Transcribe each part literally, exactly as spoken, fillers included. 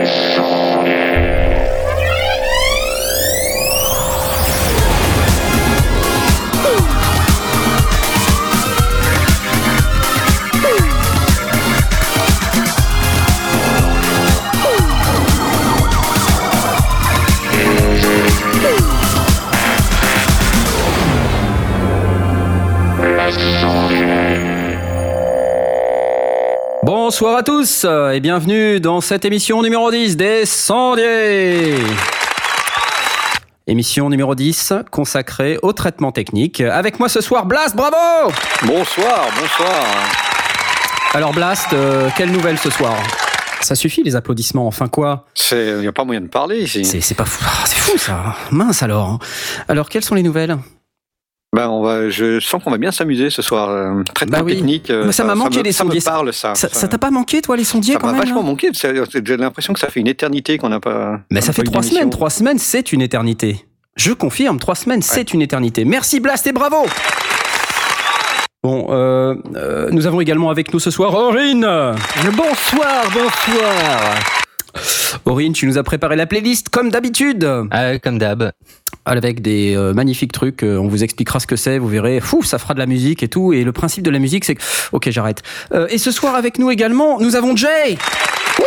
Bonsoir à tous et bienvenue dans cette émission numéro dix des Sondiers. Émission numéro dix consacrée au traitement technique. Avec moi ce soir, Blast, bravo! Bonsoir, bonsoir. Alors Blast, euh, quelle nouvelle ce soir? Ça suffit les applaudissements, enfin quoi? Il n'y a pas moyen de parler ici. C'est, c'est pas fou, ah, c'est fou ça. Mince alors. Alors quelles sont les nouvelles? Ben on va, je sens qu'on va bien s'amuser ce soir. Euh, traitement bah oui. technique. Euh, Mais ça, ça m'a manqué ça me, les ça sondiers. Me parle, ça, ça, ça. ça t'a pas manqué toi les sondiers ça quand même? Ça m'a vachement là manqué. J'ai l'impression que ça fait une éternité qu'on n'a pas. Mais ça fait trois semaines. Trois semaines, c'est une éternité. Je confirme, trois semaines, ouais. C'est une éternité. Merci Blast et bravo. Bon, euh, euh, nous avons également avec nous ce soir Aurine. Bonsoir, bonsoir. Aurine, tu nous as préparé la playlist comme d'habitude. Ah, comme d'hab. Avec des euh, magnifiques trucs, euh, on vous expliquera ce que c'est, vous verrez, fou, ça fera de la musique et tout, et le principe de la musique c'est que... Ok, j'arrête. Euh, et ce soir avec nous également, nous avons Jay. Oui.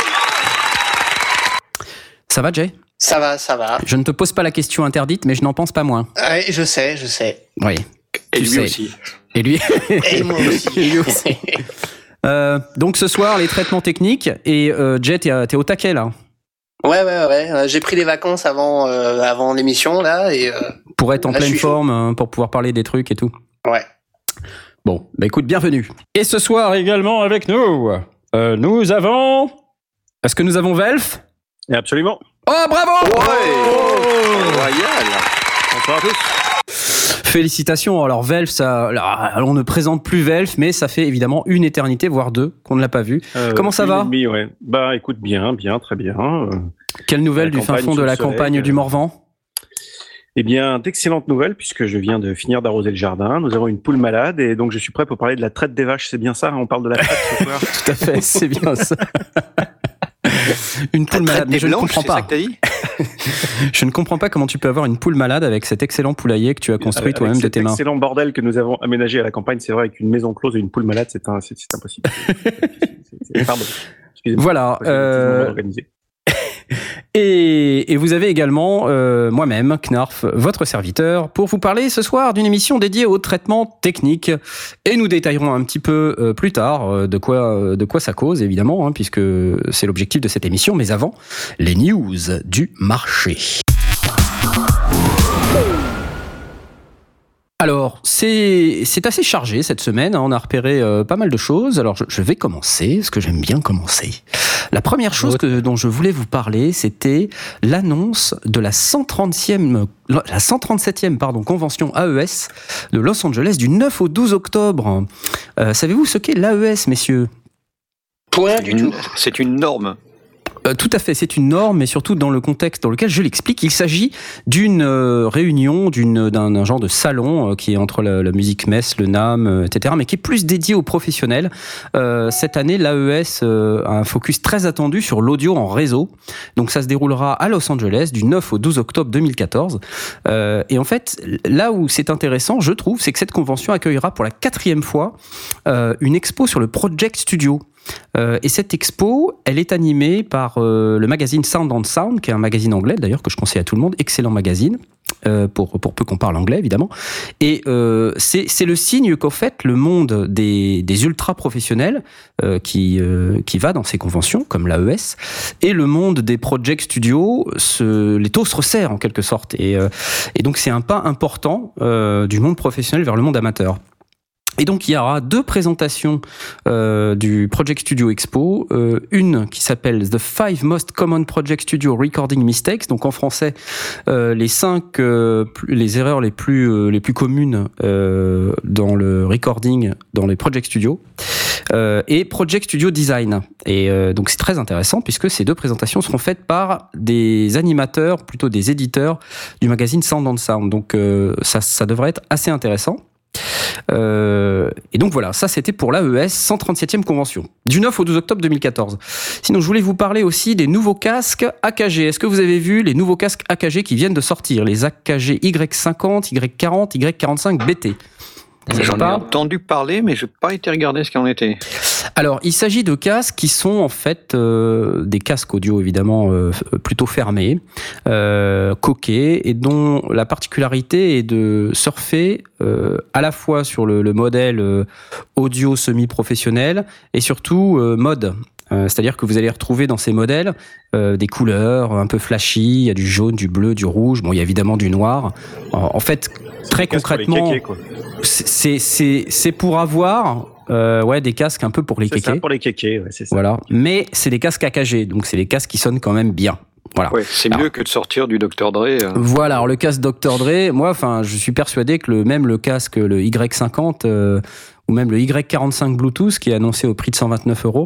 Ça va Jay? Ça va, ça va. Je ne te pose pas la question interdite, mais je n'en pense pas moins. Oui, je sais, je sais. Oui. Et lui sais. aussi. Et lui. Et moi aussi. Et lui aussi. euh, donc ce soir, les traitements techniques, et euh, Jay, t'es, t'es au taquet là. Ouais, ouais, ouais. J'ai pris des vacances avant, euh, avant l'émission, là, et... Euh, pour être en là, pleine forme, hein, pour pouvoir parler des trucs et tout. Ouais. Bon, bah écoute, bienvenue. Et ce soir également avec nous, euh, nous avons... Est-ce que nous avons Velf? Absolument. Oh, bravo! Ouais. Oh Royal. Bonsoir à tous. Félicitations. Alors Velf, ça, là, on ne présente plus Velf, mais ça fait évidemment une éternité, voire deux, qu'on ne l'a pas vu. Euh, Comment ça va? Demi, ouais. Bah écoute, bien, bien, très bien. Euh, Quelle nouvelle du fin fond de la soleil, campagne euh... du Morvan? Eh bien, d'excellentes nouvelles, puisque je viens de finir d'arroser le jardin. Nous avons une poule malade, et donc je suis prêt pour parler de la traite des vaches. C'est bien ça? On parle de la traite ce soir? Tout à fait, c'est bien ça. Une poule malade, mais je blanches, ne comprends pas. Je ne comprends pas comment tu peux avoir une poule malade avec cet excellent poulailler que tu as construit avec toi-même de tes mains. Cet excellent bordel que nous avons aménagé à la campagne, c'est vrai, avec une maison close et une poule malade, c'est, un, c'est, c'est impossible. c'est, c'est, pardon. Excusez-moi. Voilà. Euh... Et, et vous avez également euh, moi-même, Knarf, votre serviteur, pour vous parler ce soir d'une émission dédiée au traitement technique. Et nous détaillerons un petit peu euh, plus tard euh, de quoi euh, de quoi ça cause, évidemment, hein, puisque c'est l'objectif de cette émission. Mais avant, les news du marché. Alors, c'est, c'est assez chargé cette semaine, hein, on a repéré euh, pas mal de choses. Alors, je, je vais commencer, parce que j'aime bien commencer. La première chose que, dont je voulais vous parler, c'était l'annonce de la cent trentième, la cent trente-septième pardon, convention A E S de Los Angeles du neuf au douze octobre. Euh, savez-vous ce qu'est l'A E S, messieurs? Point du tout. C'est une norme. Euh, tout à fait, c'est une norme, mais surtout dans le contexte dans lequel je l'explique. Il s'agit d'une euh, réunion, d'une, d'un, d'un genre de salon euh, qui est entre la, la musique mess, le NAMM, euh, et cetera, mais qui est plus dédié aux professionnels. Euh, cette année, l'A E S euh, a un focus très attendu sur l'audio en réseau. Donc ça se déroulera à Los Angeles du neuf au douze octobre deux mille quatorze. Euh, et en fait, là où c'est intéressant, je trouve, c'est que cette convention accueillera pour la quatrième fois euh, une expo sur le Project Studio. Euh, et cette expo, elle est animée par euh, le magazine Sound on Sound, qui est un magazine anglais d'ailleurs que je conseille à tout le monde, excellent magazine, euh, pour, pour peu qu'on parle anglais évidemment. Et euh, c'est, c'est le signe qu'en fait le monde des, des ultra professionnels euh, qui, euh, qui va dans ces conventions, comme l'A E S, et le monde des project studios, se, les taux se resserrent en quelque sorte. Et, euh, et donc c'est un pas important euh, du monde professionnel vers le monde amateur. Et donc il y aura deux présentations euh, du Project Studio Expo, euh, une qui s'appelle The Five Most Common Project Studio Recording Mistakes, donc en français euh, les cinq euh, les erreurs les plus euh, les plus communes euh, dans le recording dans les Project Studio, euh, et Project Studio Design. Et euh, donc c'est très intéressant puisque ces deux présentations seront faites par des animateurs, plutôt des éditeurs du magazine Sound on Sound. Donc euh, ça ça devrait être assez intéressant. Euh, et donc voilà, ça c'était pour l'A E S cent trente-septième convention, du neuf au douze octobre deux mille quatorze. Sinon, je voulais vous parler aussi des nouveaux casques A K G. Est-ce que vous avez vu les nouveaux casques A K G qui viennent de sortir, les A K G Y cinquante, Y quarante, Y quarante-cinq B T? J'en ai entendu parler, mais je n'ai pas été regarder ce qu'il en était. Alors, il s'agit de casques qui sont en fait euh, des casques audio évidemment euh, plutôt fermés, euh, coquets, et dont la particularité est de surfer euh, à la fois sur le, le modèle euh, audio semi-professionnel et surtout euh, mode. Euh, c'est-à-dire que vous allez retrouver dans ces modèles euh, des couleurs un peu flashy, il y a du jaune, du bleu, du rouge, bon, il y a évidemment du noir. En, en fait, très concrètement, c'est, c'est, c'est pour avoir euh, ouais, des casques un peu pour les c'est kékés. Ça, pour les kékés, ouais, c'est ça. Voilà. Mais c'est des casques A K G, donc c'est des casques qui sonnent quand même bien. Voilà. Ouais, c'est alors, mieux que de sortir du docteur Dre. Euh. Voilà, alors le casque docteur Dre, moi, enfin, je suis persuadé que le, même le casque, le Y cinquante, euh, ou même le Y quarante-cinq Bluetooth, qui est annoncé au prix de cent vingt-neuf euros,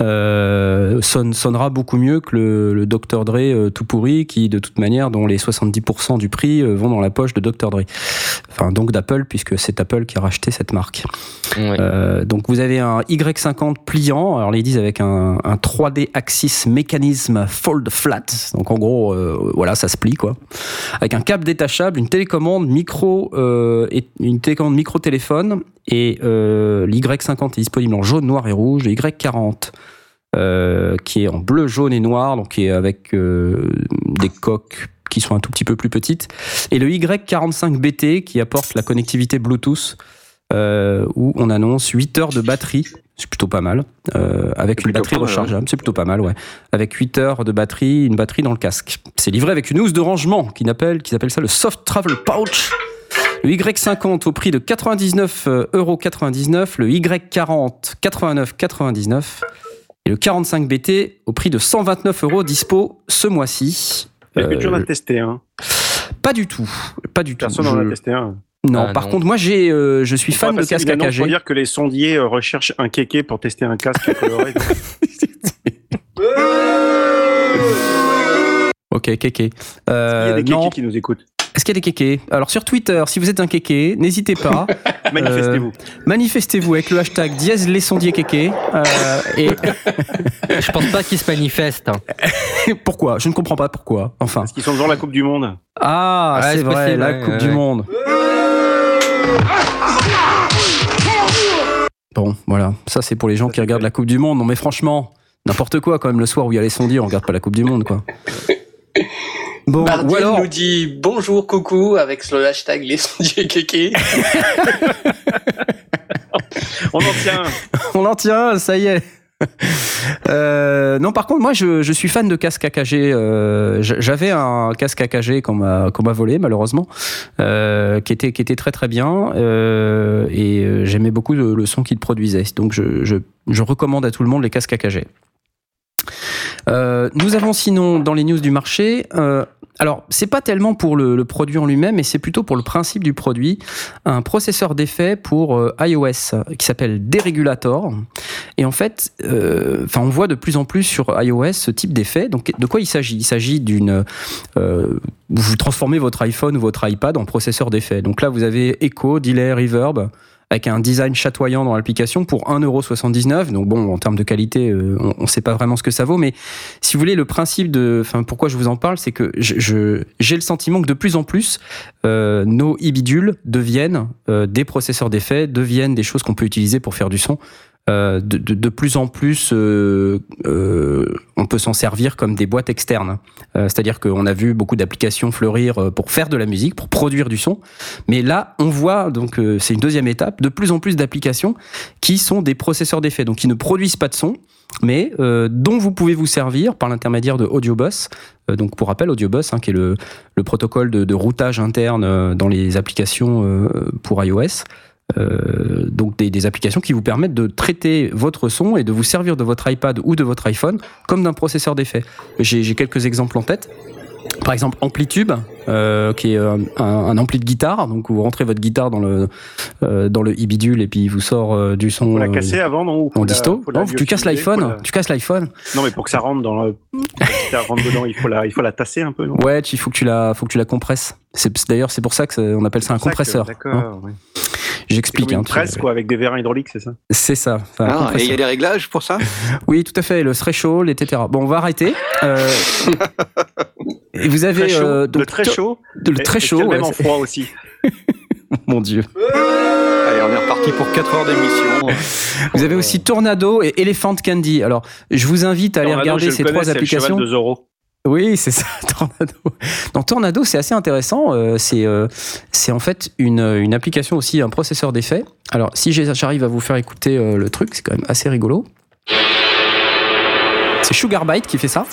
euh, sonne, sonnera beaucoup mieux que le, le docteur Dre euh, tout pourri, qui, de toute manière, dont les soixante-dix pour cent du prix euh, vont dans la poche de docteur Dre. Enfin, donc d'Apple, puisque c'est Apple qui a racheté cette marque. Oui. Euh, donc vous avez un Y cinquante pliant, alors ils disent avec un, un trois D Axis Mechanism Fold Flat, donc en gros, euh, voilà, ça se plie, quoi. Avec un câble détachable, une télécommande micro, euh, et une télécommande micro-téléphone, et euh, l'Y cinquante est disponible en jaune, noir et rouge, le Y quarante euh, qui est en bleu, jaune et noir, donc qui est avec euh, des coques qui sont un tout petit peu plus petites, et le Y quarante-cinq B T qui apporte la connectivité Bluetooth, euh, où on annonce huit heures de batterie, c'est plutôt pas mal, euh, avec une batterie rechargeable, c'est plutôt pas mal, ouais, avec huit heures de batterie, une batterie dans le casque. C'est livré avec une housse de rangement, qui appelle, qui s'appelle ça le Soft Travel Pouch. Le Y cinquante au prix de quatre-vingt-dix-neuf euros quatre-vingt-dix-neuf, le Y quarante quatre-vingt-neuf euros quatre-vingt-dix-neuf, et le quarante-cinq B T au prix de cent vingt-neuf euros, dispo ce mois-ci. Est-ce que tu en as testé un? Pas du tout, pas du tout. Personne n'en a testé un. Non, ah, par non. contre, moi, j'ai, euh, je suis fan de casque A K G. Il faut dire que les sondiers euh, recherchent un kéké pour tester un casque coloré. Ok, kéké. Euh, Il y a des kékés non. qui nous écoutent. Est-ce qu'il y a des kékés? Alors sur Twitter, si vous êtes un kéké, n'hésitez pas. Manifestez-vous. Euh, manifestez-vous avec le hashtag dièse les sondiers kékés. Euh, et Je pense pas qu'ils se manifestent. pourquoi? Je ne comprends pas pourquoi. Enfin. Parce qu'ils sont devant la Coupe du Monde. Ah, Ouais, c'est c'est vrai, possible, la ouais, Coupe ouais, du ouais. Monde. Bon, voilà. Ça, c'est pour les gens qui regardent la Coupe du Monde. Non, mais franchement, n'importe quoi quand même. Le soir où il y a les sondiers, on regarde pas la Coupe du Monde, quoi. Bon, Bardil ou alors... nous dit bonjour, coucou avec le hashtag les sondiers kékés. On en tient. On en tient, ça y est. Euh, non, par contre, moi, je, je suis fan de casque A K G. Euh, j'avais un casque A K G qu'on m'a, qu'on m'a volé, malheureusement, euh, qui était, qui était très très bien, euh, et j'aimais beaucoup le, le son qu'il produisait. Donc, je, je, je recommande à tout le monde les casques A K G. Euh, nous avons sinon dans les news du marché, euh, alors c'est pas tellement pour le, le produit en lui-même, mais c'est plutôt pour le principe du produit, un processeur d'effet pour euh, iOS qui s'appelle Deregulator. Et en fait, euh, enfin on voit de plus en plus sur iOS ce type d'effet. Donc de quoi il s'agit? Il s'agit d'une, euh, vous transformez votre iPhone ou votre iPad en processeur d'effet. Donc là vous avez Echo, Delay, Reverb, avec un design chatoyant dans l'application pour un euro soixante-dix-neuf. Donc bon, en termes de qualité, euh, on ne sait pas vraiment ce que ça vaut, mais si vous voulez, le principe de... Enfin, pourquoi je vous en parle, c'est que je, je, j'ai le sentiment que de plus en plus, euh, nos e-bidules deviennent euh, des processeurs d'effets, deviennent des choses qu'on peut utiliser pour faire du son. Euh, de, de, de plus en plus, euh, euh, on peut s'en servir comme des boîtes externes. Euh, c'est-à-dire qu'on a vu beaucoup d'applications fleurir pour faire de la musique, pour produire du son. Mais là, on voit, donc euh, c'est une deuxième étape, de plus en plus d'applications qui sont des processeurs d'effets, donc qui ne produisent pas de son, mais euh, dont vous pouvez vous servir par l'intermédiaire de AudioBus. Euh, donc pour rappel, AudioBus, hein, qui est le, le protocole de, de routage interne euh, dans les applications euh, pour iOS. Euh, donc des, des applications qui vous permettent de traiter votre son et de vous servir de votre iPad ou de votre iPhone comme d'un processeur d'effet. J'ai, j'ai quelques exemples en tête. Par exemple, Amplitube, euh, qui est un, un ampli de guitare. Donc vous rentrez votre guitare dans le euh, dans le e-bidule et puis il vous sort euh, du son. Faut la casser avant, non? En disto. Non, tu casses l'iPhone. La... Tu casses l'iPhone. Non, mais pour que ça rentre dans le, ça rentre dedans, il faut la, il faut la tasser un peu. Non? Ouais, il faut que tu la, faut que tu la compresses. C'est d'ailleurs c'est pour ça que ça, on appelle ça un compresseur. Que, d'accord. Hein. Ouais. J'explique. C'est comme hein, une presse, tu- quoi, avec des vérins hydrauliques, c'est ça? C'est ça. Enfin, Ah, et il compresseur. y a des réglages pour ça? Oui, tout à fait. Le threshold, et cetera. Bon, on va arrêter. Euh, et vous avez Très chaud. euh, donc le très to- chaud. le très Et- et chaud. Même ouais, en c'est- froid aussi. Mon Dieu. Allez, on est reparti pour quatre heures d'émission. Vous avez aussi Tornado et Elephant Candy. Alors, je vous invite à aller Tornado, regarder je ces le connais, trois c'est le cheval applications. de Zorro. Oui, c'est ça, Tornado. Dans Tornado, c'est assez intéressant. Euh, c'est, euh, c'est en fait une, une application aussi, un processeur d'effets. Alors, si j'ai- j'arrive à vous faire écouter euh, le truc, c'est quand même assez rigolo. C'est Sugarbyte qui fait ça.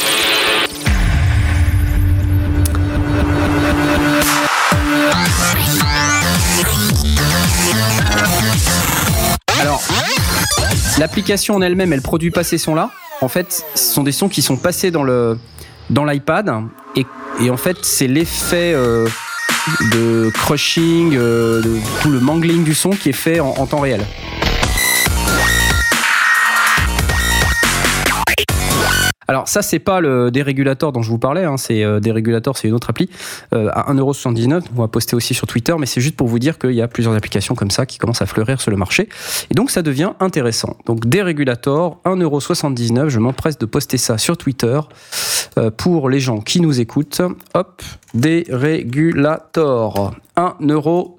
Alors, l'application en elle-même, elle produit pas ces sons-là. En fait, ce sont des sons qui sont passés dans le dans l'iPad et, et en fait, c'est l'effet euh, de crushing, euh, de tout le mangling du son qui est fait en, en temps réel. Alors ça, c'est pas le dérégulateur dont je vous parlais, hein, c'est euh, dérégulateur, c'est une autre appli euh, à un euro soixante-dix-neuf. On va poster aussi sur Twitter, mais c'est juste pour vous dire qu'il y a plusieurs applications comme ça qui commencent à fleurir sur le marché. Et donc ça devient intéressant. Donc dérégulateur, un euro soixante-dix-neuf, je m'empresse de poster ça sur Twitter euh, pour les gens qui nous écoutent. Hop, dérégulateur, un euro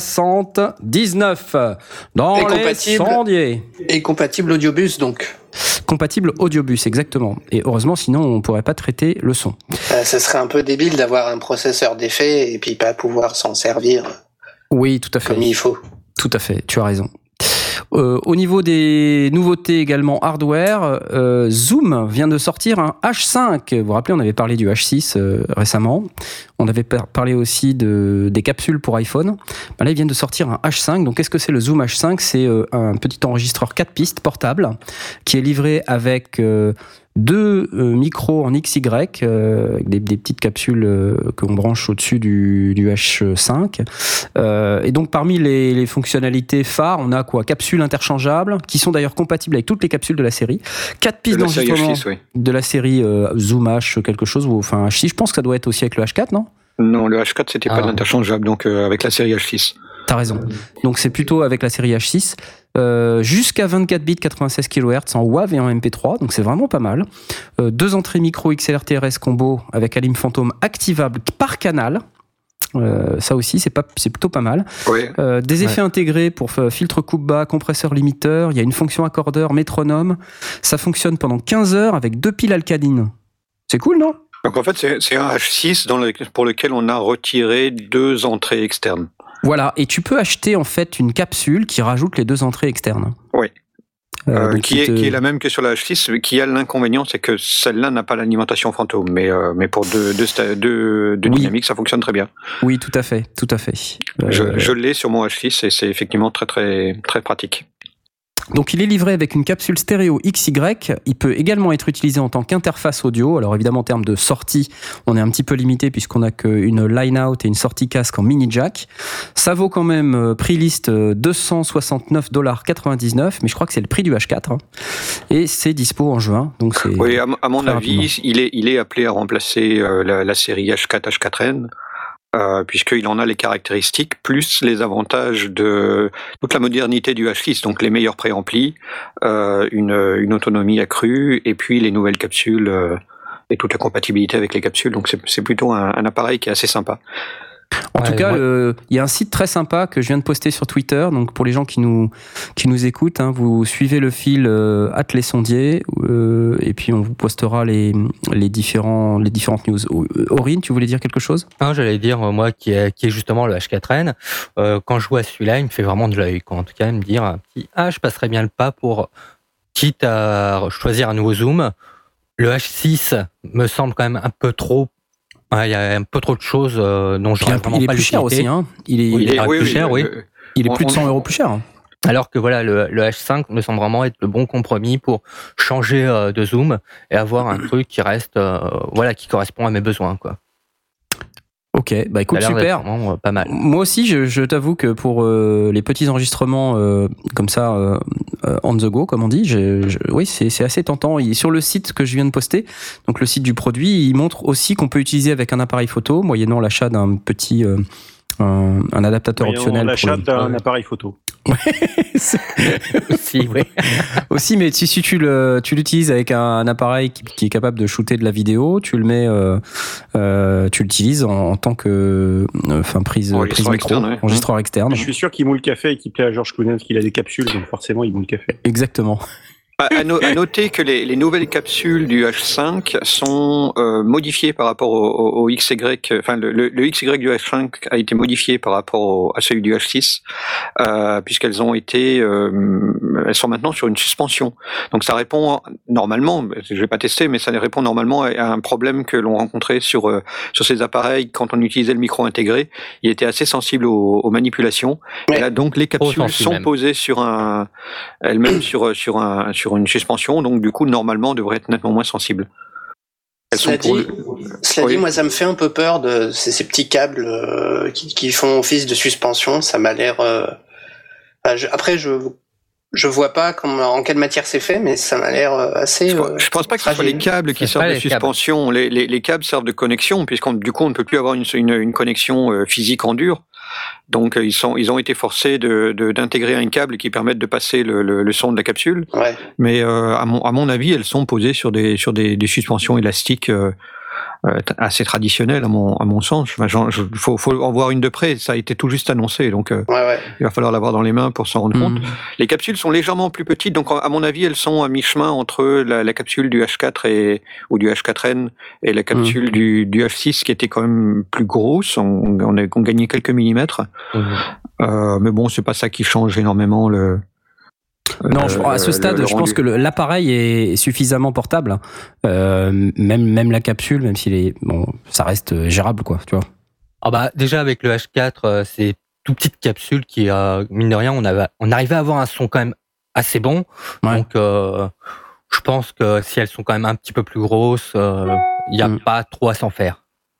soixante-dix-neuf dans Et les compatible. sondiers. Et compatible Audiobus, donc. Compatible Audiobus, exactement. Et heureusement, sinon, on ne pourrait pas traiter le son. Euh, ça serait un peu débile d'avoir un processeur d'effet et puis pas pouvoir s'en servir Oui, tout à fait. comme il faut. Tout à fait, tu as raison. Euh, au niveau des nouveautés également hardware, euh, Zoom vient de sortir un H cinq. Vous vous rappelez, on avait parlé du H six euh, récemment. On avait par- parlé aussi de, des capsules pour iPhone. Ben là, ils viennent de sortir un H cinq. Donc, qu'est-ce que c'est le Zoom H cinq? C'est euh, un petit enregistreur quatre pistes portable qui est livré avec euh, deux euh, micros en X Y, euh, avec des, des petites capsules euh, qu'on branche au-dessus du, du H cinq. Euh, et donc, parmi les, les fonctionnalités phares, on a quoi? Capsules interchangeables, qui sont d'ailleurs compatibles avec toutes les capsules de la série. Quatre pistes De la série d'enregistrement H six, oui. de la série euh, Zoom H quelque chose, ou enfin H six. Je pense que ça doit être aussi avec le H quatre, non? Non, le H quatre, c'était Ah. pas de l'interchangeable, donc euh, avec la série H six. T'as raison. Donc c'est plutôt avec la série H six. Euh, jusqu'à vingt-quatre bits, quatre-vingt-seize kilohertz en W A V et en M P trois, donc c'est vraiment pas mal. Euh, deux entrées micro X L R T R S combo avec Alim Phantom activable par canal. Euh, ça aussi, c'est, pas, c'est plutôt pas mal. Ouais. Euh, des effets intégrés pour f- filtre coupe-bas, compresseur limiteur. Il y a une fonction accordeur, métronome. Ça fonctionne pendant quinze heures avec deux piles alcalines. C'est cool, non? Donc en fait, c'est, c'est un H six dans le, pour lequel on a retiré deux entrées externes. Voilà, et tu peux acheter en fait une capsule qui rajoute les deux entrées externes. Oui. Euh, Euh, donc qui, il est, te- qui est la même que sur la H six, mais qui a l'inconvénient, c'est que celle-là n'a pas l'alimentation fantôme. Mais, euh, mais pour deux, deux, sta- deux, deux Oui. dynamiques, ça fonctionne très bien. Oui, tout à fait, tout à fait. Euh, Je, je l'ai sur mon H six et c'est effectivement très très très pratique. Donc il est livré avec une capsule stéréo X Y. Il peut également être utilisé en tant qu'interface audio. Alors évidemment en termes de sortie, on est un petit peu limité puisqu'on n'a qu'une line-out et une sortie casque en mini jack. Ça vaut quand même euh, prix liste euh, deux cent soixante-neuf dollars quatre-vingt-dix-neuf, mais je crois que c'est le prix du H quatre. Hein. Et c'est dispo en juin. Donc c'est Oui, à, m- à mon très avis, rapidement. il est, il est appelé à remplacer euh, la, la série H quatre H quatre N. Euh, puisqu'il en a les caractéristiques, plus les avantages de toute la modernité du H six, donc les meilleurs préamplis, euh, une, une autonomie accrue, et puis les nouvelles capsules euh, et toute la compatibilité avec les capsules. Donc c'est, c'est plutôt un, un appareil qui est assez sympa. En Ouais, tout cas, moi- le- il y a un site très sympa que je viens de poster sur Twitter. Donc pour les gens qui nous qui nous écoutent, hein, vous suivez le fil euh, at les sondiers euh, et puis on vous postera les les différents les différentes news. Euh, Aurine, tu voulais dire quelque chose? Non, j'allais dire, euh, moi, qui est, qui est justement le H quatre N, euh, quand je vois celui-là, il me fait vraiment de l'œil, quoi. En tout cas, me dire un petit, ah, je passerais bien le pas pour, quitte à choisir un nouveau zoom. Le H six me semble quand même un peu trop, ouais, il y a un peu trop de choses euh, dont Puis, j'aurais vraiment il est pas plus cher l'utilité. aussi. Hein. Il est Oui, il est, est ah, plus cher, oui. euh, il est on- plus de on- cent euros plus cher. Hein. Alors que voilà, le, le H cinq me semble vraiment être le bon compromis pour changer euh, de zoom et avoir un truc qui reste, euh, voilà, qui correspond à mes besoins, quoi. Ok, bah écoute, Ça a l'air d'être super. vraiment, euh, pas mal. Moi aussi, je, je t'avoue que pour euh, les petits enregistrements euh, comme ça, euh, euh, on the go, comme on dit, je, je- oui, c'est, c'est assez tentant. Il, sur le site que je viens de poster, donc le site du produit, il montre aussi qu'on peut utiliser avec un appareil photo, moyennant l'achat d'un petit, euh, un, un adaptateur Voyons optionnel. l'achat pour d'un le... appareil photo. Aussi, oui. Aussi, mais si, si tu, le, tu l'utilises avec un, un appareil qui, qui est capable de shooter de la vidéo, tu le mets, euh, euh, tu l'utilises en, en tant que, enfin, prise, prise micro, externe, ouais. enregistreur externe. Je suis sûr qu'il moule le café et qu'il plaît à Georges Clooney parce qu'il a des capsules, donc forcément il moule le café. Exactement. À, à, no, à noter que les, les nouvelles capsules du H cinq sont euh, modifiées par rapport au, au, au X Y, enfin le, le, le X Y du H cinq a été modifié par rapport au, à celui du H six, euh, puisqu'elles ont été, euh, elles sont maintenant sur une suspension. Donc ça répond normalement, je vais pas tester, mais ça répond normalement à un problème que l'on rencontrait sur euh, sur ces appareils quand on utilisait le micro intégré. Il était assez sensible aux, aux manipulations. Ouais. Et là donc les capsules sont même. posées sur un, elles-mêmes sur sur un sur sur une suspension, donc du coup normalement devrait être nettement moins sensible. Elles cela sont dit, le... cela oui. dit, moi ça me fait un peu peur de ces, ces petits câbles euh, qui, qui font office de suspension. Ça m'a l'air. Euh... Enfin, je... Après, je je vois pas comment, en quelle matière c'est fait, mais ça m'a l'air assez. Je, euh, je pense pas que ce soit les câbles qui servent de suspension. Les, les, les câbles servent de connexion, puisqu'on du coup on ne peut plus avoir une, une, une connexion euh, physique en dur. Donc ils sont, ils ont été forcés de, de, d'intégrer un câble qui permette de passer le, le, le son de la capsule. Ouais. Mais euh, à mon, à mon avis, elles sont posées sur des, sur des, des suspensions élastiques euh, euh, assez traditionnelles à mon, à mon sens. Il enfin, faut, faut en voir une de près. Ça a été tout juste annoncé, donc euh, ouais, ouais. il va falloir l'avoir dans les mains pour s'en rendre mmh. compte. Les capsules sont légèrement plus petites, donc à mon avis, elles sont à mi-chemin entre la, la capsule du H quatre et ou du H quatre N et la capsule mmh. du, du H six qui était quand même plus grosse. On, on a on gagnait quelques millimètres, mmh. euh, mais bon, c'est pas ça qui change énormément le. Non, je, à ce stade, le, le je pense que le, l'appareil est suffisamment portable. Euh, même, même la capsule, même s'il est, bon, ça reste gérable, quoi, tu vois. Ah bah, déjà, avec le H quatre, c'est tout petite capsule qui, euh, mine de rien, on, avait, on arrivait à avoir un son quand même assez bon. Ouais. Donc, euh, je pense que si elles sont quand même un petit peu plus grosses, il euh, n'y a mm. pas trop à s'en faire.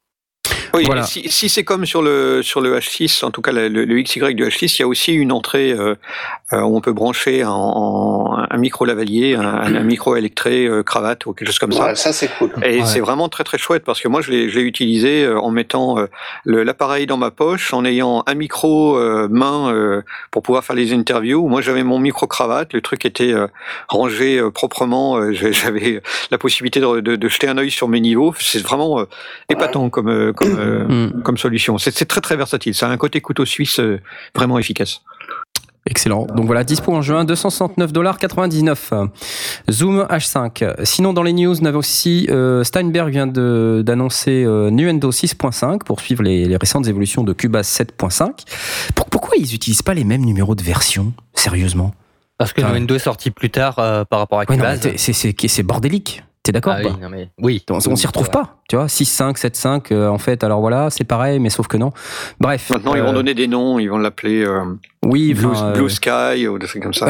Oui, voilà. si, si c'est comme sur le sur le H six, en tout cas le, le X Y du H six, il y a aussi une entrée euh, où on peut brancher en, en, un micro lavalier, un, un micro électré, euh, cravate ou quelque chose comme ça. Ouais, ça c'est cool. Et ouais. c'est vraiment très très chouette parce que moi je l'ai, je l'ai utilisé en mettant euh, le, l'appareil dans ma poche, en ayant un micro euh, main euh, pour pouvoir faire les interviews. Moi j'avais mon micro cravate, le truc était euh, rangé euh, proprement. Euh, j'avais la possibilité de, de, de jeter un œil sur mes niveaux. C'est vraiment euh, épatant ouais. comme euh, comme Euh, mmh. comme solution. C'est, c'est très très versatile. Ça a un côté couteau suisse euh, vraiment efficace. Excellent. Donc voilà, dispo en juin, deux cent soixante-neuf dollars quatre-vingt-dix-neuf. Zoom H cinq. Sinon, dans les news, on avait aussi euh, Steinberg vient de, d'annoncer euh, Nuendo six point cinq pour suivre les, les récentes évolutions de Cubase sept point cinq. Pour, pourquoi ils n'utilisent pas les mêmes numéros de version? Sérieusement? Parce que enfin, Nuendo est sorti plus tard euh, par rapport à Cubase. Ouais, non, c'est, c'est, c'est bordélique. T'es d'accord? Ah oui, non mais oui. On, on s'y retrouve pas, tu vois. six cinq, sept cinq, euh, en fait, alors voilà, c'est pareil, mais sauf que non. Bref. Maintenant, euh, ils vont donner des noms, ils vont l'appeler euh, oui, Blue, euh, Blue Sky ou des trucs comme ça.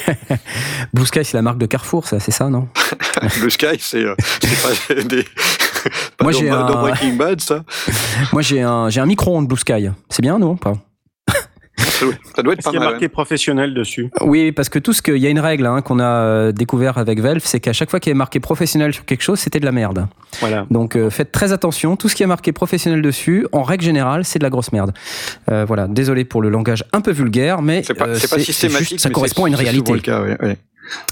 Blue Sky, c'est la marque de Carrefour, ça, c'est ça, non? Blue Sky, c'est, euh, c'est pas des. Pas Moi, dans, j'ai dans un... Breaking Bad, ça. Moi, j'ai un, j'ai un micro-ondes Blue Sky. C'est bien, non? Pas. Ça doit être Est-ce pas qu'il y a mal. marqué professionnel dessus? Oui, parce que tout ce que, il y a une règle hein, qu'on a découvert avec Valve, c'est qu'à chaque fois qu'il y a marqué professionnel sur quelque chose, c'était de la merde. Voilà. Donc euh, faites très attention. Tout ce qui est marqué professionnel dessus, en règle générale, c'est de la grosse merde. Euh, voilà. Désolé pour le langage un peu vulgaire, mais c'est pas, euh, c'est pas c'est, systématique. C'est juste, ça mais correspond c'est, à une réalité. C'est le cas, oui, oui.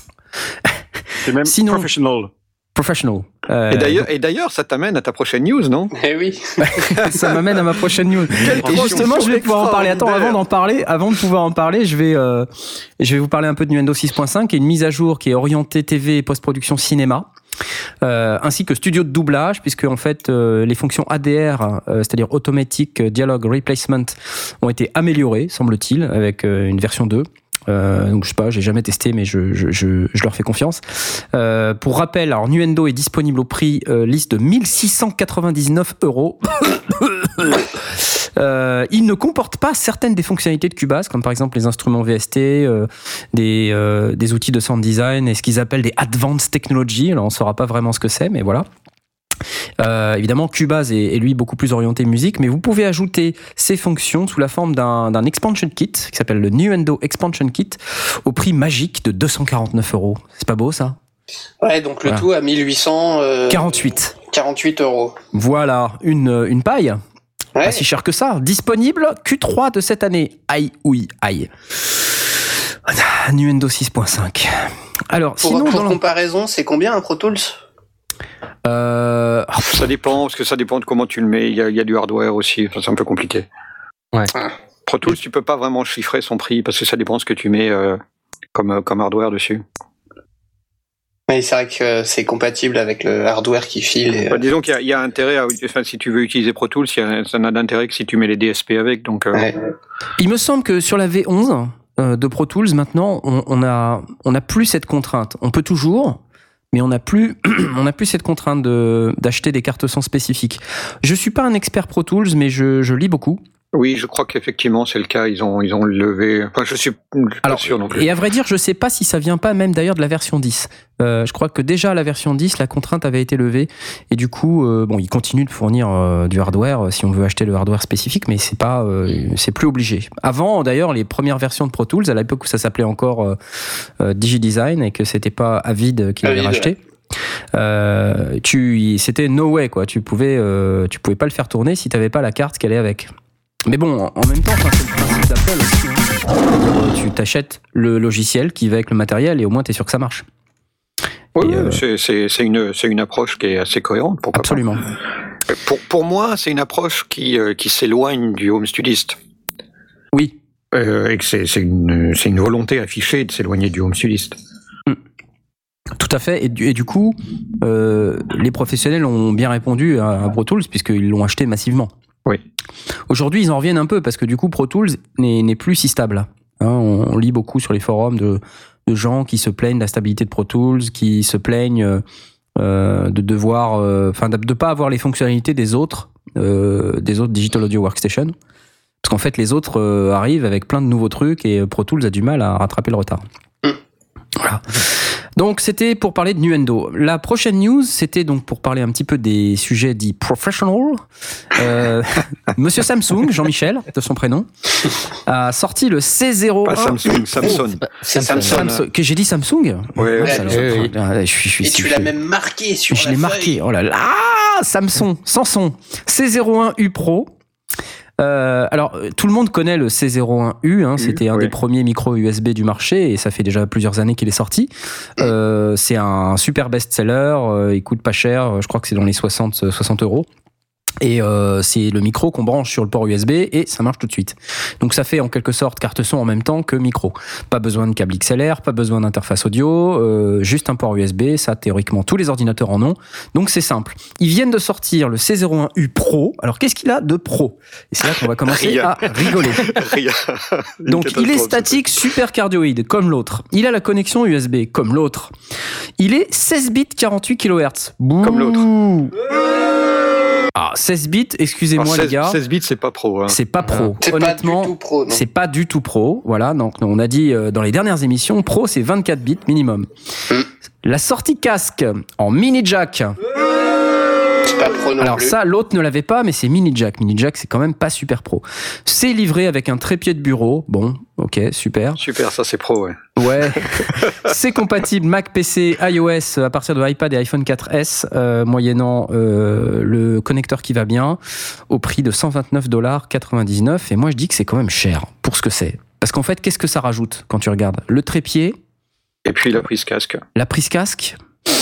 C'est même Sinon, professional. Professional. Euh, et, d'ailleurs, et d'ailleurs, ça t'amène à ta prochaine news, non? Eh oui. Ça m'amène à ma prochaine news. Et justement, je vais pouvoir en parler. Attends, avant d'en parler, avant de pouvoir en parler, je vais, euh, je vais vous parler un peu de Nuendo six point cinq, qui est une mise à jour qui est orientée T V et post-production cinéma. Euh, ainsi que studio de doublage, puisque en fait euh, les fonctions A D R, euh, c'est-à-dire Automatic Dialogue Replacement, ont été améliorées, semble-t-il, avec euh, une version deux. Euh, donc je sais pas, j'ai jamais testé, mais je, je, je, je leur fais confiance. Euh, pour rappel, alors Nuendo est disponible au prix euh, liste de mille six cent quatre-vingt-dix-neuf euros. Euh, il ne comporte pas certaines des fonctionnalités de Cubase, comme par exemple les instruments V S T, euh, des, euh, des outils de sound design et ce qu'ils appellent des advanced technologies. Alors on ne saura pas vraiment ce que c'est, mais voilà. Euh, évidemment, Cubase est, est lui beaucoup plus orienté musique, mais vous pouvez ajouter ces fonctions sous la forme d'un, d'un expansion kit qui s'appelle le Nuendo Expansion Kit au prix magique de deux cent quarante-neuf euros. C'est pas beau ça? Ouais, donc le voilà. Tout à mille huit cent quarante-huit euros. Voilà, une, une paille. Ouais. Pas si cher que ça. Disponible Q trois de cette année. Aïe, oui, aïe. Nuendo six point cinq. Alors, pour, sinon, pour dans comparaison, c'est combien un Pro Tools ? euh... Ça dépend, parce que ça dépend de comment tu le mets. Il y a, il y a du hardware aussi. Enfin, c'est un peu compliqué. Ouais. Pro Tools, tu peux pas vraiment chiffrer son prix parce que ça dépend de ce que tu mets euh, comme, comme hardware dessus. Oui, c'est vrai que c'est compatible avec le hardware qui file. Et, bah, disons qu'il y a, il y a intérêt, à, enfin, si tu veux utiliser Pro Tools, il y a, ça n'a d'intérêt que si tu mets les D S P avec. Donc, euh... ouais. Il me semble que sur la V onze euh, de Pro Tools, maintenant, on, on a, on a plus cette contrainte. On peut toujours, mais on n'a plus, on a plus cette contrainte de, d'acheter des cartes son spécifiques. Je suis pas un expert Pro Tools, mais je, je lis beaucoup. Oui, je crois qu'effectivement c'est le cas. Ils ont, ils ont levé. Enfin, je suis pas Alors, sûr non plus. Et à vrai dire, je sais pas si ça vient pas même d'ailleurs de la version dix. Euh, je crois que déjà à la version dix, la contrainte avait été levée et du coup, euh, bon, ils continuent de fournir euh, du hardware euh, si on veut acheter le hardware spécifique, mais c'est pas, euh, c'est plus obligé. Avant, d'ailleurs, les premières versions de Pro Tools, à l'époque où ça s'appelait encore euh, euh, DigiDesign et que c'était pas Avid qui l'avait racheté. Euh, tu, c'était no way quoi. Tu pouvais, euh, tu pouvais pas le faire tourner si t'avais pas la carte qui allait avec. Mais bon, en même temps, c'est le principe d'Apple aussi. Hein. Tu t'achètes le logiciel qui va avec le matériel et au moins t'es sûr que ça marche. Oui, euh... c'est, c'est, c'est, une, c'est une approche qui est assez cohérente. Absolument. Pas. Pour, pour moi, c'est une approche qui, euh, qui s'éloigne du home studiste. Oui. Euh, et que c'est, c'est, une, c'est une volonté affichée de s'éloigner du home studiste. Mmh. Tout à fait. Et du, et du coup, euh, les professionnels ont bien répondu à, à Pro Tools puisqu'ils l'ont acheté massivement. Oui. Aujourd'hui, ils en reviennent un peu parce que du coup, Pro Tools n'est, n'est plus si stable. Hein, on, on lit beaucoup sur les forums de, de gens qui se plaignent de la stabilité de Pro Tools, qui se plaignent euh, de devoir, enfin, euh, de ne pas avoir les fonctionnalités des autres, euh, des autres Digital Audio Workstation. Parce qu'en fait, les autres euh, arrivent avec plein de nouveaux trucs et Pro Tools a du mal à rattraper le retard. Mmh. Voilà. Donc c'était pour parler de Nuendo. La prochaine news, c'était donc pour parler un petit peu des sujets dits professional. Euh, Monsieur Samsung, Jean-Michel, de son prénom, a sorti le C zéro un. Pas Samsung, Samsung. Oh, c'est Samsung. Samsung. Que j'ai dit Samsung ? Oui, ouais, ouais, ouais, oui, oui. Je suis, je suis, Et tu l'as même marqué sur je la l'ai feuille. marqué. Oh là là, Samsung, Samsung, C zéro un U Pro. Euh, alors, tout le monde connaît le C zéro un U, hein, c'était un oui. des premiers micros U S B du marché et ça fait déjà plusieurs années qu'il est sorti. Euh, c'est un super best-seller, euh, il coûte pas cher, je crois que c'est dans les soixante euros. Et euh, c'est le micro qu'on branche sur le port U S B et ça marche tout de suite. Donc ça fait en quelque sorte carte son en même temps que micro. Pas besoin de câble X L R, pas besoin d'interface audio, euh, juste un port U S B, ça théoriquement tous les ordinateurs en ont. Donc c'est simple. Ils viennent de sortir le C zéro un U Pro. Alors qu'est-ce qu'il a de pro ? Et c'est là qu'on va commencer à rigoler. Donc il est statique, super cardioïde comme l'autre. Il a la connexion U S B comme l'autre. Il est seize bits quarante-huit kilohertz. Bouh. Comme l'autre. Ah, seize bits, excusez-moi Alors, seize, les gars. seize bits, c'est pas pro. Hein. C'est pas pro. C'est Honnêtement, pas du tout pro, non. c'est pas du tout pro. Voilà, donc on a dit euh, dans les dernières émissions, pro c'est vingt-quatre bits minimum. Mmh. La sortie casque en mini jack. C'est pas pro non Alors plus. ça, l'autre ne l'avait pas, mais c'est mini jack. Mini jack, c'est quand même pas super pro. C'est livré avec un trépied de bureau. Bon, ok, super. Super, ça c'est pro, ouais. Ouais. C'est compatible Mac, P C, iOS à partir de iPad et iPhone quatre S, euh, moyennant euh, le connecteur qui va bien, au prix de cent vingt-neuf dollars quatre-vingt-dix-neuf. Et moi, je dis que c'est quand même cher pour ce que c'est. Parce qu'en fait, qu'est-ce que ça rajoute quand tu regardes ? Le trépied. Et puis la prise casque. La prise casque.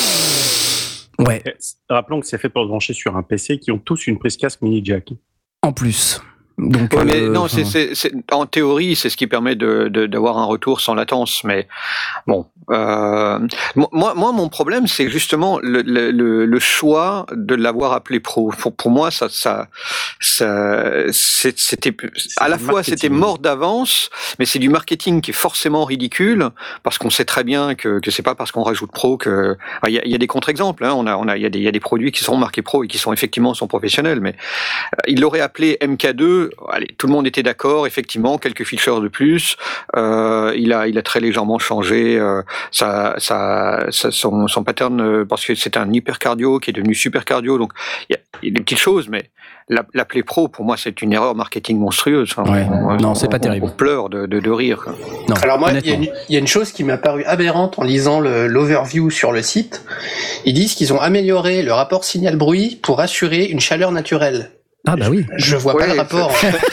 Ouais. Rappelons que c'est fait pour se brancher sur un P C qui ont tous une prise casque mini jack. En plus. Donc, ouais, mais euh, non, c'est, c'est, c'est, en théorie, c'est ce qui permet de, de, d'avoir un retour sans latence. Mais bon, euh, moi, moi, mon problème, c'est justement le, le, le choix de l'avoir appelé pro. Pour, pour moi, ça, ça, ça c'était c'est à la fois c'était mort d'avance, mais c'est du marketing qui est forcément ridicule parce qu'on sait très bien que, que c'est pas parce qu'on rajoute pro que il y a, y a des contre-exemples. Hein, on a, on a, il y a des, il y a des produits qui sont marqués pro et qui sont effectivement sont professionnels, mais euh, il l'aurait appelé M K deux. Allez, tout le monde était d'accord, effectivement, quelques features de plus. Euh, il a, il a très légèrement changé euh, sa, sa, sa, son, son pattern euh, parce que c'est un hyper cardio qui est devenu super cardio. Donc il y a, il y a des petites choses, mais l'appeler pro, pour moi, c'est une erreur marketing monstrueuse. Enfin, ouais. on, non, on, c'est pas terrible. On pleure de, de, de rire. Quoi. Non, alors moi, il y, y a une chose qui m'a paru aberrante en lisant le, l'overview sur le site. Ils disent qu'ils ont amélioré le rapport signal-bruit pour assurer une chaleur naturelle. Ah bah oui. Je vois ouais, pas le rapport.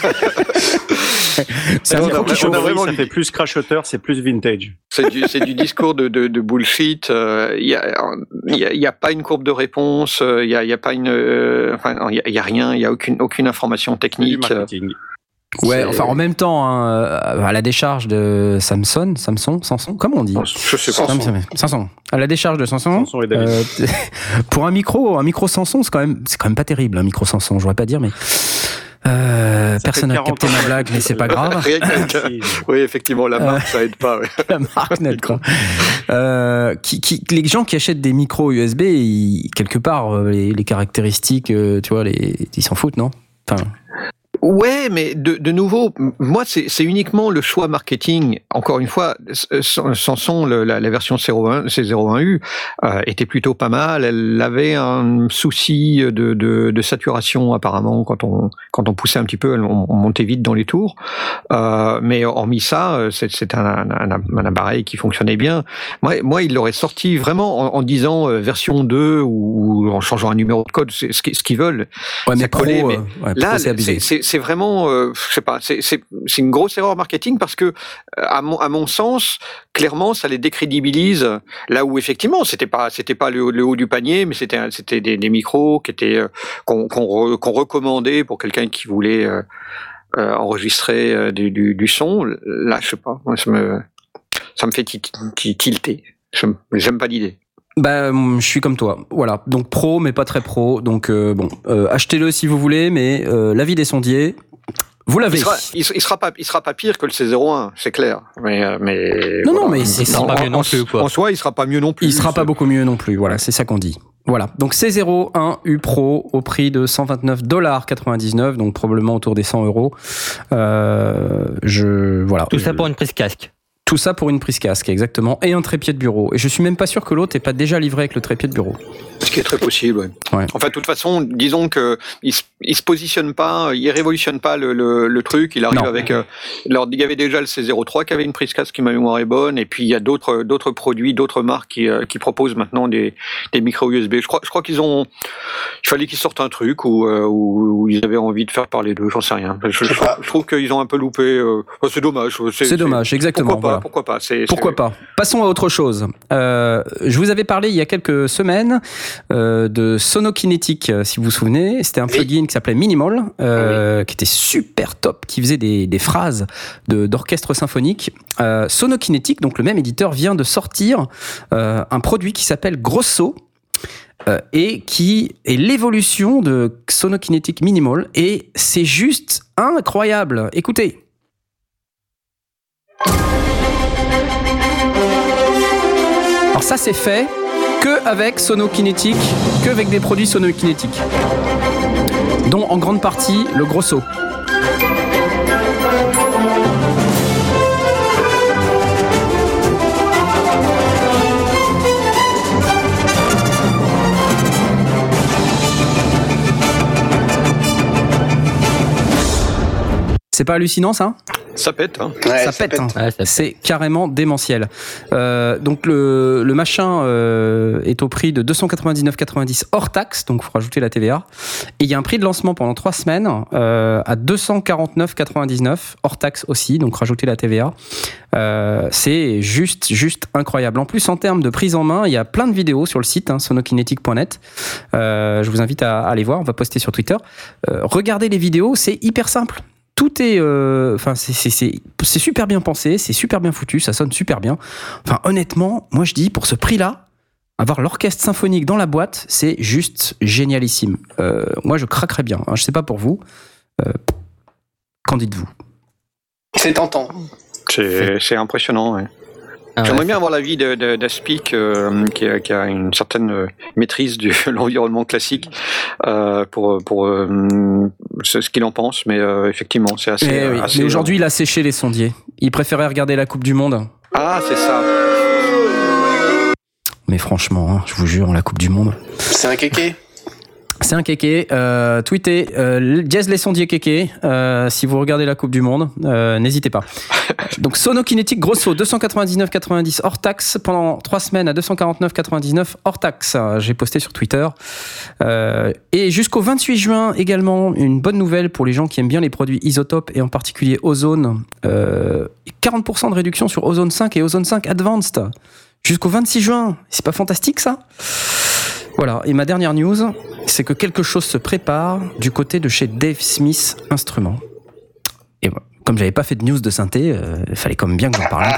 C'est un micro qui chauffe. Ça fait plus crachoteur, c'est plus vintage. C'est du, c'est du discours de, de, de bullshit. Il euh, y, a, y, a, y a pas une courbe de réponse. Il euh, y, a, y a pas une. Euh, enfin, il y, y a rien. Il y a aucune aucune information technique. Du marketing. Ouais, c'est... enfin en même temps, hein, à la décharge de Samsung, Samsung, Samsung, comment on dit ? Je sais pas. Samsung. Samsung. À la décharge de Samsung. Samsung et David. Euh, pour un micro, un micro Samsung, c'est quand même, c'est quand même pas terrible, un micro Samsung. Je voudrais pas dire, mais. Euh, personne n'a capté ma blague, mais c'est pas grave. Oui, effectivement, la marque, euh, ça aide pas. Ouais. La marque n'aide pas. Euh, qui, qui, les gens qui achètent des micros U S B, ils, quelque part, les, les caractéristiques, tu vois, les, ils s'en foutent, non ? Enfin. Ouais, mais de, de nouveau, moi, c'est, c'est uniquement le choix marketing. Encore une fois, Samsung, le, la, la version zéro un, C zéro un U euh, était plutôt pas mal. Elle avait un souci de, de, de saturation apparemment quand on quand on poussait un petit peu, on, on montait vite dans les tours. Euh, mais hormis ça, c'est, c'est un, un, un, un appareil qui fonctionnait bien. Moi, moi, il l'aurait sorti vraiment en, en disant euh, version deux ou, ou en changeant un numéro de code, c'est ce, ce qu'ils veulent. Ouais, mais, pro, collait, mais euh, ouais, là, pro, c'est, c'est, c'est, c'est vraiment, euh, je sais pas, c'est, c'est, c'est une grosse erreur marketing parce que, à mon, à mon sens, clairement, ça les décrédibilise. Là où effectivement, c'était pas, c'était pas le, le haut du panier, mais c'était, c'était des, des micros qui étaient euh, qu'on, qu'on, re, qu'on recommandait pour quelqu'un qui voulait euh, euh, enregistrer euh, du, du, du son. Là, je sais pas, moi, ça me, ça me fait t- t- tilter. Je, j'aime pas l'idée. Bah, je suis comme toi. Voilà. Donc pro, mais pas très pro. Donc euh, bon, euh, achetez-le si vous voulez, mais euh, l'avis des sondiers, vous l'avez. Il sera, il, il sera pas, il sera pas pire que le C zéro un, c'est clair. Mais, mais non, voilà. non, mais c'est, c'est en, pas mieux non plus. Quoi. En soi, il sera pas mieux non plus. Il sera pas beaucoup mieux non plus. Voilà, c'est ça qu'on dit. Voilà. Donc C zéro un U Pro au prix de cent vingt-neuf dollars quatre-vingt-dix-neuf, donc probablement autour des cent euros. Euh, je voilà. Tout ça je... pour une prise casque. Tout ça pour une prise casque, exactement, et un trépied de bureau. Et je suis même pas sûr que l'autre n'ait pas déjà livré avec le trépied de bureau. Ce qui est très possible, ouais. ouais. Enfin, de toute façon, disons que il se, il se positionne pas, il révolutionne pas le, le, le truc. Il arrive non. avec. Euh, alors, il y avait déjà le C zéro trois qui avait une prise casque qui ma mémoire est bonne, et puis il y a d'autres d'autres produits, d'autres marques qui euh, qui proposent maintenant des des micros U S B. Je crois je crois qu'ils ont. Il fallait qu'ils sortent un truc où euh, où, où ils avaient envie de faire parler d'eux. J'en sais rien. Je, je, je, trouve, je trouve qu'ils ont un peu loupé. Euh, enfin, c'est dommage. C'est, c'est dommage, c'est, exactement. Pourquoi pas, voilà. pourquoi pas. C'est, Pourquoi c'est... pas. Passons à autre chose. Euh, je vous avais parlé il y a quelques semaines euh, de Sonokinetic, si vous vous souvenez. C'était un plugin oui. qui s'appelait Minimal, euh, oui. qui était super top, qui faisait des, des phrases de, d'orchestre symphonique. Euh, Sonokinetic, donc le même éditeur, vient de sortir euh, un produit qui s'appelle Grosso. Euh, et qui est l'évolution de Sonokinetic Minimal. Et c'est juste incroyable. Écoutez. Alors ça c'est fait que avec Sonokinetic, que avec des produits Sonokinetic, dont en grande partie le Grosso. C'est pas hallucinant ça ? Ça pète, hein. Ouais, ça, ça pète, pète. hein. Ouais, ça c'est pète. Carrément démentiel. Euh, donc le, le machin euh, est au prix de deux cent quatre-vingt-dix-neuf quatre-vingt-dix hors taxe, donc il faut rajouter la T V A. Et il y a un prix de lancement pendant trois semaines euh, à deux cent quarante-neuf quatre-vingt-dix-neuf hors taxe aussi, donc rajouter la T V A. Euh, c'est juste, juste incroyable. En plus, en termes de prise en main, il y a plein de vidéos sur le site hein, sonokinetic point net. Euh, je vous invite à, à aller voir. On va poster sur Twitter. Euh, regardez les vidéos, c'est hyper simple. Tout est, enfin, euh, c'est, c'est, c'est, c'est super bien pensé, c'est super bien foutu, ça sonne super bien. Enfin, honnêtement, moi je dis, pour ce prix-là, avoir l'orchestre symphonique dans la boîte, c'est juste génialissime. Euh, moi, je craquerais bien. Hein, je sais pas pour vous. Euh, qu'en dites-vous ? C'est tentant. C'est, c'est impressionnant, ouais. Ah ouais. J'aimerais bien avoir l'avis de, de, d'Aspic, euh, qui, a, qui a une certaine maîtrise de l'environnement classique, euh, pour, pour euh, ce qu'il en pense, mais euh, effectivement, c'est assez... Mais, oui. assez mais aujourd'hui, il a séché les sondiers. Il préférait regarder la Coupe du Monde. Ah, c'est ça. Mais franchement, hein, je vous jure, la Coupe du Monde... C'est un kéké. C'est un kéké. Euh, tweetez, euh, dièse les sondiers kéké. Euh, si vous regardez la Coupe du Monde, euh, n'hésitez pas. Donc Sonokinetic, grosso, deux cent quatre-vingt-dix-neuf virgule quatre-vingt-dix hors taxe pendant trois semaines à deux cent quarante-neuf virgule quatre-vingt-dix-neuf hors taxe. J'ai posté sur Twitter. Euh, et jusqu'au vingt-huit juin également, une bonne nouvelle pour les gens qui aiment bien les produits Isotope et en particulier Ozone. Euh, quarante pour cent de réduction sur Ozone cinq et Ozone cinq Advanced. Jusqu'au vingt-six juin. C'est pas fantastique ça ? Voilà. Et ma dernière news, c'est que quelque chose se prépare du côté de chez Dave Smith Instruments. Et voilà. Comme j'avais pas fait de news de synthé, euh, il fallait quand même bien que j'en parle un peu.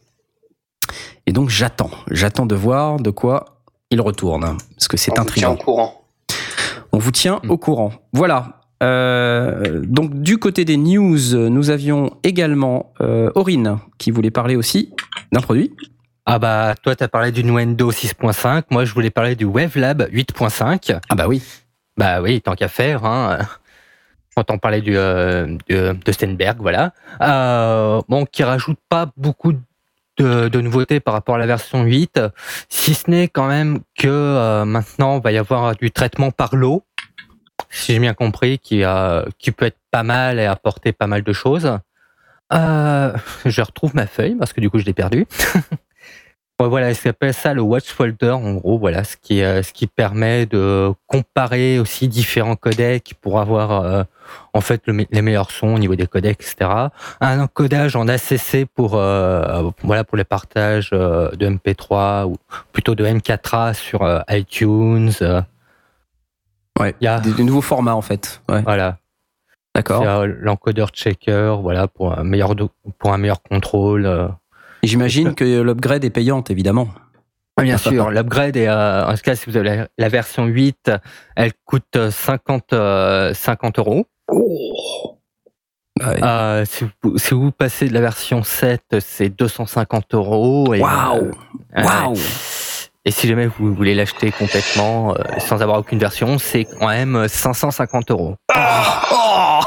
Et donc j'attends, j'attends de voir de quoi il retourne, parce que c'est intriguant. On vous tient au courant. On vous tient mmh. au courant. Voilà. Euh, donc du côté des news, nous avions également euh, Aurine qui voulait parler aussi d'un produit. Ah bah toi t'as parlé du Nuendo six point cinq, moi je voulais parler du Wavelab huit point cinq. Ah bah oui. Bah oui, tant qu'à faire, hein. Quand on parlait du, euh, de, de Steinberg, voilà. Euh, bon, qui rajoute pas beaucoup de, de nouveautés par rapport à la version huit, si ce n'est quand même que euh, maintenant il va y avoir du traitement par l'eau, si j'ai bien compris, qui, euh, qui peut être pas mal et apporter pas mal de choses. Euh, je retrouve ma feuille parce que du coup je l'ai perdue. Voilà, ça s'appelle ça le Watch Folder, en gros, voilà, ce qui, euh, ce qui permet de comparer aussi différents codecs pour avoir euh, en fait le, les meilleurs sons au niveau des codecs, et cetera. Un encodage en A C C pour euh, voilà pour les partages euh, de M P trois ou plutôt de M quatre A sur euh, iTunes. Euh. Ouais, il y a des, des nouveaux formats en fait. Ouais. Voilà. D'accord. C'est, euh, l'encodeur checker, voilà, pour un meilleur do- pour un meilleur contrôle. Euh. Et j'imagine que l'upgrade est payante, évidemment. Bien sûr, l'upgrade est, euh, en tout cas, si vous avez la, la version huit, elle coûte cinquante, euh, cinquante euros. Oh. Ouais. Euh, si, vous, si vous passez de la version sept, c'est deux cent cinquante euros. Waouh! Euh, Waouh! Et si jamais vous voulez l'acheter complètement, euh, sans avoir aucune version, c'est quand même cinq cent cinquante euros. Oh.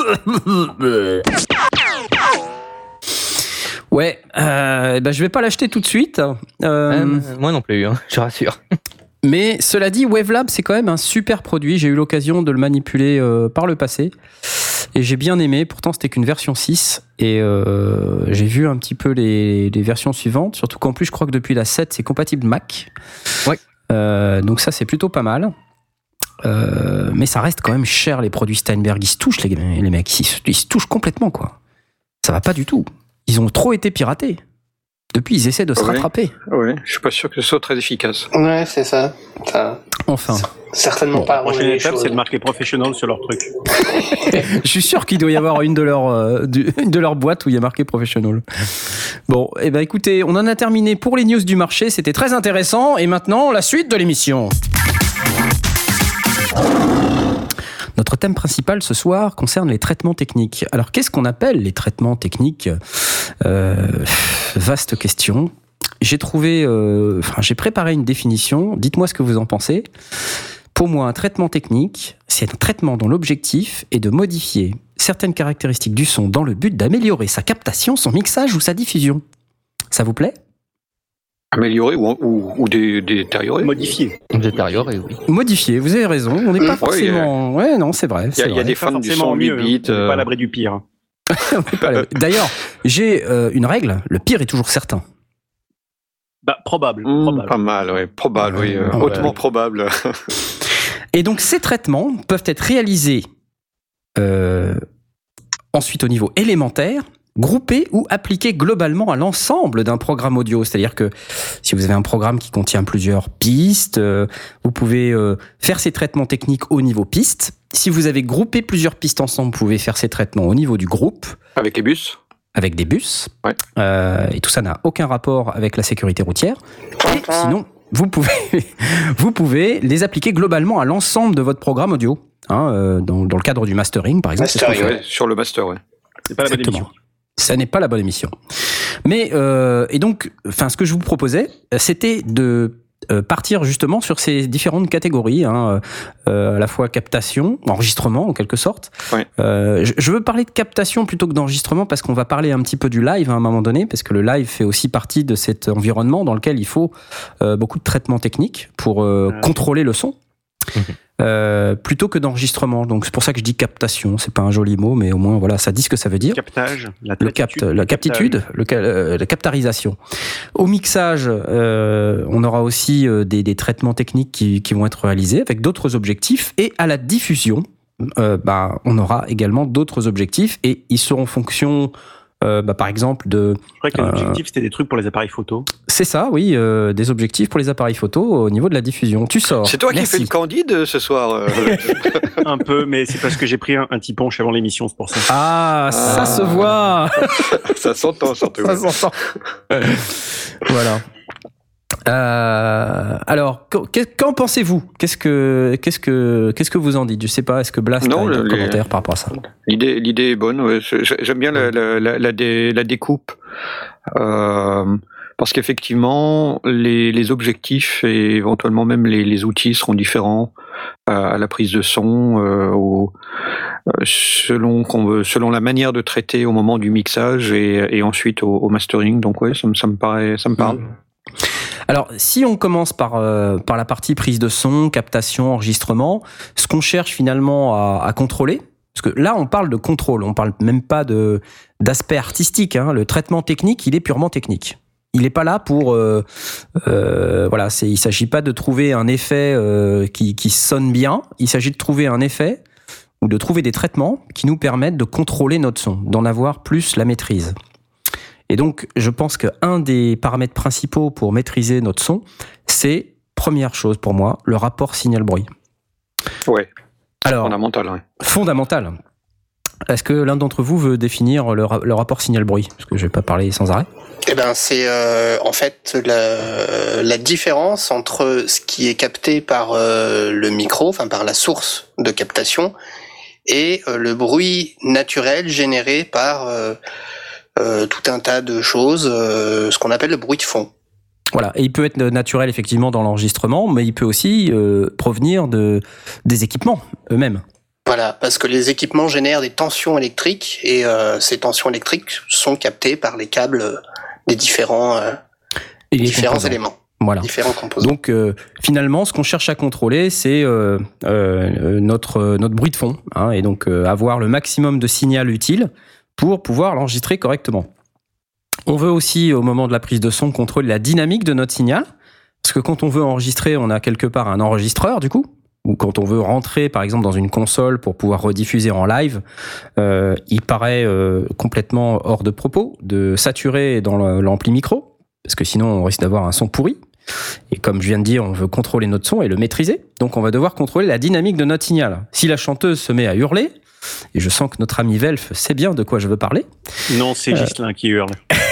Ouais, euh, ben je vais pas l'acheter tout de suite. Euh, euh, moi non plus, hein, je rassure. Mais cela dit, Wavelab, c'est quand même un super produit. J'ai eu l'occasion de le manipuler euh, par le passé. Et j'ai bien aimé. Pourtant, c'était qu'une version six. Et euh, j'ai vu un petit peu les, les versions suivantes. Surtout qu'en plus, je crois que depuis la sept, c'est compatible Mac. Ouais. Euh, donc ça, c'est plutôt pas mal. Euh, mais ça reste quand même cher, les produits Steinberg. Ils se touchent, les, les mecs. Ils se, ils se touchent complètement, quoi. Ça va pas du tout. Ils ont trop été piratés. Depuis, ils essaient de se oui, rattraper. Oui, je suis pas sûr que ce soit très efficace. Ouais, c'est ça. ça enfin. Certainement bon, pas. La prochaine étape, c'est de marquer professionnel sur leur truc. Je suis sûr qu'il doit y avoir une de leurs euh, une de leurs boîtes où il y a marqué professionnel. Bon, et eh ben écoutez, on en a terminé pour les news du marché. C'était très intéressant. Et maintenant, la suite de l'émission. Notre thème principal ce soir concerne les traitements techniques. Alors, qu'est-ce qu'on appelle les traitements techniques ? euh, Vaste question. J'ai trouvé, euh, enfin, j'ai préparé une définition. Dites-moi ce que vous en pensez. Pour moi, un traitement technique, c'est un traitement dont l'objectif est de modifier certaines caractéristiques du son dans le but d'améliorer sa captation, son mixage ou sa diffusion. Ça vous plaît ? Améliorer ou, ou, ou dé, détériorer. Modifier. Détériorer, oui. Modifier, vous avez raison. On n'est pas mmh. forcément... Ouais, ouais, non, c'est vrai. Il y a, y a des fans du son huit bits. On n'est pas à l'abri du pire. D'ailleurs, j'ai euh, une règle. Le pire est toujours certain. Bah, probable. Mmh, probable. Pas mal, oui. Probable, oui. Euh, ouais. Hautement probable. Et donc, ces traitements peuvent être réalisés euh, ensuite au niveau élémentaire, groupés ou appliqués globalement à l'ensemble d'un programme audio. C'est-à-dire que si vous avez un programme qui contient plusieurs pistes, euh, vous pouvez euh, faire ces traitements techniques au niveau piste. Si vous avez groupé plusieurs pistes ensemble, vous pouvez faire ces traitements au niveau du groupe. Avec les bus ? Avec des bus. Ouais. Euh, et tout ça n'a aucun rapport avec la sécurité routière. Et sinon, vous pouvez, vous pouvez les appliquer globalement à l'ensemble de votre programme audio. Hein, euh, dans, dans le cadre du mastering, par exemple. Mastering, ouais, sur le master, ouais. C'est pas la bonne émission. Ça n'est pas la bonne émission. Mais, euh, et donc, enfin, ce que je vous proposais, c'était de euh, partir justement sur ces différentes catégories, hein, euh, à la fois captation, enregistrement en quelque sorte. Ouais. Euh, je, je veux parler de captation plutôt que d'enregistrement parce qu'on va parler un petit peu du live à un moment donné, parce que le live fait aussi partie de cet environnement dans lequel il faut euh, beaucoup de traitements techniques pour euh, ouais. contrôler le son. Mmh. Euh, plutôt que d'enregistrement. Donc c'est pour ça que je dis captation. C'est pas un joli mot, mais au moins voilà, ça dit ce que ça veut dire. Captage, la le capte, la captitude, le, euh, la captarisation. Au mixage, euh, on aura aussi euh, des, des traitements techniques qui, qui vont être réalisés avec d'autres objectifs. Et à la diffusion, euh, bah, on aura également d'autres objectifs et ils seront en fonction. Euh, bah, par exemple de. Je crois que les objectifs euh, c'était des trucs pour les appareils photo. C'est ça, oui, euh, des objectifs pour les appareils photo au niveau de la diffusion. Tu sors. C'est toi Merci. qui fais le Candide ce soir. Euh... Un peu, mais c'est parce que j'ai pris un, un petit punch avant l'émission, c'est pour ça. Ah, ah. ça se voit. Ça s'entend surtout. Ça s'entend. Voilà. Euh, alors, qu'en pensez-vous ? Qu'est-ce que, qu'est-ce que, qu'est-ce que vous en dites ? Je sais pas. Est-ce que Blast non, a un les... commentaire par rapport à ça ? L'idée, l'idée est bonne. Ouais. J'aime bien la, la, la, la, dé, la découpe euh, parce qu'effectivement, les, les objectifs et éventuellement même les, les outils seront différents euh, à la prise de son, euh, au, selon qu'on veut, selon la manière de traiter au moment du mixage et, et ensuite au, au mastering. Donc ouais, ça me, ça me paraît, ça me parle. Mmh. Alors, si on commence par euh, par la partie prise de son, captation, enregistrement, ce qu'on cherche finalement à, à contrôler, parce que là, on parle de contrôle, on parle même pas de d'aspect artistique. Hein. Le traitement technique, il est purement technique. Il n'est pas là pour euh, euh, voilà, c'est, il s'agit pas de trouver un effet euh, qui qui sonne bien. Il s'agit de trouver un effet ou de trouver des traitements qui nous permettent de contrôler notre son, d'en avoir plus la maîtrise. Et donc, je pense qu'un des paramètres principaux pour maîtriser notre son, c'est, première chose pour moi, le rapport signal-bruit. Ouais. Alors, fondamental, ouais. Fondamental. Est-ce que l'un d'entre vous veut définir le, ra- le rapport signal-bruit ? Parce que je ne vais pas parler sans arrêt. Eh ben, c'est euh, en fait la, la différence entre ce qui est capté par euh, le micro, enfin par la source de captation, et euh, le bruit naturel généré par euh, euh, tout un tas de choses, euh, ce qu'on appelle le bruit de fond. Voilà, et il peut être naturel effectivement dans l'enregistrement, mais il peut aussi euh, provenir de des équipements eux-mêmes. Voilà, parce que les équipements génèrent des tensions électriques et euh, ces tensions électriques sont captées par les câbles des différents euh, et les différents composants. éléments. Voilà. Différents composants. Donc euh, finalement, ce qu'on cherche à contrôler, c'est euh, euh, notre notre bruit de fond, hein, et donc euh, avoir le maximum de signal utile pour pouvoir l'enregistrer correctement. On veut aussi, au moment de la prise de son, contrôler la dynamique de notre signal, parce que quand on veut enregistrer, on a quelque part un enregistreur, du coup, ou quand on veut rentrer, par exemple, dans une console pour pouvoir rediffuser en live, euh, il paraît euh, complètement hors de propos de saturer dans l'ampli micro, parce que sinon, on risque d'avoir un son pourri. Et comme je viens de dire, on veut contrôler notre son et le maîtriser, donc on va devoir contrôler la dynamique de notre signal. Si la chanteuse se met à hurler, et je sens que notre ami Velf sait bien de quoi je veux parler. Non, c'est Ghislain euh... qui hurle.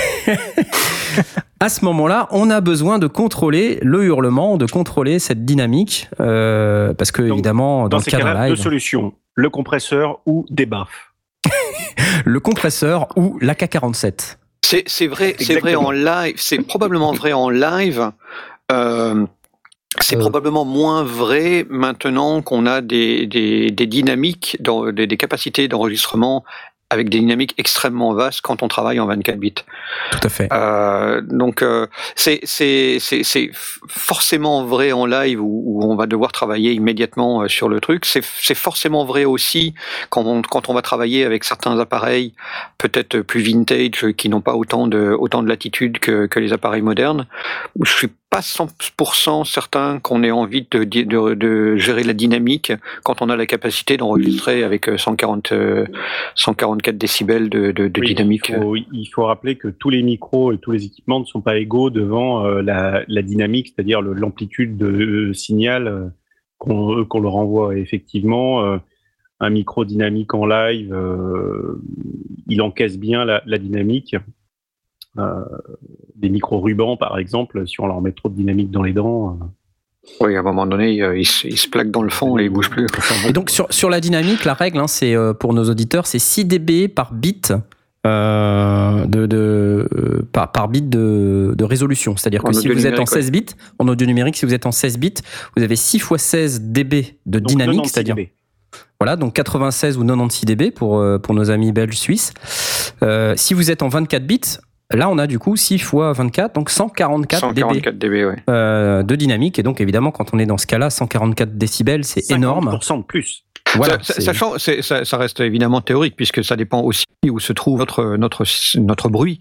À ce moment-là, on a besoin de contrôler le hurlement, de contrôler cette dynamique, euh, parce que donc, évidemment, dans, dans le cas d'un live, deux solutions, le compresseur ou des baffes. Le compresseur ou l'A K quarante-sept. C'est, c'est vrai, c'est vrai en live. C'est probablement vrai en live. Euh, c'est euh... probablement moins vrai maintenant qu'on a des, des, des dynamiques, dans, des, des capacités d'enregistrement avec des dynamiques extrêmement vastes quand on travaille en vingt-quatre bits. Tout à fait. Euh, donc euh, c'est c'est c'est c'est forcément vrai en live où, où on va devoir travailler immédiatement sur le truc. C'est c'est forcément vrai aussi quand on quand on va travailler avec certains appareils peut-être plus vintage qui n'ont pas autant de autant de latitude que que les appareils modernes. Je suis pas cent pour cent certain qu'on ait envie de, de, de gérer la dynamique quand on a la capacité d'enregistrer avec cent quarante, cent quarante-quatre décibels de, de, de oui, dynamique. Il faut, il faut rappeler que tous les micros et tous les équipements ne sont pas égaux devant euh, la, la dynamique, c'est-à-dire le, l'amplitude de signal euh, qu'on, qu'on leur envoie. Et effectivement, euh, un micro dynamique en live, euh, il encaisse bien la, la dynamique. Euh, des micro-rubans, par exemple, si on leur met trop de dynamique dans les dents. Euh... Oui, à un moment donné, il, il, se, il se plaque dans le fond et il bouge plus. Et donc, sur, sur la dynamique, la règle, hein, c'est, euh, pour nos auditeurs, c'est six décibels par bit, euh, de, de, euh, par, par bit de, de résolution. C'est-à-dire que en si vous êtes en seize bits, en audio numérique, si vous êtes en seize bits, vous avez six fois seize décibels de donc dynamique, c'est-à-dire... décibels. Voilà, donc quatre-vingt-seize ou quatre-vingt-seize décibels pour, euh, pour nos amis belges suisses. Euh, si vous êtes en vingt-quatre bits, Là, on a du coup six fois vingt-quatre, donc cent quarante-quatre, cent quarante-quatre dB, dB, ouais. euh, de dynamique. Et donc, évidemment, quand on est dans ce cas-là, cent quarante-quatre décibels, c'est énorme. cinquante pour cent de plus. Voilà, ça, sachant, c'est, ça, ça reste évidemment théorique, puisque ça dépend aussi où se trouve notre, notre, notre bruit,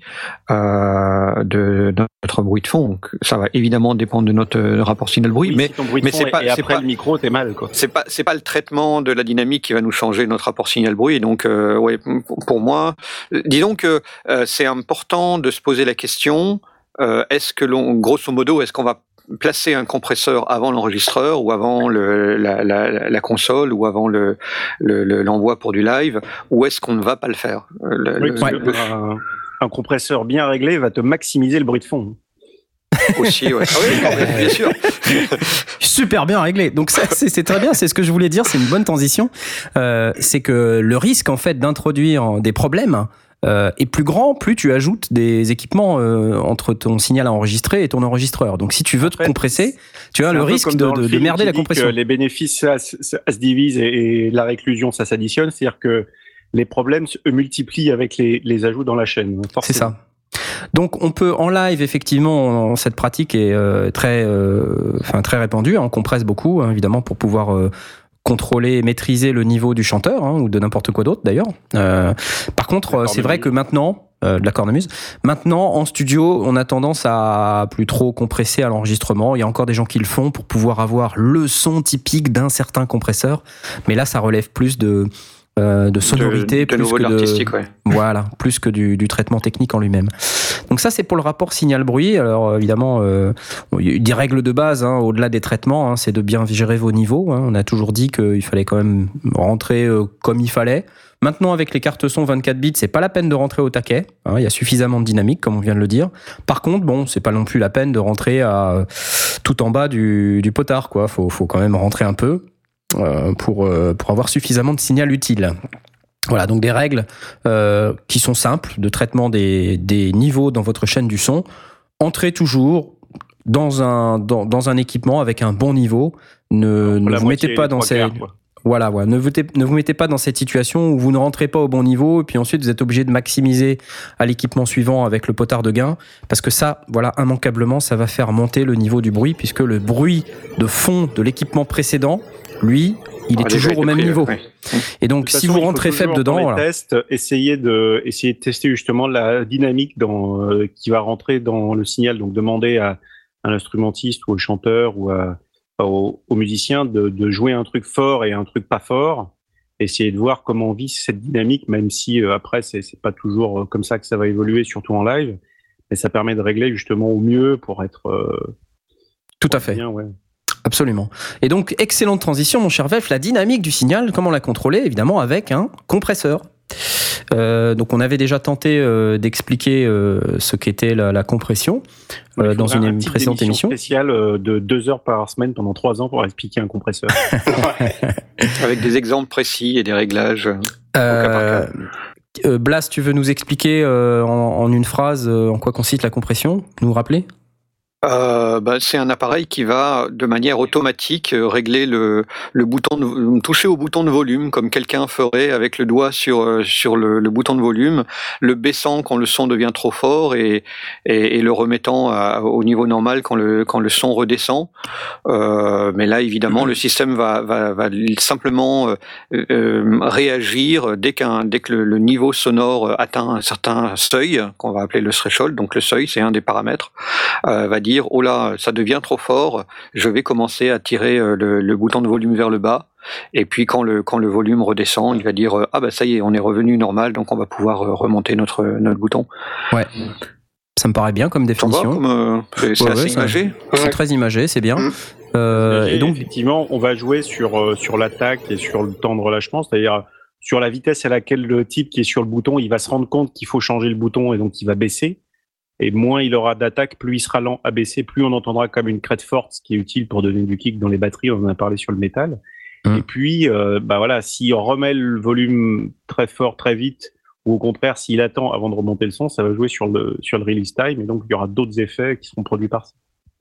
euh, de, de notre bruit de fond. Donc, ça va évidemment dépendre de notre rapport signal-bruit, oui, mais, si ton bruit de mais fond c'est pas, et c'est après pas, le micro, t'es mal, quoi. C'est pas, c'est pas le traitement de la dynamique qui va nous changer notre rapport signal-bruit. Donc, euh, ouais, pour moi, disons que euh, c'est important de se poser la question, euh, est-ce que l'on, grosso modo, est-ce qu'on va placer un compresseur avant l'enregistreur ou avant le, la, la, la console ou avant le, le, le, l'envoi pour du live, ou est-ce qu'on ne va pas le faire? Le, oui, le, ouais, le... Un, un compresseur bien réglé va te maximiser le bruit de fond. Aussi, ouais. Ah oui, bien sûr. Super bien réglé. Donc ça, c'est, c'est très bien. C'est ce que je voulais dire. C'est une bonne transition. Euh, c'est que le risque en fait d'introduire des problèmes Euh, est plus grand, plus tu ajoutes des équipements euh, entre ton signal à enregistrer et ton enregistreur. Donc si tu veux te Après, compresser, tu as le risque de, de, de merder la compression. Les bénéfices, ça, ça, ça se divise et, et la réclusion, ça s'additionne. C'est-à-dire que les problèmes se multiplient avec les, les ajouts dans la chaîne. Forcément. C'est ça. Donc on peut en live, effectivement, cette pratique est euh, très, euh, enfin, très répandue. On compresse beaucoup, hein, évidemment, pour pouvoir... Euh, contrôler, maîtriser le niveau du chanteur, hein, ou de n'importe quoi d'autre d'ailleurs. Euh, par contre, c'est vrai que maintenant, euh, de la cornemuse, maintenant en studio, on a tendance à plus trop compresser à l'enregistrement. Il y a encore des gens qui le font pour pouvoir avoir le son typique d'un certain compresseur, mais là, ça relève plus de Euh, de sonorité, de, de plus que de l'artistique, ouais. Voilà, plus que du, du traitement technique en lui-même. Donc ça, c'est pour le rapport signal-bruit. Alors évidemment, euh, il y a eu des règles de base, hein, au-delà des traitements, hein, c'est de bien gérer vos niveaux. Hein. On a toujours dit qu'il fallait quand même rentrer euh, comme il fallait. Maintenant, avec les cartes son vingt-quatre bits, c'est pas la peine de rentrer au taquet. Hein, il y a suffisamment de dynamique, comme on vient de le dire. Par contre, bon, c'est pas non plus la peine de rentrer à tout en bas du, du potard, quoi. Faut, faut quand même rentrer un peu. Euh, pour, euh, pour avoir suffisamment de signal utile. Voilà, donc des règles euh, qui sont simples de traitement des, des niveaux dans votre chaîne du son. Entrez toujours dans un, dans, dans un équipement avec un bon niveau. Ne, ne vous mettez pas dans ces... Voilà, voilà. Ne, vous, ne vous mettez pas dans cette situation où vous ne rentrez pas au bon niveau et puis ensuite vous êtes obligé de maximiser à l'équipement suivant avec le potard de gain, parce que ça, voilà, immanquablement, ça va faire monter le niveau du bruit, puisque le bruit de fond de l'équipement précédent, lui, il est ah, toujours au même prix, niveau. Ouais. Et donc, si vous rentrez faible dedans, dans les voilà. tests, essayez de, essayez de tester justement la dynamique dans, euh, qui va rentrer dans le signal. Donc, demandez à, à l'instrumentiste ou au chanteur ou à, aux, aux musiciens de, de jouer un truc fort et un truc pas fort. Essayez de voir comment vit cette dynamique, même si euh, après, c'est, c'est pas toujours euh, comme ça que ça va évoluer, surtout en live. Mais ça permet de régler justement au mieux pour être. Euh, Tout à fait. Bien, ouais. Absolument. Et donc, excellente transition, mon cher Velf, la dynamique du signal, comment la contrôler? Évidemment, avec un compresseur. Euh, donc, on avait déjà tenté euh, d'expliquer euh, ce qu'était la, la compression euh, dans une précédente émission. Spéciale de deux heures par semaine pendant trois ans pour expliquer un compresseur. Avec des exemples précis et des réglages. Euh, euh, Blas, tu veux nous expliquer euh, en, en une phrase euh, en quoi consiste la compression? Nous rappeler? Euh, bah, c'est un appareil qui va de manière automatique régler le, le bouton de, toucher au bouton de volume comme quelqu'un ferait avec le doigt sur, sur le, le bouton de volume, le baissant quand le son devient trop fort et, et, et le remettant à, au niveau normal quand le, quand le son redescend. Euh, mais là, évidemment, le système va, va, va simplement euh, euh, réagir dès, qu'un, dès que le, le niveau sonore atteint un certain seuil, qu'on va appeler le threshold. Donc le seuil, c'est un des paramètres, euh, va dire oh là, ça devient trop fort, je vais commencer à tirer le, le bouton de volume vers le bas. Et puis quand le quand le volume redescend, il va dire ah bah ça y est, on est revenu normal, donc on va pouvoir remonter notre notre bouton. Ouais. Ça me paraît bien comme définition. Comme, euh, c'est c'est ouais, assez ouais, imagé. C'est ouais. très imagé, c'est bien. Mmh. Euh, et donc effectivement, on va jouer sur euh, sur l'attaque et sur le temps de relâchement, c'est-à-dire sur la vitesse à laquelle le type qui est sur le bouton, il va se rendre compte qu'il faut changer le bouton et donc il va baisser. Et moins il aura d'attaque, plus il sera lent à baisser, plus on entendra comme une crête forte, ce qui est utile pour donner du kick dans les batteries, on en a parlé sur le métal. Mmh. Et puis, euh, bah voilà, si on remet le volume très fort, très vite, ou au contraire, s'il attend avant de remonter le son, ça va jouer sur le, sur le release time, et donc il y aura d'autres effets qui seront produits par ça.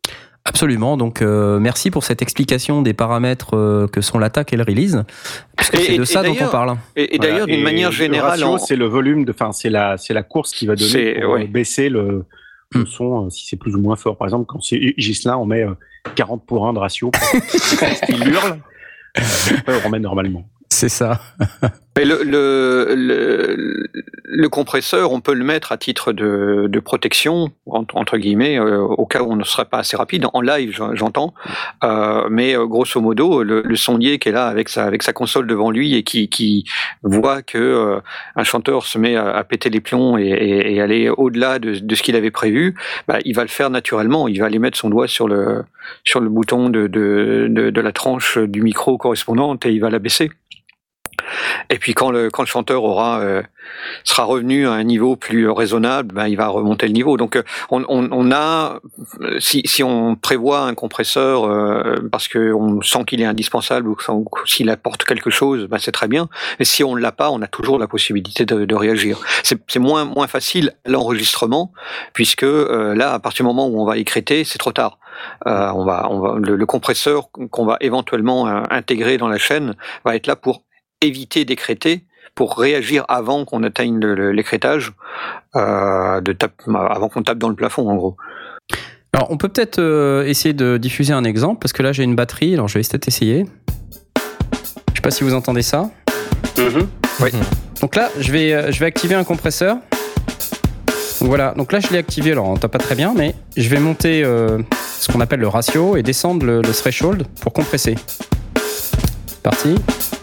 Absolument, donc euh, merci pour cette explication des paramètres euh, que sont l'attaque et le release, parce que et, c'est de et, ça et dont on parle. Et, et d'ailleurs, voilà. d'une manière générale... Le ratio, en... c'est le volume, de, enfin, c'est la, c'est la course qui va donner pour ouais. baisser le, le hmm. son, si c'est plus ou moins fort. Par exemple, quand c'est Ghislain, on met euh, quarante pour un de ratio, parce qu'il hurle, après on remet normalement. C'est ça. Mais le, le, le, le compresseur, on peut le mettre à titre de, de protection, entre, entre guillemets, euh, au cas où on ne serait pas assez rapide. En live, j'entends. Euh, mais euh, grosso modo, le, le sondier qui est là avec sa, avec sa console devant lui et qui, qui voit que euh, un chanteur se met à, à péter les plombs et, et, et aller au-delà de, de ce qu'il avait prévu, bah, il va le faire naturellement. Il va aller mettre son doigt sur le, sur le bouton de, de, de, de la tranche du micro correspondante et il va la baisser. Et puis quand le quand le chanteur aura euh, sera revenu à un niveau plus raisonnable, ben il va remonter le niveau. Donc on on, on a si si on prévoit un compresseur euh, parce que on sent qu'il est indispensable ou, ou s'il apporte quelque chose, ben c'est très bien. Et si on l'a pas, on a toujours la possibilité de, de réagir. C'est c'est moins moins facile l'enregistrement puisque euh, là à partir du moment où on va écréter, c'est trop tard. Euh, on va on va le, le compresseur qu'on va éventuellement euh, intégrer dans la chaîne va être là pour éviter d'écréter pour réagir avant qu'on atteigne le, le, l'écrétage, euh, de tape, avant qu'on tape dans le plafond en gros. Alors on peut peut-être euh, essayer de diffuser un exemple parce que là j'ai une batterie, alors je vais peut-être essayer. Je sais pas si vous entendez ça. Mm-hmm. Oui. Donc là je vais je vais activer un compresseur. Donc voilà, donc là je l'ai activé, alors on tape pas très bien, mais je vais monter euh, ce qu'on appelle le ratio et descendre le, le threshold pour compresser. C'est parti.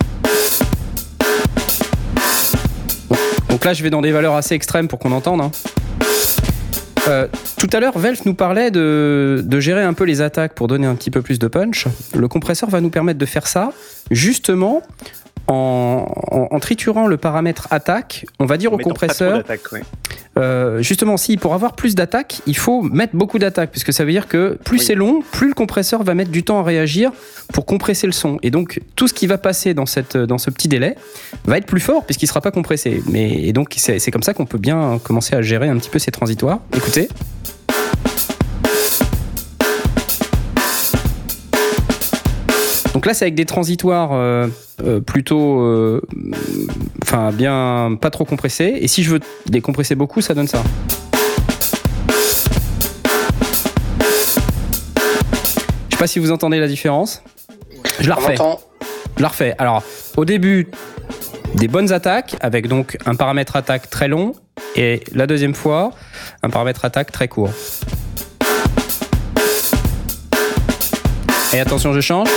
Donc là, je vais dans des valeurs assez extrêmes pour qu'on entende. Hein. Euh, tout à l'heure, Velf nous parlait de, de gérer un peu les attaques pour donner un petit peu plus de punch. Le compresseur va nous permettre de faire ça, justement, en, en, en triturant le paramètre attaque. On va dire en au compresseur... Ouais. Euh, justement, si pour avoir plus d'attaques, il faut mettre beaucoup d'attaques, puisque ça veut dire que plus oui. c'est long, plus le compresseur va mettre du temps à réagir pour compresser le son. Et donc, tout ce qui va passer dans, cette, dans ce petit délai va être plus fort, puisqu'il ne sera pas compressé. Mais, et donc, c'est, c'est comme ça qu'on peut bien commencer à gérer un petit peu ces transitoires. Écoutez. Donc là, c'est avec des transitoires euh, euh, plutôt, euh, enfin bien, pas trop compressés. Et si je veux les compresser beaucoup, ça donne ça. Je sais pas si vous entendez la différence. Je la refais. Je la refais. Alors, au début, des bonnes attaques avec donc un paramètre attaque très long, et la deuxième fois, un paramètre attaque très court. Et attention, je change.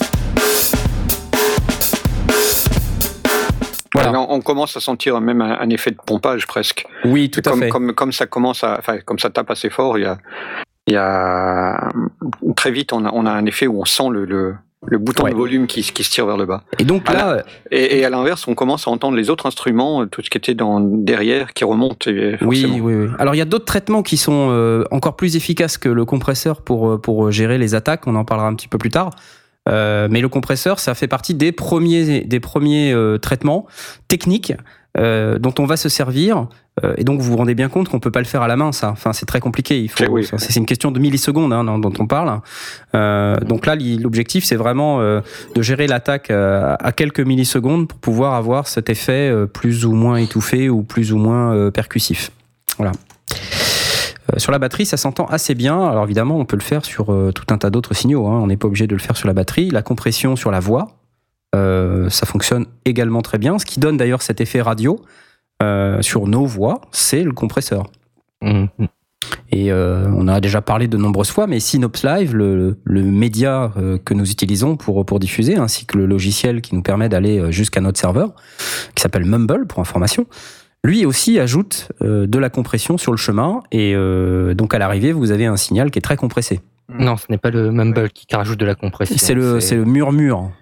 Voilà. On, on commence à sentir même un, un effet de pompage presque. Oui, tout comme, à fait. Comme, comme ça commence à, enfin, comme ça tape assez fort, il y a, il y a très vite on a, on a un effet où on sent le, le, le bouton ouais. de volume qui, qui se tire vers le bas. Et donc là, la, et, et à l'inverse, on commence à entendre les autres instruments, tout ce qui était dans derrière, qui remonte. Et oui, oui, oui. Alors il y a d'autres traitements qui sont euh, encore plus efficaces que le compresseur pour pour gérer les attaques. On en parlera un petit peu plus tard. Euh, mais le compresseur, ça fait partie des premiers, des premiers euh, traitements techniques euh, dont on va se servir. Euh, et donc, vous vous rendez bien compte qu'on peut pas le faire à la main, ça. Enfin, c'est très compliqué. Il faut, oui. c'est, c'est une question de millisecondes hein, dont on parle. Euh, donc là, l'objectif, c'est vraiment euh, de gérer l'attaque à, à quelques millisecondes pour pouvoir avoir cet effet euh, plus ou moins étouffé ou plus ou moins euh, percussif. Voilà. Euh, sur la batterie, ça s'entend assez bien. Alors évidemment, on peut le faire sur euh, tout un tas d'autres signaux. Hein. On n'est pas obligé de le faire sur la batterie. La compression sur la voix, euh, ça fonctionne également très bien. Ce qui donne d'ailleurs cet effet radio euh, sur nos voix, c'est le compresseur. Mmh. Et euh, on a déjà parlé de nombreuses fois, mais Synops Live, le, le média euh, que nous utilisons pour, pour diffuser, ainsi que le logiciel qui nous permet d'aller jusqu'à notre serveur, qui s'appelle Mumble pour information, lui aussi ajoute euh, de la compression sur le chemin et euh, donc à l'arrivée vous avez un signal qui est très compressé. Non, ce n'est pas le Mumble qui rajoute de la compression. C'est le, c'est... c'est le murmure.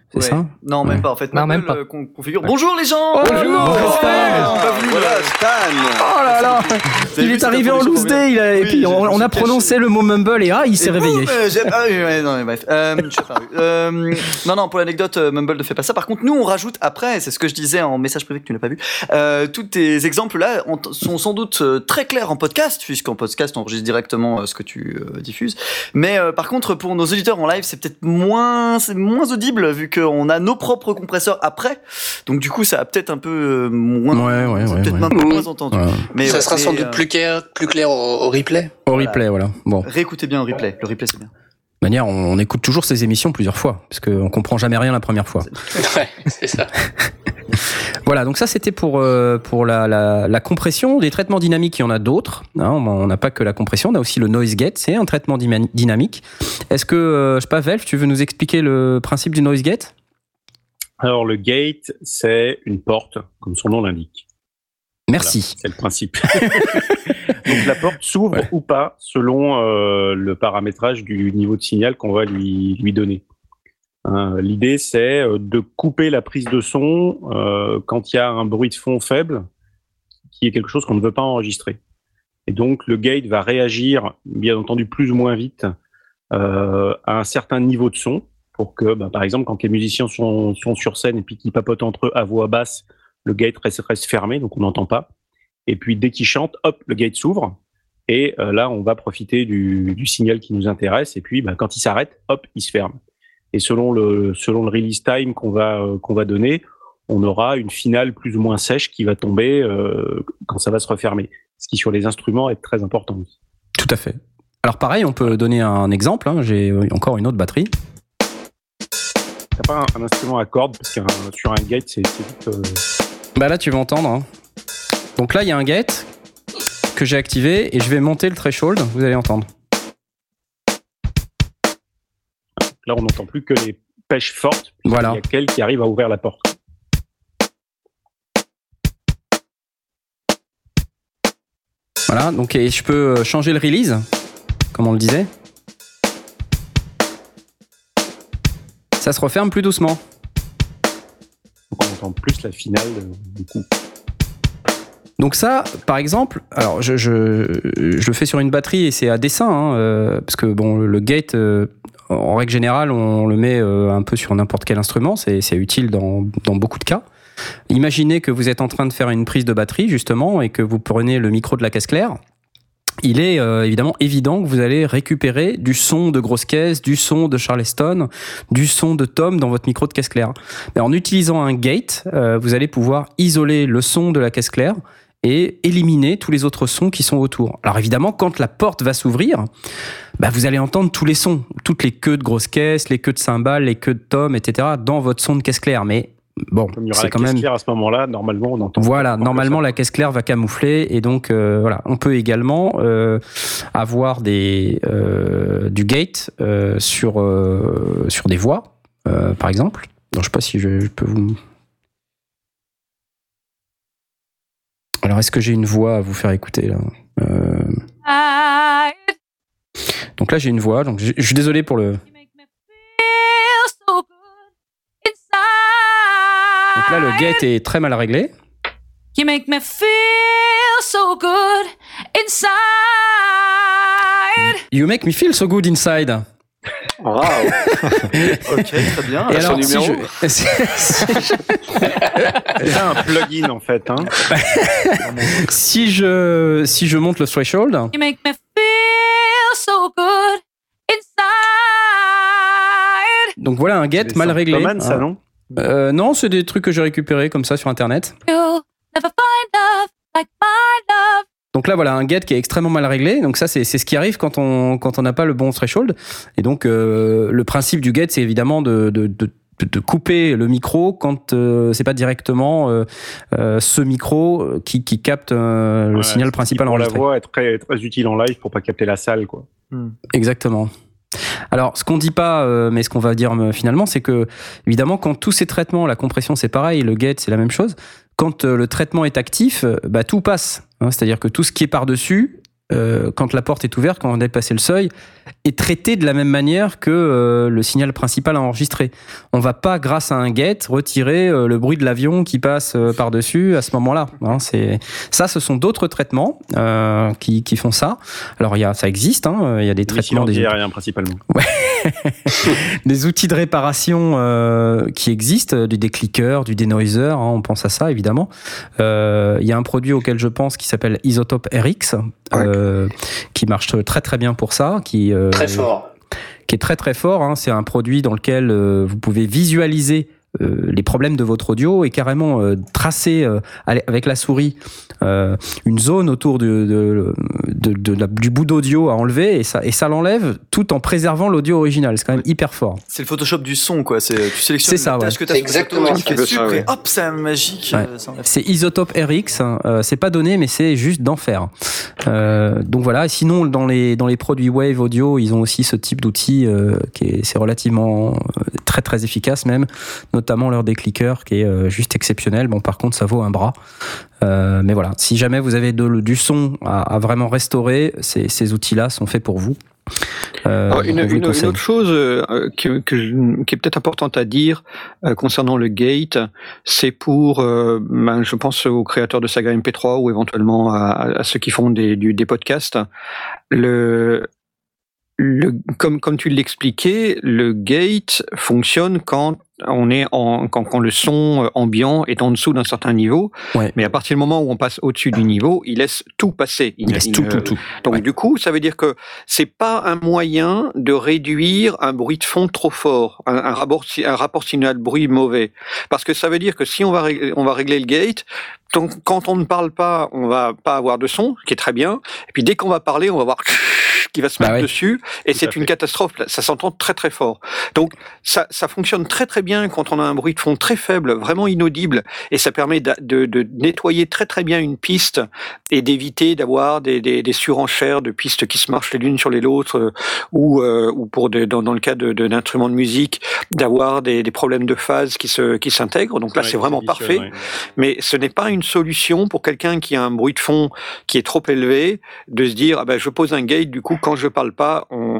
C'est ouais. ça? Non, ouais. même pas. En fait, non, Mumble même pas. euh, con- configure. Bonjour les gens. Oh, bonjour. bonjour, Stan. Oh, Voilà, Stan. Oh là là! Il est arrivé en loose day, il a, et Oui, puis on, on a caché. prononcé le mot Mumble et ah, il s'est Et réveillé. boum, euh, j'ai- ah oui, ouais, non, mais bref. Euh, je suis apparu. Euh, non, non, pour l'anecdote, euh, Mumble ne fait pas ça. Par contre, nous, on rajoute après, c'est ce que je disais en message privé que tu n'as pas vu, euh, tous tes exemples-là ont- sont sans doute euh, très clairs en podcast, puisqu'en podcast, on enregistre directement euh, ce que tu euh, diffuses. Mais euh, par contre, pour nos auditeurs en live, c'est peut-être moins, c'est moins audible, vu qu'on a nos propres compresseurs après. Donc, du coup, ça a peut-être un peu euh, moins, Ouais, ouais, c'est ouais, peut-être ouais. un peu Oui. moins entendu. Ouais. Mais ça ouais, sera mais, sans doute euh, plus clair, plus clair au, au replay. Au Voilà. replay, voilà. Bon. De Réécoutez bien au replay. Le replay, c'est bien. manière, on, on écoute toujours ces émissions plusieurs fois, parce qu'on comprend jamais rien la première fois. Ouais, c'est ça. Voilà, donc ça c'était pour euh, pour la, la, la compression. Des traitements dynamiques, il y en a d'autres. Hein, on n'a pas que la compression, on a aussi le noise gate, c'est un traitement dyma- dynamique. Est-ce que, euh, je sais pas, Velf, tu veux nous expliquer le principe du noise gate? Alors, le gate, c'est une porte, comme son nom l'indique. Merci. Voilà, c'est le principe. Donc, la porte s'ouvre Ouais. ou pas selon euh, le paramétrage du niveau de signal qu'on va lui, lui donner. Hein, l'idée, c'est euh, de couper la prise de son euh, quand il y a un bruit de fond faible, qui est quelque chose qu'on ne veut pas enregistrer. Et donc, le gate va réagir, bien entendu, plus ou moins vite euh, à un certain niveau de son, pour que, bah, par exemple, quand les musiciens sont, sont sur scène et puis qu'ils papotent entre eux à voix basse, le gate reste, reste fermé, donc on n'entend pas. Et puis, dès qu'ils chantent, hop, le gate s'ouvre. Et euh, là, on va profiter du, du signal qui nous intéresse. Et puis, bah, quand il s'arrête, hop, il se ferme. Et selon le, selon le release time qu'on va, euh, qu'on va donner, on aura une finale plus ou moins sèche qui va tomber euh, quand ça va se refermer. Ce qui, sur les instruments, est très important. Tout à fait. Alors pareil, on peut donner un exemple. Hein. J'ai encore une autre batterie. T'as pas un, un instrument à cordes, parce que sur un gate, c'est c'est vite... Euh... Bah là, tu vas entendre. Hein. Donc là, il y a un gate que j'ai activé et je vais monter le threshold. Vous allez entendre. Là, on n'entend plus que les pêches fortes. Voilà. Il y a qu'elle qui arrive à ouvrir la porte. Voilà. Donc et je peux changer le release, comme on le disait. Ça se referme plus doucement. Donc, on entend plus la finale euh, du coup. Donc ça, par exemple, alors je, je, je le fais sur une batterie et c'est à dessein, hein, euh, parce que bon, le gate, euh, en règle générale, on le met euh, un peu sur n'importe quel instrument, c'est, c'est utile dans, dans beaucoup de cas. Imaginez que vous êtes en train de faire une prise de batterie, justement, et que vous prenez le micro de la caisse claire. Il est euh, évidemment évident que vous allez récupérer du son de grosse caisse, du son de Charleston, du son de Tom dans votre micro de caisse claire. Mais en utilisant un gate, euh, vous allez pouvoir isoler le son de la caisse claire et éliminer tous les autres sons qui sont autour. Alors évidemment, quand la porte va s'ouvrir, bah vous allez entendre tous les sons, toutes les queues de grosses caisses, les queues de cymbales, les queues de Tom, et cetera dans votre son de caisse claire. Mais bon, Comme il y aura c'est la quand caisse même... claire à ce moment-là, normalement, on entend. Voilà, on entend normalement ça. la caisse claire va camoufler et donc euh, voilà, on peut également euh, avoir des euh, du gate euh, sur euh, sur des voix, euh, par exemple. Donc, je sais pas si je, je peux vous. Alors, est-ce que j'ai une voix à vous faire écouter là euh... Donc là, j'ai une voix. Donc, je, je suis désolé pour le. Donc là, le gate est très mal réglé. You make me feel so good inside. You make me feel so good inside. Wow. Ok, très bien. Et son alors, si numéro. je, si- si je- C'est un plugin en fait. Hein. si je si je monte le threshold, You make me feel so good inside. donc voilà un get mal réglé. Symptoman, ça, non Euh, non, c'est des trucs que j'ai récupérés comme ça sur internet. You'll never find love like my love. Donc là, voilà un get qui est extrêmement mal réglé. Donc ça, c'est, c'est ce qui arrive quand on quand on n'a pas le bon threshold. Et donc euh, le principe du get, c'est évidemment de de, de de couper le micro quand euh, c'est pas directement euh, euh, ce micro qui, qui capte euh, le Ouais, signal ce qui, principal pour la enregistré. voix est très, très utile en live pour pas capter la salle, quoi. Exactement. Alors, ce qu'on dit pas, euh, mais ce qu'on va dire euh, finalement, c'est que, évidemment, quand tous ces traitements, la compression c'est pareil, le gate c'est la même chose, quand euh, le traitement est actif, euh, bah, tout passe. Hein, c'est-à-dire que tout ce qui est par-dessus euh, quand la porte est ouverte, quand on a dépassé le seuil, est traité de la même manière que euh, le signal principal enregistré. On va pas, grâce à un gate, retirer euh, le bruit de l'avion qui passe euh, par-dessus à ce moment-là. Hein, c'est... Ça, ce sont d'autres traitements euh, qui, qui font ça. Alors, il y a, ça existe, hein, il y a des traitements... Des aériens, principalement. Ouais. Des outils de réparation euh, qui existent, du décliqueur, du denoiser, hein, on pense à ça, évidemment. Euh, il y a un produit auquel je pense qui s'appelle Isotope R X, euh, ouais. qui marche très très bien pour ça, qui euh, très fort, qui est très très fort. Hein. C'est un produit dans lequel euh, vous pouvez visualiser euh, les problèmes de votre audio et carrément euh, tracer euh, avec la souris euh, une zone autour de, de, de, de, de la, du bout d'audio à enlever et ça, et ça l'enlève tout en préservant l'audio original. C'est quand même hyper fort. C'est le Photoshop du son, quoi. C'est, tu sélectionnes c'est ça, la tâche ouais. que tu as exactement sur le photo, et hop, c'est magique. Ouais. Ça c'est Isotope R X, euh, c'est pas donné, mais c'est juste d'enfer. Euh, donc voilà. Sinon, dans les, dans les produits Wave Audio, ils ont aussi ce type d'outil euh, qui est, c'est relativement euh, très très efficace même, notamment leur décliqueur qui est euh, juste exceptionnel. Bon, par contre, ça vaut un bras. Euh, mais voilà, si jamais vous avez de, du son à, à vraiment restaurer, ces, ces outils-là sont faits pour vous. Euh, Alors, une, une, une autre chose euh, que, que, qui est peut-être importante à dire euh, concernant le gate, c'est pour, euh, ben, je pense aux créateurs de saga M P trois ou éventuellement à, à ceux qui font des, du, des podcasts. Le, le, comme, comme tu l'expliquais, le gate fonctionne quand on est en, quand, quand le son ambiant est en dessous d'un certain niveau, ouais. mais à partir du moment où on passe au-dessus du niveau, il laisse tout passer. Il, il laisse il, tout, euh, tout, tout. Donc ouais. du coup, ça veut dire que c'est pas un moyen de réduire un bruit de fond trop fort, un, un rapport, un rapport signal bruit mauvais, parce que ça veut dire que si on va régler, on va régler le gate, donc quand on ne parle pas, on va pas avoir de son, ce qui est très bien, et puis dès qu'on va parler, on va voir qui va se mettre bah ouais. dessus, et tout c'est une catastrophe. Ça s'entend très très fort. Donc ça, ça fonctionne très très bien quand on a un bruit de fond très faible, vraiment inaudible, et ça permet de, de, de nettoyer très très bien une piste et d'éviter d'avoir des, des, des surenchères de pistes qui se marchent les l'une sur les autres, euh, ou, euh, ou pour de, dans, dans le cas de, de, d'instruments de musique, d'avoir des, des problèmes de phase qui se qui s'intègrent. Donc là, ouais, c'est vraiment parfait. Ouais. Mais ce n'est pas une solution pour quelqu'un qui a un bruit de fond qui est trop élevé, de se dire ah ben je pose un gate, du coup quand je parle pas, on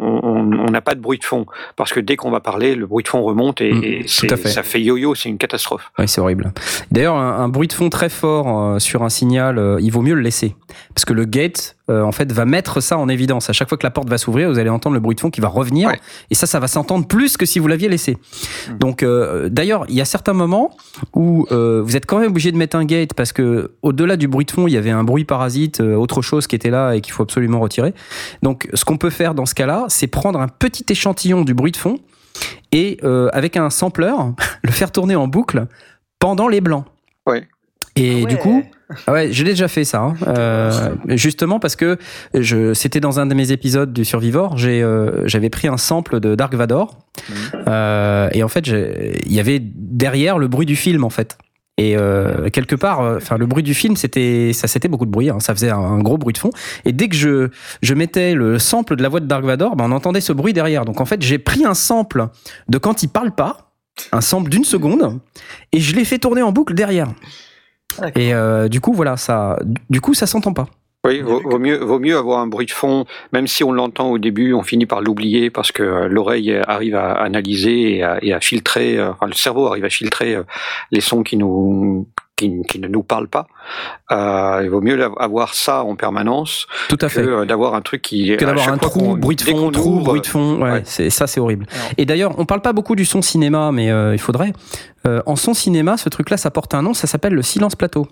on n'a pas de bruit de fond, parce que dès qu'on va parler, le bruit de fond remonte et, mmh, et c'est, fait. ça fait yo-yo, c'est une catastrophe. Oui, c'est horrible. D'ailleurs, un, un bruit de fond très fort euh, sur un signal, euh, il vaut mieux le laisser, parce que le gate, euh, en fait, va mettre ça en évidence. À chaque fois que la porte va s'ouvrir, vous allez entendre le bruit de fond qui va revenir, ouais. et ça, ça va s'entendre plus que si vous l'aviez laissé. Mmh. Donc, euh, d'ailleurs, il y a certains moments où euh, vous êtes quand même obligé de mettre un gate, parce que au-delà du bruit de fond, il y avait un bruit parasite, euh, autre chose qui était là et qu'il faut absolument retirer. Donc, ce qu'on peut faire dans ce cas-là, c'est prendre un petit échantillon du bruit de fond et euh, avec un sampler, le faire tourner en boucle pendant les blancs. Ouais. Et ah ouais. du coup, ah ouais, je l'ai déjà fait ça. Hein. Euh, justement parce que je, c'était dans un de mes épisodes du Survivor, j'ai, euh, j'avais pris un sample de Dark Vador mmh. euh, et en fait, il y avait derrière le bruit du film en fait. Et euh, quelque part, enfin, euh, le bruit du film, c'était, ça, c'était beaucoup de bruit. Hein, ça faisait un, un gros bruit de fond. Et dès que je, je mettais le sample de la voix de Dark Vador, ben, on entendait ce bruit derrière. Donc en fait, j'ai pris un sample de quand il parle pas, un sample d'une seconde, et je l'ai fait tourner en boucle derrière. D'accord. Et euh, du coup, voilà, ça, du coup, ça s'entend pas. Oui, vaut, vaut mieux, vaut mieux avoir un bruit de fond, même si on l'entend au début, on finit par l'oublier parce que euh, l'oreille arrive à analyser et à, et à filtrer, euh, enfin le cerveau arrive à filtrer euh, les sons qui nous qui, qui ne nous parlent pas. Euh, il vaut mieux avoir ça en permanence. Tout à que fait. Euh, d'avoir un truc qui que d'avoir un trou, bruit de fond, trou, ouvre, bruit de fond. Ouais, ouais. C'est, ça c'est horrible. Alors. Et d'ailleurs, on parle pas beaucoup du son cinéma, mais euh, il faudrait. Euh, en son cinéma, ce truc-là, ça porte un nom, ça s'appelle le silence plateau.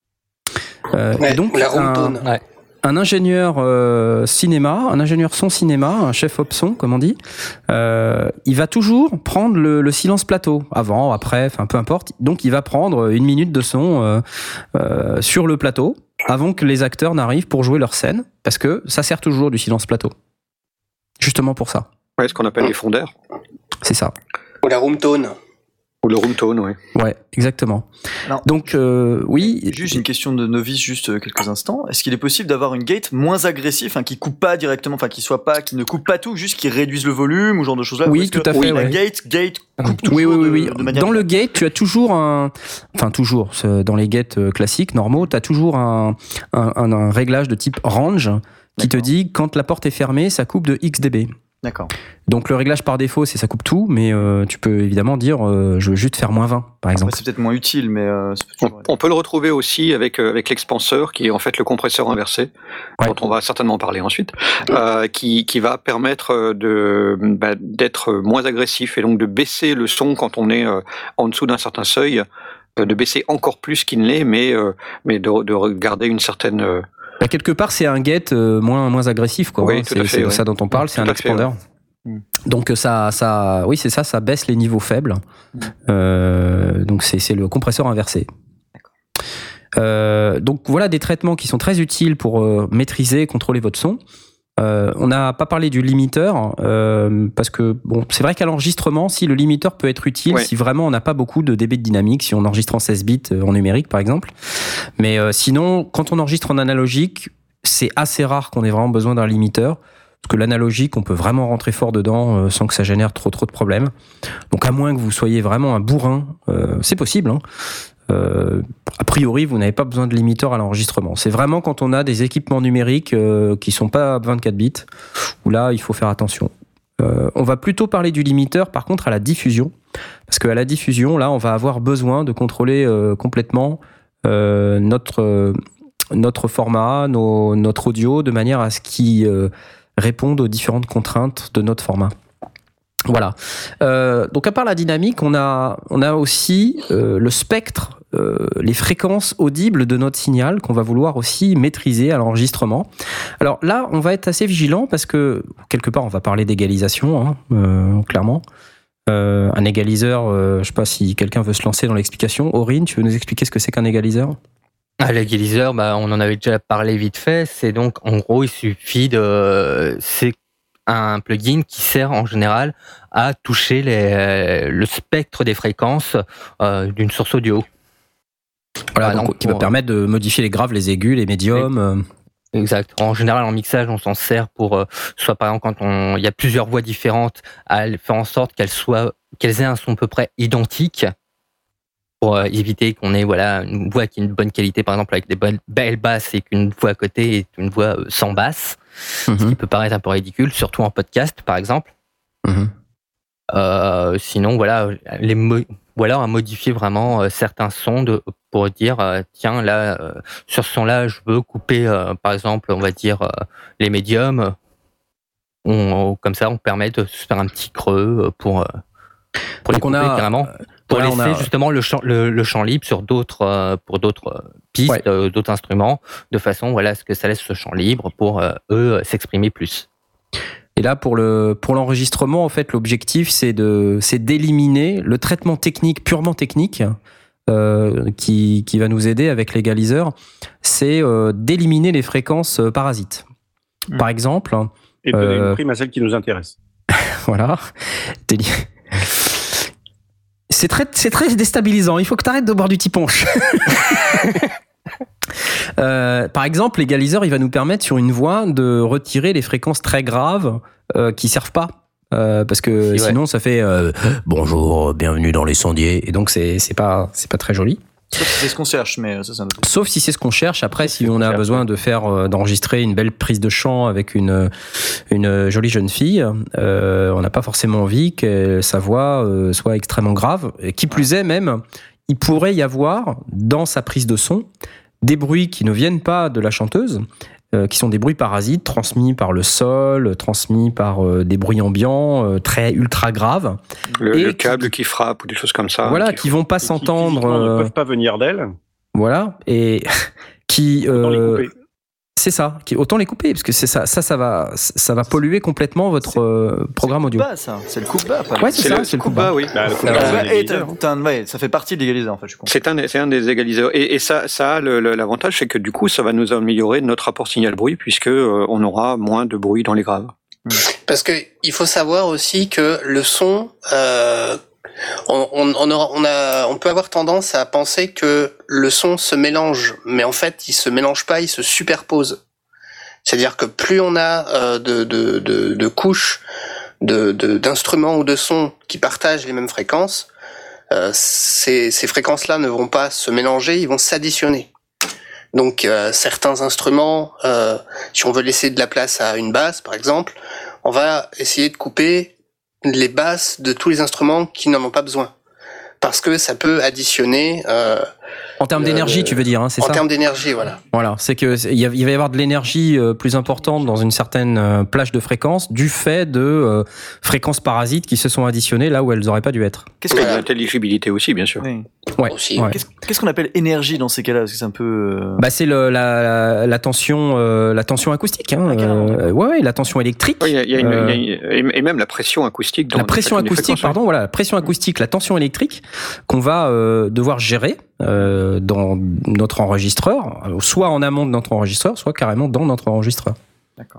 Euh, ouais, et donc la un, ouais. un ingénieur euh, cinéma, un ingénieur son cinéma, un chef op son comme on dit, euh, il va toujours prendre le, le silence plateau, avant, après, enfin peu importe. Donc il va prendre une minute de son euh, euh, sur le plateau avant que les acteurs n'arrivent pour jouer leur scène, parce que ça sert toujours du silence plateau, justement pour ça. Ouais, ce qu'on appelle les fonds d'air. C'est ça. Ou la room tone. Ou le room tone, oui. Ouais, exactement. Alors, Donc, euh, oui. Juste une question de novice, juste quelques instants. Est-ce qu'il est possible d'avoir une gate moins agressive, enfin, qui coupe pas directement, enfin, qui soit pas, qui ne coupe pas tout, juste qui réduise le volume ou genre de choses là? Oui, tout à fait. Oui, ouais. la gate, gate coupe toujours oui, oui, oui, oui. De, de manière. Dans le gate, tu as toujours un, enfin toujours, dans les gates classiques, normaux, tu as toujours un, un, un, un réglage de type range qui D'accord. te dit quand la porte est fermée, ça coupe de X dB. D'accord. Donc le réglage par défaut, c'est ça coupe tout, mais euh, tu peux évidemment dire euh, je veux juste faire moins vingt, par exemple. Ouais, c'est peut-être moins utile, mais euh, on, on peut le retrouver aussi avec euh, avec l'expanseur, qui est en fait le compresseur inversé, ouais. dont on va certainement parler ensuite, euh, qui qui va permettre de bah, d'être moins agressif et donc de baisser le son quand on est euh, en dessous d'un certain seuil, euh, de baisser encore plus qu'il ne l'est, mais euh, mais de, de garder une certaine euh, Bah, quelque part, c'est un gate euh, moins moins agressif, quoi. Oui, hein. tout c'est à fait, c'est oui. ça dont on parle, c'est tout un expander. Fait, ouais. Donc ça, ça, oui, c'est ça, ça baisse les niveaux faibles. Euh, donc c'est c'est le compresseur inversé. Euh, donc voilà des traitements qui sont très utiles pour euh, maîtriser, contrôler votre son. Euh, on n'a pas parlé du limiteur euh, parce que bon, c'est vrai qu'à l'enregistrement, si le limiteur peut être utile, ouais. si vraiment on n'a pas beaucoup de débit de dynamique, si on enregistre en seize bits euh, en numérique par exemple. Mais euh, sinon, quand on enregistre en analogique, c'est assez rare qu'on ait vraiment besoin d'un limiteur. Parce que l'analogique, on peut vraiment rentrer fort dedans euh, sans que ça génère trop trop de problèmes. Donc à moins que vous soyez vraiment un bourrin, euh, c'est possible. Hein. Euh, a priori, vous n'avez pas besoin de limiteur à l'enregistrement. C'est vraiment quand on a des équipements numériques euh, qui sont pas vingt-quatre bits, où là, il faut faire attention. Euh, on va plutôt parler du limiteur, par contre, à la diffusion. Parce qu'à la diffusion, là, on va avoir besoin de contrôler euh, complètement euh, notre, euh, notre format, nos, notre audio, de manière à ce qu'il... Euh, répondent aux différentes contraintes de notre format. Voilà. Euh, donc à part la dynamique, on a, on a aussi euh, le spectre, euh, les fréquences audibles de notre signal qu'on va vouloir aussi maîtriser à l'enregistrement. Alors là, on va être assez vigilant parce que quelque part, on va parler d'égalisation, hein, euh, clairement. Euh, un égaliseur, euh, je ne sais pas si quelqu'un veut se lancer dans l'explication. Aurine, tu veux nous expliquer ce que c'est qu'un égaliseur ? À l'égaliseur, bah, on en avait déjà parlé vite fait. C'est donc, en gros, il suffit de, c'est un plugin qui sert en général à toucher les, le spectre des fréquences euh, d'une source audio. Voilà, donc, donc qui va permettre de modifier les graves, les aigus, les médiums. Exact. En général, en mixage, on s'en sert pour, euh, soit par exemple quand on, il y a plusieurs voix différentes, à faire en sorte qu'elles soient, qu'elles aient un son à peu près identique. Pour éviter qu'on ait voilà, une voix qui a une bonne qualité, par exemple avec des bonnes, belles basses et qu'une voix à côté est une voix sans basse, mmh. ce qui peut paraître un peu ridicule, surtout en podcast par exemple. Mmh. Euh, sinon, voilà, les mo- ou alors à modifier vraiment euh, certains sons de, pour dire, euh, tiens, là, euh, sur ce son-là, je veux couper, euh, par exemple, on va dire, euh, les médiums. On, comme ça, on permet de se faire un petit creux pour, euh, pour les couper a... carrément. Pour voilà, laisser a... justement le champ, le, le champ libre sur d'autres, euh, pour d'autres pistes, ouais. euh, d'autres instruments, de façon voilà, à ce que ça laisse ce champ libre pour euh, eux s'exprimer plus. Et là, pour, le, pour l'enregistrement, en fait, l'objectif, c'est, de, c'est d'éliminer le traitement technique, purement technique, euh, qui, qui va nous aider avec l'égaliseur, c'est euh, d'éliminer les fréquences parasites. Mmh. Par exemple... Et de donner euh, une prime à celle qui nous intéresse. Voilà. C'est très, c'est très déstabilisant. Il faut que tu arrêtes de boire du tiponche. euh, par exemple, l'égaliseur, il va nous permettre sur une voix de retirer les fréquences très graves euh, qui servent pas. Euh, parce que c'est sinon, vrai. Ça fait euh, bonjour, bienvenue dans les sondiers. Et donc, c'est, c'est pas, c'est pas très joli. Sauf si c'est ce qu'on cherche, mais ça, c'est un autre truc. Sauf si c'est ce qu'on cherche. Après, si on a cherche, besoin ouais. de faire, euh, d'enregistrer une belle prise de chant avec une, une jolie jeune fille, euh, on n'a pas forcément envie que sa voix euh, soit extrêmement grave. Et qui plus est, même, il pourrait y avoir, dans sa prise de son, des bruits qui ne viennent pas de la chanteuse, euh, qui sont des bruits parasites transmis par le sol, transmis par euh, des bruits ambiants euh, très ultra graves. Le, et le câble qui, qui frappe ou des choses comme ça. Voilà, qui, qui vont pas qui, s'entendre. Qui euh, ne peuvent pas venir d'elle. Voilà, et qui. Autant euh, les couper. C'est ça, autant les couper, parce que c'est ça, ça, ça va, ça va polluer complètement votre euh, programme audio. C'est le coupe-bas, ça. C'est le coupe-bas. Ouais, c'est, c'est ça, le, c'est le coupe-bas, oui. Bah, le coupe-bas, euh, et t'as, ouais, ça fait partie de l'égaliseur, en fait, je pense. C'est un, c'est un des égaliseurs. Et, et ça, ça a le, le, l'avantage, c'est que du coup, ça va nous améliorer notre rapport signal-bruit, puisque euh, on aura moins de bruit dans les graves. Parce que il faut savoir aussi que le son, euh, On, on, on, aura, on, a, on peut avoir tendance à penser que le son se mélange, mais en fait, il se mélange pas, il se superpose. C'est-à-dire que plus on a euh, de, de, de, de couches de, de, d'instruments ou de sons qui partagent les mêmes fréquences, euh, ces, ces fréquences-là ne vont pas se mélanger, ils vont s'additionner. Donc euh, certains instruments, euh, si on veut laisser de la place à une basse, par exemple, on va essayer de couper les basses de tous les instruments qui n'en ont pas besoin. Parce que ça peut additionner... Euh, en termes d'énergie, le, tu veux dire, hein, c'est en ça ? En termes d'énergie, voilà. Voilà, c'est que il y, il va y avoir de l'énergie euh, plus importante dans une certaine euh, plage de fréquences du fait de euh, fréquences parasites qui se sont additionnées là où elles n'auraient pas dû être. Qu'est-ce que voilà. L'intelligibilité aussi, bien sûr. Oui. Ouais, aussi. ouais. Qu'est-ce, qu'est-ce qu'on appelle énergie dans ces cas-là ? Parce que c'est un peu. Euh... Bah c'est le, la, la, la tension, euh, la tension acoustique. Hein, ah, euh, ouais, ouais, la tension électrique. Oui, il y a, il y a une, euh, il y a une, et même la pression acoustique. Dans la pression acoustique, pardon, voilà, la pression acoustique, la tension électrique qu'on va euh, devoir gérer euh, dans notre enregistreur, soit en amont de notre enregistreur, soit carrément dans notre enregistreur. D'accord.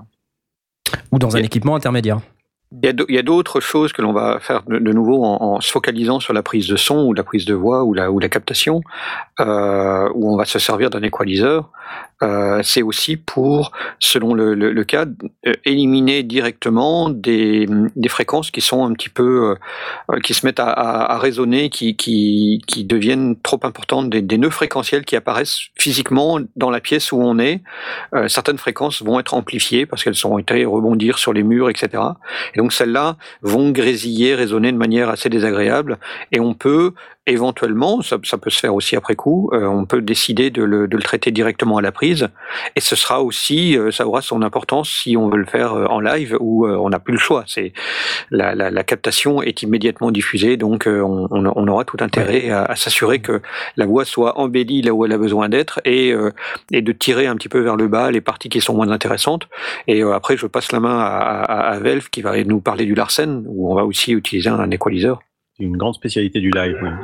Ou dans un équipement intermédiaire. Il y, a il y a d'autres choses que l'on va faire de, de nouveau en, en se focalisant sur la prise de son ou la prise de voix ou la, ou la captation, euh, où on va se servir d'un equalizer. Euh, c'est aussi pour, selon le, le, le cas, euh, éliminer directement des, des fréquences qui sont un petit peu, euh, qui se mettent à, à, à résonner, qui, qui, qui deviennent trop importantes, des, des nœuds fréquentiels qui apparaissent physiquement dans la pièce où on est. Euh, certaines fréquences vont être amplifiées parce qu'elles ont été rebondir sur les murs, et cetera. Et donc celles-là vont grésiller, résonner de manière assez désagréable, et on peut éventuellement, ça, ça peut se faire aussi après coup, euh, on peut décider de le, de le traiter directement à la prise, et ce sera aussi, euh, ça aura son importance si on veut le faire euh, en live où euh, on n'a plus le choix. C'est la, la, la captation est immédiatement diffusée, donc euh, on, on aura tout intérêt à, à s'assurer que la voix soit embellie là où elle a besoin d'être, et, euh, et de tirer un petit peu vers le bas les parties qui sont moins intéressantes. Et euh, après, je passe la main à, à, à Velf qui va nous parler du Larsen, où on va aussi utiliser un, un equalizer. C'est une grande spécialité du live. Oui.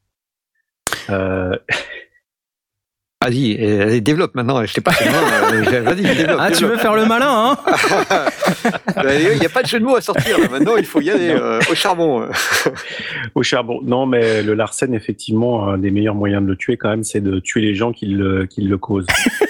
Euh... Vas-y, euh, développe maintenant. Je sais pas. Euh, vas-y, développe. Ah, développe. Tu veux faire le malin, hein? Il n'y a pas de jeu de mots à sortir. Là. Maintenant, il faut y aller euh, au charbon. Au charbon. Non, mais le Larsen, effectivement, un des meilleurs moyens de le tuer, quand même, c'est de tuer les gens qui le, qui le causent.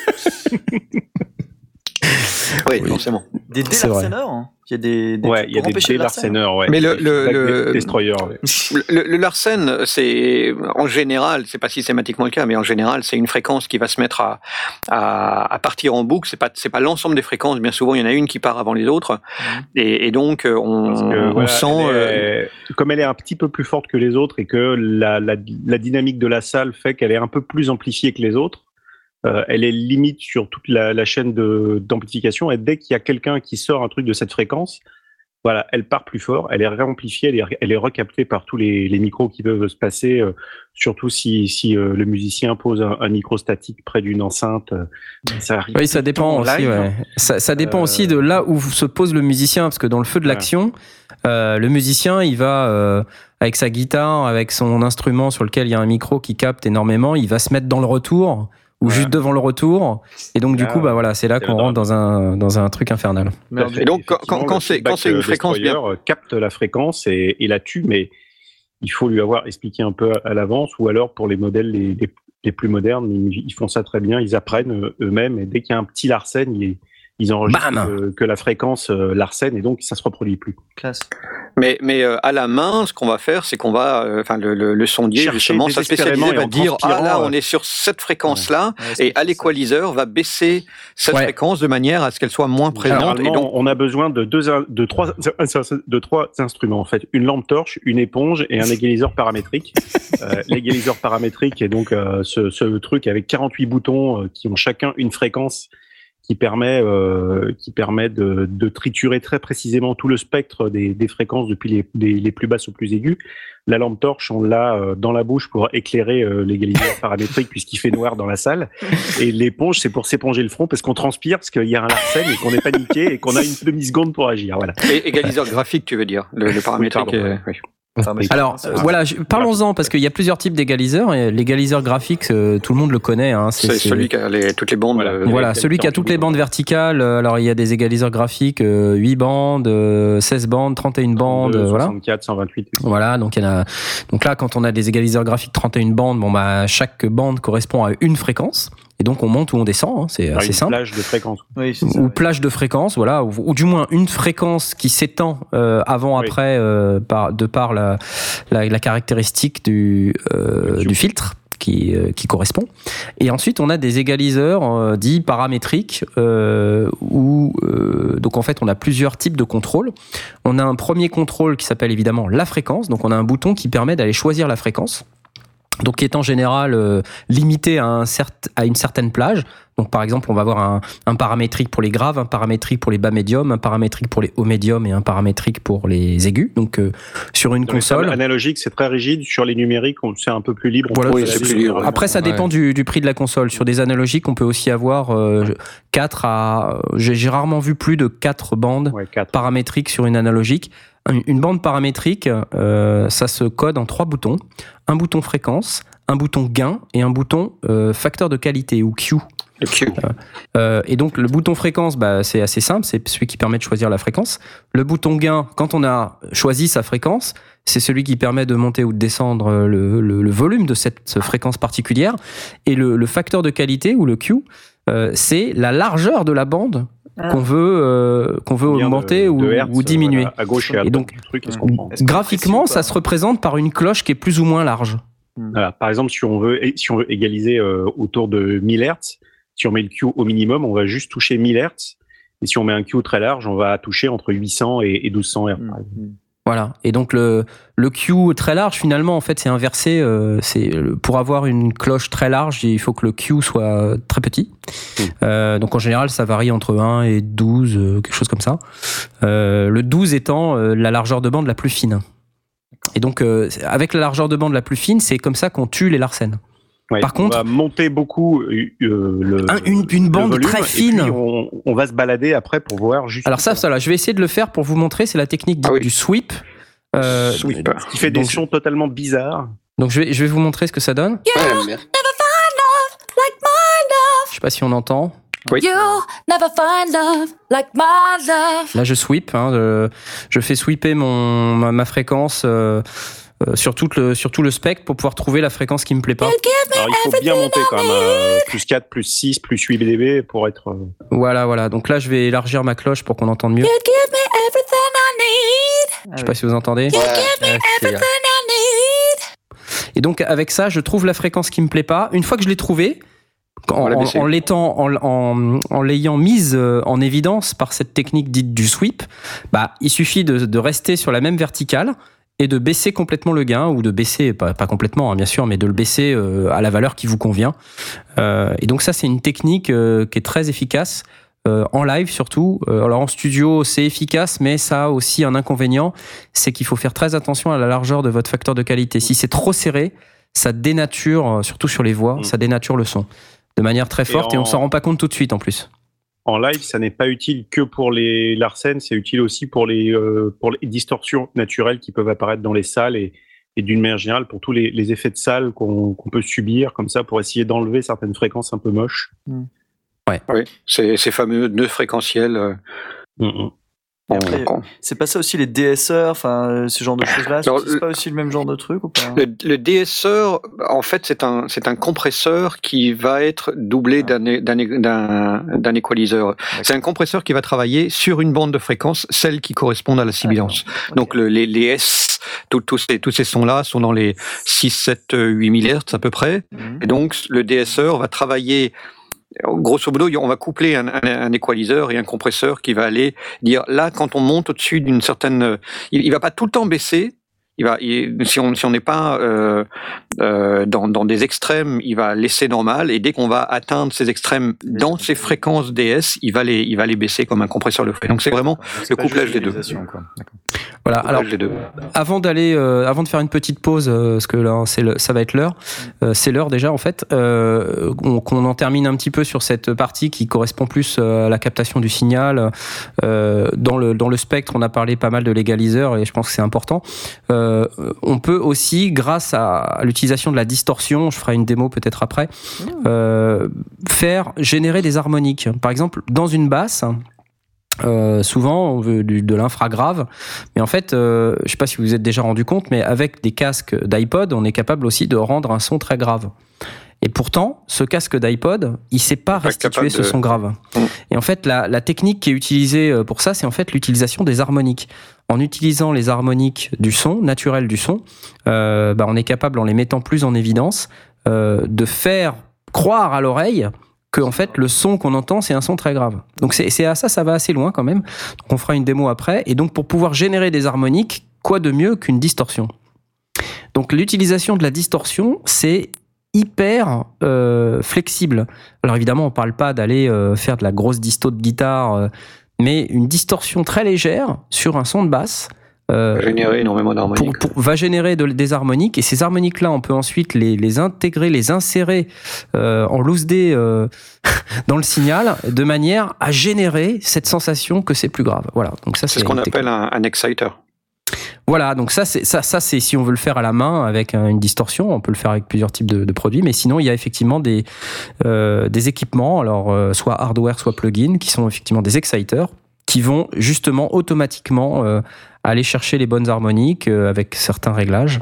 Oui, oui, forcément. Des délarseneurs, hein. Il y a des, des ouais, il y a des délarseneurs, ouais. Mais le le le, destroyer, ouais. le le Larsen, c'est en général, c'est pas systématiquement le cas, mais en général, c'est une fréquence qui va se mettre à à, à partir en boucle. C'est pas c'est pas l'ensemble des fréquences. Bien souvent, il y en a une qui part avant les autres, mmh. et, et donc on, que, on voilà, sent elle est, euh... comme elle est un petit peu plus forte que les autres et que la la, la dynamique de la salle fait qu'elle est un peu plus amplifiée que les autres. Euh, elle est limite sur toute la, la chaîne de, d'amplification, et dès qu'il y a quelqu'un qui sort un truc de cette fréquence, voilà, elle part plus fort, elle est réamplifiée, elle est, elle est recaptée par tous les, les micros qui peuvent se passer, euh, surtout si, si euh, le musicien pose un, un micro statique près d'une enceinte. Euh, ça arrive oui, ça dépend aussi. Ouais. Ça, ça dépend euh... aussi de là où se pose le musicien, parce que dans le feu de l'action, euh, le musicien, il va euh, avec sa guitare, avec son instrument sur lequel il y a un micro qui capte énormément, il va se mettre dans le retour. Ou voilà. Juste devant le retour, et donc du ah, coup, bah voilà, c'est là c'est qu'on rentre dans un dans un truc infernal. Et donc quand, quand, quand c'est quand c'est une fréquence bien, capte la fréquence et, et la tue, mais il faut lui avoir expliqué un peu à l'avance, ou alors pour les modèles les, les, les plus modernes, ils, ils font ça très bien, ils apprennent eux-mêmes, et dès qu'il y a un petit Larsen, ils, ils enregistrent que, que la fréquence euh, Larsen, et donc ça se reproduit plus. Classe. Mais, mais euh, à la main, ce qu'on va faire, c'est qu'on va, enfin, euh, le, le, le sondier, chercher justement, sa spécialité va dire, ah là, on est sur cette fréquence-là, ouais. Ouais, et à l'équaliseur, va baisser cette ouais. fréquence de manière à ce qu'elle soit moins présente. Et donc, on a besoin de deux, de trois, de trois instruments, en fait. Une lampe torche, une éponge et un égaliseur paramétrique. euh, l'égaliseur paramétrique est donc euh, ce, ce truc avec quarante-huit boutons euh, qui ont chacun une fréquence qui permet euh, qui permet de, de triturer très précisément tout le spectre des, des fréquences depuis les, les, les plus basses aux plus aiguës. La lampe torche, on l'a euh, dans la bouche pour éclairer euh, l'égaliseur paramétrique puisqu'il fait noir dans la salle. Et l'éponge, c'est pour s'éponger le front parce qu'on transpire, parce qu'il y a un Larsen et qu'on est paniqué et qu'on a une demi-seconde pour agir. Voilà. Et égaliseur graphique, tu veux dire, le, le paramétrique. Oui, pardon, euh, oui. Enfin, mais Alors c'est- euh, voilà, je- parlons-en parce qu'il y a plusieurs types d'égaliseurs. Et l'égaliseur graphique, euh, tout le monde le connaît. Hein, C'est celui qui a les, toutes les bandes. Voilà. euh, Voilà, Avec celui qui a toutes les bandes verticales. euh, Alors il y a des égaliseurs graphiques, euh, huit bandes, euh, seize bandes, trente et une bandes, euh, voilà. soixante-quatre, cent vingt-huit. Voilà, donc il y en a. Donc là, quand on a des égaliseurs graphiques trente et une bandes, bon bah chaque bande correspond à une fréquence. Et donc on monte ou on descend, hein, c'est Par assez une simple. plage de fréquence. Oui, c'est ça, Ou oui. plage de fréquence, voilà, ou, ou du moins une fréquence qui s'étend euh, avant Oui. après euh, par de par la la, la caractéristique du euh, Du du filtre qui euh, qui correspond. Et ensuite on a des égaliseurs euh, dits paramétriques euh, où euh, donc en fait on a plusieurs types de contrôles. On a un premier contrôle qui s'appelle évidemment la fréquence. Donc on a un bouton qui permet d'aller choisir la fréquence. Donc qui est en général euh, limité à, un cert, à une certaine plage. Donc par exemple, on va avoir un, un paramétrique pour les graves, un paramétrique pour les bas médiums, un paramétrique pour les hauts médiums et un paramétrique pour les aigus. Donc euh, sur une Dans les console. tables analogiques, c'est très rigide. Sur les numériques, on c'est un peu plus libre. On Voilà, peut oui, faire c'est des- plus libre. Après, ça Ouais. dépend du, du prix de la console. Sur des analogiques, on peut aussi avoir euh, quatre à. J'ai j'ai rarement vu plus de quatre bandes Ouais, quatre. paramétriques sur une analogique. Une, une bande paramétrique, euh, ça se code en trois boutons. Un bouton fréquence, un bouton gain et un bouton euh, facteur de qualité ou Q. Le Q. Euh, et donc le bouton fréquence, bah, c'est assez simple, c'est celui qui permet de choisir la fréquence. Le bouton gain, quand on a choisi sa fréquence, c'est celui qui permet de monter ou de descendre le, le, le volume de cette fréquence particulière. Et le, le facteur de qualité ou le Q, euh, c'est la largeur de la bande Ah. qu'on veut, euh, qu'on veut Combien augmenter de- ou, de hertz, ou diminuer. voilà, à gauche et à Et droite donc, du truc, est-ce qu'on prend Est-ce qu'on Graphiquement, précise ou pas ça se représente par une cloche qui est plus ou moins large. Voilà. Par exemple, si on veut, si on veut égaliser euh, autour de mille hertz, si on met le Q au minimum, on va juste toucher mille hertz. Et si on met un Q très large, on va toucher entre huit cents et, et douze cents hertz. Mm, par exemple. mm. Voilà. Et donc le le Q très large, finalement, en fait, c'est inversé. Euh, c'est le- pour avoir une cloche très large, il faut que le Q soit très petit. Mmh. Euh, donc en général, ça varie entre un et douze, euh, quelque chose comme ça. Euh, le douze étant euh, la largeur de bande la plus fine. Et donc euh, avec la largeur de bande la plus fine, c'est comme ça qu'on tue les larcènes. Ouais, Par on contre- va monter beaucoup euh, euh, le, Un- une- une le bande volume, très et fine. puis on, on va se balader après pour voir juste. Alors ça, ça là, je vais essayer de le faire pour vous montrer. C'est la technique dite Ah oui. du sweep. Euh, Sweep. Ce qui fait des donc- sons totalement bizarres. Donc je vais je vais vous montrer ce que ça donne. Ouais, j'aime bien. Je sais pas si on entend. Oui. You never find love like my love. Là, je sweep. Hein, je, je fais sweeper mon, ma, ma fréquence euh, euh, sur, tout le, sur tout le spectre pour pouvoir trouver la fréquence qui me plaît pas. Alors il faut bien monter quand même. euh, plus quatre, plus six, plus huit dB pour être. euh, Voilà, voilà. Donc là, je vais élargir ma cloche pour qu'on entende mieux. You give me everything I need. Je sais pas si vous entendez. Ouais. Ouais, c'est- Everything I need. Et donc, avec ça, je trouve la fréquence qui me plaît pas. Une fois que je l'ai trouvée, en, On l'a en, baissé. en l'étant, en, en, en l'ayant mise euh, en évidence par cette technique dite du sweep, bah, il suffit de, de rester sur la même verticale et de baisser complètement le gain, ou de baisser, pas, pas complètement hein, bien sûr, mais de le baisser euh, à la valeur qui vous convient. Euh, et donc ça, c'est une technique euh, qui est très efficace, euh, en live surtout. Euh, alors en studio, c'est efficace, mais ça a aussi un inconvénient, c'est qu'il faut faire très attention à la largeur de votre facteur de qualité. Si c'est trop serré, ça dénature, euh, surtout sur les voix, Mm. ça dénature le son de manière très forte, et, en- on s'en rend pas compte tout de suite en plus. En live, ça n'est pas utile que pour les Larsen, c'est utile aussi pour les, euh, pour les distorsions naturelles qui peuvent apparaître dans les salles et, et d'une manière générale pour tous les, les effets de salle qu'on qu'on peut subir comme ça pour essayer d'enlever certaines fréquences un peu moches. Oui, ces, ces fameux nœuds fréquentiels. euh, Mm, mm. on- après, on- C'est pas ça aussi les D S R, enfin euh, ce genre de choses-là. Alors, C'est pas aussi le même genre de truc ou pas? Le, le D S R, en fait, c'est un, c'est un compresseur qui va être doublé d'un, é- d'un, é- d'un, d'un équaliseur. C'est un compresseur qui va travailler sur une bande de fréquence, celle qui correspond à la sibilance. Ok. Donc le, les, les S, tous tous ces, tous ces sons-là sont dans les six, sept, huit mille hertz à peu près. Mhm. Et donc le D S R va travailler, grosso modo, on va coupler un, un, un équaliseur et un compresseur qui va aller dire, là, quand on monte au-dessus d'une certaine... Il, il va pas tout le temps baisser. Il va, il- si on si on n'est pas euh, euh, dans, dans des extrêmes, il va laisser normal, et dès qu'on va atteindre ces extrêmes dans ces fréquences D S, il va les il va les baisser comme un compresseur le fait. Donc c'est vraiment C'est le pas couplage juste des deux. l'utilisation, quoi. D'accord. Voilà. Alors, couplage des deux. avant d'aller, euh, avant de faire une petite pause, euh, parce que là, c'est le, ça va être l'heure. Euh, c'est l'heure déjà en fait. Euh, qu'on, qu'on en termine un petit peu sur cette partie qui correspond plus euh, à la captation du signal. Euh, dans le dans le spectre, on a parlé pas mal de l'égaliseur et je pense que c'est important. Euh, euh, on peut aussi, grâce à l'utilisation de la distorsion, je ferai une démo peut-être après, euh, faire générer des harmoniques. Par exemple, dans une basse, euh, souvent on veut du, de l'infragrave, mais en fait, euh, je ne sais pas si vous vous êtes déjà rendu compte, mais avec des casques d'iPod, on est capable aussi de rendre un son très grave. Et pourtant, ce casque d'iPod, il ne sait pas restituer ce de... son grave. Mmh. Et en fait, la, la technique qui est utilisée pour ça, c'est en fait l'utilisation des harmoniques. En utilisant les harmoniques du son, naturel du son, euh, bah on est capable, en les mettant plus en évidence, euh, de faire croire à l'oreille que en fait, le son qu'on entend, c'est un son très grave. Donc c'est, c'est à ça, ça va assez loin quand même. Donc on fera une démo après. Et donc pour pouvoir générer des harmoniques, quoi de mieux qu'une distorsion ? Donc l'utilisation de la distorsion, c'est hyper euh, flexible. Alors évidemment, on ne parle pas d'aller euh, faire de la grosse disto de guitare, euh, mais une distorsion très légère sur un son de basse euh, va générer énormément d'harmoniques. Pour, pour, va générer de, des harmoniques, et ces harmoniques-là, on peut ensuite les, les intégrer, les insérer euh, en loose D euh, dans le signal, de manière à générer cette sensation que c'est plus grave. Voilà. Donc ça, c'est, c'est ce qu'on appelle un, un exciter. Voilà, donc ça c'est, ça, ça, c'est si on veut le faire à la main avec une distorsion, on peut le faire avec plusieurs types de, de produits, mais sinon il y a effectivement des, euh, des équipements, alors euh, soit hardware, soit plugin, qui sont effectivement des exciters, qui vont justement automatiquement euh, aller chercher les bonnes harmoniques euh, avec certains réglages.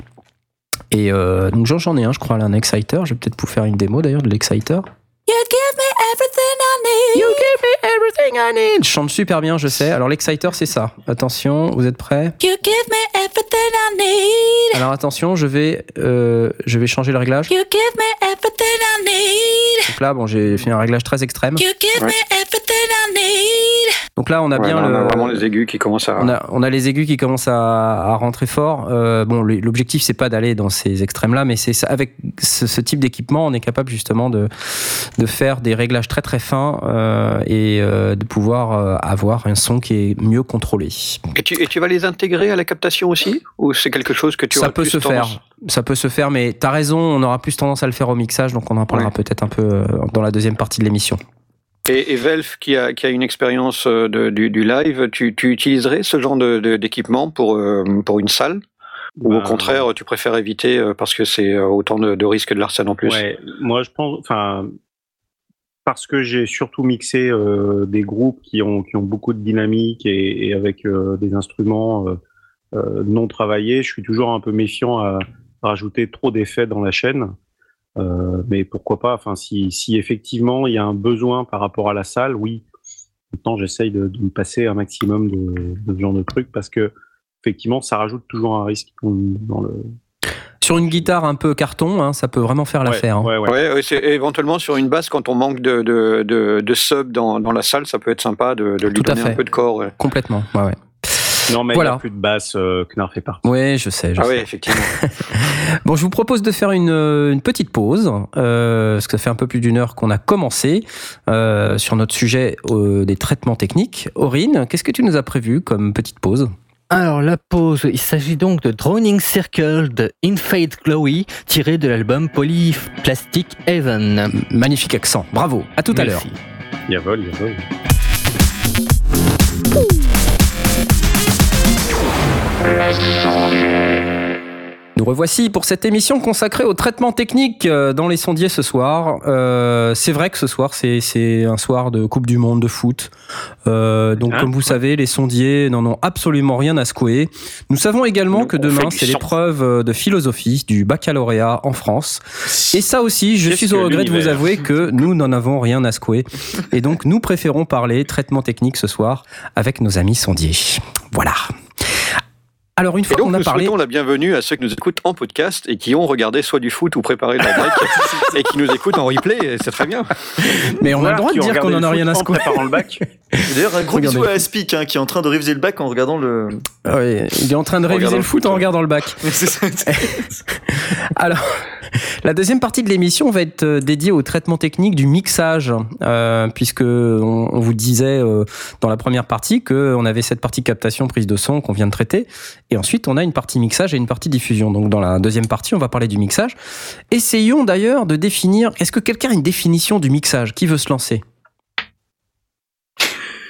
Et euh, donc j'en ai un, je crois, là, un exciter, je vais peut-être vous faire une démo d'ailleurs de l'exciter. You give me everything I need. You give me everything I need. Je chante super bien, je sais. Alors l'exciter, c'est ça. Attention, vous êtes prêts ? You give me everything I need. Alors attention, je vais, euh, je vais changer le réglage. You give me everything I need. Donc là, bon, j'ai fait un réglage très extrême. You give ouais. me everything I need. Donc là, on a ouais, bien non, le. On a vraiment les aigus qui commencent à. On a, on a les aigus qui commencent à, à rentrer fort. Euh, bon, l'objectif, c'est pas d'aller dans ces extrêmes-là, mais c'est avec ce, ce type d'équipement, on est capable justement de, de faire des réglages très très fins euh, et euh, de pouvoir euh, avoir un son qui est mieux contrôlé. Et tu, et tu vas les intégrer à la captation aussi, ou c'est quelque chose que tu Ça auras peut plus se tendance... faire. Ça peut se faire, mais t'as raison, on aura plus tendance à le faire au mixage, donc on en parlera ouais. peut-être un peu euh, dans la deuxième partie de l'émission. Et, et Velf, qui a, qui a une expérience de, du, du live, tu, tu utiliserais ce genre de, de, d'équipement pour, euh, pour une salle ? Ou ben, au contraire, tu préfères éviter parce que c'est autant de, de risques de l'arsène en plus ? Ouais, moi je pense, enfin, parce que j'ai surtout mixé euh, des groupes qui ont, qui ont beaucoup de dynamique et, et avec euh, des instruments euh, euh, non travaillés, je suis toujours un peu méfiant à rajouter trop d'effets dans la chaîne. Euh, mais pourquoi pas, enfin, si, si effectivement il y a un besoin par rapport à la salle, oui. Maintenant, j'essaye de, de me passer un maximum de, de ce genre de trucs parce que effectivement, ça rajoute toujours un risque dans le. Sur une guitare un peu carton, hein, ça peut vraiment faire l'affaire. Ouais, hein. ouais, ouais. ouais, c'est éventuellement sur une basse, quand on manque de, de, de, de sub dans, dans la salle, ça peut être sympa de, de lui Tout donner à fait. un peu de corps. Ouais. Complètement, ouais, ouais. Non, mais voilà. il n'y a plus de basse, euh, Knarr fait partie. Oui, je sais. Je ah sais. oui, effectivement. Bon, je vous propose de faire une, une petite pause, euh, parce que ça fait un peu plus d'une heure qu'on a commencé euh, sur notre sujet euh, des traitements techniques. Aurine, qu'est-ce que tu nous as prévu comme petite pause ? Alors la pause, il s'agit donc de Drowning Circle de In Fade Glowy, tiré de l'album Polyplastic Heaven. Magnifique accent, bravo, à tout Merci. à l'heure. Yavol, yavol. Nous revoici pour cette émission consacrée au traitement technique dans les sondiers ce soir. Euh, c'est vrai que ce soir, c'est, c'est un soir de Coupe du Monde de foot. Euh, donc, hein, comme vous ouais. savez, les sondiers n'en ont absolument rien à secouer. Nous savons également Nous, que demain, c'est sang. l'épreuve de philosophie du baccalauréat en France. Et ça aussi, je Qu'est-ce suis au regret de vous avouer que nous n'en avons rien à secouer. Et donc, nous préférons parler traitement technique ce soir avec nos amis sondiers. Voilà. Alors une fois et donc, qu'on a nous parlé, souhaitons la bienvenue à ceux qui nous écoutent en podcast et qui ont regardé soit du foot ou préparé de la break et qui nous écoutent en replay, c'est très bien. Mais on voilà, a le droit de dire qu'on en a rien à secouer. En le bac. D'ailleurs, un gros Regardez. bisou à Aspic hein, qui est en train de réviser le bac en regardant le. Ah oui, il est en train de réviser le foot, foot en regardant le bac. C'est ça. Alors, la deuxième partie de l'émission va être dédiée au traitement technique du mixage, euh, puisque on, on vous disait euh, dans la première partie que on avait cette partie captation, prise de son qu'on vient de traiter. Et ensuite, on a une partie mixage et une partie diffusion. Donc, dans la deuxième partie, on va parler du mixage. Essayons d'ailleurs de définir... Est-ce que quelqu'un a une définition du mixage ? Qui veut se lancer ?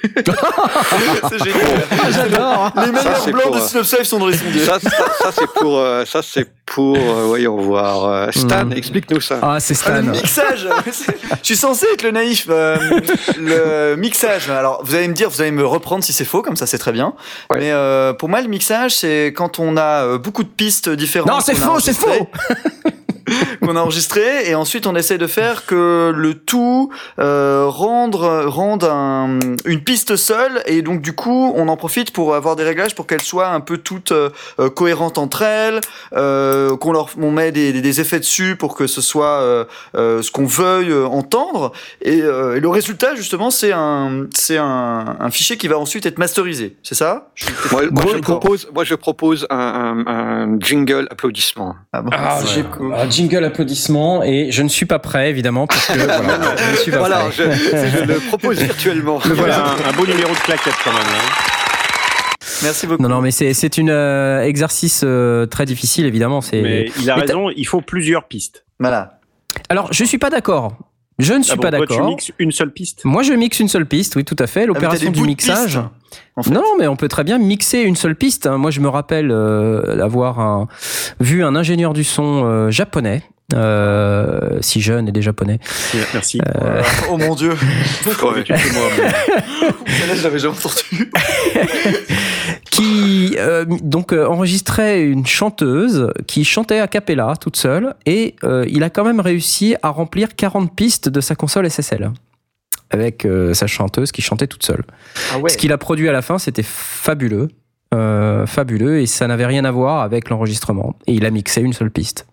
C'est génial. Ah, j'adore. Les meilleurs Ça, c'est blancs pour, de Synopsife sont dans les sondiers. Ça, ça, ça, c'est pour, euh, ça, c'est pour, euh, voyons voir. Euh, Stan, Mm. explique-nous ça. Ah, c'est Ah, le Stan. mixage. Je suis censé être le naïf. Euh, le mixage. Alors, vous allez me dire, vous allez me reprendre si c'est faux, comme ça, c'est très bien. Ouais. Mais euh, pour moi, le mixage, c'est quand on a euh, beaucoup de pistes différentes. Non, c'est qu'on a faux, c'est enregistrées. faux. qu'on a enregistré et ensuite on essaie de faire que le tout euh, rendre rende un, une piste seule et donc du coup on en profite pour avoir des réglages pour qu'elles soient un peu toutes euh, cohérentes entre elles, euh, qu'on leur on met des, des effets dessus pour que ce soit euh, euh, ce qu'on veuille entendre et, euh, et le résultat justement c'est un c'est un, un fichier qui va ensuite être masterisé, c'est ça? Je suis Moi, moi, je d'accord. propose, moi, je propose un, un, un jingle applaudissement. Ah bon, Ah, c'est j'ai cool. un jingle applaudissements et je ne suis pas prêt évidemment parce que voilà, je ne suis pas Voilà, prêt. je, je le propose virtuellement. Voilà, un, un beau numéro de claquette quand même. Hein. Merci beaucoup. Non, non, mais c'est c'est une euh, exercice euh, très difficile évidemment. C'est. Mais il a Mais raison, il faut plusieurs pistes. Voilà. Alors, je suis pas d'accord. Je ne suis Ah bon, pas toi, d'accord. tu mixes une seule piste. Moi, je mixe une seule piste, oui, tout à fait. Ah, mais t'as L'opération des du bouts de mixage. pistes, en fait. Non, mais on peut très bien mixer une seule piste. Moi, je me rappelle euh, avoir un, vu un ingénieur du son euh, japonais, euh, si jeune et des japonais. Merci. Euh, Oh mon dieu. Ouais. Celle-là, je l'avais jamais entendu. qui euh, donc euh, enregistrait une chanteuse qui chantait a cappella toute seule et euh, il a quand même réussi à remplir quarante pistes de sa console S S L avec euh, sa chanteuse qui chantait toute seule. Ah ouais. Ce qu'il a produit à la fin, c'était fabuleux, euh, fabuleux et ça n'avait rien à voir avec l'enregistrement et il a mixé une seule piste.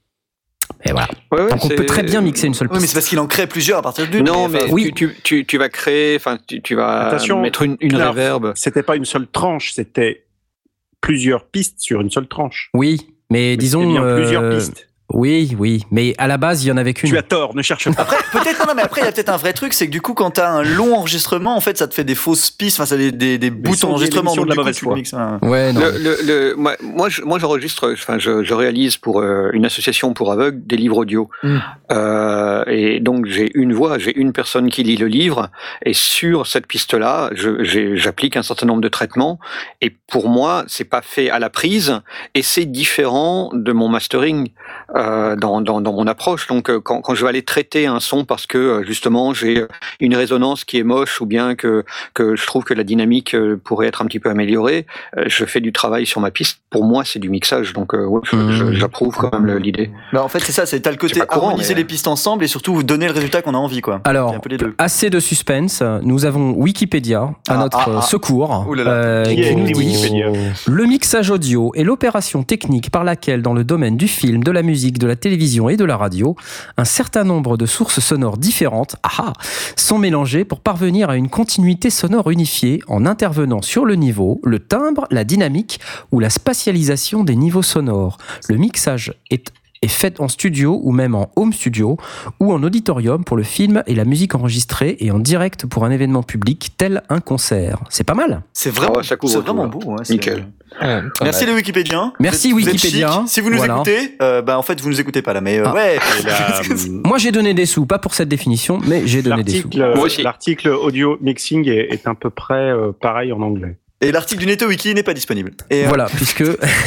Et voilà. Ouais, ouais, Donc on c'est- peut très bien mixer une seule Oui, mais c'est piste. parce qu'il en crée plusieurs à partir d'une. Non, mais enfin, oui. tu, tu, tu, tu vas créer, enfin, tu, tu vas Attention, mettre une, une Alors, reverb. C'était pas une seule tranche, c'était plusieurs pistes sur une seule tranche. Oui, mais, Mais disons c'était bien plusieurs euh, pistes. oui, oui, mais à la base, il y en avait qu'une. Tu as tort, ne cherche pas. Après, peut-être non, non, mais après il y a peut-être un vrai truc, c'est que du coup quand t'as un long enregistrement, en fait, ça te fait des fausses pistes, enfin, ça des des, des bouts sont d'enregistrement. des émissions Donc, de la du coup, mauvaise tu foi. mixes un- Ouais, non. Le, le, le, moi, moi, je- moi, j'enregistre, enfin, je, je réalise pour euh, une association pour aveugles des livres audio. Mm. Euh, et donc, j'ai une voix, j'ai une personne qui lit le livre, et sur cette piste-là, je- j'ai- j'applique un certain nombre de traitements. Et pour moi, c'est pas fait à la prise, et c'est différent de mon mastering euh, dans, dans, dans mon approche. Donc, euh, quand, quand je vais aller traiter un son parce que euh, justement j'ai une résonance qui est moche, ou bien que que je trouve que la dynamique euh, pourrait être un petit peu améliorée, euh, je fais du travail sur ma piste. Pour moi, c'est du mixage, donc euh, ouais, je- Mmh. je- j'approuve quand même le- l'idée. Bah, en fait, c'est ça, c'est t'as le côté C'est pas courant, harmoniser mais- les pistes ensemble et surtout donner le résultat qu'on a envie, quoi. Alors, C'est un peu les deux. assez de suspense. Nous avons Wikipédia à Ah, notre ah, ah. secours, Ouh là là. euh, Qui qui est nous écrit dit Wikipédia. le mixage audio est l'opération technique par laquelle, dans le domaine du film, de la musique, de la télévision et de la radio, un certain nombre de sources sonores différentes ah, ah, sont mélangées pour parvenir à une continuité sonore unifiée en intervenant sur le niveau, le timbre, la dynamique ou la spatialisation des niveaux sonores. Le mixage est est faite en studio ou même en home studio ou en auditorium pour le film et la musique enregistrée et en direct pour un événement public tel un concert. C'est pas mal. C'est vraiment, Ah ouais, ça couvre c'est tout, vraiment là. beau. Ouais, c'est- Nickel. Ouais, pas Merci mal. les Wikipédiens. Merci Vous êtes- vous êtes Wikipédia. chic. Si vous nous Voilà. écoutez, euh, bah en fait vous nous écoutez pas là, mais euh, Ah. ouais. Et la- Moi j'ai donné des sous, pas pour cette définition, mais j'ai donné des sous. L'article, Moi aussi. l'article audio mixing est, est à peu près euh, pareil en anglais. Et l'article du NetoWiki n'est pas disponible. Et euh, Voilà, puisque,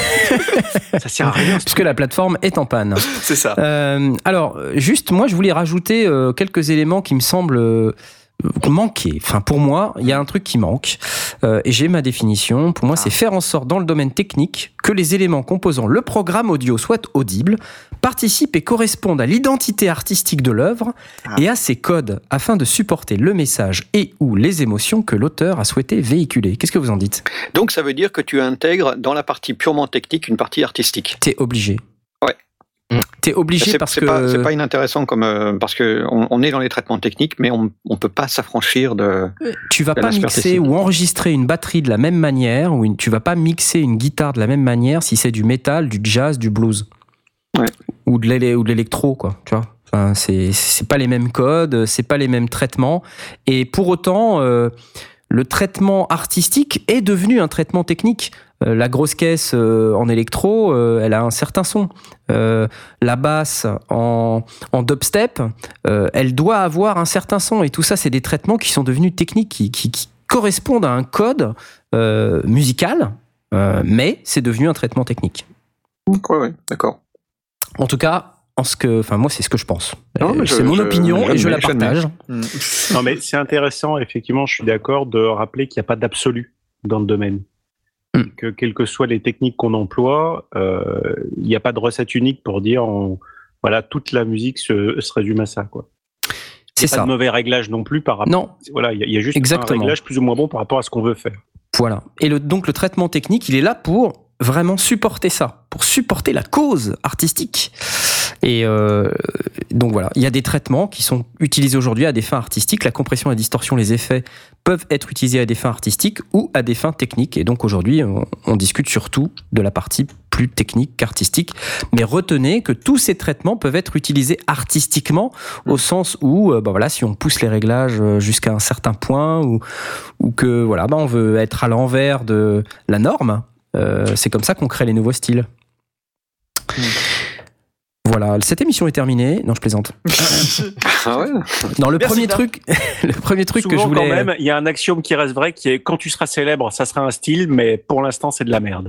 Ça sert à rien. puisque la plateforme est en panne. c'est ça. Euh, alors, juste, moi, je voulais rajouter euh, quelques éléments qui me semblent euh, manquer. Enfin, pour moi, il y a un truc qui manque. Euh, et j'ai ma définition. Pour moi, c'est faire en sorte, dans le domaine technique, que les éléments composant le programme audio soient audibles, participent et correspondent à l'identité artistique de l'œuvre Ah. et à ses codes, afin de supporter le message et ou les émotions que l'auteur a souhaité véhiculer. Qu'est-ce que vous en dites ? Donc, ça veut dire que tu intègres dans la partie purement technique une partie artistique. T'es obligé. Ouais. T'es obligé C'est parce c'est que... pas, c'est pas inintéressant comme euh, parce que on, on est dans les traitements techniques, mais on on peut pas s'affranchir de. Tu vas de pas l'aspect mixer artistique. ou enregistrer une batterie de la même manière, ou une, tu vas pas mixer une guitare de la même manière si c'est du métal, du jazz, du blues. Ouais. Ou de l'élé- ou de l'électro, quoi, tu vois. Enfin, c'est, c'est pas les mêmes codes, c'est pas les mêmes traitements. Et pour autant, euh, le traitement artistique est devenu un traitement technique. Euh, la grosse caisse euh, en électro, euh, elle a un certain son. Euh, la basse en, en dubstep, euh, elle doit avoir un certain son. Et tout ça, c'est des traitements qui sont devenus techniques, qui, qui, qui, correspondent à un code euh, musical, euh, mais c'est devenu un traitement technique. Oui, ouais, d'accord. En tout cas, en ce que, enfin moi c'est ce que je pense. Non, mais c'est je- mon je- opinion et je la j'admets, partage. Non, mais c'est intéressant, effectivement, je suis d'accord de rappeler qu'il n'y a pas d'absolu dans le domaine. Mm. Que quelles que soient les techniques qu'on emploie, euh, il n'y a pas de recette unique pour dire, on- voilà, toute la musique se, se résume à ça, quoi. Il C'est n'y a pas ça. de mauvais réglage non plus par rapport. Non, Voilà, il y, a- il y a juste Exactement. un réglage plus ou moins bon par rapport à ce qu'on veut faire. voilà. Et le, donc le traitement technique, il est là pour vraiment supporter ça, pour supporter la cause artistique. Et euh, donc voilà, il y a des traitements qui sont utilisés aujourd'hui à des fins artistiques. La compression, la distorsion, les effets peuvent être utilisés à des fins artistiques ou à des fins techniques. Et donc aujourd'hui, on, on discute surtout de la partie plus technique qu'artistique. Mais retenez que tous ces traitements peuvent être utilisés artistiquement au sens où, euh, bah voilà, si on pousse les réglages jusqu'à un certain point ou, ou que voilà, bah on veut être à l'envers de la norme, euh, c'est comme ça qu'on crée les nouveaux styles. Mmh. Voilà, cette émission est terminée. Non, je plaisante. Ah ouais. Non, le Merci, premier Dan. truc, le premier truc Souvent, que je voulais. quand même, il y a un axiome qui reste vrai, qui est quand tu seras célèbre, ça sera un style, mais pour l'instant, c'est de la merde.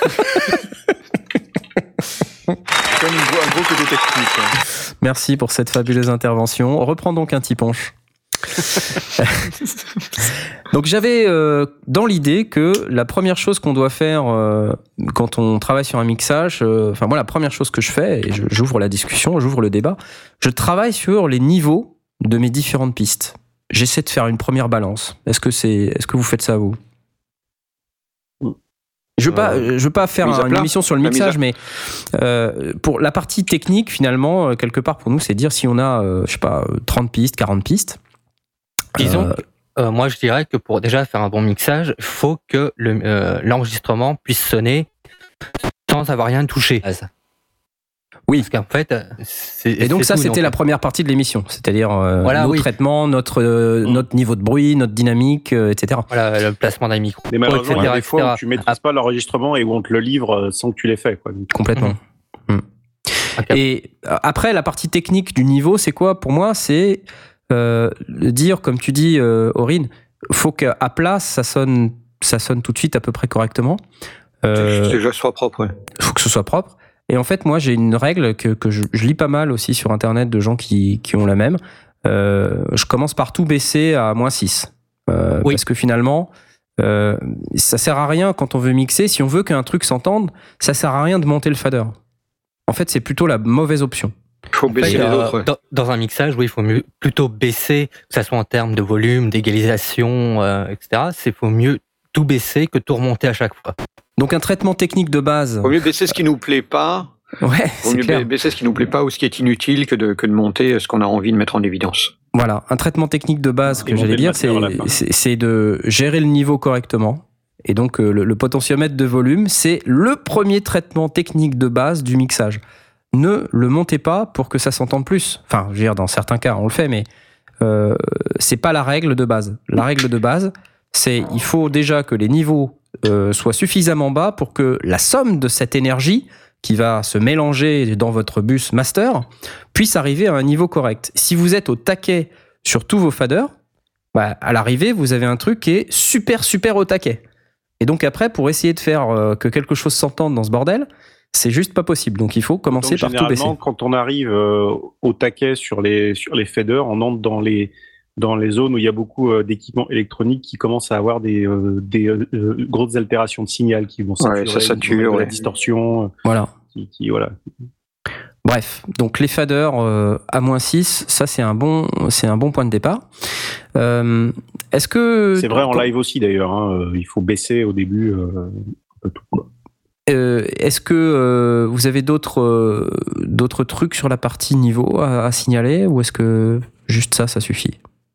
C'est quand même une gros- un gros côté technique. hein. Merci pour cette fabuleuse intervention. On reprend donc un petit punch. Donc j'avais euh, dans l'idée que la première chose qu'on doit faire euh, quand on travaille sur un mixage, euh, enfin moi la première chose que je fais, et je- j'ouvre la discussion, j'ouvre le débat, je travaille sur les niveaux de mes différentes pistes. J'essaie de faire une première balance. Est-ce que c'est, est-ce que vous faites ça vous ? Je veux pas, Euh, je veux pas faire mise à une plat. émission sur le La mise à- mixage, mais euh, pour la partie technique, finalement, euh, quelque part pour nous, c'est dire si on a, euh, je sais pas, euh, trente pistes, quarante pistes. Disons, Euh, euh, moi je dirais que pour déjà faire un bon mixage, il faut que le, euh, l'enregistrement puisse sonner sans avoir rien touché. Oui. Parce qu'en fait, euh, c'est, Et donc c'est ça, tout, c'était donc. la première partie de l'émission, c'est-à-dire euh, Voilà, nos oui. traitements, notre euh, Mm. notre niveau de bruit, notre dynamique, euh, et cetera. Voilà, le placement d'un micro, Mais malheureusement, il y a des et fois cetera. où tu maîtrises pas l'enregistrement et où on te le livre euh, sans que tu l'aies fait, quoi. Donc, Complètement. Mm. Ok. Et euh, après, la partie technique du niveau, c'est quoi pour moi ? C'est euh, dire, comme tu dis, euh, Aurine, faut qu'à plat, ça sonne, ça sonne tout de suite à peu près correctement. Euh, C'est déjà soit propre, ouais. faut que ce soit propre. Et en fait, moi, j'ai une règle que, que je, je lis pas mal aussi sur Internet de gens qui, qui ont la même. Euh, je commence par tout baisser à moins six. Euh, Oui. Parce que finalement, euh, ça sert à rien quand on veut mixer. Si on veut qu'un truc s'entende, ça sert à rien de monter le fader. En fait, c'est plutôt la mauvaise option. Il faut En baisser fait, les euh, autres, ouais. dans, dans un mixage, oui, il faut mieux, plutôt baisser, que ce soit en termes de volume, d'égalisation, euh, et cetera. C'est faut mieux tout baisser que tout remonter à chaque fois. Donc, un traitement technique de base. Vaut mieux baisser ce qui nous plaît pas. Ouais, Vaut c'est mieux clair. ba- baisser ce qui nous plaît pas ou ce qui est inutile que de, que de monter ce qu'on a envie de mettre en évidence. Voilà, un traitement technique de base Et que monter j'allais le dire, c'est, master à la fin. c'est, c'est de gérer le niveau correctement. Et donc, euh, le, le potentiomètre de volume, c'est le premier traitement technique de base du mixage. Ne le montez pas pour que ça s'entende plus. Enfin, je veux dire, dans certains cas, on le fait, mais euh, c'est pas la règle de base. La règle de base, c'est il faut déjà que les niveaux euh, soient suffisamment bas pour que la somme de cette énergie qui va se mélanger dans votre bus master puisse arriver à un niveau correct. Si vous êtes au taquet sur tous vos faders, bah, à l'arrivée, vous avez un truc qui est super, super au taquet. Et donc après, pour essayer de faire euh, que quelque chose s'entende dans ce bordel, c'est juste pas possible. Donc il faut commencer donc, par tout baisser. généralement, quand on arrive euh, au taquet sur les, sur les faders, on entre dans les, dans les zones où il y a beaucoup euh, d'équipements électroniques qui commencent à avoir des, euh, des euh, grosses altérations de signal qui vont saturer, ça qui sature, vont mettre de la ouais. distorsion, euh, Voilà. qui, qui, voilà. Bref, donc les faders euh, à moins six, ça c'est un bon, c'est un bon point de départ. Euh, est-ce que C'est vrai en live aussi d'ailleurs, hein, euh, il faut baisser au début euh, un peu tout, quoi. Euh, est-ce que euh, vous avez d'autres euh, d'autres trucs sur la partie niveau à, à signaler ou est-ce que juste ça, ça suffit ?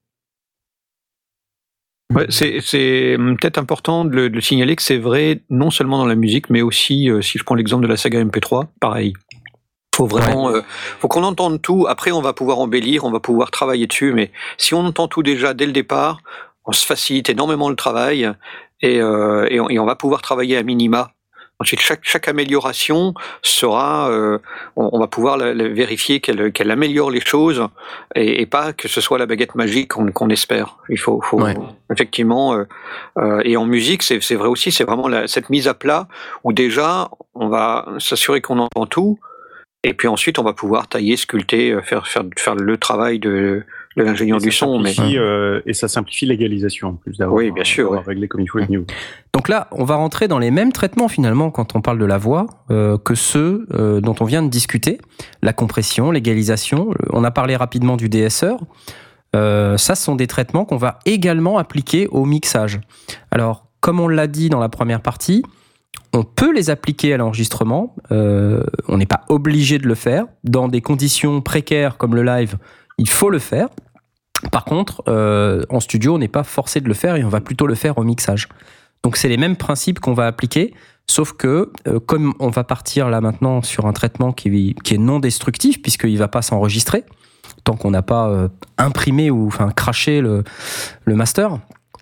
Ouais, c'est, c'est peut-être important de le, de le signaler que c'est vrai non seulement dans la musique, mais aussi, euh, si je prends l'exemple de la saga M P trois, pareil. Faut vraiment, euh, faut qu'on entende tout. Après, on va pouvoir embellir, on va pouvoir travailler dessus. Mais si on entend tout déjà dès le départ, on se facilite énormément le travail et, euh, et, on, et on va pouvoir travailler à minima Ensuite, chaque, chaque amélioration sera, euh, on, on va pouvoir la, la vérifier qu'elle, qu'elle améliore les choses et, et pas que ce soit la baguette magique qu'on, qu'on espère. Il faut, faut Ouais. effectivement, euh, euh, et en musique, c'est, c'est vrai aussi, c'est vraiment la, cette mise à plat où déjà on va s'assurer qu'on entend tout. Et puis ensuite, on va pouvoir tailler, sculpter, faire, faire, faire le travail de, de l'ingénieur du son. Mais... Euh, et ça simplifie l'égalisation en plus d'avoir, oui, bien sûr, d'avoir ouais. réglé comme il faut les niveaux. Donc là, on va rentrer dans les mêmes traitements finalement quand on parle de la voix euh, que ceux euh, dont on vient de discuter. La compression, l'égalisation. On a parlé rapidement du D S R. Euh, ça, ce sont des traitements qu'on va également appliquer au mixage. Alors, comme on l'a dit dans la première partie, on peut les appliquer à l'enregistrement, euh, on n'est pas obligé de le faire. Dans des conditions précaires comme le live, il faut le faire. Par contre, euh, en studio, on n'est pas forcé de le faire et on va plutôt le faire au mixage. Donc c'est les mêmes principes qu'on va appliquer, sauf que euh, comme on va partir là maintenant sur un traitement qui, qui est non destructif, puisqu'il ne va pas s'enregistrer, tant qu'on n'a pas euh, imprimé ou enfin, craché le, le master,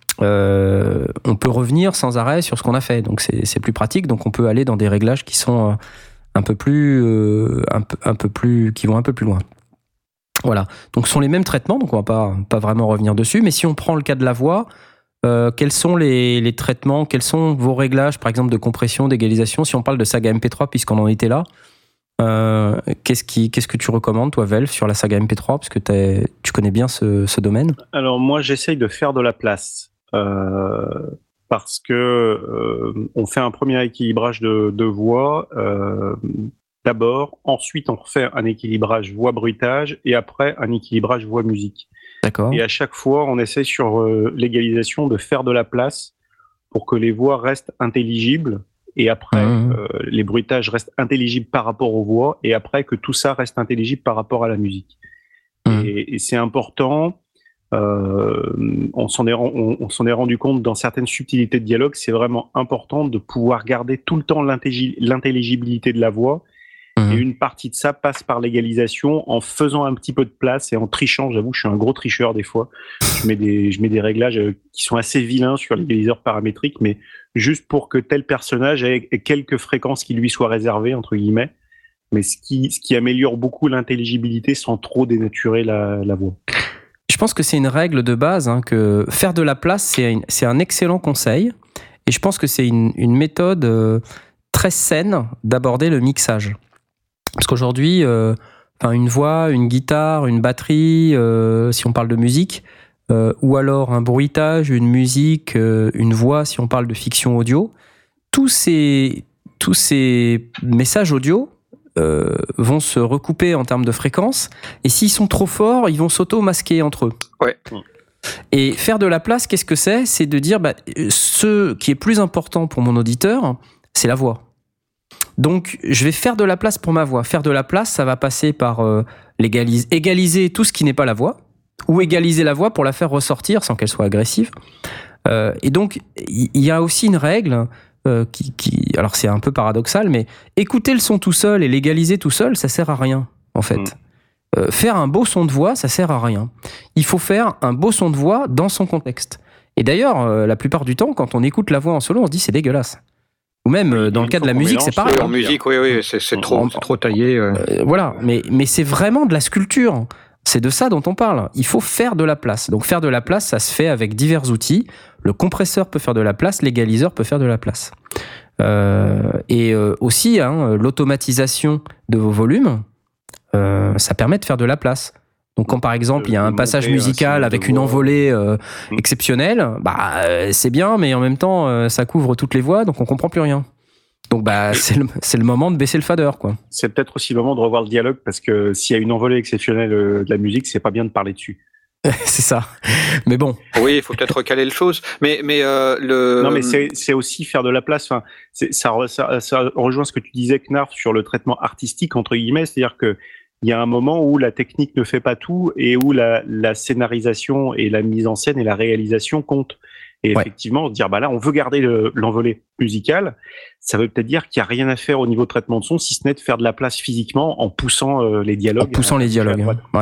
Euh, on peut revenir sans arrêt sur ce qu'on a fait, donc c'est, c'est plus pratique. Donc on peut aller dans des réglages qui sont euh, un peu plus, euh, un peu, un peu plus, qui vont un peu plus loin. Voilà. Donc ce sont les mêmes traitements, donc on va pas pas vraiment revenir dessus. Mais si on prend le cas de la voix, euh, quels sont les, les traitements, quels sont vos réglages, par exemple de compression, d'égalisation? Si on parle de saga M P trois, puisqu'on en était là, euh, qu'est-ce qui, qu'est-ce que tu recommandes, toi, Velf, sur la saga M P trois, parce que tu connais bien ce, ce domaine? Alors moi, j'essaye de faire de la place. Euh, parce que euh, on fait un premier équilibrage de, de voix euh, d'abord, ensuite on refait un équilibrage voix-bruitage et après un équilibrage voix-musique. D'accord. Et à chaque fois, on essaie sur euh, l'égalisation de faire de la place pour que les voix restent intelligibles et après mmh. euh, les bruitages restent intelligibles par rapport aux voix et après que tout ça reste intelligible par rapport à la musique. Mmh. Et, et c'est important. Euh, on s'en est, on, on s'en est rendu compte dans certaines subtilités de dialogue, c'est vraiment important de pouvoir garder tout le temps l'intellig- l'intelligibilité de la voix. Mmh. Et une partie de ça passe par l'égalisation en faisant un petit peu de place et en trichant. J'avoue, je suis un gros tricheur des fois. Je mets des, je mets des réglages qui sont assez vilains sur l'égaliseur paramétrique, mais juste pour que tel personnage ait quelques fréquences qui lui soient réservées, entre guillemets. Mais ce qui, ce qui améliore beaucoup l'intelligibilité sans trop dénaturer la, la voix. Je pense que c'est une règle de base, hein, que faire de la place, c'est, une, c'est un excellent conseil. Et je pense que c'est une, une méthode euh, très saine d'aborder le mixage. Parce qu'aujourd'hui, euh, enfin, une voix, une guitare, une batterie, euh, si on parle de musique, euh, ou alors un bruitage, une musique, euh, une voix, si on parle de fiction audio, tous ces, tous ces messages audio Euh, vont se recouper en termes de fréquence, et s'ils sont trop forts, ils vont s'auto-masquer entre eux. Ouais. Et faire de la place, qu'est-ce que c'est? C'est de dire, bah, ce qui est plus important pour mon auditeur, c'est la voix. Donc, je vais faire de la place pour ma voix. Faire de la place, ça va passer par euh, l'égaliser, égaliser tout ce qui n'est pas la voix, ou égaliser la voix pour la faire ressortir sans qu'elle soit agressive. Euh, et donc, il y, y a aussi une règle Euh, qui, qui, alors c'est un peu paradoxal, mais écouter le son tout seul et l'égaliser tout seul, ça sert à rien, en fait. Mmh. Euh, faire un beau son de voix, ça sert à rien. Il faut faire un beau son de voix dans son contexte. Et d'ailleurs, euh, la plupart du temps, quand on écoute la voix en solo, on se dit c'est dégueulasse. Ou même euh, dans le cas de la musique, c'est pareil. En musique, oui, oui, c'est, c'est trop, c'est trop taillé. Euh. Euh, voilà, mais, mais c'est vraiment de la sculpture. C'est de ça dont on parle. Il faut faire de la place. Donc faire de la place, ça se fait avec divers outils. Le compresseur peut faire de la place, l'égaliseur peut faire de la place. Euh, et euh, aussi, hein, l'automatisation de vos volumes, euh, ça permet de faire de la place. Donc quand par exemple il y a un passage musical avec une envolée euh, exceptionnelle, bah euh, c'est bien, mais en même temps euh, ça couvre toutes les voix, donc on comprend plus rien. Donc bah c'est le, c'est le moment de baisser le fader, quoi. C'est peut-être aussi le moment de revoir le dialogue, parce que s'il y a une envolée exceptionnelle de la musique, c'est pas bien de parler dessus. C'est ça. Mais bon. Oui, il faut peut-être recaler le chose. Mais mais euh, le. Non, mais c'est c'est aussi faire de la place. Enfin, c'est, ça, ça ça rejoint ce que tu disais, Knarf, sur le traitement artistique entre guillemets, c'est-à-dire que il y a un moment où la technique ne fait pas tout et où la la scénarisation et la mise en scène et la réalisation comptent. Et ouais. Effectivement, se dire bah là, on veut garder le, l'envolée musicale. Ça veut peut-être dire qu'il y a rien à faire au niveau de traitement de son, si ce n'est de faire de la place physiquement en poussant euh, les dialogues. En poussant les dialogues. Hein. Ouais.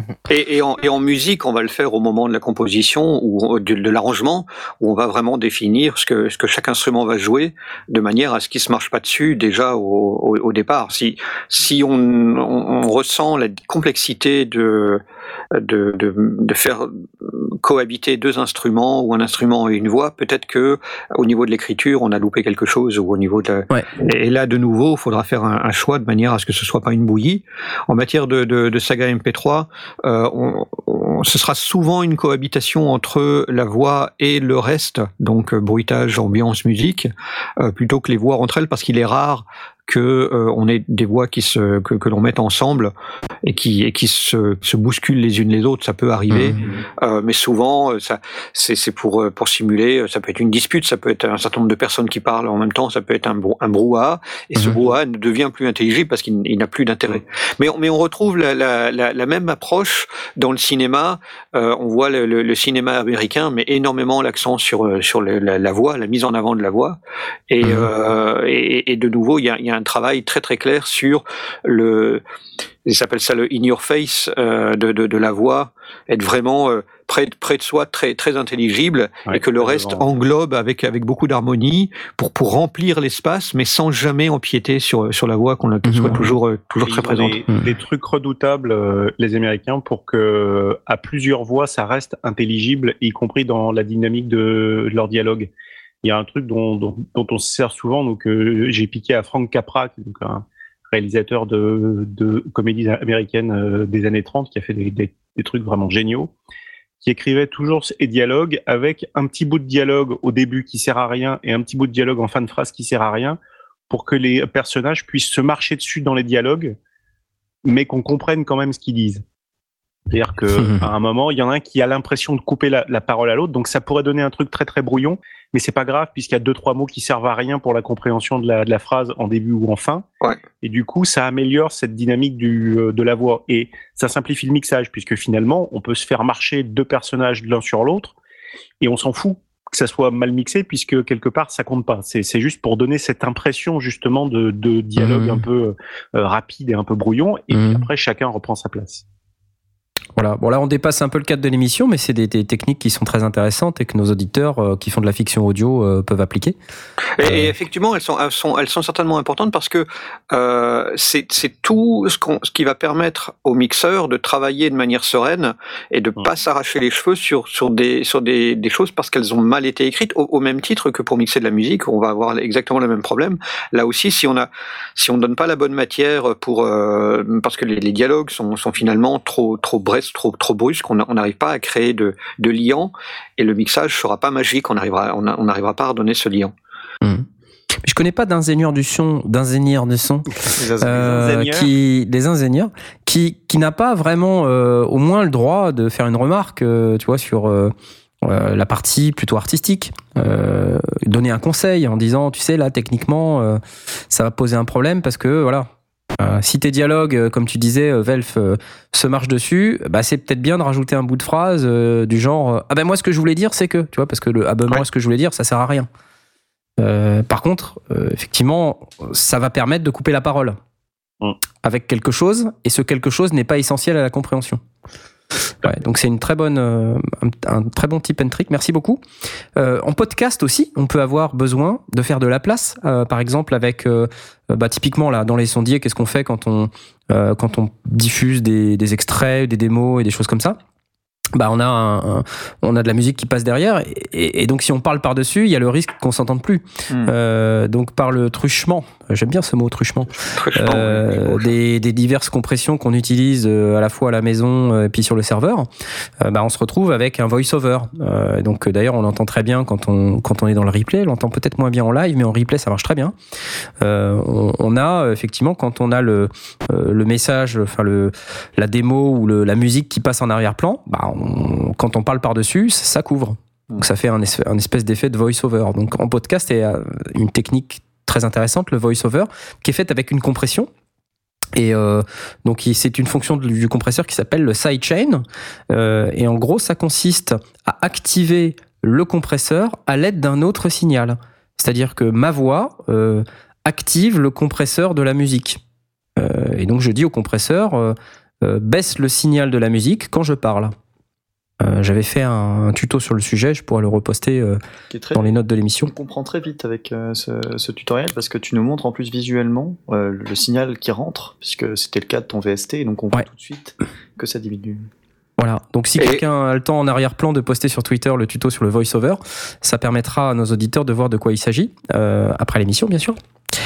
Et, et, en, et en musique, on va le faire au moment de la composition ou de, de l'arrangement, où on va vraiment définir ce que, ce que chaque instrument va jouer, de manière à ce qu'il se marche pas dessus déjà au, au, au départ. Si, si on, on, on ressent la complexité de, de, de, de faire cohabiter deux instruments ou un instrument et une voix, peut-être que au niveau de l'écriture, on a loupé quelque chose, ou au niveau de la... Ouais. Et là, de nouveau, il faudra faire un, un choix de manière à ce que ce soit pas une bouillie. En matière de, de, de saga M P trois, euh, on, on, ce sera souvent une cohabitation entre la voix et le reste, donc bruitage, ambiance, musique, euh, plutôt que les voix entre elles, parce qu'il est rare que euh, on ait des voix qui se que, que l'on mette ensemble et qui et qui se, se bousculent les unes les autres. Ça peut arriver, mmh. euh, mais souvent ça c'est c'est pour pour simuler. Ça peut être une dispute, ça peut être un certain nombre de personnes qui parlent en même temps, ça peut être un un brouhaha, et mmh. ce brouhaha ne devient plus intelligible parce qu'il il n'a plus d'intérêt. Mais on, mais on retrouve la, la la la même approche dans le cinéma. Euh, on voit le, le, le cinéma américain met énormément l'accent sur sur le, la, la voix, la mise en avant de la voix, et mmh. euh, et, et de nouveau il y a il y a un travail très très clair sur le, ils s'appellent ça le in your face euh, de, de de la voix, être vraiment euh, près près de soi, très très intelligible, ouais, et que le reste vraiment englobe avec avec beaucoup d'harmonie pour pour remplir l'espace, mais sans jamais empiéter sur sur la voix, qu'on qu'elle soit mmh. toujours euh, toujours et très présente. Des, mmh. des trucs redoutables euh, les Américains pour que à plusieurs voix ça reste intelligible, y compris dans la dynamique de, de leur dialogue. Il y a un truc dont, dont, dont on se sert souvent, donc euh, j'ai piqué à Frank Capra, donc un réalisateur de, de comédies américaines euh, des années trente, qui a fait des, des, des trucs vraiment géniaux, qui écrivait toujours ses dialogues avec un petit bout de dialogue au début qui sert à rien et un petit bout de dialogue en fin de phrase qui sert à rien, pour que les personnages puissent se marcher dessus dans les dialogues, mais qu'on comprenne quand même ce qu'ils disent. C'est-à-dire qu'à un moment, il y en a un qui a l'impression de couper la, la parole à l'autre, donc ça pourrait donner un truc très très brouillon, mais c'est pas grave puisqu'il y a deux trois mots qui servent à rien pour la compréhension de la, de la phrase en début ou en fin. Ouais. Et du coup, ça améliore cette dynamique du, euh, de la voix, et ça simplifie le mixage, puisque finalement, on peut se faire marcher deux personnages l'un sur l'autre et on s'en fout que ça soit mal mixé, puisque quelque part ça compte pas. C'est, c'est juste pour donner cette impression justement de, de dialogue mmh. un peu euh, rapide et un peu brouillon, et mmh. puis après chacun reprend sa place. Voilà. Bon, là, on dépasse un peu le cadre de l'émission, mais c'est des, des techniques qui sont très intéressantes et que nos auditeurs euh, qui font de la fiction audio euh, peuvent appliquer. Et, euh... et effectivement, elles sont, elles sont, elles sont certainement importantes parce que euh, c'est, c'est tout ce, qu'on, ce qui va permettre aux mixeurs de travailler de manière sereine et de ne pas s'arracher les cheveux sur, sur, des, sur des, des choses parce qu'elles ont mal été écrites, au, au même titre que pour mixer de la musique, on va avoir exactement le même problème. Là aussi, si on a, si on donne pas la bonne matière pour, euh, parce que les, les dialogues sont, sont finalement trop, trop brefs, trop trop brusque, on n'arrive pas à créer de, de liant, et le mixage sera pas magique, on n'arrivera on, on n'arrivera pas à redonner ce liant. Mmh. Je connais pas d'ingénieur du son, d'ingénieur de son, euh, qui, des ingénieurs, qui qui n'a pas vraiment euh, au moins le droit de faire une remarque, euh, tu vois, sur euh, euh, la partie plutôt artistique, euh, donner un conseil en disant, tu sais, là techniquement, euh, ça va poser un problème parce que voilà. Euh, si tes dialogues, euh, comme tu disais, euh, Velf, euh, se marchent dessus, bah, c'est peut-être bien de rajouter un bout de phrase euh, du genre euh, ah ben moi ce que je voulais dire c'est que, tu vois, parce que le ah ben ouais. moi ce que je voulais dire ça sert à rien. Euh, par contre, euh, effectivement, ça va permettre de couper la parole mm. avec quelque chose, et ce quelque chose n'est pas essentiel à la compréhension. Ouais, donc c'est une très bonne, euh, un, un très bon tip and trick. Merci beaucoup. Euh, en podcast aussi, on peut avoir besoin de faire de la place. Euh, par exemple, avec, euh, bah, typiquement là, dans les sondiers, qu'est-ce qu'on fait quand on, euh, quand on diffuse des, des extraits, des démos et des choses comme ça? Bah on a un, un, on a de la musique qui passe derrière, et, et, et donc si on parle par dessus, il y a le risque qu'on s'entende plus. Mmh. Euh, donc par le truchement, j'aime bien ce mot truchement, truchement euh, oui, des, des diverses compressions qu'on utilise à la fois à la maison et puis sur le serveur, euh, bah on se retrouve avec un voice-over. Euh, donc d'ailleurs on l'entend très bien quand on quand on est dans le replay, on l'entend peut-être moins bien en live, mais en replay ça marche très bien. Euh, on, on a effectivement quand on a le euh, le message, enfin le la démo ou le, la musique qui passe en arrière-plan, bah on On, quand on parle par-dessus, ça couvre. Donc ça fait un, es- un espèce d'effet de voice-over. Donc en podcast, il y a une technique très intéressante, le voice-over, qui est faite avec une compression. Et euh, donc c'est une fonction du compresseur qui s'appelle le sidechain. Euh, et en gros, ça consiste à activer le compresseur à l'aide d'un autre signal. C'est-à-dire que ma voix euh, active le compresseur de la musique. Euh, et donc je dis au compresseur... Euh, euh, baisse le signal de la musique quand je parle. Euh, j'avais fait un, un tuto sur le sujet, je pourrais le reposter euh, très, dans les notes de l'émission. On comprend très vite avec euh, ce, ce tutoriel parce que tu nous montres en plus visuellement euh, le signal qui rentre, puisque c'était le cas de ton V S T, et donc on voit ouais. tout de suite que ça diminue. Voilà, donc si et... quelqu'un a le temps en arrière-plan de poster sur Twitter le tuto sur le voice-over, ça permettra à nos auditeurs de voir de quoi il s'agit, euh, après l'émission bien sûr.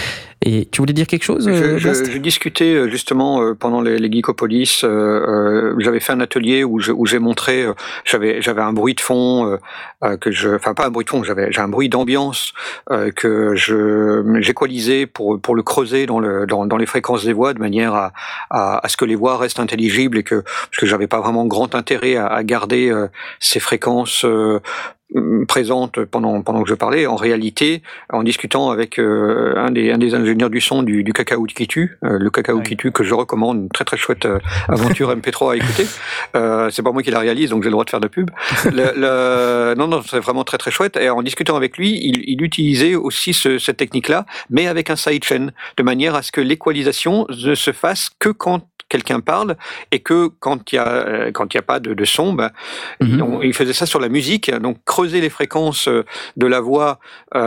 Et tu voulais dire quelque chose je, je, je discutais justement pendant les, les Geekopolis, euh, euh, j'avais fait un atelier où, je, où j'ai montré, euh, j'avais, j'avais un bruit de fond, euh, que je, enfin pas un bruit de fond, j'avais, j'ai un bruit d'ambiance euh, que je, j'équalisais pour, pour le creuser dans, le, dans, dans les fréquences des voix de manière à, à, à ce que les voix restent intelligibles et que, parce que j'avais pas vraiment grand intérêt à, à garder euh, ces fréquences euh, présente pendant pendant que je parlais. En réalité, en discutant avec euh, un des un des ingénieurs du son du, du Cacao qui tue, euh, le Cacao qui tue que je recommande, une très très chouette euh, aventure M P trois à écouter. Euh, c'est pas moi qui la réalise, donc j'ai le droit de faire de la pub. Le, le, non non, c'est vraiment très très chouette. Et en discutant avec lui, il, il utilisait aussi ce, cette technique-là, mais avec un sidechain, de manière à ce que l'équalisation ne se fasse que quand quelqu'un parle et que quand il y a quand il y a pas de, de son, ben, mm-hmm. on, il faisait ça sur la musique, donc creuser les fréquences de la voix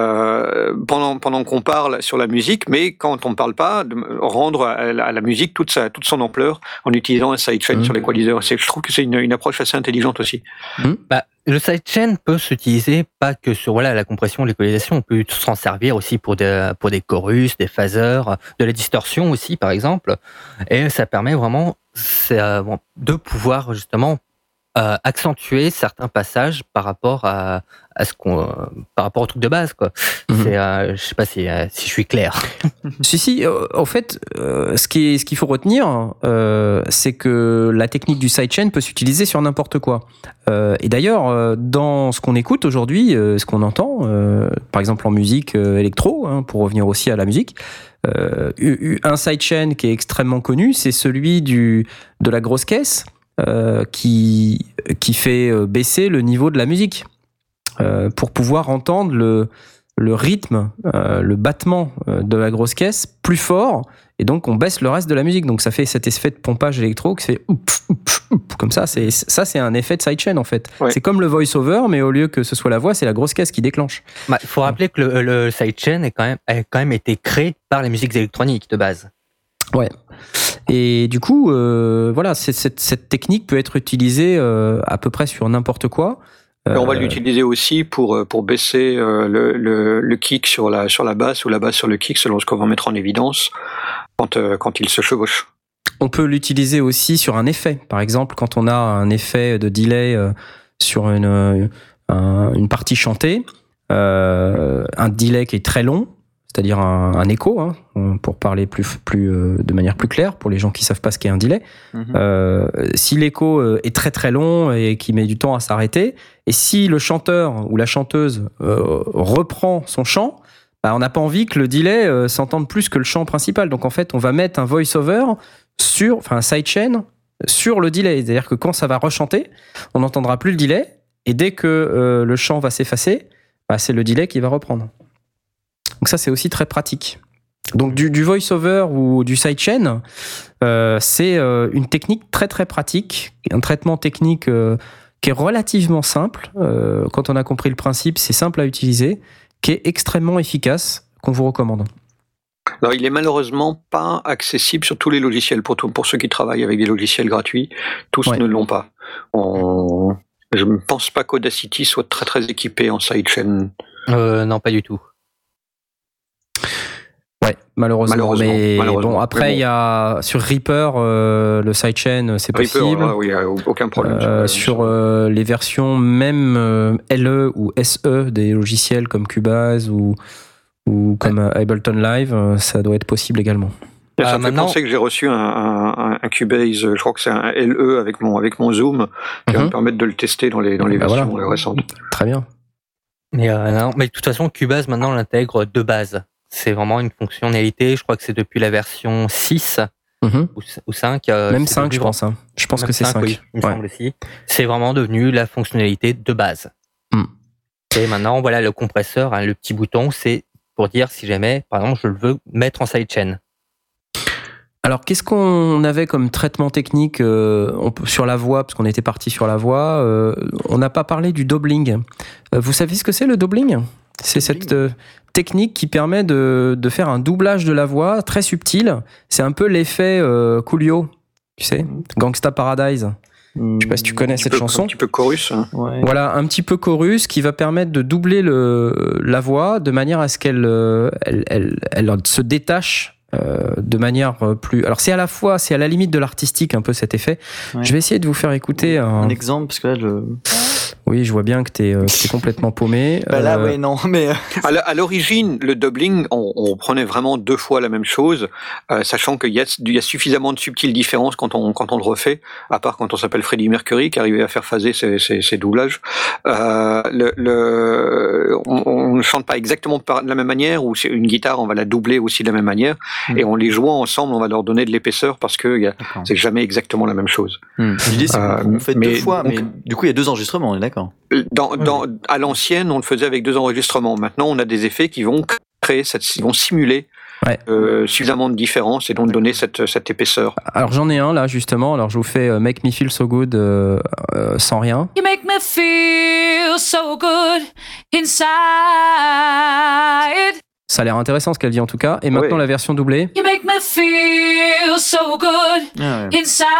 euh, pendant pendant qu'on parle sur la musique, mais quand on ne parle pas, de rendre à la, à la musique toute sa toute son ampleur en utilisant un sidechain mm-hmm. sur l'équaliseur. C'est, je trouve que c'est une, une approche assez intelligente aussi. Mm-hmm. Bah, le sidechain peut s'utiliser pas que sur voilà la compression, l'équalisation, on peut s'en servir aussi pour des pour des chorus, des phasers, de la distorsion aussi par exemple, et ça permet vraiment c'est, euh, bon, de pouvoir justement euh, accentuer certains passages par rapport à, à ce qu'on, euh, par rapport au truc de base quoi. Mm-hmm. C'est, euh, je sais pas si, euh, si je suis clair. si si, euh, en fait, euh, ce qui est, ce qu'il faut retenir, euh, c'est que la technique du sidechain peut s'utiliser sur n'importe quoi. Euh, et d'ailleurs, euh, dans ce qu'on écoute aujourd'hui, euh, ce qu'on entend, euh, par exemple en musique euh, électro, hein, pour revenir aussi à la musique. Euh, un sidechain qui est extrêmement connu, c'est celui du de la grosse caisse euh, qui qui fait baisser le niveau de la musique euh, pour pouvoir entendre le le rythme, euh, le battement de la grosse caisse plus fort, et donc on baisse le reste de la musique. Donc ça fait cet effet de pompage électro qui fait ouf, ouf, ouf, comme ça. C'est ça, c'est un effet de sidechain en fait. Ouais. C'est comme le voice-over, mais au lieu que ce soit la voix, c'est la grosse caisse qui déclenche. Il bah, faut rappeler que le, le sidechain est quand même a quand même été créé par les musiques électroniques de base. Ouais. Et du coup, euh, voilà, c'est, cette, cette technique peut être utilisée euh, à peu près sur n'importe quoi. Et on va l'utiliser aussi pour pour baisser le, le, le kick sur la sur la basse ou la basse sur le kick selon ce qu'on va mettre en évidence quand quand il se chevauche. On peut l'utiliser aussi sur un effet. Par exemple, quand on a un effet de delay sur une un, une partie chantée, euh, un delay qui est très long, c'est-à-dire un, un écho, hein, pour parler plus, plus, euh, de manière plus claire, pour les gens qui savent pas ce qu'est un delay. Mm-hmm. Euh, si l'écho est très très long et qui met du temps à s'arrêter, et si le chanteur ou la chanteuse euh, reprend son chant, bah, on n'a pas envie que le delay euh, s'entende plus que le chant principal. Donc en fait, on va mettre un voice-over sur, enfin un sidechain sur le delay. C'est-à-dire que quand ça va rechanter, on n'entendra plus le delay, et dès que euh, le chant va s'effacer, bah, c'est le delay qui va reprendre. Donc ça, c'est aussi très pratique. Donc du, du voice-over ou du sidechain, euh, c'est euh, une technique très très pratique, un traitement technique euh, qui est relativement simple. Euh, quand on a compris le principe, c'est simple à utiliser, qui est extrêmement efficace, qu'on vous recommande. Alors, il est malheureusement pas accessible sur tous les logiciels. Pour, tout, pour ceux qui travaillent avec des logiciels gratuits, tous ouais. ne l'ont pas. On... Je ne pense pas qu'Audacity soit très très équipé en sidechain. Euh, non, pas du tout. Ouais, malheureusement. malheureusement mais malheureusement. bon, après, il bon. y a sur Reaper, euh, le sidechain, c'est Reaper, possible. Ah, oui, aucun problème. Euh, sur euh, les versions même euh, L E ou S E des logiciels comme Cubase ou, ou comme ouais. Ableton Live, euh, ça doit être possible également. Et ça euh, me fait penser que j'ai reçu un, un, un Cubase, je crois que c'est un L E avec mon, avec mon Zoom, qui uh-huh. va me permettre de le tester dans les, dans les bah versions voilà. récentes. Très bien. Mais, euh, non, mais de toute façon, Cubase maintenant l'intègre de base. C'est vraiment une fonctionnalité, je crois que c'est depuis la version six mm-hmm. ou, ou cinq. Euh, Même cinq, je pense. Hein. Je pense Même que c'est cinq. Oui, il me ouais. semble aussi. C'est vraiment devenu la fonctionnalité de base. Mm. Et maintenant, voilà, le compresseur, hein, le petit bouton, c'est pour dire si jamais, par exemple, je le veux mettre en sidechain. Alors, qu'est-ce qu'on avait comme traitement technique euh, on, sur la voix, parce qu'on était parti sur la voix. Euh, on n'a pas parlé du doubling. Euh, vous savez ce que c'est le doubling ? C'est doubling. cette euh, technique qui permet de, de faire un doublage de la voix très subtil. C'est un peu l'effet euh, Coolio, tu sais, mmh. Gangsta Paradise. Je sais pas si tu connais un cette peu, chanson. Un petit peu chorus. Hein. Ouais. Voilà, un petit peu chorus qui va permettre de doubler le, la voix de manière à ce qu'elle elle, elle, elle, elle se détache euh, de manière plus... Alors c'est à la fois, c'est à la limite de l'artistique un peu cet effet. Ouais. Je vais essayer de vous faire écouter un... Un exemple, parce que là, je... Oui, je vois bien que t'es, euh, que t'es complètement paumé. Bah là, euh... oui, non, mais... à l'origine, le doubling, on, on prenait vraiment deux fois la même chose, euh, sachant qu'il y a, il y a suffisamment de subtiles différences quand on, quand on le refait, à part quand on s'appelle Freddie Mercury, qui arrivait à faire phaser ses, ses, ses doublages. Euh, le, le, on ne chante pas exactement de la même manière, ou une guitare, on va la doubler aussi de la même manière, mmh. et en les jouant ensemble, on va leur donner de l'épaisseur, parce que y a, c'est jamais exactement la même chose. Mmh. L'idée, c'est euh, qu'on fait deux fois, donc, mais du coup, il y a deux enregistrements, on est d'accord. Dans, dans, à l'ancienne, on le faisait avec deux enregistrements. Maintenant, on a des effets qui vont créer, cette, qui vont simuler ouais. euh, suffisamment de différence et donc donner cette, cette épaisseur. Alors j'en ai un là justement. Alors je vous fais uh, Make Me Feel So Good euh, euh, sans rien. You make me feel so good inside. Ça a l'air intéressant ce qu'elle dit en tout cas. Et maintenant ouais. la version doublée. You make me feel so good ah ouais. inside.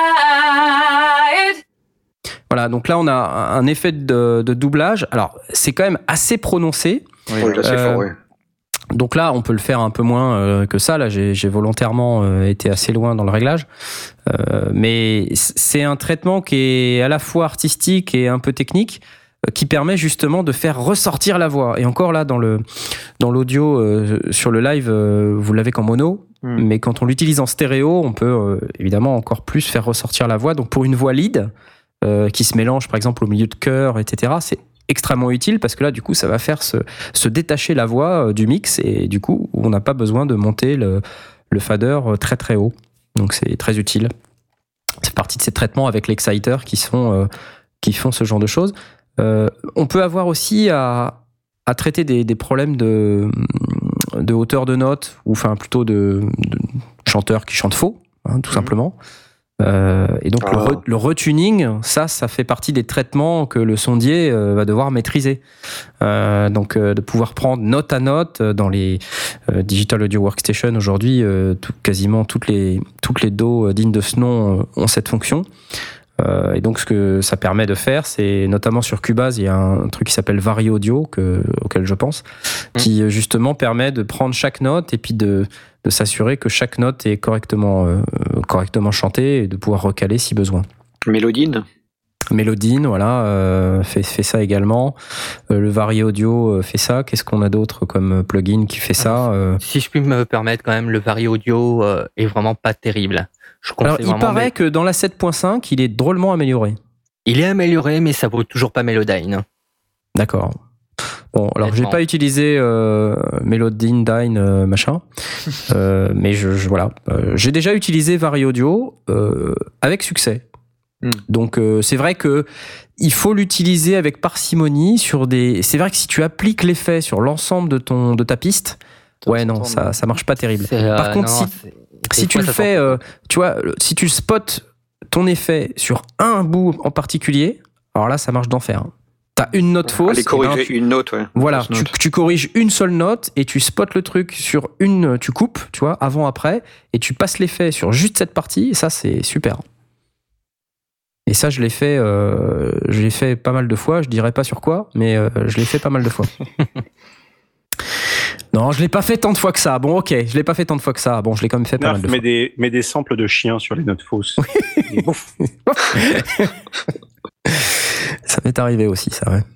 Voilà, donc là on a un effet de, de doublage. Alors c'est quand même assez prononcé. Oui, euh, assez fort, oui. Donc là, on peut le faire un peu moins euh, que ça. Là, j'ai, j'ai volontairement euh, été assez loin dans le réglage. Euh, mais c'est un traitement qui est à la fois artistique et un peu technique, euh, qui permet justement de faire ressortir la voix. Et encore là, dans le dans l'audio euh, sur le live, euh, vous l'avez qu'en mono. Mm. Mais quand on l'utilise en stéréo, on peut euh, évidemment encore plus faire ressortir la voix. Donc pour une voix lead, Euh, qui se mélange par exemple au milieu de chœur, et cetera. C'est extrêmement utile parce que là du coup ça va faire se, se détacher la voix euh, du mix et du coup on n'a pas besoin de monter le, le fader très très haut. Donc c'est très utile. C'est partie de ces traitements avec l'Exciter qui, sont, euh, qui font ce genre de choses. Euh, on peut avoir aussi à, à traiter des, des problèmes de, de hauteur de notes ou enfin plutôt de, de chanteurs qui chantent faux, hein, tout mmh. simplement. Euh, et donc ah. le, re, le retuning, ça, ça fait partie des traitements que le sondier euh, va devoir maîtriser. Euh, donc euh, de pouvoir prendre note à note dans les euh, Digital Audio Workstation aujourd'hui, euh, tout, quasiment toutes les toutes les D A W dignes de ce nom ont cette fonction. Euh, et donc ce que ça permet de faire, c'est notamment sur Cubase, il y a un truc qui s'appelle Vari Audio que, auquel je pense, mmh. qui justement permet de prendre chaque note et puis de de s'assurer que chaque note est correctement, euh, correctement chantée et de pouvoir recaler si besoin. Mélodine Mélodine, voilà, euh, fait, fait ça également. Euh, le Vari Audio fait ça. Qu'est-ce qu'on a d'autre comme plugin qui fait ça euh... Si je puis me permettre, quand même, le Vari Audio euh, est vraiment pas terrible. Je Alors, il paraît mais... que dans la sept point cinq, il est drôlement amélioré. Il est amélioré, mais ça vaut toujours pas Melodyne. D'accord. Bon, alors j'ai pas utilisé euh, Melodyne, Dyne, euh, machin, euh, mais je, je voilà, euh, j'ai déjà utilisé Vari Audio euh, avec succès. Mm. Donc euh, c'est vrai que il faut l'utiliser avec parcimonie sur des. C'est vrai que si tu appliques l'effet sur l'ensemble de ton de ta piste, ça ouais non, ça ça marche pas terrible. Euh, Par contre, non, si si tu le fais, euh, tu vois, si tu spots ton effet sur un bout en particulier, alors là ça marche d'enfer. T'as une note fausse. Allez corriger ben, tu, une note, ouais. Voilà, tu, tu corriges une seule note et tu spots le truc sur une, tu coupes, tu vois, avant, après, et tu passes l'effet sur juste cette partie, et ça, c'est super. Et ça, je l'ai fait, euh, je l'ai fait pas mal de fois, je dirais pas sur quoi, mais euh, je l'ai fait pas mal de fois. Non, je l'ai pas fait tant de fois que ça. Bon, ok, je l'ai pas fait tant de fois que ça. Bon, je l'ai quand même fait pas Nerf, mal de mets fois. Des, mets des samples de chiens sur les notes fausses. Ça m'est arrivé aussi, ça, ouais.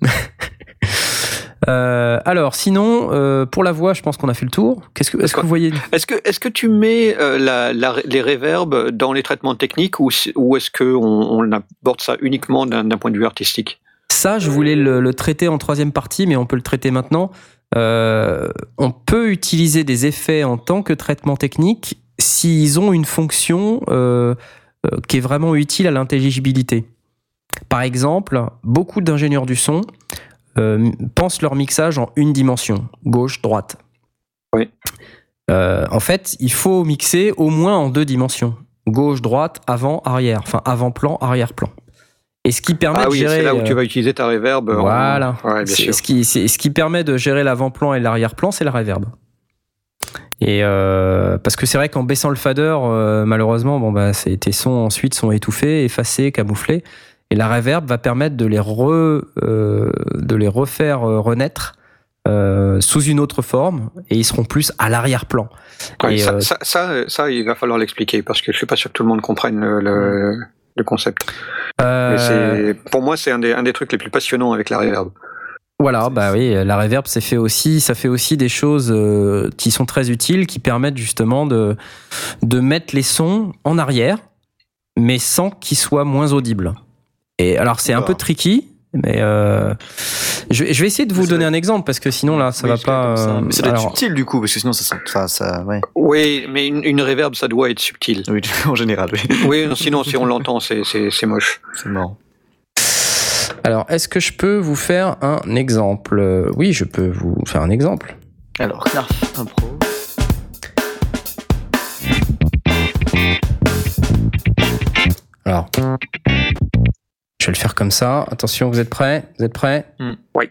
euh, alors, sinon, euh, pour la voix, je pense qu'on a fait le tour. Qu'est-ce que, est-ce que vous voyez Est-ce que, est-ce que tu mets euh, la, la, les reverbs dans les traitements techniques ou, ou est-ce qu'on on aborde ça uniquement d'un, d'un point de vue artistique ? Ça, je voulais le, le traiter en troisième partie, mais on peut le traiter maintenant. Euh, on peut utiliser des effets en tant que traitement technique s'ils ont une fonction euh, euh, qui est vraiment utile à l'intelligibilité. Par exemple, beaucoup d'ingénieurs du son euh, pensent leur mixage en une dimension, gauche, droite. Oui. Euh, en fait, il faut mixer au moins en deux dimensions. Gauche, droite, avant, arrière. Enfin, avant-plan, arrière-plan. Et ce qui permet ah de oui, gérer... c'est là où tu vas utiliser ta reverb. Voilà. En... Ouais, bien c'est, sûr. ce, qui, c'est, ce qui permet de gérer l'avant-plan et l'arrière-plan, c'est la reverb. Et euh, parce que c'est vrai qu'en baissant le fader, euh, malheureusement, bon bah, c'est, tes sons ensuite sont étouffés, effacés, camouflés. Et la reverb va permettre de les, re, euh, de les refaire euh, renaître euh, sous une autre forme, et ils seront plus à l'arrière-plan. Ouais, et, ça, euh, ça, ça, ça, il va falloir l'expliquer, parce que je suis pas sûr que tout le monde comprenne le, le, le concept. euh, Mais c'est, pour moi, c'est un des, un des trucs les plus passionnants avec la reverb. Voilà, bah oui, la reverb, c'est fait aussi, ça fait aussi des choses euh, qui sont très utiles, qui permettent justement de, de mettre les sons en arrière, mais sans qu'ils soient moins audibles. Et alors, c'est un peu tricky, mais euh, je, je vais essayer de vous donner un exemple, parce que sinon, là, ça oui, va pas... Ça. Euh, mais ça doit être alors, subtil, du coup, parce que sinon, ça... ça, ça ouais. Oui, mais une, une reverb, ça doit être subtil. Oui, en général, oui. Oui, non, sinon, si on l'entend, c'est, c'est, c'est moche. C'est marrant. Alors, est-ce que je peux vous faire un exemple ? Oui, je peux vous faire un exemple. Alors, Knarf Impro. Alors, je vais le faire comme ça. Attention, vous êtes prêts ? Vous êtes prêts ? mmh. Oui.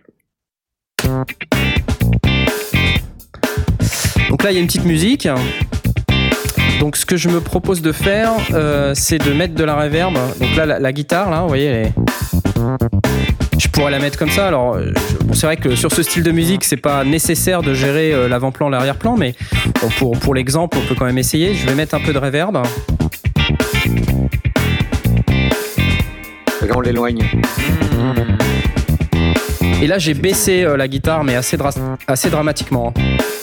Donc là, il y a une petite musique. Donc, ce que je me propose de faire, euh, c'est de mettre de la reverb. Donc là, la, la guitare, là, vous voyez, elle est... je pourrais la mettre comme ça. Alors, je... bon, c'est vrai que sur ce style de musique, c'est pas nécessaire de gérer euh, l'avant-plan, l'arrière-plan, mais bon, pour, pour l'exemple, on peut quand même essayer. Je vais mettre un peu de reverb. Et là, on l'éloigne. Et là, j'ai baissé euh, la guitare, mais assez, dra- assez dramatiquement.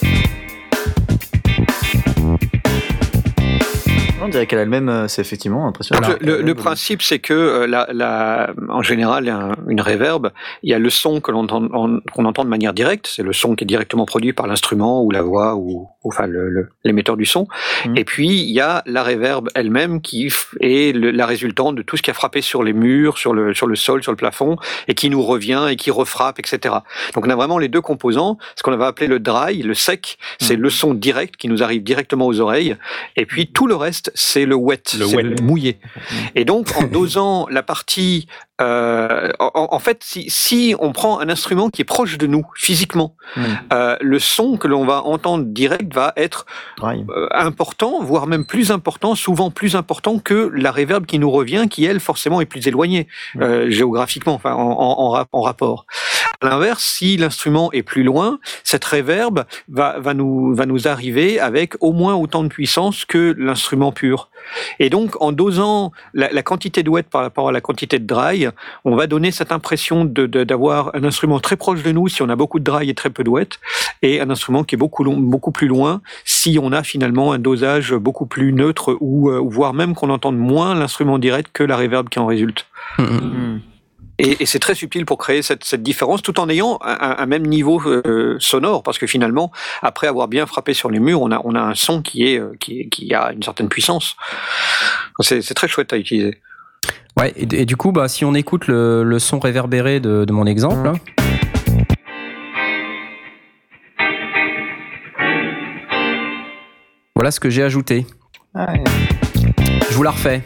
On dirait qu'elle a le même, c'est effectivement impressionnant. Donc, le, le, le principe, c'est que euh, la, la, en général, un, une reverb, il y a le son que l'on entend, en, qu'on entend de manière directe, c'est le son qui est directement produit par l'instrument ou la voix ou, ou enfin le, le, l'émetteur du son. Mmh. Et puis il y a la reverb elle-même qui est le, la résultante de tout ce qui a frappé sur les murs, sur le, sur le sol, sur le plafond, et qui nous revient et qui refrappe, et cetera. Donc on a vraiment les deux composants, ce qu'on va appeler le dry, le sec, c'est mmh. le son direct qui nous arrive directement aux oreilles, et puis tout le reste, c'est le wet, le c'est wet. le mouillé. Et donc, en dosant la partie, euh, en, en fait, si, si on prend un instrument qui est proche de nous physiquement, mmh. euh, le son que l'on va entendre direct va être euh, important, voire même plus important, souvent plus important que la reverb qui nous revient, qui elle forcément est plus éloignée mmh. euh, géographiquement, enfin en, en, en, en rapport. À l'inverse, si l'instrument est plus loin, cette reverb va, va, nous, va nous arriver avec au moins autant de puissance que l'instrument pur. Et donc, en dosant la, la quantité de wet par rapport à la quantité de dry, on va donner cette impression de, de, d'avoir un instrument très proche de nous si on a beaucoup de dry et très peu de wet, et un instrument qui est beaucoup, long, beaucoup plus loin si on a finalement un dosage beaucoup plus neutre, ou, ou voire même qu'on entende moins l'instrument direct que la reverb qui en résulte. Mmh. Et, et c'est très subtil pour créer cette, cette différence, tout en ayant un, un même niveau euh, sonore, parce que finalement, après avoir bien frappé sur les murs, on a, on a un son qui est, qui, qui a une certaine puissance. C'est, c'est très chouette à utiliser. Ouais, et, et du coup, bah, si on écoute le, le son réverbéré de, de mon exemple, hein. Voilà ce que j'ai ajouté. Ah ouais. Je vous la refais.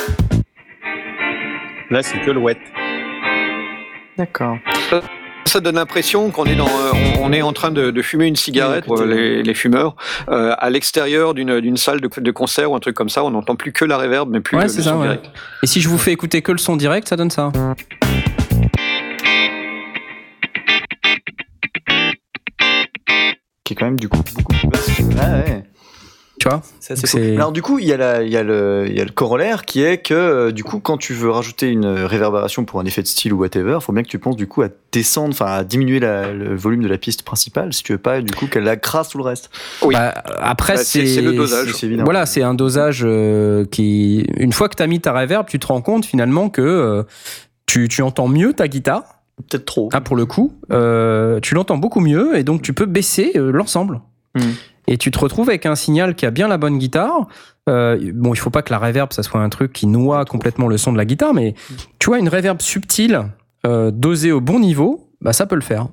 Là, c'est que le wet. D'accord. Ça donne l'impression qu'on est dans, euh, on est en train de, de fumer une cigarette, pour les, les fumeurs, euh, à l'extérieur d'une, d'une salle de, de concert ou un truc comme ça. On n'entend plus que la reverb, mais plus ouais, le, c'est le ça, son ouais. direct. Et si je vous fais écouter que le son direct, ça donne ça. Qui est quand même du coup beaucoup plus basse. Ah ouais. Tu vois, c'est assez c'est... Alors du coup, il y a la, il y a le, il y a le corollaire qui est que euh, du coup, quand tu veux rajouter une réverbération pour un effet de style ou whatever, il faut bien que tu penses du coup à descendre, enfin à diminuer la, le volume de la piste principale, si tu veux pas du coup qu'elle accrase tout le reste. Oui. Bah, après, bah, c'est, c'est, c'est le dosage. C'est, c'est voilà, c'est un dosage euh, qui, une fois que t'as mis ta reverb, tu te rends compte finalement que euh, tu, tu entends mieux ta guitare. Peut-être trop. Ah, pour le coup, euh, tu l'entends beaucoup mieux et donc tu peux baisser euh, l'ensemble. Mmh. Et tu te retrouves avec un signal qui a bien la bonne guitare. Euh, bon, il faut pas que la reverb, ça soit un truc qui noie complètement le son de la guitare, mais tu vois, une reverb subtile, euh, dosée au bon niveau, bah ça peut le faire.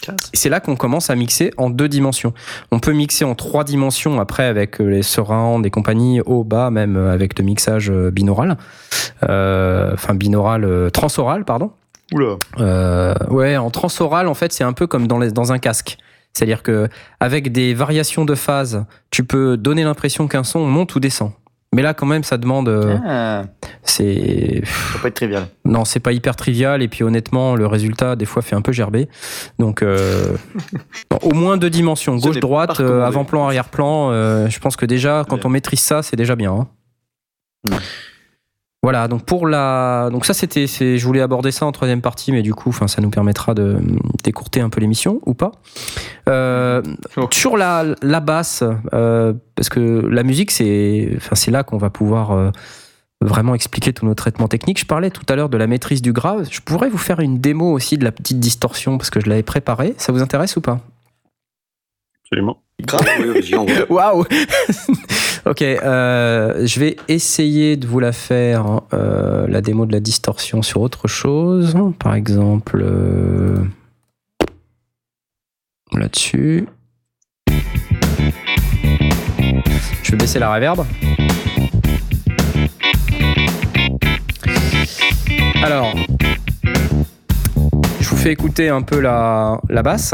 c'est là qu'on commence à mixer en deux dimensions. On peut mixer en trois dimensions après avec les surrounds et compagnie, haut, bas, même avec le mixage binaural. Euh, enfin, binaural, euh, transoral, pardon. Oula. Euh, ouais, en transoral, en fait, c'est un peu comme dans, les, dans un casque. C'est-à-dire que avec des variations de phase, tu peux donner l'impression qu'un son monte ou descend. Mais là, quand même, ça demande. Euh, ah. C'est. Ça va pas être trivial. Non, c'est pas hyper trivial. Et puis, honnêtement, le résultat, des fois, fait un peu gerber. Donc, euh, bon, au moins deux dimensions, gauche-droite, euh, avant-plan, arrière-plan. Euh, je pense que déjà, quand on maîtrise ça, c'est déjà bien. Hein. Mmh. Voilà, donc pour la, donc ça c'était, c'est, je voulais aborder ça en troisième partie, mais du coup, enfin, ça nous permettra de d'écourter un peu l'émission ou pas. Euh, oh. Sur la la basse, euh, parce que la musique, c'est, enfin, c'est là qu'on va pouvoir euh, vraiment expliquer tous nos traitements techniques. Je parlais tout à l'heure de la maîtrise du grave. Je pourrais vous faire une démo aussi de la petite distorsion parce que je l'avais préparée. Ça vous intéresse ou pas? Absolument. Waouh. Ok, euh, je vais essayer de vous la faire, euh, la démo de la distorsion sur autre chose. Par exemple, euh, là-dessus. Je vais baisser la reverb. Alors, je vous fais écouter un peu la, la basse.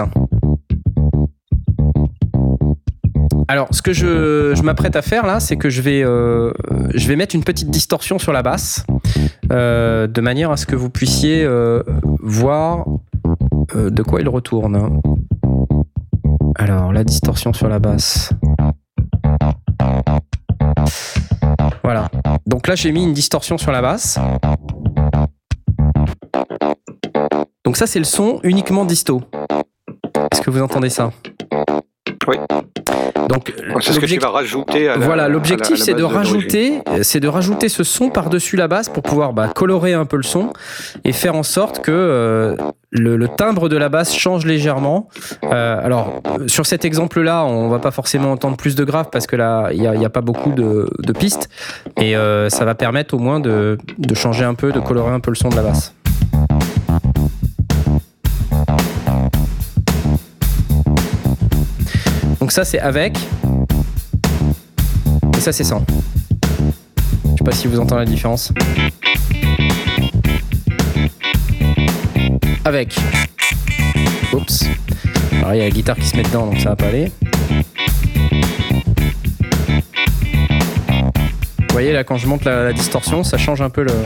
Alors, ce que je, je m'apprête à faire là, c'est que je vais, euh, je vais mettre une petite distorsion sur la basse, euh, de manière à ce que vous puissiez euh, voir euh, de quoi il retourne. Alors, la distorsion sur la basse. Voilà. Donc là, j'ai mis une distorsion sur la basse. Donc ça, c'est le son uniquement disto. Est-ce que vous entendez ça ? Oui. Donc, c'est ce que tu vas rajouter à la, voilà, l'objectif, à la, à la c'est de rajouter, d'origine. c'est de rajouter ce son par-dessus la basse pour pouvoir bah, colorer un peu le son et faire en sorte que euh, le, le timbre de la basse change légèrement. Euh, alors, sur cet exemple-là, on va pas forcément entendre plus de graves parce que là, il y a, y a pas beaucoup de, de pistes, et euh, ça va permettre au moins de, de changer un peu, de colorer un peu le son de la basse. Donc ça, c'est avec. Et ça, c'est sans. Je sais pas si vous entendez la différence. Avec. Oups. Alors, il y a la guitare qui se met dedans, donc ça va pas aller. Vous voyez, là, quand je monte la, la distorsion, ça change un peu le...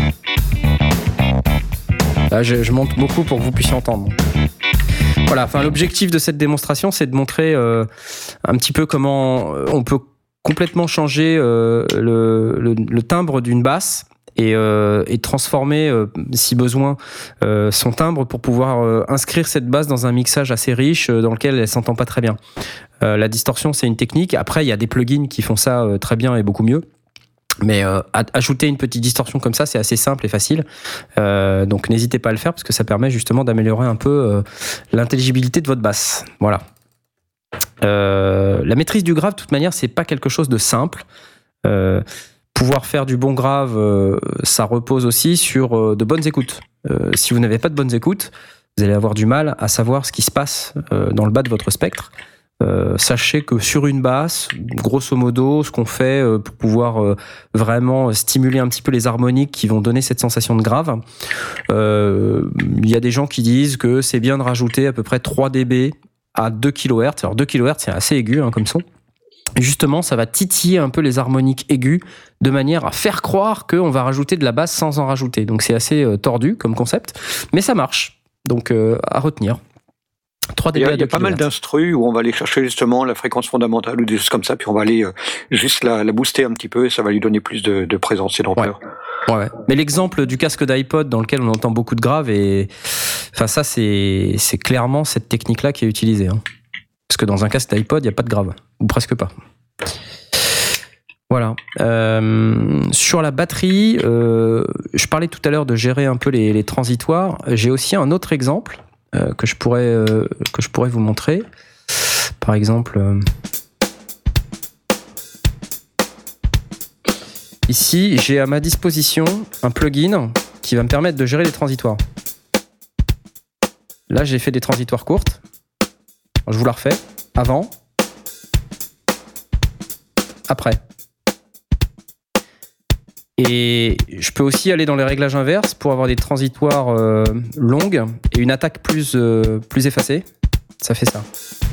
Là, je, je monte beaucoup pour que vous puissiez entendre. Voilà, enfin, l'objectif de cette démonstration, c'est de montrer euh, un petit peu comment on peut complètement changer euh, le, le, le timbre d'une basse et, euh, et transformer, euh, si besoin, euh, son timbre pour pouvoir euh, inscrire cette basse dans un mixage assez riche euh, dans lequel elle s'entend pas très bien. Euh, la distorsion, c'est une technique. Après, il y a des plugins qui font ça euh, très bien et beaucoup mieux. Mais euh, ajouter une petite distorsion comme ça, c'est assez simple et facile. Euh, donc n'hésitez pas à le faire parce que ça permet justement d'améliorer un peu euh, l'intelligibilité de votre basse. Voilà. Euh, la maîtrise du grave, de toute manière, c'est pas quelque chose de simple. Euh, pouvoir faire du bon grave, euh, ça repose aussi sur euh, de bonnes écoutes. Euh, si vous n'avez pas de bonnes écoutes, vous allez avoir du mal à savoir ce qui se passe euh, dans le bas de votre spectre. Euh, sachez que sur une basse, grosso modo, ce qu'on fait euh, pour pouvoir euh, vraiment stimuler un petit peu les harmoniques qui vont donner cette sensation de grave, euh, il y a des gens qui disent que c'est bien de rajouter à peu près trois décibels à deux kilohertz. Alors deux kilohertz, c'est assez aigu hein, comme son. Justement, ça va titiller un peu les harmoniques aiguës de manière à faire croire qu'on va rajouter de la basse sans en rajouter. Donc c'est assez euh, tordu comme concept, mais ça marche. Donc euh, à retenir. Il y a, il y a pas mal d'instrus où on va aller chercher justement la fréquence fondamentale ou des choses comme ça, puis on va aller euh, juste la, la booster un petit peu et ça va lui donner plus de, de présence et d'ampleur. Ouais. Ouais, ouais. Mais l'exemple du casque d'iPod dans lequel on entend beaucoup de graves, et enfin ça c'est c'est clairement cette technique-là qui est utilisée. Hein. Parce que dans un casque d'iPod, il n'y a pas de grave, ou presque pas. Voilà. Euh, sur la batterie, euh, je parlais tout à l'heure de gérer un peu les, les transitoires. J'ai aussi un autre exemple. Euh, que je pourrais euh, que je pourrais vous montrer. Par exemple, euh, ici, j'ai à ma disposition un plugin qui va me permettre de gérer les transitoires. Là, j'ai fait des transitoires courtes. Je vous la refais. Avant. Après. Et je peux aussi aller dans les réglages inverses pour avoir des transitoires euh, longues et une attaque plus, euh, plus effacée. Ça fait ça.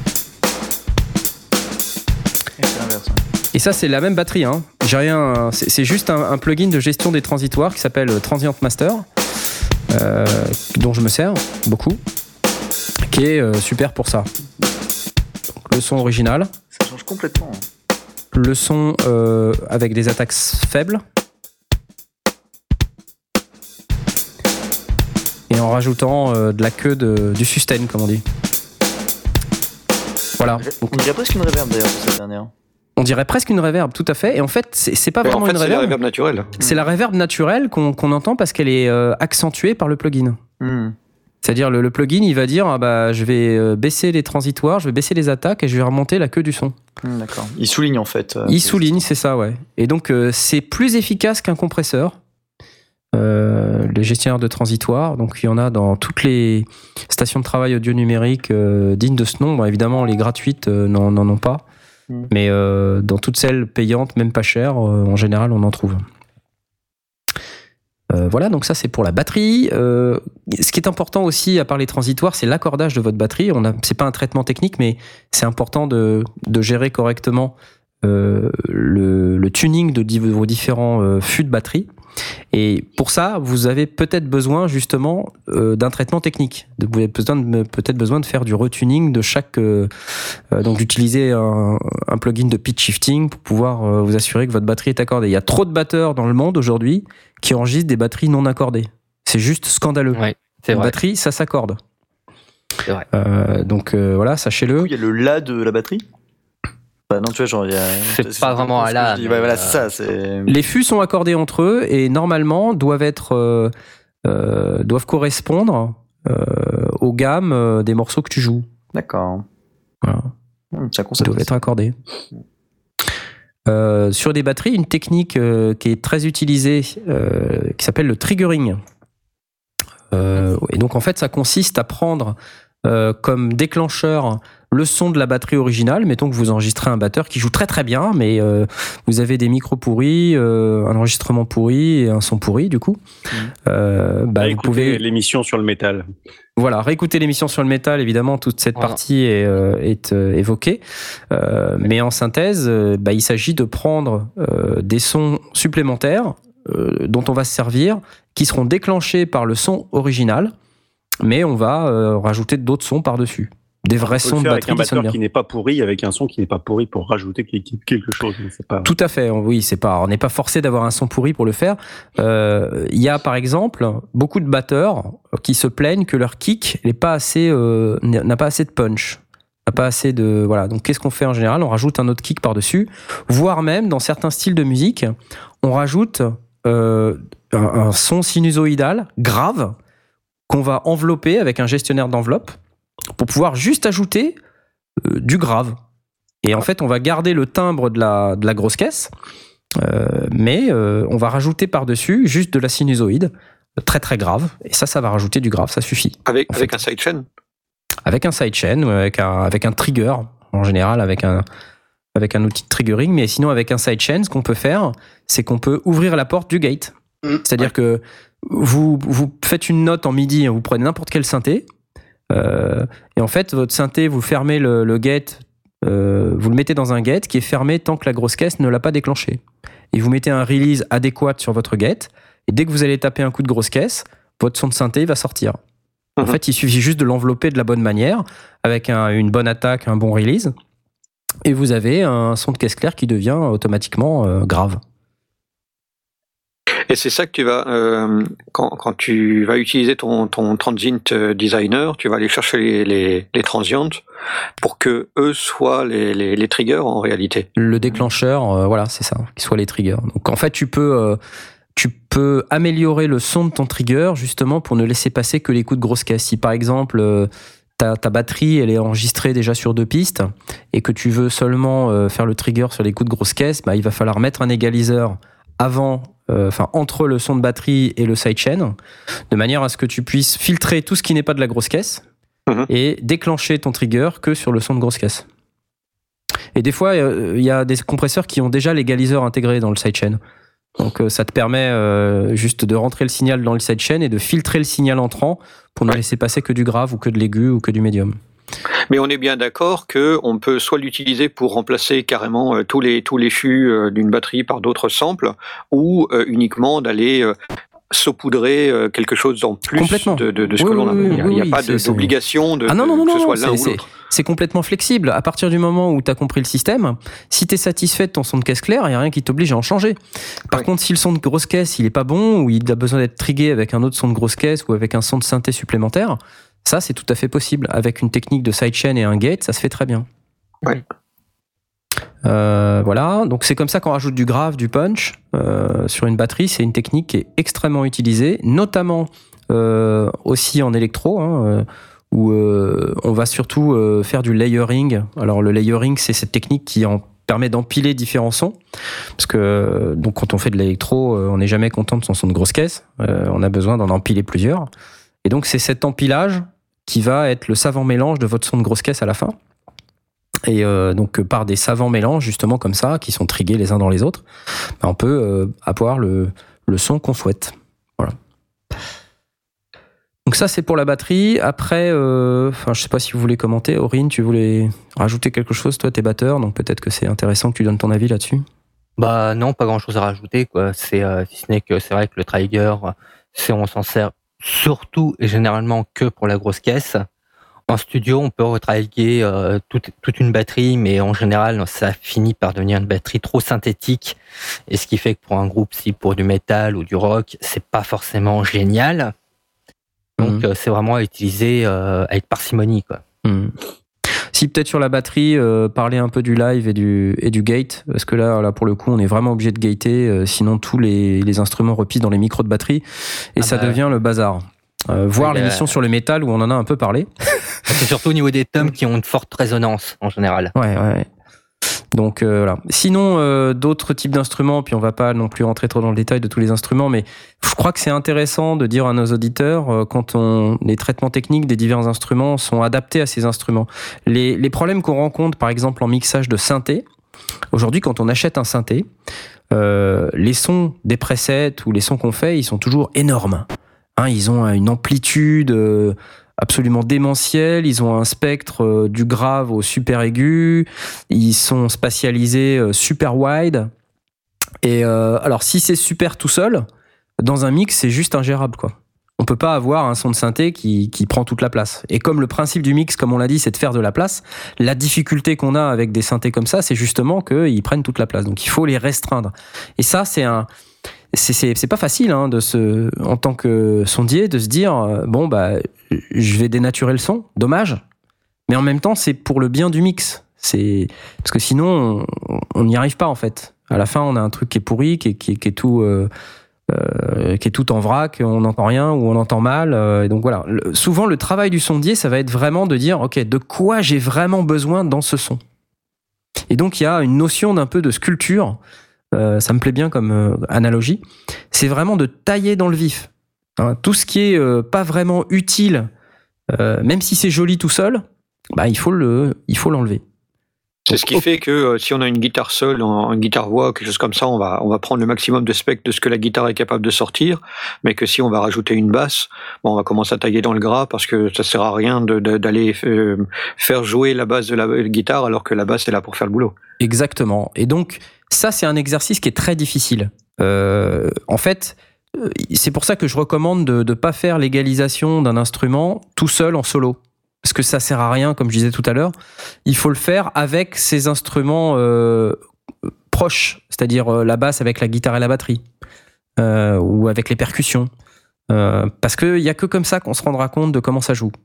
Et c'est l'inverse. Hein. Et ça, c'est la même batterie. Hein. J'ai rien. C'est, c'est juste un, un plugin de gestion des transitoires qui s'appelle Transient Master, euh, dont je me sers beaucoup, qui est euh, super pour ça. Donc, le son original. Ça change complètement. Le son euh, avec des attaques faibles. Et en rajoutant euh, de la queue de, du sustain, comme on dit. Voilà. On dirait presque une reverb d'ailleurs pour cette dernière. On dirait presque une reverb, tout à fait. Et en fait, c'est, c'est pas Mais vraiment en fait, une c'est reverb. la reverb naturelle. C'est la reverb naturelle qu'on, qu'on entend parce qu'elle est euh, accentuée par le plugin. Mm. C'est-à-dire le, le plugin, il va dire ah bah, je vais euh, baisser les transitoires, je vais baisser les attaques et je vais remonter la queue du son. Mm, d'accord. Il souligne en fait. Euh, il souligne, c'est ça, ouais. Et donc, euh, c'est plus efficace qu'un compresseur. Euh, les gestionnaires de transitoires, donc il y en a dans toutes les stations de travail audio numérique euh, dignes de ce nom. Bon, évidemment, les gratuites euh, n'en, n'en ont pas, mm. mais euh, dans toutes celles payantes, même pas chères, euh, en général, on en trouve. Euh, voilà, donc ça c'est pour la batterie. Euh, ce qui est important aussi, à part les transitoires, c'est l'accordage de votre batterie. On a, c'est pas un traitement technique, mais c'est important de, de gérer correctement euh, le, le tuning de div- vos différents euh, fûts de batterie. Et pour ça, vous avez peut-être besoin justement euh, d'un traitement technique. Vous avez besoin de, peut-être besoin de faire du retuning de chaque... Euh, euh, donc d'utiliser un, un plugin de pitch shifting pour pouvoir euh, vous assurer que votre batterie est accordée. Il y a trop de batteurs dans le monde aujourd'hui qui enregistrent des batteries non accordées. C'est juste scandaleux. Ouais, c'est Une vrai. batterie, ça s'accorde. C'est vrai. Euh, donc euh, voilà, sachez-le. Il y a le la de la batterie. Bah non, tu vois, genre, il y a. C'est pas vraiment un la, Ouais, mais, voilà, euh, c'est ça. C'est... Les fûts sont accordés entre eux et normalement doivent être euh, euh, doivent correspondre euh, aux gammes euh, des morceaux que tu joues. D'accord. Voilà. Hum, C'est un Ils concept. doivent être accordés. Euh, sur des batteries, une technique euh, qui est très utilisée, euh, qui s'appelle le triggering. Euh, et donc en fait, ça consiste à prendre euh, comme déclencheur le son de la batterie originale. Mettons que vous enregistrez un batteur qui joue très très bien, mais euh, vous avez des micros pourris, euh, un enregistrement pourri et un son pourri du coup. Mmh. Euh, bah, vous pouvez l'émission sur le métal. Voilà, réécouter l'émission sur le métal, évidemment, toute cette voilà. partie est, euh, est euh, évoquée. Euh, mais en synthèse, euh, bah, il s'agit de prendre euh, des sons supplémentaires euh, dont on va se servir, qui seront déclenchés par le son original, mais on va euh, rajouter d'autres sons par-dessus. Des vrais sons de batterie avec un qui sonnent bien. Qui n'est pas pourri, avec un son qui n'est pas pourri pour rajouter quelque chose. C'est pas... Tout à fait, oui, c'est pas, on n'est pas forcé d'avoir un son pourri pour le faire. Euh, il y a par exemple beaucoup de batteurs qui se plaignent que leur kick n'est pas assez, euh, n'a pas assez de punch, n'a pas assez de, voilà. Donc qu'est-ce qu'on fait en général ? On rajoute un autre kick par-dessus, voire même dans certains styles de musique, on rajoute euh, un, un son sinusoïdal grave qu'on va envelopper avec un gestionnaire d'enveloppe, pour pouvoir juste ajouter euh, du grave. Et en fait, on va garder le timbre de la, de la grosse caisse, euh, mais euh, on va rajouter par-dessus juste de la sinusoïde, très très grave. Et ça, ça va rajouter du grave, ça suffit. Avec, avec un sidechain ? Avec un sidechain, avec un, avec un trigger, en général, avec un, avec un outil de triggering. Mais sinon, avec un sidechain, ce qu'on peut faire, c'est qu'on peut ouvrir la porte du gate. Mmh. C'est-à-dire ouais. que vous, vous faites une note en midi, vous prenez n'importe quel synthé, Euh, et en fait, votre synthé, vous fermez le, le gate, euh, vous le mettez dans un gate qui est fermé tant que la grosse caisse ne l'a pas déclenché. Et vous mettez un release adéquat sur votre gate, et dès que vous allez taper un coup de grosse caisse, votre son de synthé va sortir. En mmh. fait, il suffit juste de l'envelopper de la bonne manière, avec un, une bonne attaque, un bon release, et vous avez un son de caisse claire qui devient automatiquement euh, grave. Et c'est ça que tu vas, euh, quand, quand tu vas utiliser ton, ton transient designer, tu vas aller chercher les, les, les transients pour que eux soient les, les, les triggers en réalité. Le déclencheur, euh, voilà, c'est ça, qu'ils soient les triggers. Donc en fait, tu peux, euh, tu peux améliorer le son de ton trigger justement pour ne laisser passer que les coups de grosse caisse. Si par exemple, euh, ta, ta batterie, elle est enregistrée déjà sur deux pistes et que tu veux seulement euh, faire le trigger sur les coups de grosse caisse, bah, il va falloir mettre un égaliseur avant, enfin euh, entre le son de batterie et le sidechain, de manière à ce que tu puisses filtrer tout ce qui n'est pas de la grosse caisse mmh. et déclencher ton trigger que sur le son de grosse caisse. Et des fois, il euh, y a des compresseurs qui ont déjà l'égaliseur intégré dans le sidechain. Donc euh, ça te permet euh, juste de rentrer le signal dans le sidechain et de filtrer le signal entrant pour ne ouais. laisser passer que du grave ou que de l'aigu ou que du médium. Mais on est bien d'accord qu'on peut soit l'utiliser pour remplacer carrément euh, tous les tous les fûts euh, d'une batterie par d'autres samples, ou euh, uniquement d'aller euh, saupoudrer euh, quelque chose en plus de, de, de ce oui, que l'on a. Oui, il n'y a, oui, il y a pas de, d'obligation de, ah non, non, non, que ce non, soit l'un c'est, ou l'autre. C'est, c'est complètement flexible. À partir du moment où tu as compris le système, si tu es satisfait de ton son de caisse clair, il n'y a rien qui t'oblige à en changer. Par oui. contre, si le son de grosse caisse il est pas bon, ou il a besoin d'être trigué avec un autre son de grosse caisse ou avec un son de synthé supplémentaire, ça c'est tout à fait possible. Avec une technique de sidechain et un gate, ça se fait très bien. Oui. Euh, voilà, donc c'est comme ça qu'on rajoute du grave, du punch euh, sur une batterie. C'est une technique qui est extrêmement utilisée, notamment euh, aussi en électro, hein, euh, où euh, on va surtout euh, faire du layering. Alors le layering, c'est cette technique qui en permet d'empiler différents sons, parce que donc quand on fait de l'électro, euh, on n'est jamais content de son son de grosse caisse. Euh, on a besoin d'en empiler plusieurs, et donc c'est cet empilage qui va être le savant mélange de votre son de grosse caisse à la fin. Et euh, donc par des savants mélanges justement comme ça, qui sont trigués les uns dans les autres, ben on peut euh, avoir le, le son qu'on souhaite. Voilà. Donc ça c'est pour la batterie. Après, euh, enfin je sais pas si vous voulez commenter. Aurine, tu voulais rajouter quelque chose? Toi, t'es batteur, donc peut-être que c'est intéressant que tu donnes ton avis là-dessus. Bah non, pas grand-chose à rajouter, quoi. C'est euh, si ce n'est que c'est vrai que le trigger, c'est on s'en sert surtout et généralement que pour la grosse caisse. En studio, on peut retravailler euh, toute, toute une batterie, mais en général, ça finit par devenir une batterie trop synthétique. Et ce qui fait que pour un groupe, si pour du métal ou du rock, c'est pas forcément génial. Donc, mmh. euh, c'est vraiment à utiliser euh, avec parcimonie, quoi. Mmh. Si peut-être sur la batterie, euh, parler un peu du live et du, et du gate, parce que là, là, pour le coup, on est vraiment obligé de gater, euh, sinon tous les, les instruments repissent dans les micros de batterie, et ah ça bah... devient le bazar. Euh, voir oui, l'émission euh... sur le métal où on en a un peu parlé. C'est surtout au niveau des tomes qui ont une forte résonance en général. Ouais, ouais. Donc euh, voilà. Sinon, euh, d'autres types d'instruments, puis on va pas non plus rentrer trop dans le détail de tous les instruments, mais je crois que c'est intéressant de dire à nos auditeurs euh, quand on, les traitements techniques des divers instruments sont adaptés à ces instruments. Les, les problèmes qu'on rencontre, par exemple, en mixage de synthé, aujourd'hui, quand on achète un synthé, euh, les sons des presets ou les sons qu'on fait, ils sont toujours énormes. Hein, ils ont une amplitude euh, absolument démentielle, ils ont un spectre euh, du grave au super aigu, ils sont spatialisés euh, super wide. Et euh, alors, si c'est super tout seul, dans un mix, c'est juste ingérable, quoi. On peut pas avoir un son de synthé qui, qui prend toute la place. Et comme le principe du mix, comme on l'a dit, c'est de faire de la place, la difficulté qu'on a avec des synthés comme ça, c'est justement qu'ils prennent toute la place. Donc, il faut les restreindre. Et ça, c'est un... C'est, c'est, c'est pas facile hein, de se, en tant que sondier de se dire euh, bon bah je vais dénaturer le son, dommage, mais en même temps c'est pour le bien du mix, c'est parce que sinon on n'y arrive pas en fait. À la fin on a un truc qui est pourri, qui est, qui est, qui est tout euh, euh, qui est tout en vrac, on n'entend rien ou on entend mal. Euh, et donc voilà, le, souvent le travail du sondier ça va être vraiment de dire ok de quoi j'ai vraiment besoin dans ce son. Et donc il y a une notion d'un peu de sculpture. Euh, ça me plaît bien comme euh, analogie, c'est vraiment de tailler dans le vif. Hein, tout ce qui est euh, pas vraiment utile, euh, même si c'est joli tout seul, bah, il faut le, il faut l'enlever. C'est ce qui fait que euh, si on a une guitare seule, une guitare voix, quelque chose comme ça, on va, on va prendre le maximum de spectre de ce que la guitare est capable de sortir, mais que si on va rajouter une basse, bon, on va commencer à tailler dans le gras parce que ça sert à rien de, de, d'aller euh, faire jouer la basse de la guitare alors que la basse est là pour faire le boulot. Exactement. Et donc, ça, c'est un exercice qui est très difficile. Euh, en fait, c'est pour ça que je recommande de ne pas faire l'égalisation d'un instrument tout seul en solo. Parce que ça sert à rien, comme je disais tout à l'heure. Il faut le faire avec ces instruments euh, proches, c'est-à-dire euh, la basse avec la guitare et la batterie, euh, ou avec les percussions. Euh, parce qu'il n'y a que comme ça qu'on se rendra compte de comment ça joue.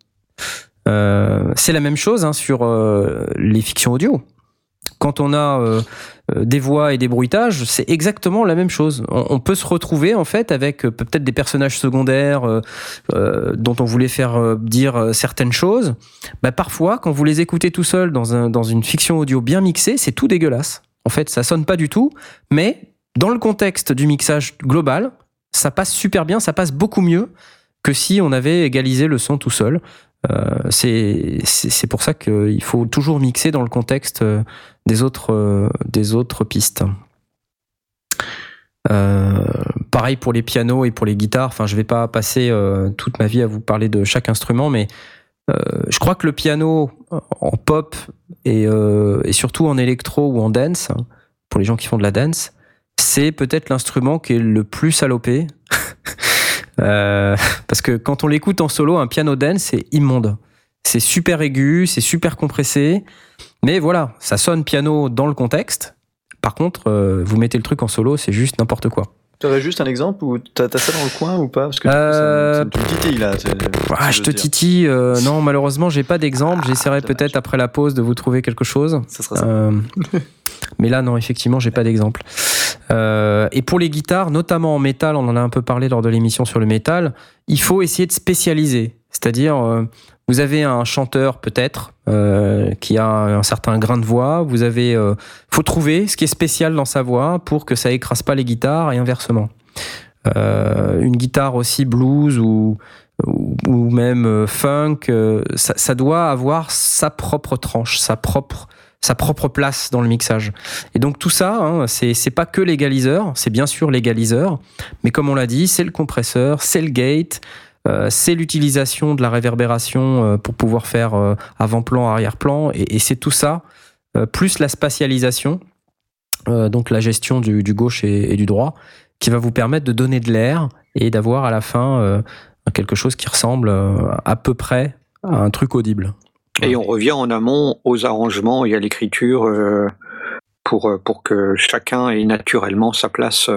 Euh, c'est la même chose hein, sur euh, les fictions audio. Quand on a euh, des voix et des bruitages, c'est exactement la même chose. On, on peut se retrouver en fait avec euh, peut-être des personnages secondaires euh, euh, dont on voulait faire euh, dire euh, certaines choses. Bah, parfois, quand vous les écoutez tout seul dans, un, dans une fiction audio bien mixée, c'est tout dégueulasse. En fait, ça sonne pas du tout, mais dans le contexte du mixage global, ça passe super bien, ça passe beaucoup mieux que si on avait égalisé le son tout seul. Euh, c'est, c'est, c'est pour ça qu'il faut toujours mixer dans le contexte des autres, euh, des autres pistes. Euh, pareil pour les pianos et pour les guitares. Enfin, je vais pas passer euh, toute ma vie à vous parler de chaque instrument, mais euh, je crois que le piano en pop et, euh, et surtout en électro ou en dance, pour les gens qui font de la dance, c'est peut-être l'instrument qui est le plus salopé. euh, parce que quand on l'écoute en solo, un piano dance, c'est immonde. C'est super aigu, c'est super compressé, mais voilà, ça sonne piano dans le contexte. Par contre, euh, vous mettez le truc en solo, c'est juste n'importe quoi. Tu aurais juste un exemple ou t'as, t'as ça dans le coin ou pas? Parce que euh... ça, ça me titille là. C'est, ah, je te titille. Euh, non, malheureusement, j'ai pas d'exemple. Ah, J'essaierai dommage. peut-être après la pause de vous trouver quelque chose. Ça sera ça. Euh, mais là, non, effectivement, j'ai pas d'exemple. Euh, et pour les guitares, notamment en métal, on en a un peu parlé lors de l'émission sur le métal, il faut essayer de spécialiser. C'est-à-dire, euh, vous avez un chanteur peut-être euh, qui a un certain grain de voix. Vous avez, euh, faut trouver ce qui est spécial dans sa voix pour que ça écrase pas les guitares et inversement. Euh, une guitare aussi blues ou ou, ou même euh, funk, euh, ça, ça doit avoir sa propre tranche, sa propre sa propre place dans le mixage. Et donc tout ça, hein, c'est c'est pas que l'égaliseur, c'est bien sûr l'égaliseur, mais comme on l'a dit, c'est le compresseur, c'est le gate. Euh, c'est l'utilisation de la réverbération euh, pour pouvoir faire euh, avant-plan, arrière-plan, et, et c'est tout ça, euh, plus la spatialisation, euh, donc la gestion du, du gauche et, et du droit, qui va vous permettre de donner de l'air et d'avoir à la fin euh, quelque chose qui ressemble euh, à peu près à un truc audible. Et on revient en amont aux arrangements et à l'écriture euh, pour, pour que chacun ait naturellement sa place.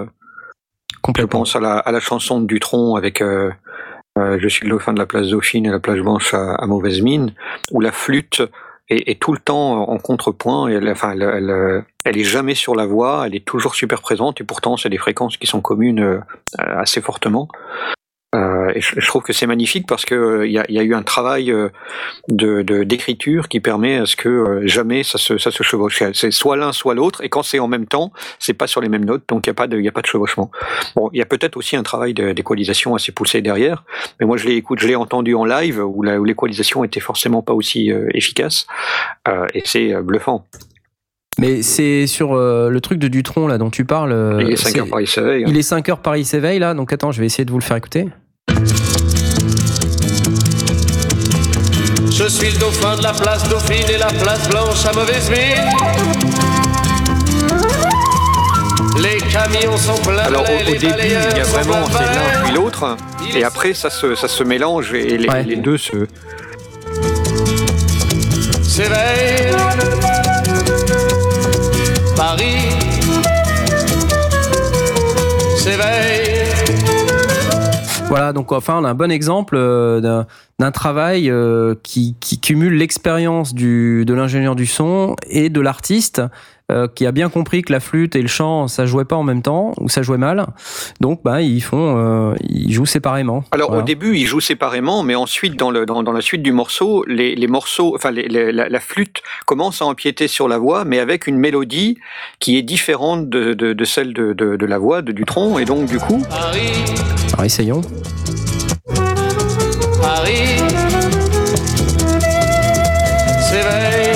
Je pense à la, à la chanson de Dutronc avec... Euh, Euh, je suis le dauphin de la place Dauphine et la place Blanche à, à mauvaise mine, où la flûte est, est tout le temps en contrepoint, et elle, enfin, elle, elle, elle est jamais sur la voix, elle est toujours super présente, et pourtant c'est des fréquences qui sont communes euh, assez fortement. Euh, et je, je trouve que c'est magnifique parce que il euh, y, a, y a eu un travail euh, de, de d'écriture qui permet à ce que euh, jamais ça se ça se chevauche. C'est soit l'un soit l'autre, et quand c'est en même temps, c'est pas sur les mêmes notes, donc il y a pas de il y a pas de chevauchement. Bon, il y a peut-être aussi un travail de, d'équalisation assez poussé derrière, mais moi je l'ai écoute, je l'ai entendu en live où, la, où l'équalisation était forcément pas aussi euh, efficace, euh, et c'est euh, bluffant. Mais c'est sur euh, le truc de Dutronc là dont tu parles. Euh, il est cinq heures Paris s'éveille. Hein. Il est cinq heures Paris s'éveille là, donc attends, je vais essayer de vous le faire écouter. Je suis le dauphin de la place Dauphine et la place Blanche à mauvaise mine. Les camions sont pleins. Alors au, au début, il y a vraiment c'est l'un puis l'autre, et après ça se ça se mélange et les, ouais. les deux se. S'éveille. Paris s'éveille. Voilà, donc enfin on a un bon exemple euh, d'un, d'un travail euh, qui, qui cumule l'expérience du, de l'ingénieur du son et de l'artiste euh, qui a bien compris que la flûte et le chant ça jouait pas en même temps ou ça jouait mal. Donc bah ils font, euh, ils jouent séparément. Alors voilà. Au début ils jouent séparément, mais ensuite dans le dans, dans la suite du morceau, les, les morceaux, enfin les, les, la, la flûte commence à empiéter sur la voix, mais avec une mélodie qui est différente de, de, de celle de, de, de la voix de Dutronc, et donc du coup. Paris. Alors essayons. Paris s'éveille.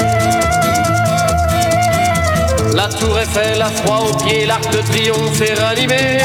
La tour Eiffel, la froid aux pieds, l'arc de triomphe est ranimé.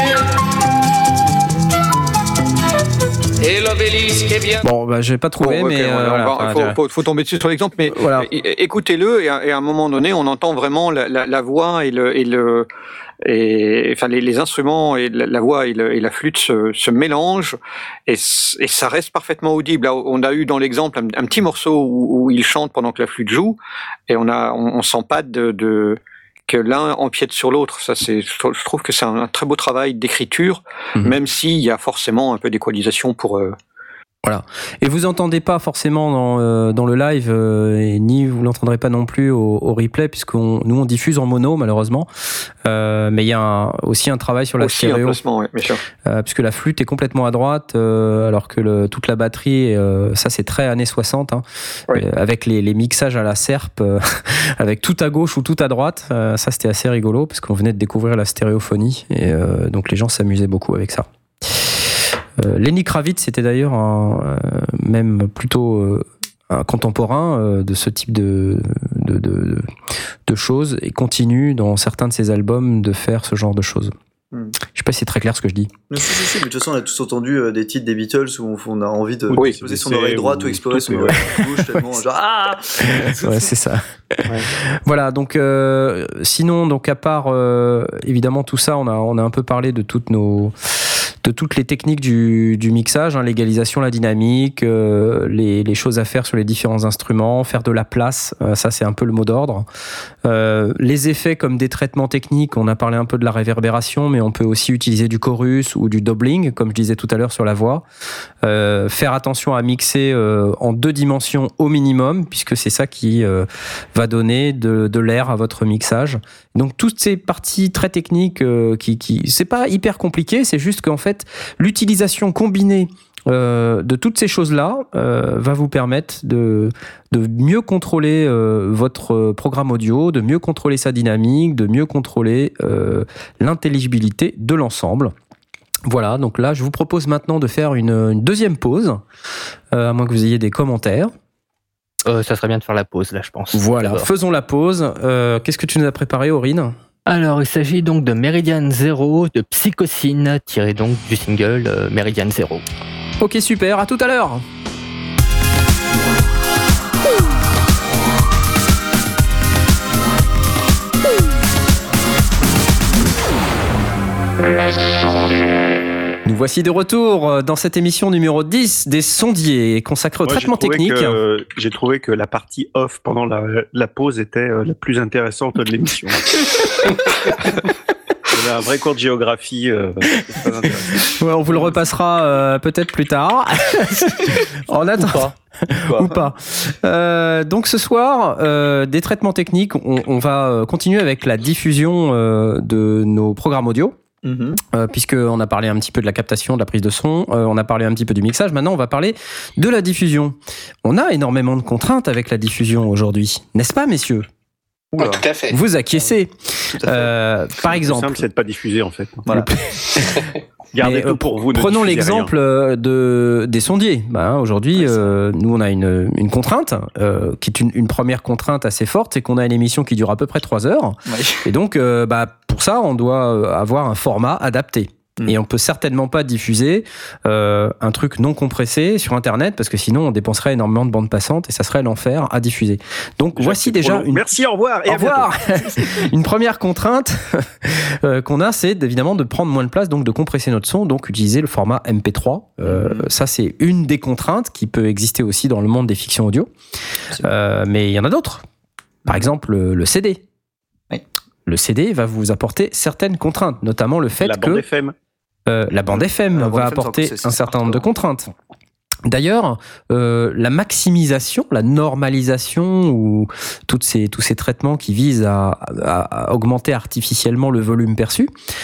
Et l'obélisque est bien. Bon, bah, j'ai pas trouvé, bon, okay, mais euh, voilà, va, enfin, faut, faut, faut tomber dessus sur l'exemple, mais voilà. Écoutez-le, et à, et à un moment donné, on entend vraiment la, la, la voix et le, et le, et enfin les, les instruments et la, la voix et, le, et la flûte se, se mélangent, et, et ça reste parfaitement audible. Là, on a eu dans l'exemple un, un petit morceau où, où il chante pendant que la flûte joue, et on a, on, on sent pas de, de que l'un empiète sur l'autre. Ça, c'est, je trouve que c'est un très beau travail d'écriture, mmh. même s'il y a forcément un peu d'équalisation pour. Euh... Voilà. Et vous entendez pas forcément dans, euh, dans le live, euh, et ni vous l'entendrez pas non plus au, au replay, puisqu'on nous on diffuse en mono malheureusement. Euh, mais il y a un, aussi un travail sur la aussi stéréo, un placement, ouais, bien sûr. Euh, puisque la flûte est complètement à droite, euh, alors que le, toute la batterie, euh, ça c'est très années soixante, hein, oui. euh, avec les, les mixages à la serpe, euh, avec tout à gauche ou tout à droite. Euh, ça c'était assez rigolo parce qu'on venait de découvrir la stéréophonie, et euh, donc les gens s'amusaient beaucoup avec ça. Euh, Lenny Kravitz était d'ailleurs un, euh, même plutôt euh, un contemporain euh, de ce type de, de, de, de choses et continue dans certains de ses albums de faire ce genre de choses. Hmm. Je sais pas si c'est très clair ce que je dis. Non, si, si, si, mais de toute façon, on a tous entendu euh, des titres des Beatles où on a envie de oui, poser son oreille droite ou explorer son oreille gauche tellement genre ah. Ouais, c'est ça. Ouais. Voilà, donc euh, sinon, donc à part euh, évidemment tout ça, on a on a un peu parlé de toutes nos de toutes les techniques du, du mixage, hein, l'égalisation, la dynamique, euh, les, les choses à faire sur les différents instruments, faire de la place, euh, ça c'est un peu le mot d'ordre. Euh, les effets comme des traitements techniques, on a parlé un peu de la réverbération, mais on peut aussi utiliser du chorus ou du doubling, comme je disais tout à l'heure sur la voix. Euh, faire attention à mixer euh, en deux dimensions au minimum, puisque c'est ça qui euh, va donner de, de l'air à votre mixage. Donc toutes ces parties très techniques, euh, qui, qui, c'est pas hyper compliqué, c'est juste qu'en fait l'utilisation combinée euh, de toutes ces choses-là euh, va vous permettre de, de mieux contrôler euh, votre programme audio, de mieux contrôler sa dynamique, de mieux contrôler euh, l'intelligibilité de l'ensemble. Voilà, donc là je vous propose maintenant de faire une, une deuxième pause, euh, à moins que vous ayez des commentaires. Euh, ça serait bien de faire la pause là, je pense. Voilà, d'abord. Faisons la pause. Euh, qu'est-ce que tu nous as préparé, Aurine ? Alors, il s'agit donc de Meridian Zero de Psychocine, tiré donc du single euh, Meridian Zero. Ok, super, à tout à l'heure. Nous voici de retour dans cette émission numéro dix des sondiers, consacrée au Moi, traitement j'ai technique. Que, euh, j'ai trouvé que la partie off pendant la, la pause était euh, la plus intéressante de l'émission. C'est un vrai cours de géographie. Euh, c'est très intéressant. Ouais, on vous le repassera euh, peut-être plus tard. En attendant. Ou pas. Euh, donc ce soir, euh, des traitements techniques, on, on va continuer avec la diffusion euh, de nos programmes audio. Mmh. Euh, puisqu'on a parlé un petit peu de la captation, de la prise de son, euh, on a parlé un petit peu du mixage, maintenant on va parler de la diffusion. On a énormément de contraintes avec la diffusion aujourd'hui, n'est-ce pas messieurs ? Oula. Tout à fait. Vous acquiescez. Euh, par exemple. Le plus simple, c'est de pas diffuser en fait. Voilà. Gardez tout pour vous. Prenons l'exemple rien. de des sondiers. Bah, aujourd'hui, ouais, euh, nous on a une une contrainte euh, qui est une, une première contrainte assez forte, c'est qu'on a une émission qui dure à peu près trois heures. Ouais. Et donc, euh, bah pour ça, on doit avoir un format adapté. Et on peut certainement pas diffuser euh, un truc non compressé sur Internet parce que sinon on dépenserait énormément de bandes passantes et ça serait l'enfer à diffuser. Donc déjà, voici déjà une... Merci, au revoir et au à revoir. Une première contrainte euh, qu'on a, c'est évidemment de prendre moins de place, donc de compresser notre son, donc utiliser le format M P trois. Euh, mm-hmm. Ça c'est une des contraintes qui peut exister aussi dans le monde des fictions audio. Euh, mais il y en a d'autres. Par exemple le, le C D. Oui. Le C D va vous apporter certaines contraintes, notamment le fait La que... bande F M. Euh, la bande F M la va bande apporter F M, un certain nombre de contraintes. D'ailleurs, euh, la maximisation, la normalisation ou toutes ces, tous ces traitements qui visent à, à, à augmenter artificiellement le volume perçu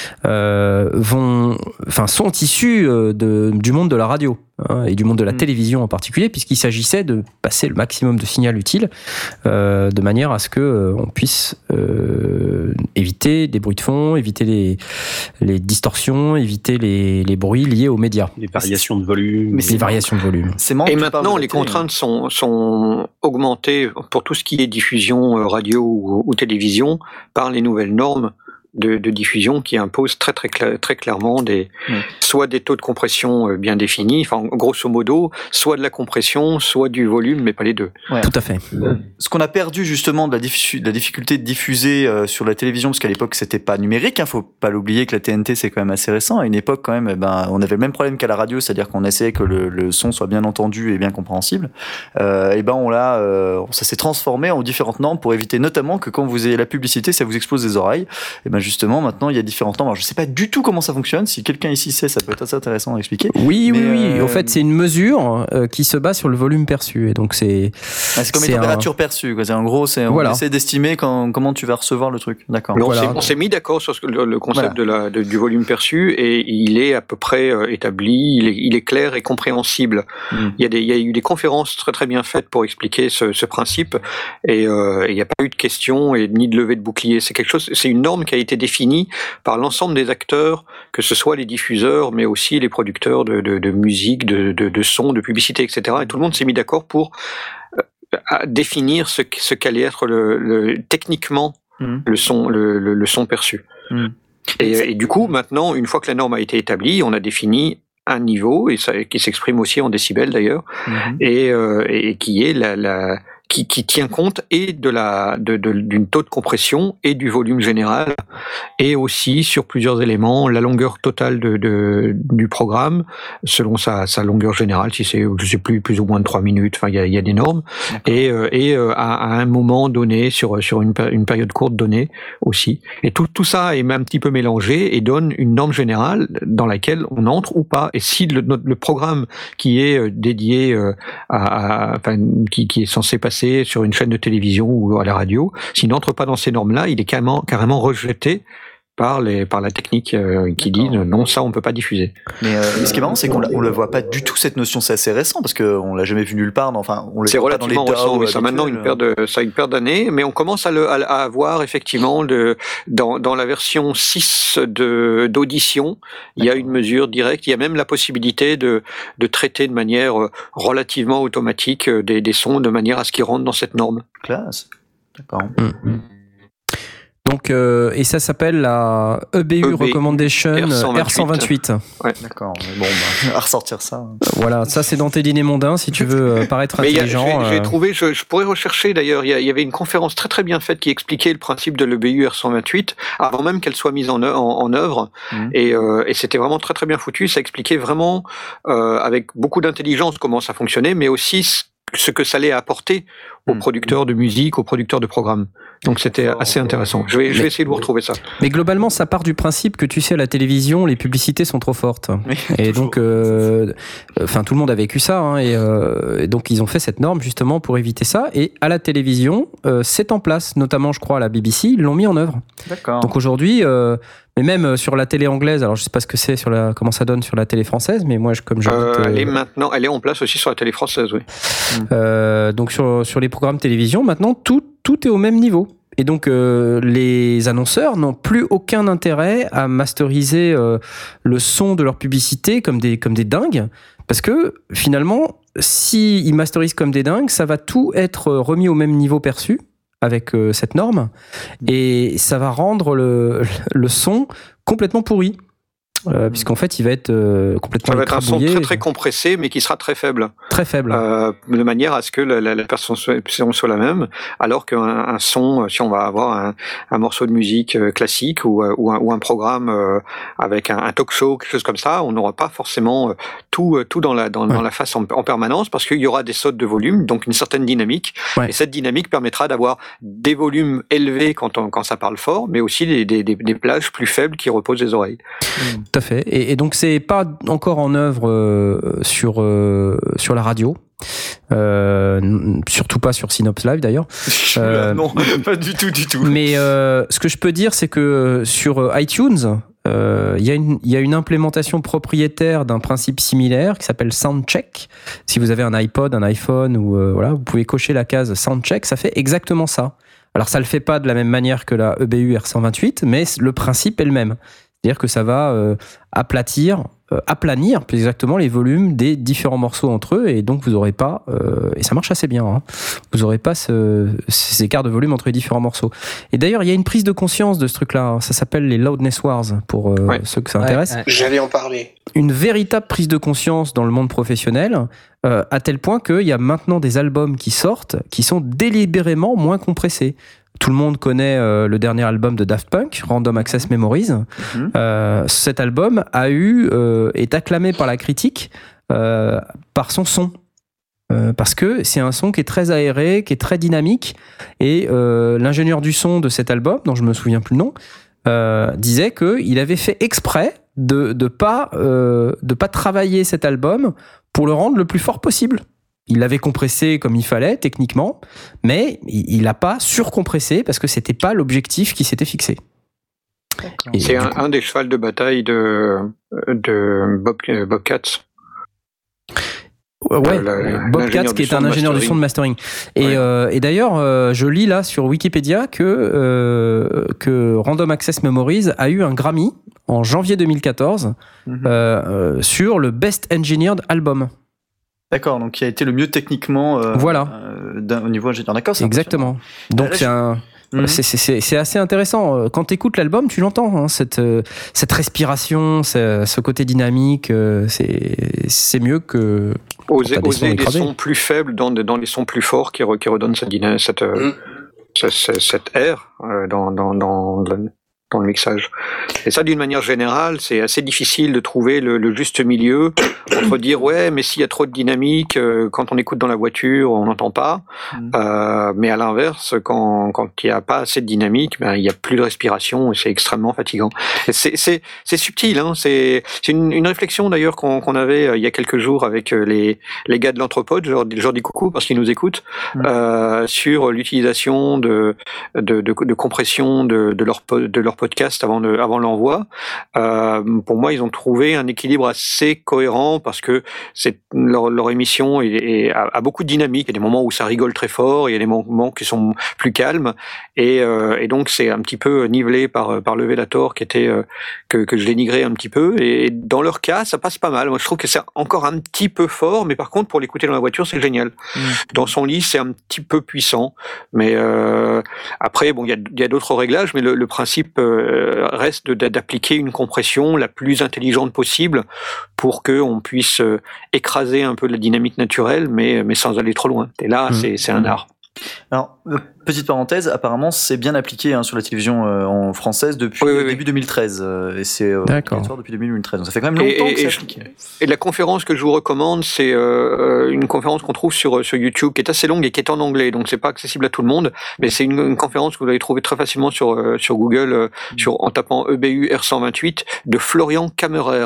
euh, vont, enfin, sont issus de, du monde de la radio. Hein, et du monde de la mmh. télévision en particulier, puisqu'il s'agissait de passer le maximum de signal utile euh, de manière à ce que euh, on puisse euh, éviter des bruits de fond, éviter les, les distorsions, éviter les, les bruits liés aux médias. Les variations de volume. Mais les variations de volume. C'est et maintenant, les contraintes sont, sont augmentées pour tout ce qui est diffusion radio ou, ou télévision par les nouvelles normes De, de diffusion qui impose très très cla- très clairement des mmh. soit des taux de compression bien définis, enfin grosso modo, soit de la compression, soit du volume, mais pas les deux. Ouais. Tout à fait. Ce qu'on a perdu justement de la, diffu- de la difficulté de diffuser euh, sur la télévision, parce qu'à l'époque c'était pas numérique, hein, faut pas l'oublier que la T N T c'est quand même assez récent. À une époque quand même, eh ben on avait le même problème qu'à la radio, c'est-à-dire qu'on essayait que le, le son soit bien entendu et bien compréhensible. Euh, et ben on l'a, euh, ça s'est transformé en différentes normes pour éviter notamment que quand vous ayez la publicité, ça vous explose les oreilles. Et ben justement, maintenant, il y a différentes normes. Alors, je ne sais pas du tout comment ça fonctionne. Si quelqu'un ici sait, ça peut être assez intéressant à expliquer. Oui, mais oui, oui. Euh... En fait, c'est une mesure euh, qui se base sur le volume perçu. Et donc, c'est. Ah, c'est comme une température un... perçue, quoi. C'est, en gros, c'est, on voilà. essaie d'estimer quand, comment tu vas recevoir le truc. D'accord. Alors, voilà. on, s'est, on s'est mis d'accord sur ce, le, le concept voilà. de la, de, du volume perçu et il est à peu près euh, établi. Il est, il est clair et compréhensible. Mm. Il, y a des, il y a eu des conférences très, très bien faites pour expliquer ce, ce principe et euh, il n'y a pas eu de questions et ni de levée de bouclier. C'est quelque chose, c'est une norme qui a été été définie par l'ensemble des acteurs, que ce soit les diffuseurs, mais aussi les producteurs de, de, de musique, de, de, de son, de publicité, et cetera. Et tout le monde s'est mis d'accord pour euh, définir ce, ce qu'allait être le, le, techniquement mmh. le, son, le, le, le son perçu. Mmh. Et, et du coup, maintenant, une fois que la norme a été établie, on a défini un niveau, et ça, qui s'exprime aussi en décibels d'ailleurs, mmh. et, euh, et qui est la... la Qui, qui tient compte et de la de, de d'une taux de compression et du volume général, et aussi sur plusieurs éléments, la longueur totale de, de du programme selon sa, sa longueur générale, si c'est je sais plus plus ou moins de trois minutes, enfin il y a, y a des normes, et euh, et euh, à, à un moment donné sur sur une une période courte donnée aussi, et tout tout ça est un petit peu mélangé et donne une norme générale dans laquelle on entre ou pas. Et si le le programme qui est dédié à, à enfin qui qui est censé passer sur une chaîne de télévision ou à la radio, s'il n'entre pas dans ces normes-là, il est carrément, carrément rejeté par, les, par la technique euh, qui dit non, ça on peut pas diffuser. Mais, euh, mais ce qui est marrant, c'est qu'on ne le voit pas du tout cette notion, c'est assez récent parce qu'on l'a jamais vu nulle part. Enfin, on le c'est voit relativement pas dans les récent, mais ça a maintenant une paire de, ça a une paire d'années, mais on commence à le, à, à avoir effectivement de, dans, dans la version six de, d'audition, il y a une mesure directe, il y a même la possibilité de, de traiter de manière relativement automatique des, des sons de manière à ce qu'ils rentrent dans cette norme. Classe. D'accord. Mmh. Donc, euh, et ça s'appelle la E B U, E B U Recommendation R cent vingt-huit. Ouais, d'accord. Mais bon, bah, à ressortir ça. Voilà, ça c'est dans tes dîners mondains si tu veux euh, paraître mais intelligent. A, j'ai, j'ai trouvé, je, je pourrais rechercher d'ailleurs, il y, a, il y avait une conférence très très bien faite qui expliquait le principe de l'E B U R cent vingt-huit avant même qu'elle soit mise en, en, en œuvre. Mmh. Et, euh, et c'était vraiment très très bien foutu. Ça expliquait vraiment euh, avec beaucoup d'intelligence comment ça fonctionnait, mais aussi ce que ça allait apporter aux producteurs de musique, aux producteurs de programmes. Donc c'était assez intéressant. Je vais, je vais essayer de vous retrouver ça. Mais globalement, ça part du principe que tu sais, à la télévision, les publicités sont trop fortes. Oui, et donc, euh, enfin, tout le monde a vécu ça. Hein, et, euh, et donc, ils ont fait cette norme justement pour éviter ça. Et à la télévision, euh, c'est en place. Notamment, je crois, à la B B C, ils l'ont mis en œuvre. D'accord. Donc aujourd'hui, euh, mais même sur la télé anglaise, alors je sais pas ce que c'est sur la, comment ça donne sur la télé française, mais moi, je, comme je. Euh, elle est maintenant, elle est en place aussi sur la télé française, oui. Euh, donc sur sur les programmes télévision, maintenant, tout tout est au même niveau. Et donc, euh, les annonceurs n'ont plus aucun intérêt à masteriser euh, le son de leur publicité comme des, comme des dingues, parce que finalement, s'ils masterisent comme des dingues, ça va tout être remis au même niveau perçu avec euh, cette norme, et ça va rendre le, le son complètement pourri. Euh, puisqu'en fait, il va être euh, complètement ça va être un son très très compressé, mais qui sera très faible. Très faible. Euh, de manière à ce que la, la, la perception soit la même, alors qu'un un son, si on va avoir un, un morceau de musique classique ou, ou, un, ou un programme euh, avec un, un talk show, quelque chose comme ça, on n'aura pas forcément tout tout dans la dans, ouais. dans la face en, en permanence, parce qu'il y aura des sautes de volume, donc une certaine dynamique. Ouais. Et cette dynamique permettra d'avoir des volumes élevés quand on, quand ça parle fort, mais aussi des, des, des, des plages plus faibles qui reposent les oreilles. Mmh. Tout à fait. Et, et donc c'est pas encore en œuvre euh, sur euh, sur la radio, euh, surtout pas sur Synops Live d'ailleurs. Euh, non, pas du tout, du tout. Mais euh, ce que je peux dire, c'est que sur iTunes, il euh, y a une il y a une implémentation propriétaire d'un principe similaire qui s'appelle Soundcheck. Si vous avez un iPod, un iPhone ou euh, voilà, vous pouvez cocher la case Soundcheck. Ça fait exactement ça. Alors ça le fait pas de la même manière que la E B U R cent vingt-huit, mais le principe est le même. C'est-à-dire que ça va euh, aplatir, euh, aplanir plus exactement les volumes des différents morceaux entre eux, et donc vous n'aurez pas, euh, et ça marche assez bien, hein, vous n'aurez pas ce, ces écarts de volume entre les différents morceaux. Et d'ailleurs, il y a une prise de conscience de ce truc-là, hein, ça s'appelle les Loudness Wars, pour euh, ouais. ceux que ça intéresse. Ouais, ouais. J'allais en parler. Une véritable prise de conscience dans le monde professionnel, euh, à tel point qu'il y a maintenant des albums qui sortent, qui sont délibérément moins compressés. Tout le monde connaît euh, le dernier album de Daft Punk, Random Access Memories. Mm-hmm. Euh, cet album a eu, euh, est acclamé par la critique euh, par son son. Euh, parce que c'est un son qui est très aéré, qui est très dynamique. Et euh, l'ingénieur du son de cet album, dont je me souviens plus le nom, euh, disait qu'il avait fait exprès de ne pas, euh, de pas travailler cet album pour le rendre le plus fort possible. Il l'avait compressé comme il fallait, techniquement, mais il n'a pas surcompressé parce que c'était pas l'objectif qui s'était fixé. Et c'est un, coup... un des chevals de bataille de, de Bob, Bobcats. Ouais, la, Bob Katz qui est un ingénieur du son de mastering. Et, ouais. euh, et d'ailleurs, euh, je lis là sur Wikipédia que, euh, que Random Access Memories a eu un Grammy en janvier deux mille quatorze mm-hmm. euh, sur le Best Engineered Album. D'accord, donc qui a été le mieux techniquement euh, voilà. euh, au niveau ingénieur. D'accord, c'est exactement. Donc là, c'est un... Mmh. C'est, c'est, c'est assez intéressant. Quand tu écoutes l'album, tu l'entends, hein, cette, cette respiration, ce, ce côté dynamique, c'est, c'est mieux que. Oser, des, oser sons des sons plus faibles dans, dans les sons plus forts qui, re, qui redonnent cette, cette, mmh. cette, cette, cette air dans, dans, dans, dans le mixage. Et ça, d'une manière générale, c'est assez difficile de trouver le, le juste milieu entre dire ouais, mais s'il y a trop de dynamique, euh, quand on écoute dans la voiture, on n'entend pas. Mmh. Euh, mais à l'inverse, quand quand il n'y a pas assez de dynamique, ben il y a plus de respiration et c'est extrêmement fatigant. Et c'est c'est c'est subtil, hein. C'est c'est une, une réflexion d'ailleurs qu'on qu'on avait euh, il y a quelques jours avec euh, les les gars de l'Anthropode, je leur, je leur dis coucou parce qu'ils nous écoutent, mmh. euh, sur l'utilisation de de de, de compression de de leur de leur podcast avant de, avant l'envoi. Euh, pour moi, ils ont trouvé un équilibre assez cohérent parce que c'est leur, leur émission est, est, a, a beaucoup de dynamique. Il y a des moments où ça rigole très fort, il y a des moments qui sont plus calmes, et, euh, et donc c'est un petit peu nivelé par par Levelator qui était euh, que que je dénigrais un petit peu. Et dans leur cas, ça passe pas mal. Moi, je trouve que c'est encore un petit peu fort, mais par contre, pour l'écouter dans la voiture, c'est génial. Mmh. Dans son lit, c'est un petit peu puissant, mais euh, après, bon, il y a il y a d'autres réglages, mais le, le principe euh, reste de, d'appliquer une compression la plus intelligente possible pour que on puisse euh, écraser un peu la dynamique naturelle, mais mais sans aller trop loin. Et là, mmh. c'est c'est un art. Alors, petite parenthèse, apparemment c'est bien appliqué hein, sur la télévision euh, en française depuis oui, oui, début oui. deux mille treize euh, et c'est euh, obligatoire depuis début deux mille treize. Donc ça fait quand même longtemps et, et, que c'est appliqué. Et la conférence que je vous recommande, c'est euh, une conférence qu'on trouve sur sur YouTube qui est assez longue et qui est en anglais, donc c'est pas accessible à tout le monde, mais c'est une, une conférence que vous allez trouver très facilement sur euh, sur Google euh, mmh. sur en tapant E B U R cent vingt-huit de Florian Kammerer.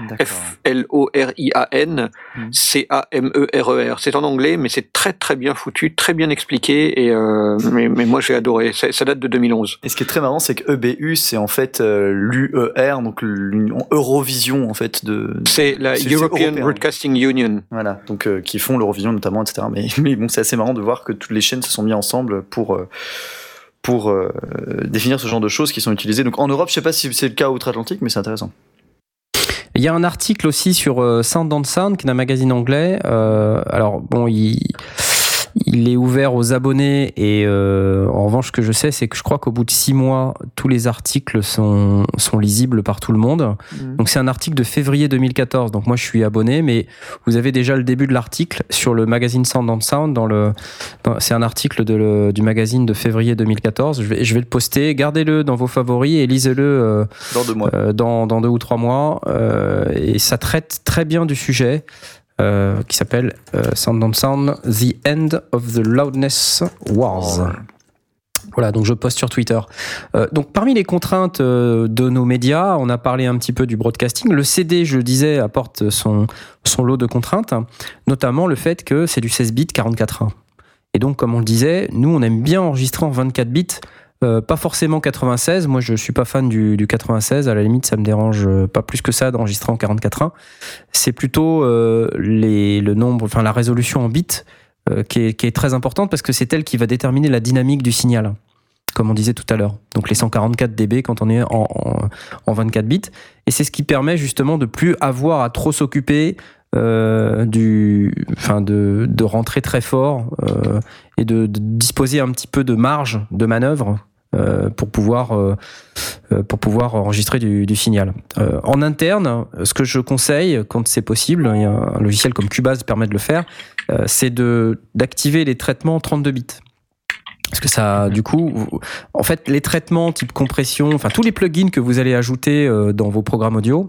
F L O R I A N C A M E R E R. C'est en anglais, mais c'est très très bien foutu, très bien expliqué. Et euh, mais, mais moi j'ai adoré. Ça, ça date de deux mille onze. Et ce qui est très marrant, c'est que E B U, c'est en fait euh, l'U E R, donc l'Union Eurovision en fait de. C'est la c'est, European c'est Broadcasting Union. Voilà, donc euh, qui font l'Eurovision notamment, et cetera. Mais, mais bon, c'est assez marrant de voir que toutes les chaînes se sont mises ensemble pour. Euh, pour euh, définir ce genre de choses qui sont utilisées. Donc en Europe, je sais pas si c'est le cas outre-Atlantique, mais c'est intéressant. Il y a un article aussi sur euh, Sound on Sound, qui est un magazine anglais. Euh, alors bon, il Il est ouvert aux abonnés et euh, en revanche, ce que je sais, c'est que je crois qu'au bout de six mois, tous les articles sont, sont lisibles par tout le monde. Mmh. Donc c'est un article de février deux mille quatorze. Donc moi, je suis abonné, mais vous avez déjà le début de l'article sur le magazine Sound on Sound. Dans le, dans, c'est un article de le, du magazine de février deux mille quatorze. Je vais, je vais le poster. Gardez-le dans vos favoris et lisez-le euh, dans deux mois, euh, dans, dans deux ou trois mois. Euh, et ça traite très bien du sujet. Euh, qui s'appelle euh, Sound on Sound, The End of the Loudness Wars. Oh. Voilà, donc je poste sur Twitter. Euh, donc parmi les contraintes euh, de nos médias, on a parlé un petit peu du broadcasting. Le C D, je le disais, apporte son, son lot de contraintes, notamment le fait que c'est du seize bits quarante-quatre un. Et donc, comme on le disait, nous, on aime bien enregistrer en vingt-quatre bits. Euh, pas forcément quatre-vingt-seize, moi je suis pas fan du, du quatre-vingt-seize, à la limite ça me dérange pas plus que ça d'enregistrer en quarante-quatre un. C'est plutôt euh, les, le nombre, enfin la résolution en bits euh, qui, est, qui est très importante parce que c'est elle qui va déterminer la dynamique du signal, comme on disait tout à l'heure. Donc les cent quarante-quatre décibels quand on est en, en, en vingt-quatre bits, et c'est ce qui permet justement de plus avoir à trop s'occuper Euh, du, enfin de, de rentrer très fort euh, et de, de disposer un petit peu de marge de manœuvre euh, pour pouvoir euh, pour pouvoir enregistrer du, du signal. Euh, en interne, ce que je conseille quand c'est possible, il y a un logiciel comme Cubase permet de le faire, euh, c'est de d'activer les traitements trente-deux bits. Parce que ça, du coup, en fait, les traitements type compression, enfin tous les plugins que vous allez ajouter euh, dans vos programmes audio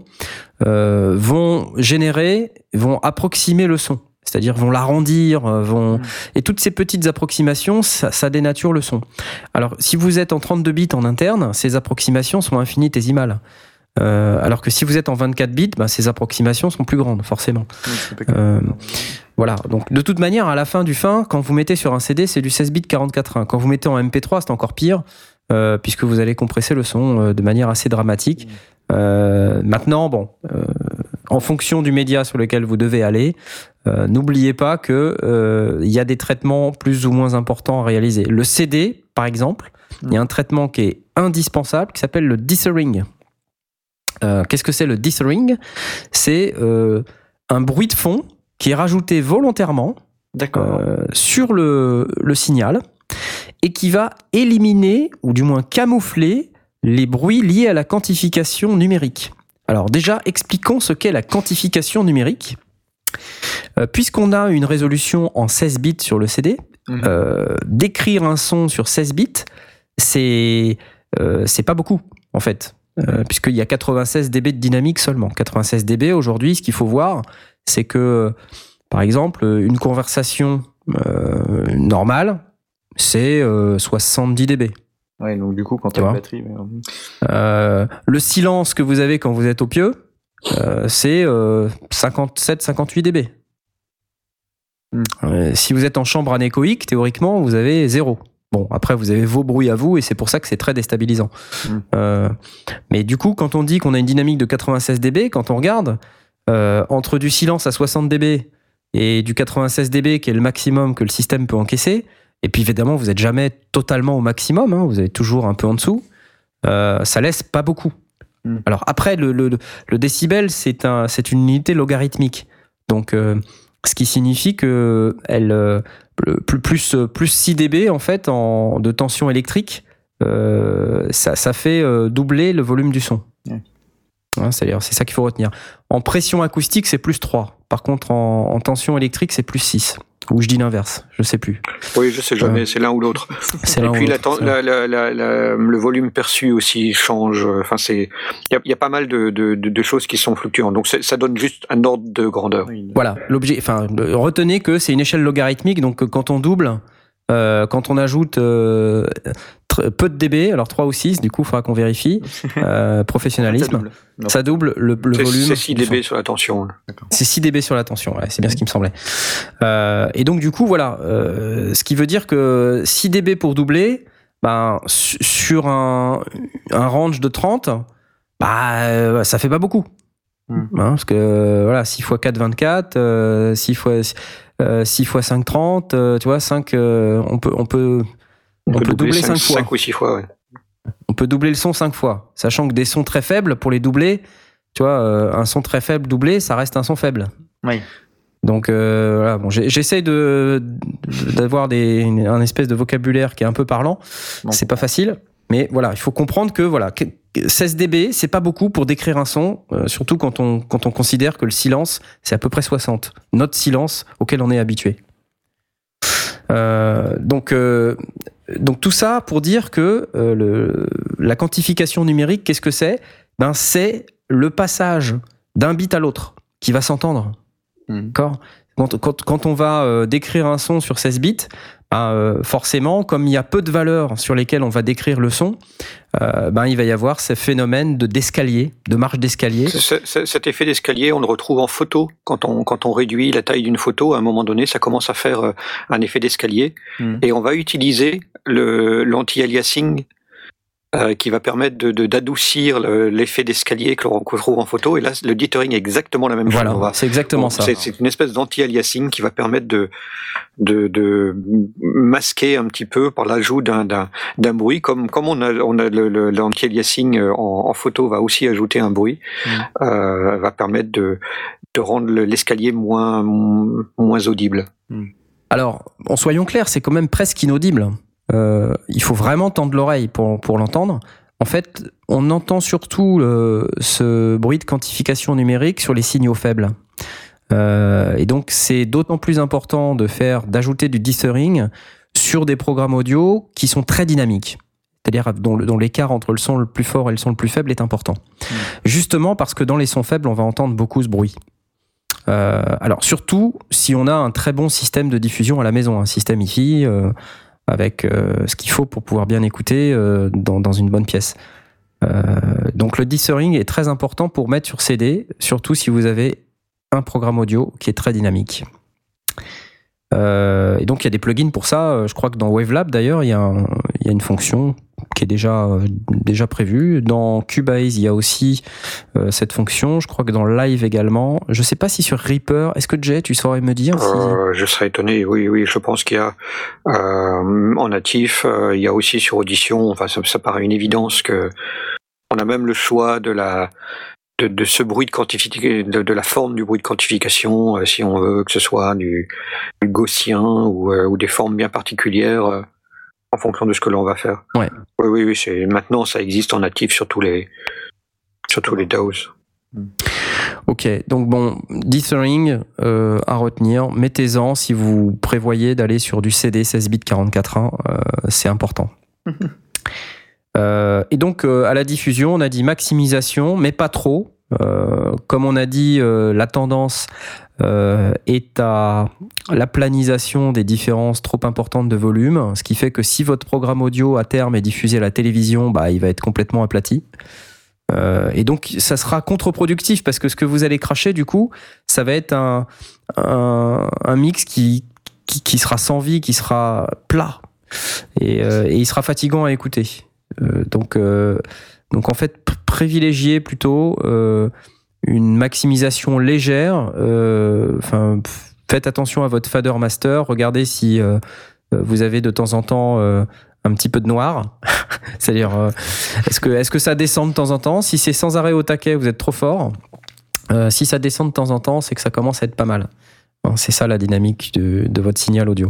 euh, vont générer, vont approximer le son. C'est-à-dire vont l'arrondir, vont et toutes ces petites approximations, ça, ça dénature le son. Alors, si vous êtes en trente-deux bits en interne, ces approximations sont infinitésimales. Euh, alors que si vous êtes en vingt-quatre bits, ben, ces approximations sont plus grandes, forcément. Euh, voilà. Donc, de toute manière, à la fin du fin, quand vous mettez sur un C D, c'est du seize bits quarante-quatre un. Quand vous mettez en M P trois, c'est encore pire, euh, puisque vous allez compresser le son euh, de manière assez dramatique. Euh, maintenant, bon, euh, en fonction du média sur lequel vous devez aller, euh, n'oubliez pas que euh, il y a des traitements plus ou moins importants à réaliser. Le C D, par exemple, il y a un traitement qui est indispensable qui s'appelle le dithering. Euh, qu'est-ce que c'est le dithering ? C'est euh, un bruit de fond qui est rajouté volontairement euh, sur le, le signal et qui va éliminer ou du moins camoufler les bruits liés à la quantification numérique. Alors déjà, expliquons ce qu'est la quantification numérique. Euh, puisqu'on a une résolution en seize bits sur le C D, mmh. euh, d'écrire un son sur seize bits, c'est, euh, c'est pas beaucoup en fait. Euh, puisqu'il y a quatre-vingt-seize décibels de dynamique seulement. quatre-vingt-seize décibels aujourd'hui, ce qu'il faut voir, c'est que, par exemple, une conversation euh, normale, c'est euh, soixante-dix décibels. Ouais, donc du coup, quand tu as la batterie... Mais... Euh, le silence que vous avez quand vous êtes au pieu, euh, c'est euh, cinquante-sept à cinquante-huit décibels. Mm. Euh, si vous êtes en chambre anéchoïque, théoriquement, vous avez zéro. Bon, après, vous avez vos bruits à vous et c'est pour ça que c'est très déstabilisant. Mmh. Euh, mais du coup, quand on dit qu'on a une dynamique de quatre-vingt-seize décibels, quand on regarde, euh, entre du silence à soixante décibels et du quatre-vingt-seize décibels qui est le maximum que le système peut encaisser, et puis évidemment, vous n'êtes jamais totalement au maximum, hein, vous êtes toujours un peu en dessous, euh, ça laisse pas beaucoup. Mmh. Alors après, le, le, le décibel, c'est, un, c'est une unité logarithmique. Donc, euh, ce qui signifie que elle... Euh, Plus, plus, plus six décibels en fait en, de tension électrique, euh, ça, ça fait euh, doubler le volume du son. Ouais. Hein, c'est-à-dire, c'est ça qu'il faut retenir. En pression acoustique, c'est plus trois. Par contre, en, en tension électrique, c'est plus six. Ou je dis l'inverse, je sais plus. Oui, je sais jamais, euh, c'est l'un ou l'autre. C'est Et l'un puis ou l'autre, la, la, la, la, le volume perçu aussi change. Enfin, c'est il y, y a pas mal de, de, de choses qui sont fluctuantes. Donc ça donne juste un ordre de grandeur. Voilà, l'objet. Enfin, retenez que c'est une échelle logarithmique. Donc quand on double, euh, quand on ajoute euh, peu de dB, alors trois ou six, du coup, il faudra qu'on vérifie. Euh, professionnalisme. Ça double, ça double le, le c'est, volume. C'est six décibels sur la tension. D'accord. C'est six décibels sur la tension, ouais, c'est bien ce qui me semblait. Euh, et donc, du coup, voilà. Euh, ce qui veut dire que six décibels pour doubler, ben, sur un, un range de trente, bah, ça fait pas beaucoup. Mmh. Hein, parce que, voilà, six fois quatre, vingt-quatre, euh, six fois, euh, six fois cinq, trente, euh, tu vois, cinq, euh, on peut, on peut, On, on peut, peut doubler cinq fois. cinq ou six fois, ouais. On peut doubler le son cinq fois. Sachant que des sons très faibles, pour les doubler, tu vois, euh, un son très faible doublé, ça reste un son faible. Oui. Donc, euh, voilà, bon, j'essaie de, d'avoir des, un espèce de vocabulaire qui est un peu parlant. Bon. C'est pas facile. Mais voilà, il faut comprendre que, voilà, seize décibels, c'est pas beaucoup pour décrire un son, euh, surtout quand on, quand on considère que le silence, c'est à peu près soixante. Notre silence auquel on est habitué. Euh, donc, euh, donc tout ça pour dire que euh, le, la quantification numérique, qu'est-ce que c'est ? Ben, c'est le passage d'un bit à l'autre qui va s'entendre. Mmh. D'accord ? Quand, quand, quand on va euh, décrire un son sur seize bits, ben, euh, forcément, comme il y a peu de valeurs sur lesquelles on va décrire le son, euh, ben, il va y avoir ce phénomène de, d'escalier, de marche d'escalier. C- c- cet effet d'escalier, on le retrouve en photo. Quand on, quand on réduit la taille d'une photo, à un moment donné, ça commence à faire euh, un effet d'escalier. Mmh. Et on va utiliser le, l'anti-aliasing euh, qui va permettre de, de, d'adoucir le, l'effet d'escalier que l'on retrouve en photo. Et là, le dithering est exactement la même voilà, chose. Voilà, c'est exactement bon, ça. C'est, c'est une espèce d'anti-aliasing qui va permettre de, de, de masquer un petit peu par l'ajout d'un, d'un, d'un bruit. Comme, comme on a, on a le, le, l'anti-aliasing en, en photo va aussi ajouter un bruit, mmh. euh, va permettre de, de rendre l'escalier moins, moins audible. Mmh. Alors, en soyons clairs, c'est quand même presque inaudible. Euh, il faut vraiment tendre l'oreille pour, pour l'entendre. En fait, on entend surtout le, ce bruit de quantification numérique sur les signaux faibles. Euh, et donc, c'est d'autant plus important de faire, d'ajouter du dithering sur des programmes audio qui sont très dynamiques. C'est-à-dire dont, dont l'écart entre le son le plus fort et le son le plus faible est important. Mmh. Justement parce que dans les sons faibles, on va entendre beaucoup ce bruit. Euh, alors, surtout si on a un très bon système de diffusion à la maison, un système hi-fi, euh, avec euh, ce qu'il faut pour pouvoir bien écouter euh, dans, dans une bonne pièce. Euh, donc le dithering est très important pour mettre sur C D, surtout si vous avez un programme audio qui est très dynamique. Euh, et donc il y a des plugins pour ça. Je crois que dans Wavelab d'ailleurs, il y a un, il y a une fonction qui est déjà déjà prévue. Dans Cubase, il y a aussi euh, cette fonction. Je crois que dans Live également. Je sais pas si sur Reaper. Est-ce que Jay, tu saurais me dire si... euh, Je serais étonné. Oui, oui. Je pense qu'il y a euh, en natif, euh, il y a aussi sur Audition. Enfin, ça, ça paraît une évidence que on a même le choix de la de, de ce bruit de quantification, de, de la forme du bruit de quantification, euh, si on veut que ce soit du, du gaussien ou, euh, ou des formes bien particulières. Euh, en fonction de ce que l'on va faire. Ouais. Oui, oui, oui. C'est, maintenant, ça existe en natif sur tous les, sur tous les D A W S. Ok, donc bon, dithering euh, à retenir. Mettez-en si vous prévoyez d'aller sur du C D seize bits quarante-quatre un, euh, c'est important. euh, et donc, euh, à la diffusion, on a dit maximisation, mais pas trop. Euh, comme on a dit, euh, la tendance euh, est à la planisation des différences trop importantes de volume, ce qui fait que si votre programme audio à terme est diffusé à la télévision, bah, il va être complètement aplati. Euh, et donc ça sera contre-productif parce que ce que vous allez cracher du coup, ça va être un, un, un mix qui, qui, qui sera sans vie, qui sera plat et, euh, et il sera fatigant à écouter. Euh, donc, euh, donc en fait, privilégiez plutôt euh, une maximisation légère. Euh, enfin, faites attention à votre fader master. Regardez si euh, vous avez de temps en temps euh, un petit peu de noir. C'est-à-dire, euh, est-ce que, est-ce que ça descend de temps en temps ? Si c'est sans arrêt au taquet, vous êtes trop fort. Euh, si ça descend de temps en temps, c'est que ça commence à être pas mal. Bon, c'est ça la dynamique de, de votre signal audio.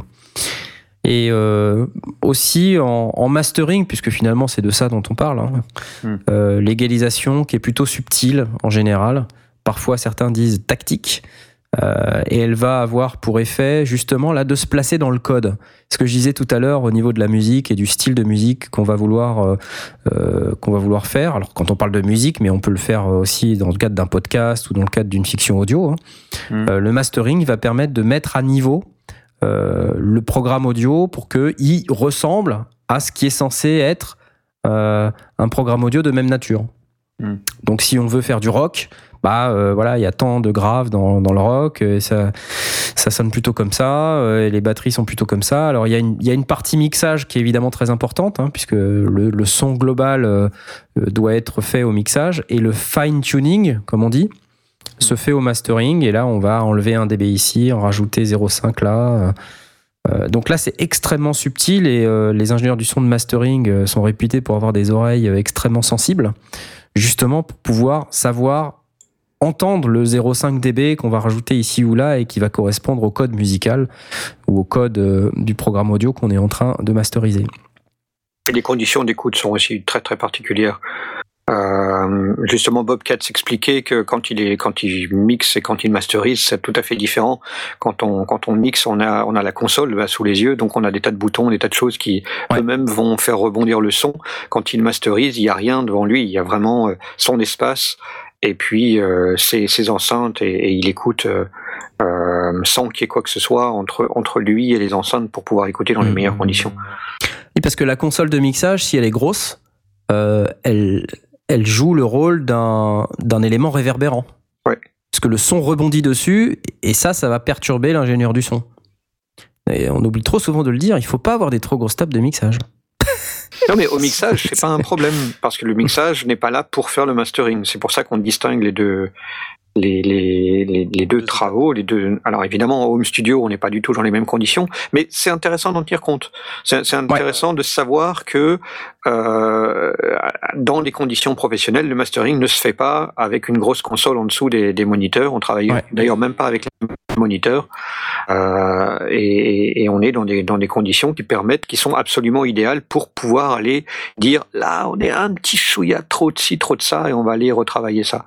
Et euh, aussi en, en mastering, puisque finalement c'est de ça dont on parle, hein, mmh. euh, l'égalisation qui est plutôt subtile en général. Parfois certains disent tactique. Euh, et elle va avoir pour effet justement là de se placer dans le code. Ce que je disais tout à l'heure au niveau de la musique et du style de musique qu'on va vouloir euh, euh, qu'on va vouloir faire. Alors quand on parle de musique, mais on peut le faire aussi dans le cadre d'un podcast ou dans le cadre d'une fiction audio. Hein. Mmh. Euh, le mastering va permettre de mettre à niveau euh, le programme audio pour que il ressemble à ce qui est censé être euh, un programme audio de même nature. Mmh. Donc si on veut faire du rock, bah euh, voilà, il y a tant de graves dans, dans le rock, et ça, ça sonne plutôt comme ça, euh, et les batteries sont plutôt comme ça. Alors il y a une, il y a une partie mixage qui est évidemment très importante, hein, puisque le, le son global euh, doit être fait au mixage, et le fine tuning, comme on dit, se fait au mastering. Et là, on va enlever un dB ici, en rajouter zéro virgule cinq là. Euh, donc là, c'est extrêmement subtil, et euh, les ingénieurs du son de mastering euh, sont réputés pour avoir des oreilles extrêmement sensibles, justement pour pouvoir savoir entendre le zéro virgule cinq dB qu'on va rajouter ici ou là et qui va correspondre au code musical ou au code euh, du programme audio qu'on est en train de masteriser. Et les conditions d'écoute sont aussi très très particulières. Euh, justement, Bobcat s'expliquait que quand il est, quand il mixe et quand il masterise, c'est tout à fait différent. Quand on, quand on mixe, on a, on a la console bah, sous les yeux, donc on a des tas de boutons, des tas de choses qui ouais. eux-mêmes vont faire rebondir le son. Quand il masterise, il y a rien devant lui, il y a vraiment euh, son espace. Et puis euh, ses, ses enceintes et, et il écoute euh, euh, sans qu'il y ait quoi que ce soit entre, entre lui et les enceintes pour pouvoir écouter dans les mmh. meilleures conditions. Oui, parce que la console de mixage, si elle est grosse, euh, elle, elle joue le rôle d'un, d'un élément réverbérant. Ouais. Parce que le son rebondit dessus et ça, ça va perturber l'ingénieur du son. Et on oublie trop souvent de le dire, il ne faut pas avoir des trop grosses tables de mixage. Non, mais au mixage, c'est pas un problème, parce que le mixage n'est pas là pour faire le mastering. C'est pour ça qu'on distingue les deux, les, les, les, les deux travaux, les deux. Alors évidemment, en home studio, on n'est pas du tout dans les mêmes conditions, mais c'est intéressant d'en tenir compte. C'est, c'est intéressant ouais. de savoir que euh, dans les conditions professionnelles, le mastering ne se fait pas avec une grosse console en dessous des, des moniteurs. On travaille ouais. d'ailleurs même pas avec les moniteurs. Euh, et, et on est dans des, dans des conditions qui permettent, qui sont absolument idéales pour pouvoir aller dire là, on est un petit chouïa trop de ci, trop de ça, et on va aller retravailler ça.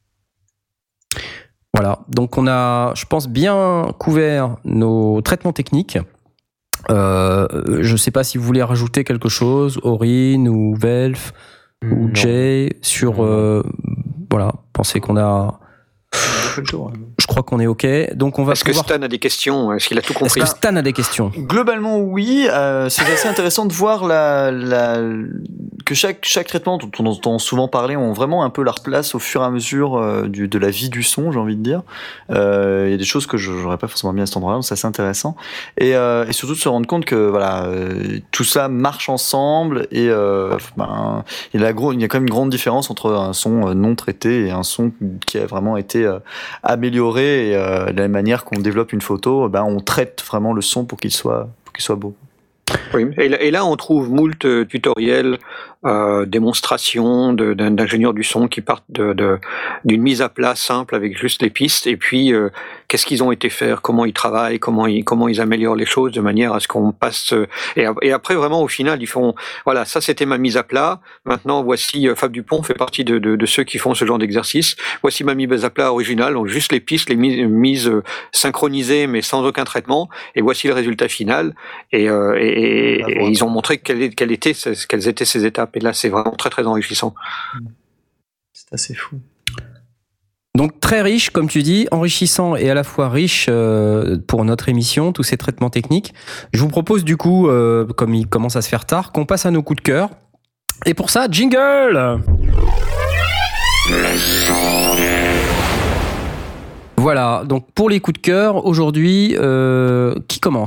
Voilà, donc on a, je pense, bien couvert nos traitements techniques. Euh, je ne sais pas si vous voulez rajouter quelque chose, Aurine ou Velf mmh, ou Jay, sur. Euh, voilà, pensez qu'on a. Je crois qu'on est OK. Donc on va Est-ce pouvoir... que Stan a des questions ? Est-ce qu'il a tout compris ? Est-ce que Stan a des questions ? Globalement, oui. Euh, c'est assez intéressant de voir la, la que chaque chaque traitement dont on entend souvent parler ont vraiment un peu leur place au fur et à mesure euh, du, de la vie du son, j'ai envie de dire. Euh, il y a des choses que je n'aurais pas forcément mis à cet endroit-là, donc c'est assez intéressant. Et, euh, et surtout de se rendre compte que voilà, euh, tout ça marche ensemble et euh, ben, il y a la gros, il y a quand même une grande différence entre un son non traité et un son qui a vraiment été euh, amélioré. Et euh, de la même manière qu'on développe une photo, ben on traite vraiment le son pour qu'il soit pour qu'il soit beau. Oui, et là, et là on trouve moult euh, tutoriels, euh, démonstrations de, d'un, d'ingénieurs du son qui partent de, de, d'une mise à plat simple avec juste les pistes, et puis euh, qu'est-ce qu'ils ont été faire, comment ils travaillent, comment ils, comment ils améliorent les choses de manière à ce qu'on passe. Euh, et, et après, vraiment, au final, ils font, voilà, ça c'était ma mise à plat, maintenant voici, euh, Fab Dupont fait partie de, de, de ceux qui font ce genre d'exercice, voici ma mise à plat originale, donc juste les pistes, les mises, mises euh, synchronisées mais sans aucun traitement, et voici le résultat final. Et, euh, et Et, et ils ont montré quelles, quelles, étaient, quelles étaient ces étapes. Et là, c'est vraiment très, très enrichissant. C'est assez fou. Donc très riche, comme tu dis, enrichissant et à la fois riche euh, pour notre émission, tous ces traitements techniques. Je vous propose du coup, euh, comme il commence à se faire tard, qu'on passe à nos coups de cœur. Et pour ça, jingle! Voilà, donc pour les coups de cœur, aujourd'hui, euh, qui commence ?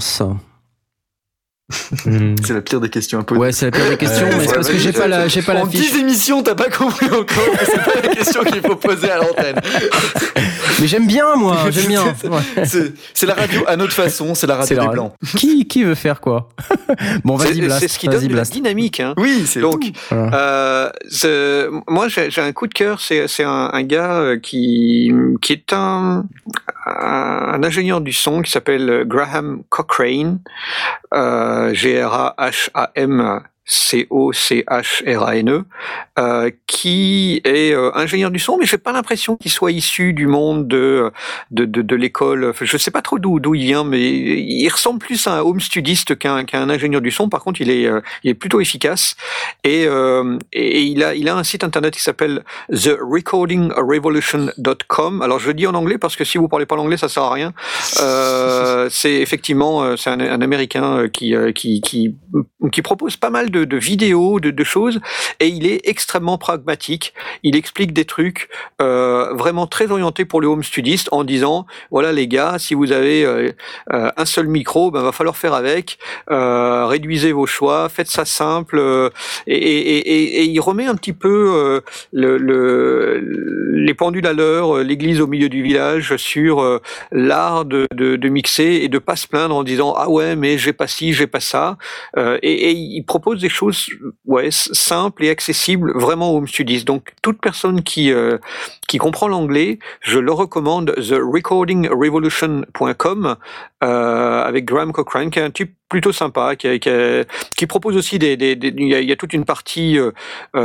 C'est la pire des questions un peu. Ouais, c'est la pire des questions, euh, mais c'est parce que j'ai pas la, j'ai pas la fiche. En dix émissions, t'as pas compris encore, mais c'est pas la question qu'il faut poser à l'antenne. Mais j'aime bien, moi, j'aime bien. Ouais. C'est, c'est la radio à notre façon, c'est la radio c'est des blancs. Qui, qui veut faire quoi? Bon, vas-y, c'est, Blast. C'est ce qui vas-y, donne de Blast. la dynamique, hein. Oui, c'est donc, voilà. euh, moi, j'ai, j'ai un coup de cœur, c'est, c'est un, un gars qui, qui est un, un ingénieur du son qui s'appelle Graham Cochrane. Euh, G R A H A M C O C H R A N E, euh, qui est euh, ingénieur du son, mais j'ai pas l'impression qu'il soit issu du monde de de de, de l'école. Enfin, je sais pas trop d'où d'où il vient, mais il ressemble plus à un home studiste qu'un qu'un ingénieur du son. Par contre, il est euh, il est plutôt efficace et euh, et il a il a un site internet qui s'appelle the recording revolution dot com. Alors je le dis en anglais parce que si vous parlez pas l'anglais, ça sert à rien. Euh, c'est effectivement c'est un, un américain qui qui qui qui propose pas mal de, de vidéos, de, de choses, et il est extrêmement pragmatique. Il explique des trucs euh, vraiment très orientés pour le home studiste en disant, voilà les gars, si vous avez euh, euh, un seul micro, ben va falloir faire avec, euh, réduisez vos choix, faites ça simple, euh, et, et, et, et il remet un petit peu euh, le, le, les pendules à l'heure, l'église au milieu du village sur euh, l'art de, de, de mixer et de pas se plaindre en disant, ah ouais, mais j'ai pas ci, j'ai pas ça, euh, et, et il propose des choses ouais, simples et accessibles vraiment aux home studies. Donc toute personne qui euh, qui comprend l'anglais, je le recommande, the recording revolution dot com euh, avec Graham Cochrane, qui est un type plutôt sympa, qui, qui, qui propose aussi des, des, des il, y a, il y a toute une partie euh,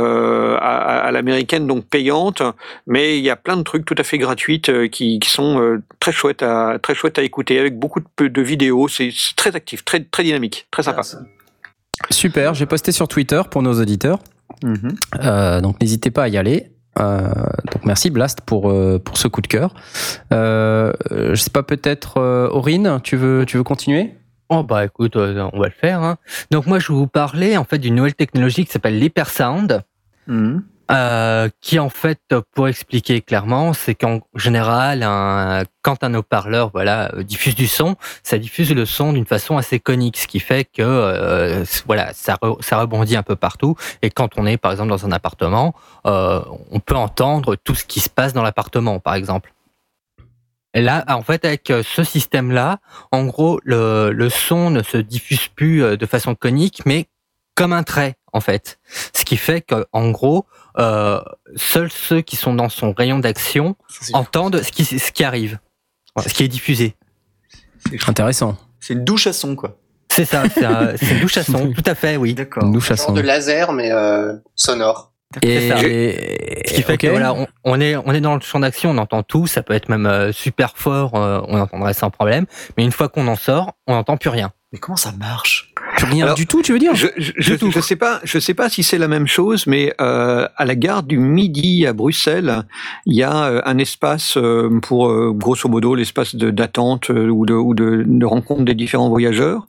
à, à l'américaine donc payante, mais il y a plein de trucs tout à fait gratuites euh, qui, qui sont euh, très chouettes à très chouettes à écouter avec beaucoup de, de vidéos. C'est, c'est très actif, très très dynamique, très sympa. Ah, super, j'ai posté sur Twitter pour nos auditeurs. Mmh. Euh, donc n'hésitez pas à y aller. Euh, donc merci Blast pour euh, pour ce coup de cœur. Euh, je sais pas, peut-être euh, Aurine, tu veux tu veux continuer? Oh bah écoute, euh, on va le faire. Hein. Donc moi je vais vous parler en fait d'une nouvelle technologie qui s'appelle l'hypersound. Mmh. Euh, qui en fait, pour expliquer clairement, c'est qu'en général, un, quand un haut-parleur voilà diffuse du son, ça diffuse le son d'une façon assez conique, ce qui fait que euh, voilà, ça, re, ça rebondit un peu partout. Et quand on est par exemple dans un appartement, euh, on peut entendre tout ce qui se passe dans l'appartement, par exemple. Et là, en fait, avec ce système-là, en gros, le, le son ne se diffuse plus de façon conique, mais comme un trait, en fait. Ce qui fait qu'en gros, euh, seuls ceux qui sont dans son rayon d'action entendent ce qui, ce qui arrive, ce qui est diffusé. C'est intéressant. C'est une douche à son, quoi. C'est ça, c'est, un, c'est une douche à son, tout à fait, oui. D'accord. Une douche à un genre son. de laser, mais euh, sonore. Et, et ce qui fait okay. que voilà, on, on est on est dans le champ d'action, on entend tout, ça peut être même euh, super fort, euh, on entendrait sans problème. Mais une fois qu'on en sort, on n'entend plus rien. Mais comment ça marche? Rien Alors, du tout, tu veux dire? Je, je, je, je sais pas, je sais pas si c'est la même chose, mais euh, à la gare du Midi à Bruxelles, il y a euh, un espace euh, pour euh, grosso modo l'espace de, d'attente euh, ou de ou de, de rencontre des différents voyageurs.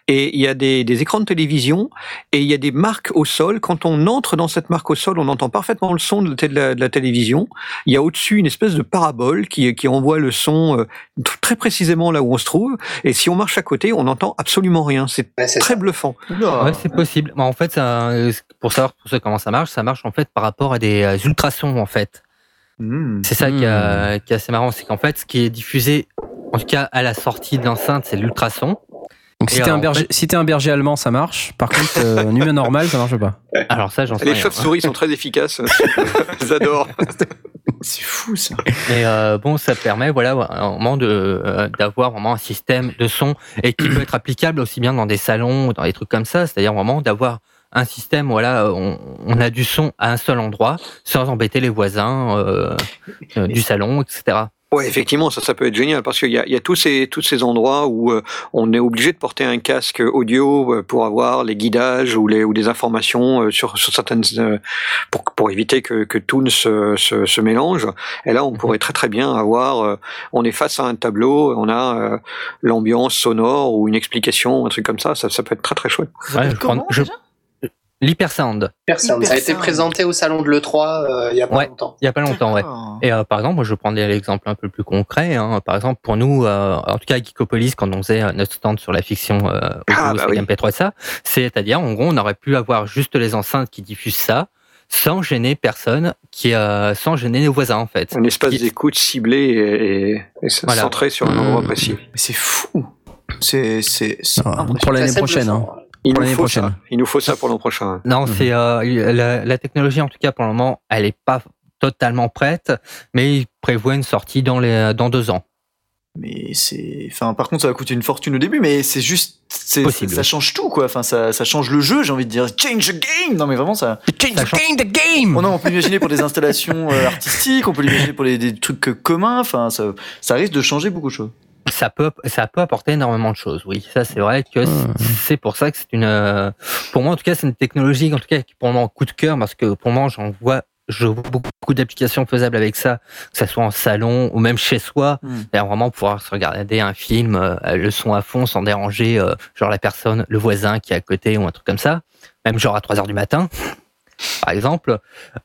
et il y a des, des écrans de télévision et il y a des marques au sol. Quand on entre dans cette marque au sol, on entend parfaitement le son de la, de la télévision. Il y a au-dessus une espèce de parabole qui, qui envoie le son euh, très précisément là où on se trouve. Et si on marche à côté, on n'entend absolument rien. C'est, Ouais, c'est très ça. bluffant. Ouais, c'est possible. Mais en fait, ça, pour savoir pour ça comment ça marche, ça marche en fait par rapport à des euh, ultrasons en fait. Mmh. C'est ça qui, a- qui est assez marrant, c'est qu'en fait, ce qui est diffusé, en tout cas à la sortie de l'enceinte, c'est l'ultrason. Donc si Et t'es un en berger, fait- si t'es un berger allemand, ça marche. Par contre, euh, un humain normal, ça marche pas. Alors ça, j'en sais Les rien. chauves-souris sont très efficaces. J'adore. C'est fou ça. Et euh, bon, ça permet, voilà, un moment de euh, d'avoir vraiment un système de son et qui peut être applicable aussi bien dans des salons, ou dans des trucs comme ça. C'est-à-dire vraiment d'avoir un système, voilà, on, on a du son à un seul endroit sans embêter les voisins euh, euh, du salon, et cetera. Ouais, effectivement, ça, ça peut être génial parce qu'il y a, il y a tous ces, tous ces endroits où euh, on est obligé de porter un casque audio euh, pour avoir les guidages ou les ou des informations euh, sur, sur certaines euh, pour pour éviter que, que tout ne se, se, se mélange. Et là, on pourrait très très bien avoir, euh, on est face à un tableau, on a euh, l'ambiance sonore ou une explication, un truc comme ça. Ça, ça peut être très très chouette. Ouais, je Comment prends- je- déjà L'hypersound, Personne. Ça a été Hypersound. présenté au salon de l'E trois euh, il y a pas Ouais. longtemps. il y a pas longtemps, ouais. D'accord. Et euh, par exemple, moi, je prends des exemples un peu plus concrets. Hein. Par exemple, pour nous, euh, en tout cas à Geekopolis, quand on faisait euh, notre stand sur la fiction euh, Ah, audio, bah sur oui. M P trois de ça, c'est-à-dire, en gros, on aurait pu avoir juste les enceintes qui diffusent ça, sans gêner personne, qui, euh, sans gêner les voisins, en fait. Un espace Qui- d'écoute ciblé et, et, et Voilà. centré sur un endroit précis. Mais c'est fou. C'est c'est c'est Ah, impressionnant. pour l'année C'est assez prochaine. bluffant, Hein. ouais. Il Pour nous l'année faut prochaine. ça. Il nous faut ça pour l'an prochain. Non, Mhm. c'est euh, la, la technologie, en tout cas, pour le moment, elle est pas totalement prête, mais il prévoit une sortie dans les dans deux ans. Mais c'est, enfin, par contre, ça va coûter une fortune au début, mais c'est juste, c'est, Possible. ça change tout, quoi. Enfin, ça, ça change le jeu, j'ai envie de dire. Change the game! Non, mais vraiment, ça. Change Ça the change- game, the game. Oh non, on peut l'imaginer pour des installations euh, artistiques, on peut l'imaginer pour les, des trucs euh, communs. Enfin, ça, ça risque de changer beaucoup de choses. Ça peut, ça peut apporter énormément de choses. Oui, ça c'est vrai que c'est- c'est pour ça que c'est une, euh, pour moi en tout cas, c'est une technologie en tout cas qui pour le moment coup de cœur parce que pour moi j'en vois, je vois beaucoup, beaucoup d'applications faisables avec ça, que ça soit en salon ou même chez soi. Mm. C'est-à-dire vraiment pouvoir se regarder un film, euh, le son à fond sans déranger, euh, genre la personne, le voisin qui est à côté ou un truc comme ça, même genre à trois heures du matin. Par exemple,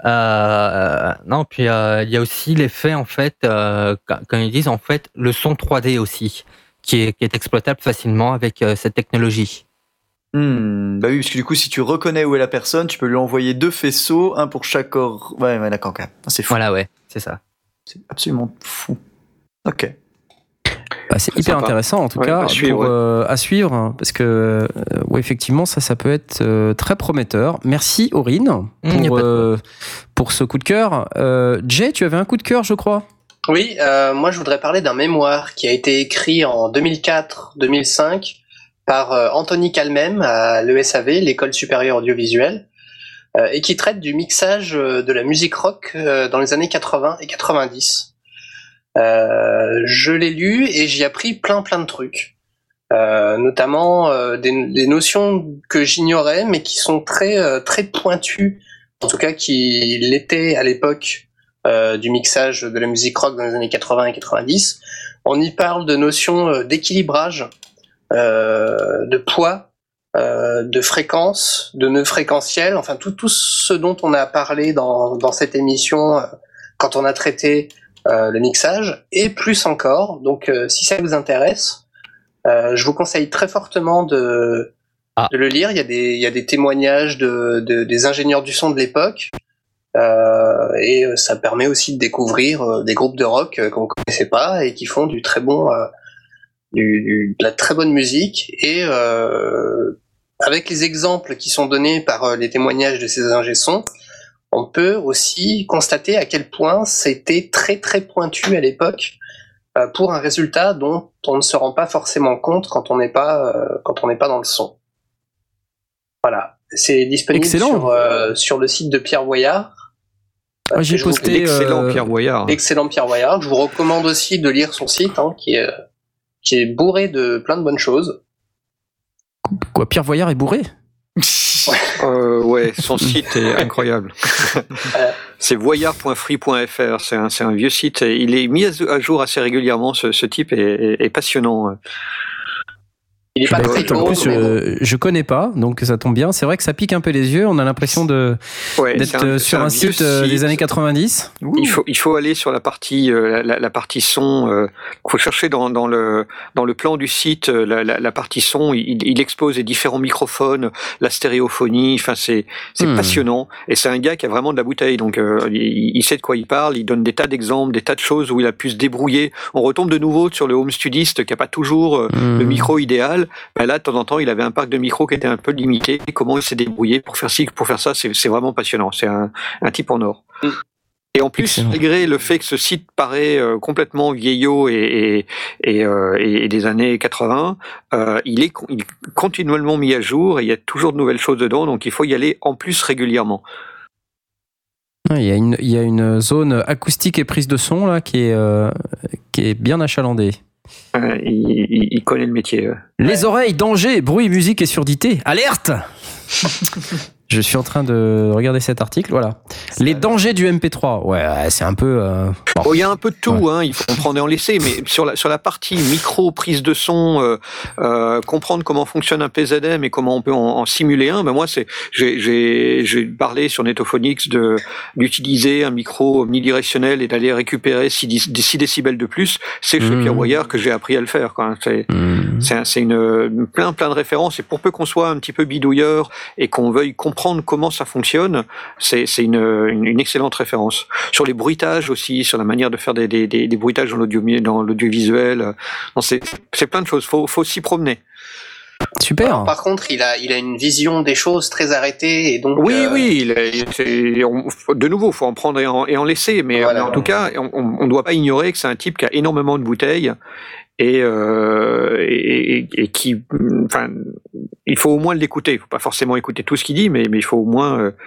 euh, non. Puis euh, il y a aussi l'effet en fait, euh, quand, quand ils disent en fait le son trois D aussi, qui est, qui est exploitable facilement avec euh, cette technologie. Hmm, bah oui, parce que du coup, si tu reconnais où est la personne, tu peux lui envoyer deux faisceaux, un pour chaque or. Ouais, ouais, d'accord, quand même. C'est fou. Voilà, ouais, c'est ça. C'est absolument fou. Ok. Bah, c'est Très hyper sympa. intéressant en tout Ouais, cas à suivre, pour, ouais. euh, à suivre hein, parce que euh, ouais, effectivement ça ça peut être euh, très prometteur. Merci Aurine Mmh, y a pour pas de euh, pour ce coup de cœur. Euh, Jay, tu avais un coup de cœur, je crois. Oui, euh, moi je voudrais parler d'un mémoire qui a été écrit en deux mille quatre deux mille cinq par euh, Anthony Calmem à l'E S A V, l'École supérieure audiovisuelle, euh, et qui traite du mixage euh, de la musique rock euh, dans les années quatre-vingts et quatre-vingt-dix. Euh, je l'ai lu et j'y ai appris plein plein de trucs, euh, notamment euh, des, des notions que j'ignorais mais qui sont très euh, très pointues, en tout cas qui l'étaient à l'époque euh, du mixage de la musique rock dans les années quatre-vingts et quatre-vingt-dix. On y parle de notions euh, d'équilibrage, euh, de poids, euh, de fréquence, de nœuds fréquentiels, enfin tout, tout ce dont on a parlé dans, dans cette émission euh, quand on a traité euh, le mixage, et plus encore. Donc euh, si ça vous intéresse, euh, je vous conseille très fortement de, Ah. de le lire. Il y a des, il y a des témoignages de, de, des ingénieurs du son de l'époque, euh, et ça permet aussi de découvrir euh, des groupes de rock euh, qu'on ne connaissait pas et qui font du très bon... Euh, Du, du, de la très bonne musique, et euh, avec les exemples qui sont donnés par euh, les témoignages de ces ingé-sons, on peut aussi constater à quel point c'était très très pointu à l'époque euh, pour un résultat dont on ne se rend pas forcément compte quand on n'est pas euh, quand on n'est pas dans le son. Voilà, c'est disponible Excellent. sur euh, sur le site de Pierre Voyard. Moi, j'ai Et je vous- posté L'excellent euh, Pierre Voyard. Excellent Pierre Voyard. Je vous recommande aussi de lire son site, hein, qui est qui est bourré de plein de bonnes choses. quoi. Pierre Voyard est bourré. Euh, ouais, son site est incroyable. C'est voyard point free point f r. C'est un, c'est un vieux site. Et il est mis à jour assez régulièrement. Ce, ce type est, est, est passionnant. Il est pas bah, très écoute, en haut, plus, mais euh, je connais pas, donc ça tombe bien. C'est vrai que ça pique un peu les yeux. On a l'impression de Ouais, d'être c'est un- euh, c'est sur un un vieux site euh, des site. années quatre-vingt-dix. Il faut, il faut aller sur la partie, euh, la, la partie son. Il euh, faut chercher dans, dans le dans le plan du site euh, la, la, la partie son. Il, il expose les différents microphones, la stéréophonie. Enfin, c'est c'est Hmm. passionnant. Et c'est un gars qui a vraiment de la bouteille. Donc, euh, il, il sait de quoi il parle. Il donne des tas d'exemples, des tas de choses où il a pu se débrouiller. On retombe de nouveau sur le home studiste qui a pas toujours euh, Hmm. le micro idéal. Ben là, de temps en temps, il avait un parc de micros qui était un peu limité. Comment il s'est débrouillé pour faire ci, pour faire ça, c'est c'est vraiment passionnant. C'est un, un type en or. Mm. Et en plus, Excellent. malgré le fait que ce site paraît euh, complètement vieillot et, et, et, euh, et des années quatre-vingts, euh, il, est, il est continuellement mis à jour et il y a toujours de nouvelles choses dedans, donc il faut y aller en plus régulièrement. Il y a une, il y a une zone acoustique et prise de son là qui est, euh, qui est bien achalandée. Euh, il, il, il connaît le métier. euh. Les oreilles, danger, bruit, musique et surdité. Alerte! Je suis en train de regarder cet article, voilà. Les dangers du M P trois. Ouais, c'est un peu... euh, bon. Bon, il y a un peu de tout, Ouais. hein, il faut en prendre et en laisser, mais sur la, sur la partie micro, prise de son, euh, euh, comprendre comment fonctionne un P Z M et comment on peut en, en simuler un, ben moi, c'est, j'ai, j'ai, j'ai parlé sur Netophonics de, d'utiliser un micro omnidirectionnel et d'aller récupérer six décibels de plus. C'est chez Mmh. Pierre Wire que j'ai appris à le faire, quoi. C'est, Hmm. c'est, un- c'est une, plein, plein de références, et pour peu qu'on soit un petit peu bidouilleur et qu'on veuille comprendre comment ça fonctionne, c'est, c'est une, une, une excellente référence. Sur les bruitages aussi, sur la manière de faire des, des, des, des bruitages dans, l'audio, dans l'audiovisuel, non, c'est, c'est plein de choses, faut, faut s'y promener. Super. Alors, par contre, il a, il a une vision des choses très arrêtée et donc. Oui, euh, oui, il est- c'est- on- de nouveau, faut en prendre et en, et en laisser, mais, Voilà. mais en tout cas, on ne doit pas ignorer que c'est un type qui a énormément de bouteilles et, euh, et, et- et qui, enfin, il faut au moins l'écouter. Il faut pas forcément écouter tout ce qu'il dit, mais, mais il faut au moins. Euh,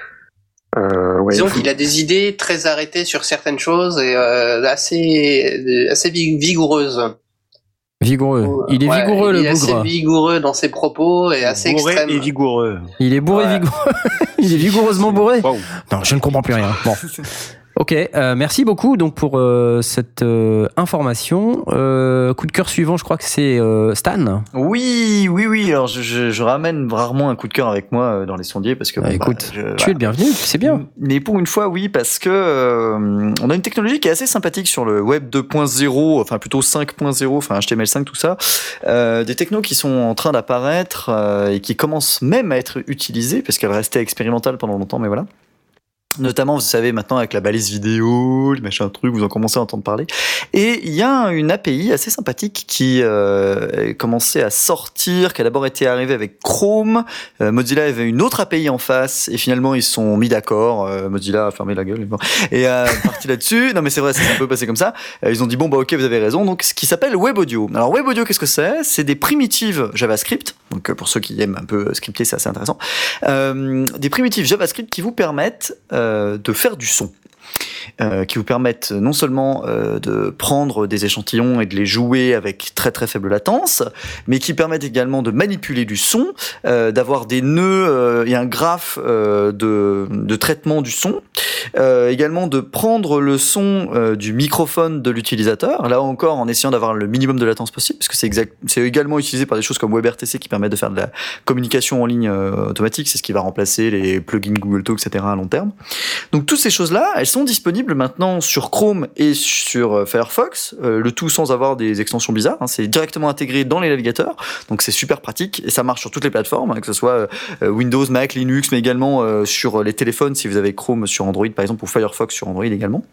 euh, ouais, Disons il faut- qu'il a des idées très arrêtées sur certaines choses et euh, assez, assez vi- vigoureuses. Vigoureux. Il est Ouais, vigoureux, il le est assez bougre. vigoureux dans ses propos et assez Bourré extrême. et vigoureux. Il est bourré, Ouais. vigoureux. Il est vigoureusement bourré. Wow. Non, je ne comprends plus rien. Bon. Ok, euh, merci beaucoup donc pour euh, cette euh, information. Euh, coup de cœur suivant, je crois que c'est euh, Stan. Oui, oui, oui. Alors, je, je, je ramène rarement un coup de cœur avec moi euh, dans les sondiers parce que. Ah, bon, écoute, bah, je- tu es le bienvenu, c'est bien. Mais pour une fois, oui, parce que euh, on a une technologie qui est assez sympathique sur le web deux point zéro, enfin plutôt cinq point zéro, enfin H T M L cinq, tout ça. Euh, des technos qui sont en train d'apparaître euh, et qui commencent même à être utilisés parce qu'elles restaient expérimentales pendant longtemps, mais voilà. Notamment, vous savez, maintenant avec la balise vidéo, les machins trucs, vous en commencez à entendre parler. Et il y a une A P I assez sympathique qui euh, commençait à sortir, qui a d'abord été arrivée avec Chrome. Euh, Mozilla avait une autre A P I en face, et finalement ils se sont mis d'accord. Euh, Mozilla a fermé la gueule, et euh, parti là-dessus. Non mais c'est vrai, ça s'est un peu passé comme ça. Euh, ils ont dit bon bah ok, vous avez raison. Donc ce qui s'appelle Web Audio. Alors Web Audio, qu'est-ce que c'est ? C'est des primitives JavaScript. Donc euh, pour ceux qui aiment un peu scripter, c'est assez intéressant. Euh, des primitives JavaScript qui vous permettent euh, de faire du son. Euh, qui vous permettent non seulement euh, de prendre des échantillons et de les jouer avec très très faible latence, mais qui permettent également de manipuler du son, euh, d'avoir des nœuds euh, et un graphe euh, de, de traitement du son, euh, également de prendre le son euh, du microphone de l'utilisateur, là encore en essayant d'avoir le minimum de latence possible, parce que c'est, exact, c'est également utilisé par des choses comme WebRTC qui permettent de faire de la communication en ligne euh, automatique, c'est ce qui va remplacer les plugins Google Talk, et cetera à long terme. Donc toutes ces choses-là, elles sont disponibles maintenant sur Chrome et sur Firefox, euh, le tout sans avoir des extensions bizarres, hein, c'est directement intégré dans les navigateurs, donc c'est super pratique et ça marche sur toutes les plateformes, hein, que ce soit euh, Windows, Mac, Linux, mais également euh, sur les téléphones si vous avez Chrome sur Android par exemple, ou Firefox sur Android également.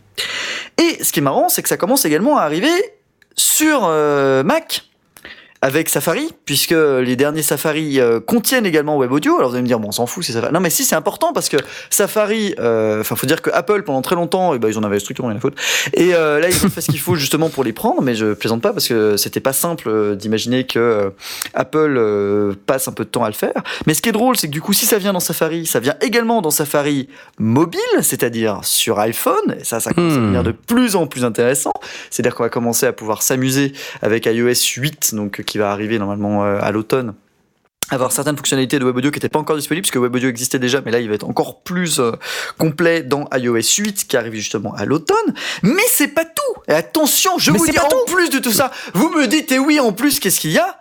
Et ce qui est marrant, c'est que ça commence également à arriver sur euh, Mac, avec Safari, puisque les derniers Safari euh, contiennent également Web Audio. Alors vous allez me dire, bon, on s'en fout, c'est Safari. Non, mais si, c'est important parce que Safari, enfin, euh, faut dire que Apple, pendant très longtemps, eh ben, ils en avaient strictement rien à foutre. Et euh, là, ils ont fait ce qu'il faut justement pour les prendre, mais je plaisante pas parce que c'était pas simple euh, d'imaginer que euh, Apple euh, passe un peu de temps à le faire. Mais ce qui est drôle, c'est que du coup, si ça vient dans Safari, ça vient également dans Safari mobile, c'est-à-dire sur iPhone. Et ça, ça commence à devenir de plus en plus intéressant. C'est-à-dire qu'on va commencer à pouvoir s'amuser avec iOS huit, donc qui va arriver normalement euh, à l'automne, avoir certaines fonctionnalités de Web Audio qui n'étaient pas encore disponibles, puisque Web Audio existait déjà, mais là il va être encore plus euh, complet dans iOS huit qui arrive justement à l'automne. Mais c'est pas tout. Et attention, je Mais vous c'est dis pas en tout. plus de tout ça, vous me dites, et oui, en plus, qu'est-ce qu'il y a ?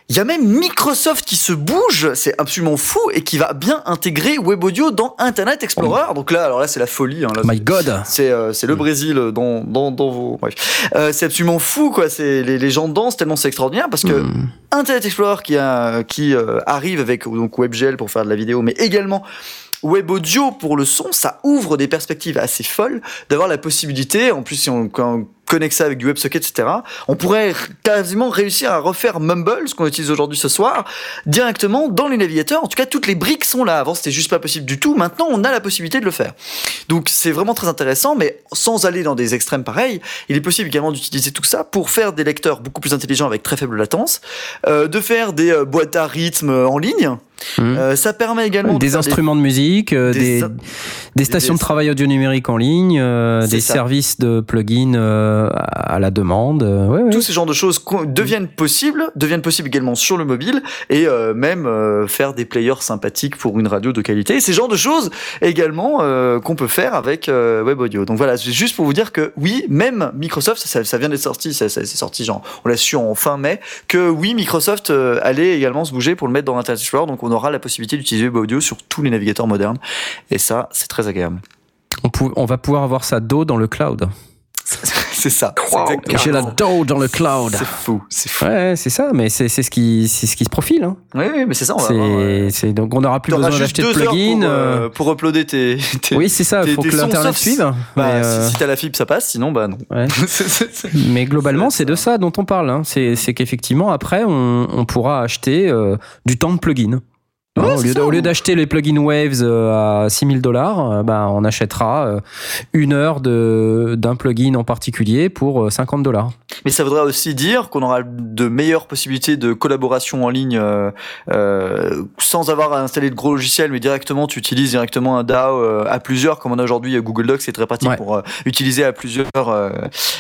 Il y a même Microsoft qui se bouge, c'est absolument fou, et qui va bien intégrer Web Audio dans Internet Explorer. Oh. Donc là, alors là, c'est la folie. Hein, là, My God, c'est euh, c'est le Brésil dans dans dans vos. Bref, euh, c'est absolument fou, quoi. C'est les, les gens dansent tellement c'est extraordinaire parce que mm. Internet Explorer qui a qui euh, arrive avec donc WebGL pour faire de la vidéo, mais également Web Audio pour le son, ça ouvre des perspectives assez folles d'avoir la possibilité. En plus, si on quand connecte ça avec du WebSocket, et cetera, on pourrait quasiment réussir à refaire Mumble, ce qu'on utilise aujourd'hui ce soir, directement dans les navigateurs. En tout cas, toutes les briques sont là. Avant, c'était juste pas possible du tout. Maintenant, on a la possibilité de le faire. Donc, c'est vraiment très intéressant, mais sans aller dans des extrêmes pareils, il est possible également d'utiliser tout ça pour faire des lecteurs beaucoup plus intelligents avec très faible latence, euh, de faire des euh, boîtes à rythme en ligne. Mmh. Euh, ça permet également des de instruments des, de musique, euh, des, des, des stations des, de travail audio numérique en ligne, euh, des ça. services de plugins euh, à la demande. Euh, ouais, ouais. Tous ces genres de choses deviennent possibles, deviennent possibles également sur le mobile et euh, même euh, faire des players sympathiques pour une radio de qualité. Ces genres de choses également euh, qu'on peut faire avec euh, Web Audio. Donc voilà, c'est juste pour vous dire que oui, même Microsoft, ça, ça vient d'être sorti, ça, ça, c'est sorti genre, on l'a su en fin mai, que oui, Microsoft euh, allait également se bouger pour le mettre dans Internet Explorer. Donc on aura la possibilité d'utiliser Web Audio sur tous les navigateurs modernes. Et ça, c'est très agréable. On, pou- on va pouvoir avoir sa D A W dans le cloud. C'est ça. Wow, c'est j'ai la D A W dans le cloud. C'est fou, c'est fou. Ouais, c'est ça, mais c'est, c'est, ce, qui, c'est ce qui se profile. Hein. Oui, oui, mais c'est ça. On va c'est, avoir, ouais. c'est, donc on n'aura plus T'auras besoin d'acheter de plugins. Pour, euh, pour uploader tes, tes. Oui, c'est ça, il faut que l'internet sauf, suive. Bah, mais si, euh... si t'as la fibre, ça passe, sinon, bah non. Ouais. c'est, c'est, c'est... Mais globalement, c'est, c'est de ça dont on parle. Hein. C'est, c'est qu'effectivement, après, on, on pourra acheter euh, du temps de plugin. Ouais, au, lieu ça, au lieu d'acheter les plugins Waves à six mille dollars, ben, on achètera une heure de, d'un plugin en particulier pour cinquante dollars. Mais ça voudra aussi dire qu'on aura de meilleures possibilités de collaboration en ligne euh, euh, sans avoir à installer de gros logiciels, mais directement tu utilises directement un D A W euh, à plusieurs, comme on a aujourd'hui Google Docs, c'est très pratique ouais. pour euh, utiliser à plusieurs euh,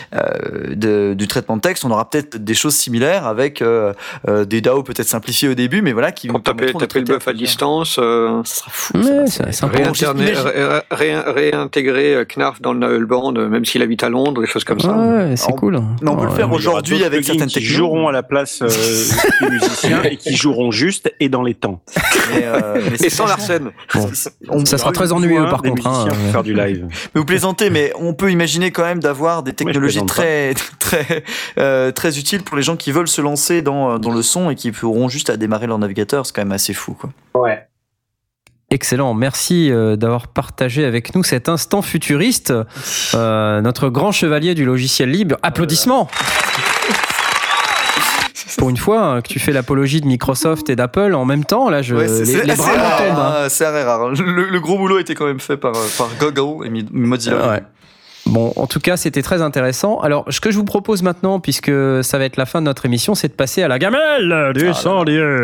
euh, de, du traitement de texte. On aura peut-être des choses similaires avec euh, euh, des D A W peut-être simplifiés au début, mais voilà qui vont permettre de taper le bœuf à distance. Euh, ça sera fou. Ouais, ça, ça, réinterne- ré- ré- réintégrer Knarf dans le Navelband, même s'il habite à Londres, des choses comme ça. Ouais, c'est Alors, cool. Mais on peut ouais, le faire aujourd'hui avec certaines qui techniques. joueront à la place euh, des musiciens et qui joueront juste et dans les temps. Mais euh, mais et sans Larsen. Bon. On, ça sera très ennuyeux par contre. Hein, pour faire du live. Mais vous plaisantez, mais on peut imaginer quand même d'avoir des technologies très très euh, très utiles pour les gens qui veulent se lancer dans dans le son et qui pourront juste à démarrer leur navigateur. C'est quand même assez fou, quoi. Ouais. Excellent, merci euh, d'avoir partagé avec nous cet instant futuriste, euh, notre grand chevalier du logiciel libre. Applaudissements. Pour une fois hein, que tu fais l'apologie de Microsoft et d'Apple en même temps, là, je, ouais, c'est, les, c'est, les bras me tombent. Hein. C'est assez rare. Le, le gros boulot a été quand même fait par, par Google et Mozilla. Ouais. Bon, en tout cas, c'était très intéressant. Alors, ce que je vous propose maintenant, puisque ça va être la fin de notre émission, c'est de passer à la gamelle du ah, sondier.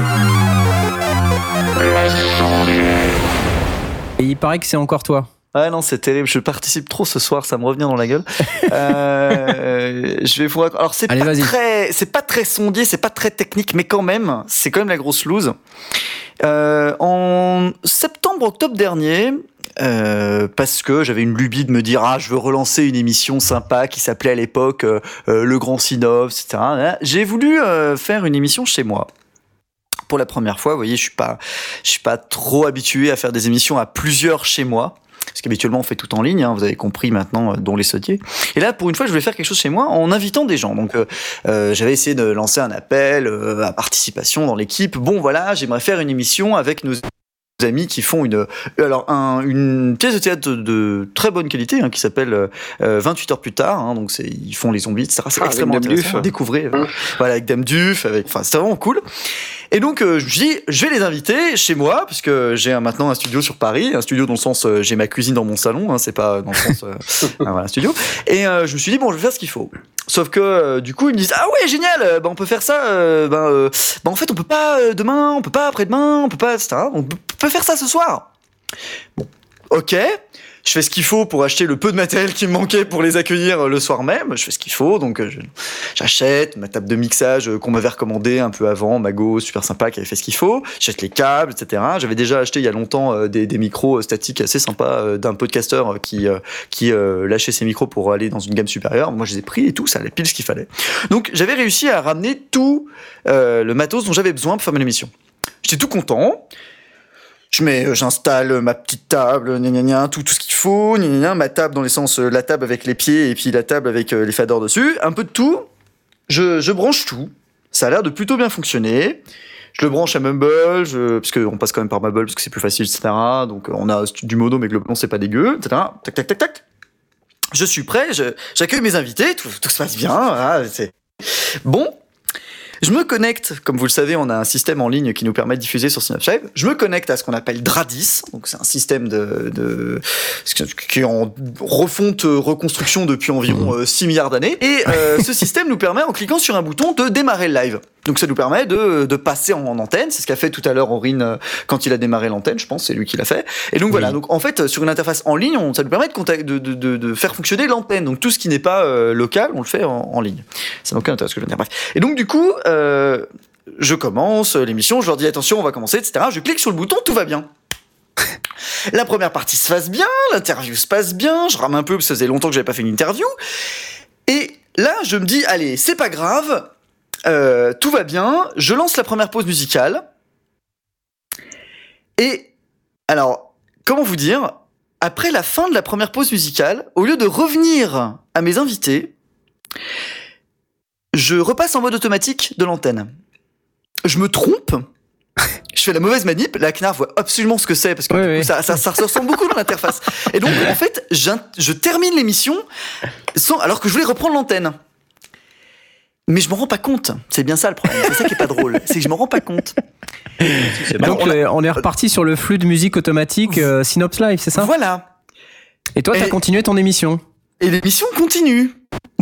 Et il paraît que c'est encore toi. Ah non, c'est terrible. Je participe trop ce soir, ça me revient dans la gueule. euh, je vais vous raconter. Alors c'est Allez, pas vas-y. très, c'est pas très sondier, c'est pas très technique, mais quand même, c'est quand même la grosse loose. Euh, en septembre-octobre dernier, euh, parce que j'avais une lubie de me dire ah je veux relancer une émission sympa qui s'appelait à l'époque euh, euh, Le Grand Sinov, et cetera. J'ai voulu euh, faire une émission chez moi. Pour la première fois, vous voyez, je suis pas, je suis pas trop habitué à faire des émissions à plusieurs chez moi. Parce qu'habituellement, on fait tout en ligne, hein, vous avez compris maintenant, euh, dont les sautiers. Et là, pour une fois, je voulais faire quelque chose chez moi en invitant des gens. Donc, euh, euh, j'avais essayé de lancer un appel euh, à participation dans l'équipe. Bon, voilà, j'aimerais faire une émission avec nos amis qui font une alors un, une pièce de théâtre de, de très bonne qualité hein, qui s'appelle euh, vingt-huit heures plus tard hein, donc c'est ils font les zombies et cetera c'est ah, extrêmement intéressant à découvrir mmh. voilà avec Dame Duf avec enfin c'était vraiment cool et donc euh, je me dis je vais les inviter chez moi puisque j'ai un, maintenant un studio sur Paris un studio dans le sens euh, j'ai ma cuisine dans mon salon hein, c'est pas dans le sens euh, ah, voilà un studio et euh, je me suis dit bon je vais faire ce qu'il faut. Sauf que euh, du coup ils me disent ah ouais génial euh, bah on peut faire ça euh, bah, euh, bah en fait on peut pas euh, demain on peut pas après-demain on peut pas et cetera on peut faire ça ce soir. Bon ok Je fais ce qu'il faut pour acheter le peu de matériel qui me manquait pour les accueillir le soir même. Je fais ce qu'il faut, donc je, j'achète ma table de mixage qu'on m'avait recommandée un peu avant, Mago, super sympa, qui avait fait ce qu'il faut. J'achète les câbles, et cetera. J'avais déjà acheté il y a longtemps euh, des, des micros statiques assez sympas euh, d'un podcasteur qui euh, qui euh, lâchait ses micros pour aller dans une gamme supérieure. Moi, je les ai pris et tout, ça allait pile ce qu'il fallait. Donc, j'avais réussi à ramener tout euh, le matos dont j'avais besoin pour faire mon émission. J'étais tout content. Je mets, j'installe ma petite table, gna gna gna, tout, tout ce qu'il faut, gna gna gna, ma table dans le sens, la table avec les pieds et puis la table avec les faders dessus, un peu de tout. Je, je branche tout. Ça a l'air de plutôt bien fonctionner. Je le branche à Mumble, je, parce qu'on passe quand même par Mumble parce que c'est plus facile, et cetera. Donc on a du mono, mais globalement c'est pas dégueu, et cetera. Tac, tac, tac, tac. Je suis prêt, je, j'accueille mes invités, tout, tout se passe bien. Voilà, c'est bon. Je me connecte, comme vous le savez, on a un système en ligne qui nous permet de diffuser sur Synops Live. Je me connecte à ce qu'on appelle Dradis, donc c'est un système de, de qui est en refonte, reconstruction depuis environ euh, six milliards d'années. Et euh, ce système nous permet, en cliquant sur un bouton, de démarrer le live. Donc ça nous permet de, de passer en, en antenne. C'est ce qu'a fait tout à l'heure Aurine euh, quand il a démarré l'antenne, je pense, c'est lui qui l'a fait. Et donc oui. Voilà. Donc en fait, sur une interface en ligne, on, ça nous permet de, contact, de, de, de, de faire fonctionner l'antenne. Donc tout ce qui n'est pas euh, local, on le fait en, en ligne. Ça n'a aucun intérêt ce que je veux dire. Bref. Et donc du coup. Euh, je commence l'émission, je leur dis attention, on va commencer, et cetera. Je clique sur le bouton, tout va bien. La première partie se passe bien, l'interview se passe bien, je rame un peu parce que ça faisait longtemps que j'avais pas fait une interview. Et là, je me dis, allez, c'est pas grave, euh, tout va bien, je lance la première pause musicale. Et alors, comment vous dire, après la fin de la première pause musicale, au lieu de revenir à mes invités, je repasse en mode automatique de l'antenne. Je me trompe, je fais la mauvaise manip, la C N A R voit absolument ce que c'est, parce que oui, du coup, oui. Ça, ça, ça ressemble beaucoup dans l'interface. Et donc, en fait, je termine l'émission sans, alors que je voulais reprendre l'antenne. Mais je m'en rends pas compte. C'est bien ça le problème. C'est ça qui est pas drôle. C'est que je m'en rends pas compte. Donc, on, a... on est reparti sur le flux de musique automatique euh, Synops Live, c'est ça ? Voilà. Et toi, t'as et... continué ton émission ? Et l'émission continue.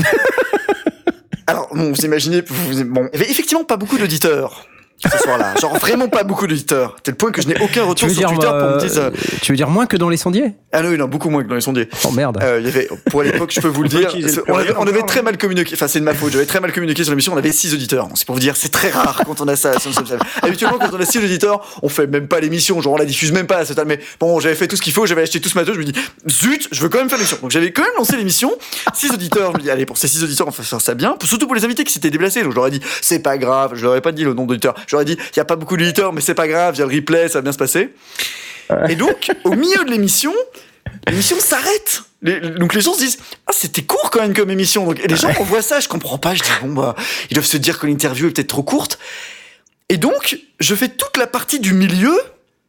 Alors, bon, vous imaginez, vous, bon, il y avait effectivement pas beaucoup d'auditeurs ce soir-là. Genre vraiment pas beaucoup d'auditeurs. Tel point que je n'ai aucun retour sur Twitter euh, pour me dire. Euh... Tu veux dire moins que dans les sondiers ? Ah non, non, beaucoup moins que dans les sondiers. Oh merde. Euh, il y avait, pour l'époque, je peux vous le dire, on avait, on avait très mal communiqué. Enfin, c'est de ma faute. J'avais très mal communiqué sur l'émission. On avait six auditeurs. C'est pour vous dire, c'est très rare quand on a ça. Habituellement, quand on a six auditeurs, on fait même pas l'émission. Genre, on la diffuse même pas. C'est mais bon, j'avais fait tout ce qu'il faut. J'avais acheté tout ce matos. Je me dis, zut, je veux quand même faire l'émission. Donc, j'avais quand même lancé l'émission. Six auditeurs. Je me dis, allez, pour ces six auditeurs, on va faire ça bien. Surtout pour les invités qui s'étaient déplacés. Donc, je leur ai dit, c'est pas grave. Je leur ai pas dit le nombre d'auditeurs. Je leur ai dit, il y a pas beaucoup d'éditeurs, mais c'est pas grave, il y a le replay, ça va bien se passer. Ouais. Et donc, au milieu de l'émission, l'émission s'arrête. Les, donc les gens se disent, ah, c'était court quand même comme émission. Donc, et les gens, on voit ça, je comprends pas, je dis, bon, bah, ils doivent se dire que l'interview est peut-être trop courte. Et donc, je fais toute la partie du milieu.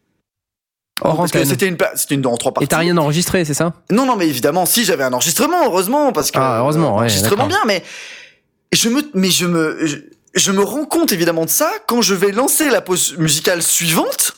Oh, parce que c'était une, c'était une en trois parties. Et t'as rien enregistré, c'est ça ? Non, non, mais évidemment, si, j'avais un enregistrement, heureusement, parce que. Ah, heureusement, ouais. Enregistrement bien, mais, je me, mais je me, je, Je me rends compte évidemment de ça quand je vais lancer la pause musicale suivante.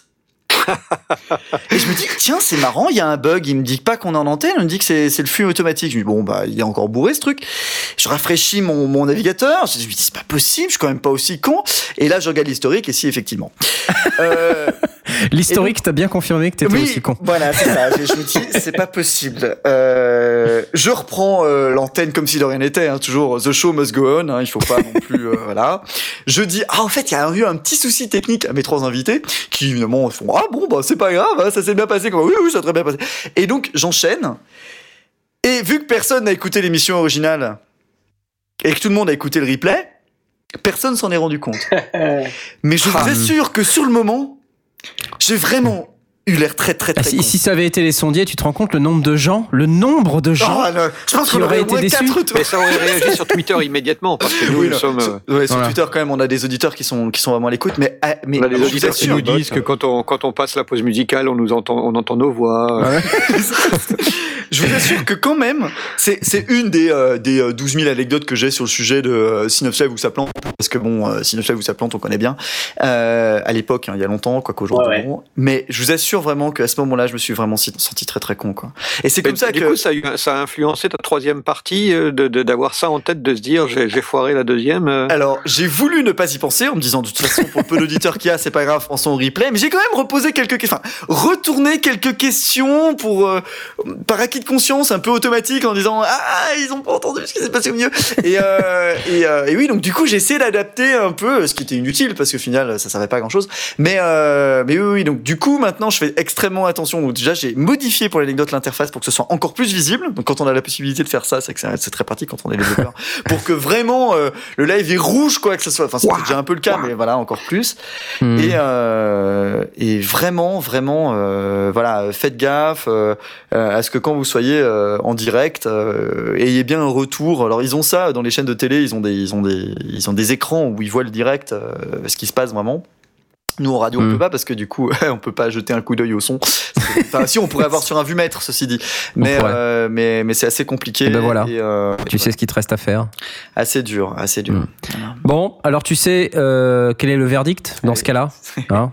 Et je me dis, tiens, c'est marrant, il y a un bug, il me dit pas qu'on est en antenne, il me dit que c'est, c'est le flux automatique. Je me dis, bon, bah, il est encore bourré ce truc. Je rafraîchis mon, mon navigateur, je me dis, c'est pas possible, je suis quand même pas aussi con. Et là, je regarde l'historique, et si, effectivement. euh, L'historique donc, t'a bien confirmé que t'étais oui, aussi con. Voilà, c'est ça. Je me dis, c'est pas possible. Euh, je reprends euh, l'antenne comme si de rien n'était. Hein, toujours, the show must go on. Hein, il faut pas non plus, euh, voilà. Je dis, ah, en fait, il y a eu un petit souci technique à mes trois invités qui évidemment font, ah bon, bah c'est pas grave, hein, ça s'est bien passé. Quoi. Oui, oui, ça a très bien passé. Et donc j'enchaîne. Et vu que personne n'a écouté l'émission originale et que tout le monde a écouté le replay, personne s'en est rendu compte. Mais je vous assure que sur le moment, j'ai vraiment eu l'air très très très. Ah, si, si ça avait été les sondiers, tu te rends compte le nombre de gens, le nombre de gens oh, non, je pense qui auraient été déçus. Mais ça aurait réagi sur Twitter immédiatement parce que nous, oui, nous sommes. Sur, ouais, sur voilà. Twitter quand même, on a des auditeurs qui sont qui sont vraiment à l'écoute, mais mais on a des auditeurs qui nous disent que quand on quand on passe la pause musicale, on nous entend on entend nos voix. Ouais. Je vous assure que quand même, c'est c'est une des euh, des euh, douze mille anecdotes que j'ai sur le sujet de euh, Synops Live où ça plante, parce que bon, euh, Synops Live où ça plante, on connaît bien. Euh, à l'époque, hein, il y a longtemps, quoi qu'aujourd'hui. Ouais, ouais. Bon, mais je vous assure sûr vraiment qu'à ce moment-là, je me suis vraiment senti très très con, quoi. Et c'est comme Mais, ça du que. coup, ça a, eu, ça a influencé ta troisième partie, de, de, d'avoir ça en tête, de se dire j'ai, j'ai foiré la deuxième. Alors, j'ai voulu ne pas y penser en me disant de toute façon, pour le peu d'auditeurs qu'il y a, c'est pas grave, pensons au replay. Mais j'ai quand même reposé quelques questions, enfin, retourné quelques questions pour, euh, par acquis de conscience, un peu automatique, en disant ah, ils ont pas entendu ce qui s'est passé au milieu. Et, euh, et, euh, et oui, donc du coup, j'ai essayé d'adapter un peu, ce qui était inutile parce qu'au final, ça servait pas à grand chose. Mais, euh, mais oui, oui, donc du coup, maintenant, je fais extrêmement attention. Donc déjà, j'ai modifié pour l'anecdote l'interface pour que ce soit encore plus visible. Donc quand on a la possibilité de faire ça, c'est que c'est, c'est très pratique quand on est développeur, pour que vraiment euh, le live est rouge, quoi, que ce soit. Enfin, c'était wow. déjà un peu le cas, wow. mais voilà, encore plus. Mmh. Et, euh, et vraiment, vraiment, euh, voilà, faites gaffe euh, à ce que quand vous soyez euh, en direct, euh, ayez bien un retour. Alors ils ont ça dans les chaînes de télé, ils ont des, ils ont des, ils ont des écrans où ils voient le direct, euh, ce qui se passe vraiment. Nous en radio mmh. on peut pas parce que du coup on peut pas jeter un coup d'œil au son. Enfin si on pourrait avoir sur un vue-mètre ceci dit, mais euh, mais mais c'est assez compliqué. Et ben voilà. Et euh, tu et sais voilà. ce qu'il te reste à faire. Assez dur, assez dur. Mmh. Voilà. Bon, alors tu sais euh, quel est le verdict dans ouais. ce cas-là, hein?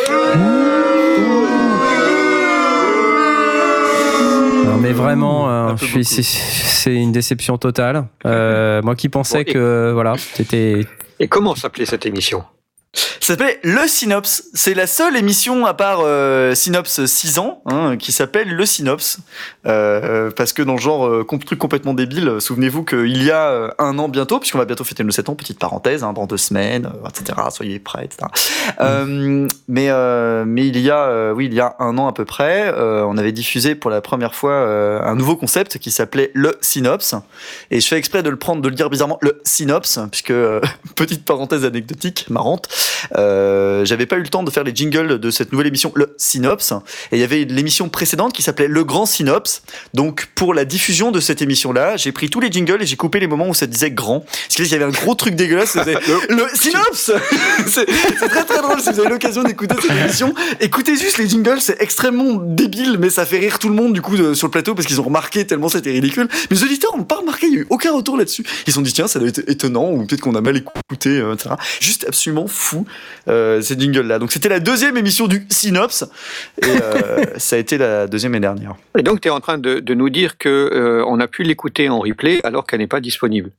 Non mais vraiment, euh, je suis, c'est, c'est une déception totale. Euh, moi qui pensais bon, que voilà, c'était. Et comment s'appelait cette émission? Ça s'appelle Le Synops. C'est la seule émission à part euh, Synops six ans hein, qui s'appelle Le Synops. Euh, parce que dans le genre euh, truc complètement débile, souvenez-vous qu'il y a euh, un an bientôt, puisqu'on va bientôt fêter nos sept ans, petite parenthèse, hein, dans deux semaines, euh, et cetera. Soyez prêts, et cetera. Mmh. Euh, mais, euh, mais il y a, euh, oui, il y a un an à peu près, euh, on avait diffusé pour la première fois euh, un nouveau concept qui s'appelait Le Synops. Et je fais exprès de le prendre, de le dire bizarrement, Le Synops, puisque, euh, petite parenthèse anecdotique, marrante, Euh, j'avais pas eu le temps de faire les jingles de cette nouvelle émission Le Synops et il y avait l'émission précédente qui s'appelait Le Grand Synops. Donc pour la diffusion de cette émission là j'ai pris tous les jingles et j'ai coupé les moments où ça disait grand parce qu'il y avait un gros truc dégueulasse, ça faisait Le Synops. c'est, c'est très très drôle. Si vous avez l'occasion d'écouter cette émission, écoutez juste les jingles, c'est extrêmement débile mais ça fait rire tout le monde du coup de, sur le plateau parce qu'ils ont remarqué tellement c'était ridicule. Mais les auditeurs n'ont pas remarqué, il y a eu aucun retour là-dessus. Ils se sont dit tiens ça doit être étonnant ou peut-être qu'on a mal écouté euh, et cetera. Juste absolument fou euh, ces jingles là. Donc c'était la deuxième émission du Synops et euh, ça a été la deuxième et dernière. Et donc tu es en train de, de nous dire que euh, on a pu l'écouter en replay alors qu'elle n'est pas disponible.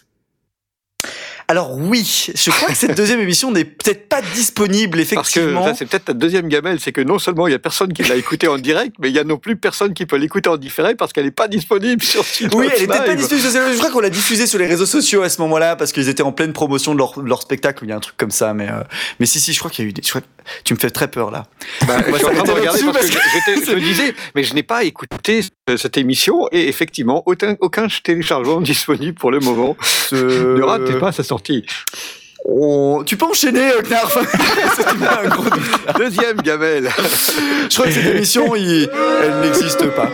Alors oui, je crois que cette deuxième émission n'est peut-être pas disponible effectivement. Parce que ça, c'est peut-être ta deuxième gamelle, c'est que non seulement il y a personne qui l'a écouté en direct, mais il y a non plus personne qui peut l'écouter en différé parce qu'elle n'est pas disponible sur Synops. Oui, elle n'était pas disponible. Je crois qu'on l'a diffusée sur les réseaux sociaux à ce moment-là parce qu'ils étaient en pleine promotion de leur, leur spectacle. Il y a un truc comme ça, mais euh, mais si si, je crois qu'il y a eu des. Je crois, tu me fais très peur là. Bah, je suis en train de regarder parce, parce que, que j'étais, je me disais, mais je n'ai pas écouté cette émission et effectivement aucun aucun téléchargement disponible pour le moment. Ce... Ne ratez pas sa sortie. Oh, tu peux enchaîner, Knarf. un gros Deuxième gamelle. Je crois que cette émission, il... elle n'existe pas.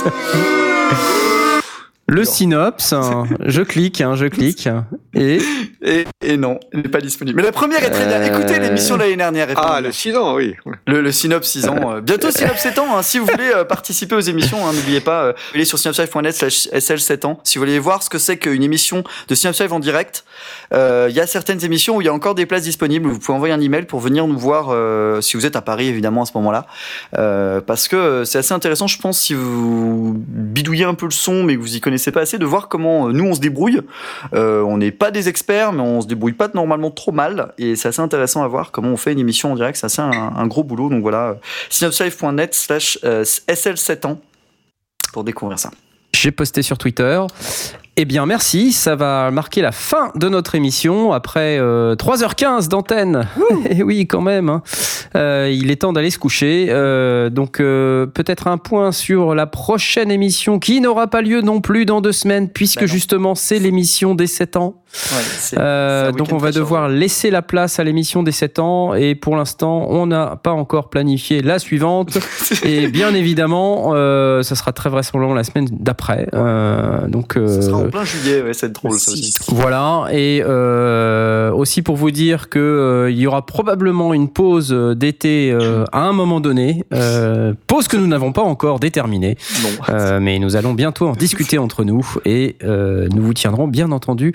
Le non. Synops, hein, je clique, hein, je clique, et... et... Et non, elle n'est pas disponible. Mais la première est très bien. Écoutez l'émission de l'année dernière. Ah, le six ans, oui. Le, le Synops six ans. Euh, bientôt Synops sept ans. Hein, si vous voulez euh, participer aux émissions, hein, n'oubliez pas, euh, allez sur synopslive point net slash S L sept ans. Si vous voulez voir ce que c'est qu'une émission de Synops Live en direct, il euh, y a certaines émissions où il y a encore des places disponibles. Vous pouvez envoyer un email pour venir nous voir euh, si vous êtes à Paris, évidemment, à ce moment-là. Euh, parce que c'est assez intéressant, je pense, si vous bidouillez un peu le son, mais que vous y connaissez pas assez, de voir comment nous on se débrouille. Euh, on n'est pas des experts, mais on se débrouille pas normalement trop mal, et c'est assez intéressant à voir comment on fait une émission en direct. C'est assez un, un gros boulot. Donc voilà, synopslive point net slash S L sept ans pour découvrir ça. J'ai posté sur Twitter. Eh bien, merci. Ça va marquer la fin de notre émission après euh, trois heures quinze d'antenne. Et oui, quand même. Hein. Euh, il est temps d'aller se coucher. Euh, donc, euh, peut-être un point sur la prochaine émission qui n'aura pas lieu non plus dans deux semaines, puisque ben justement, c'est l'émission des sept ans. Ouais, c'est, euh, c'est donc, on va devoir laisser la place à l'émission des sept ans. Et pour l'instant, on n'a pas encore planifié la suivante. Et bien évidemment, euh, ça sera très vraisemblablement la semaine d'après. Euh, donc, euh, ça sera en plein juillet, ouais, c'est drôle ça aussi. Voilà, et euh, aussi pour vous dire que euh, il y aura probablement une pause d'été euh, à un moment donné, euh, pause que nous n'avons pas encore déterminée, euh, mais nous allons bientôt en discuter entre nous et euh, nous vous tiendrons bien entendu Merci.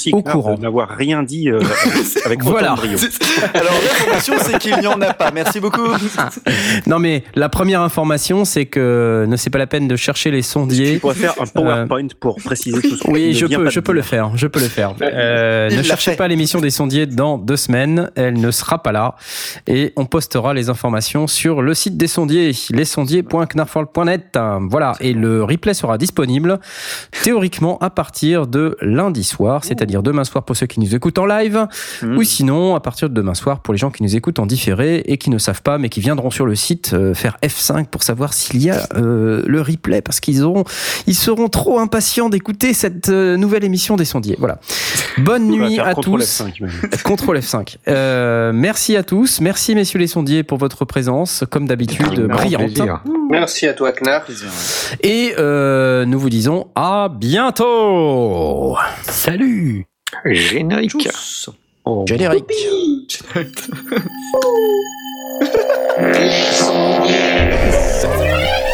Merci au Knarf, courant. de n'avoir rien dit euh, avec Voilà. autant de brio. Alors l'information c'est qu'il n'y en a pas. Merci beaucoup. Non mais la première information, c'est que ne c'est pas la peine de chercher les sondiers. Tu pourrais faire un PowerPoint euh... pour préciser tout ce que Oui, tu je ne viens peux, pas je de peux dire. le faire. Je peux le faire. Euh, ne cherchez pas l'émission des sondiers dans deux semaines. Elle ne sera pas là et on postera les informations sur le site des sondiers, lesondiers point knarfworld point net. Voilà, et le replay sera disponible théoriquement à partir de lundi soir, c'est-à-dire demain soir pour ceux qui nous écoutent en live, mmh. ou sinon à partir de demain soir pour les gens qui nous écoutent en différé et qui ne savent pas, mais qui viendront sur le site euh, faire F cinq pour savoir s'il y a euh, le replay, parce qu'ils auront, ils seront trop impatients d'écouter cette euh, nouvelle émission des sondiers. Voilà. Bonne nuit à tous. F cinq, Contrôle F cinq. Euh, merci à tous. Merci messieurs les sondiers pour votre présence, comme d'habitude, brillante. Merci à toi, Knarf. Et euh, nous vous disons à bientôt. Salut. Générique. Oh. Générique. Générique.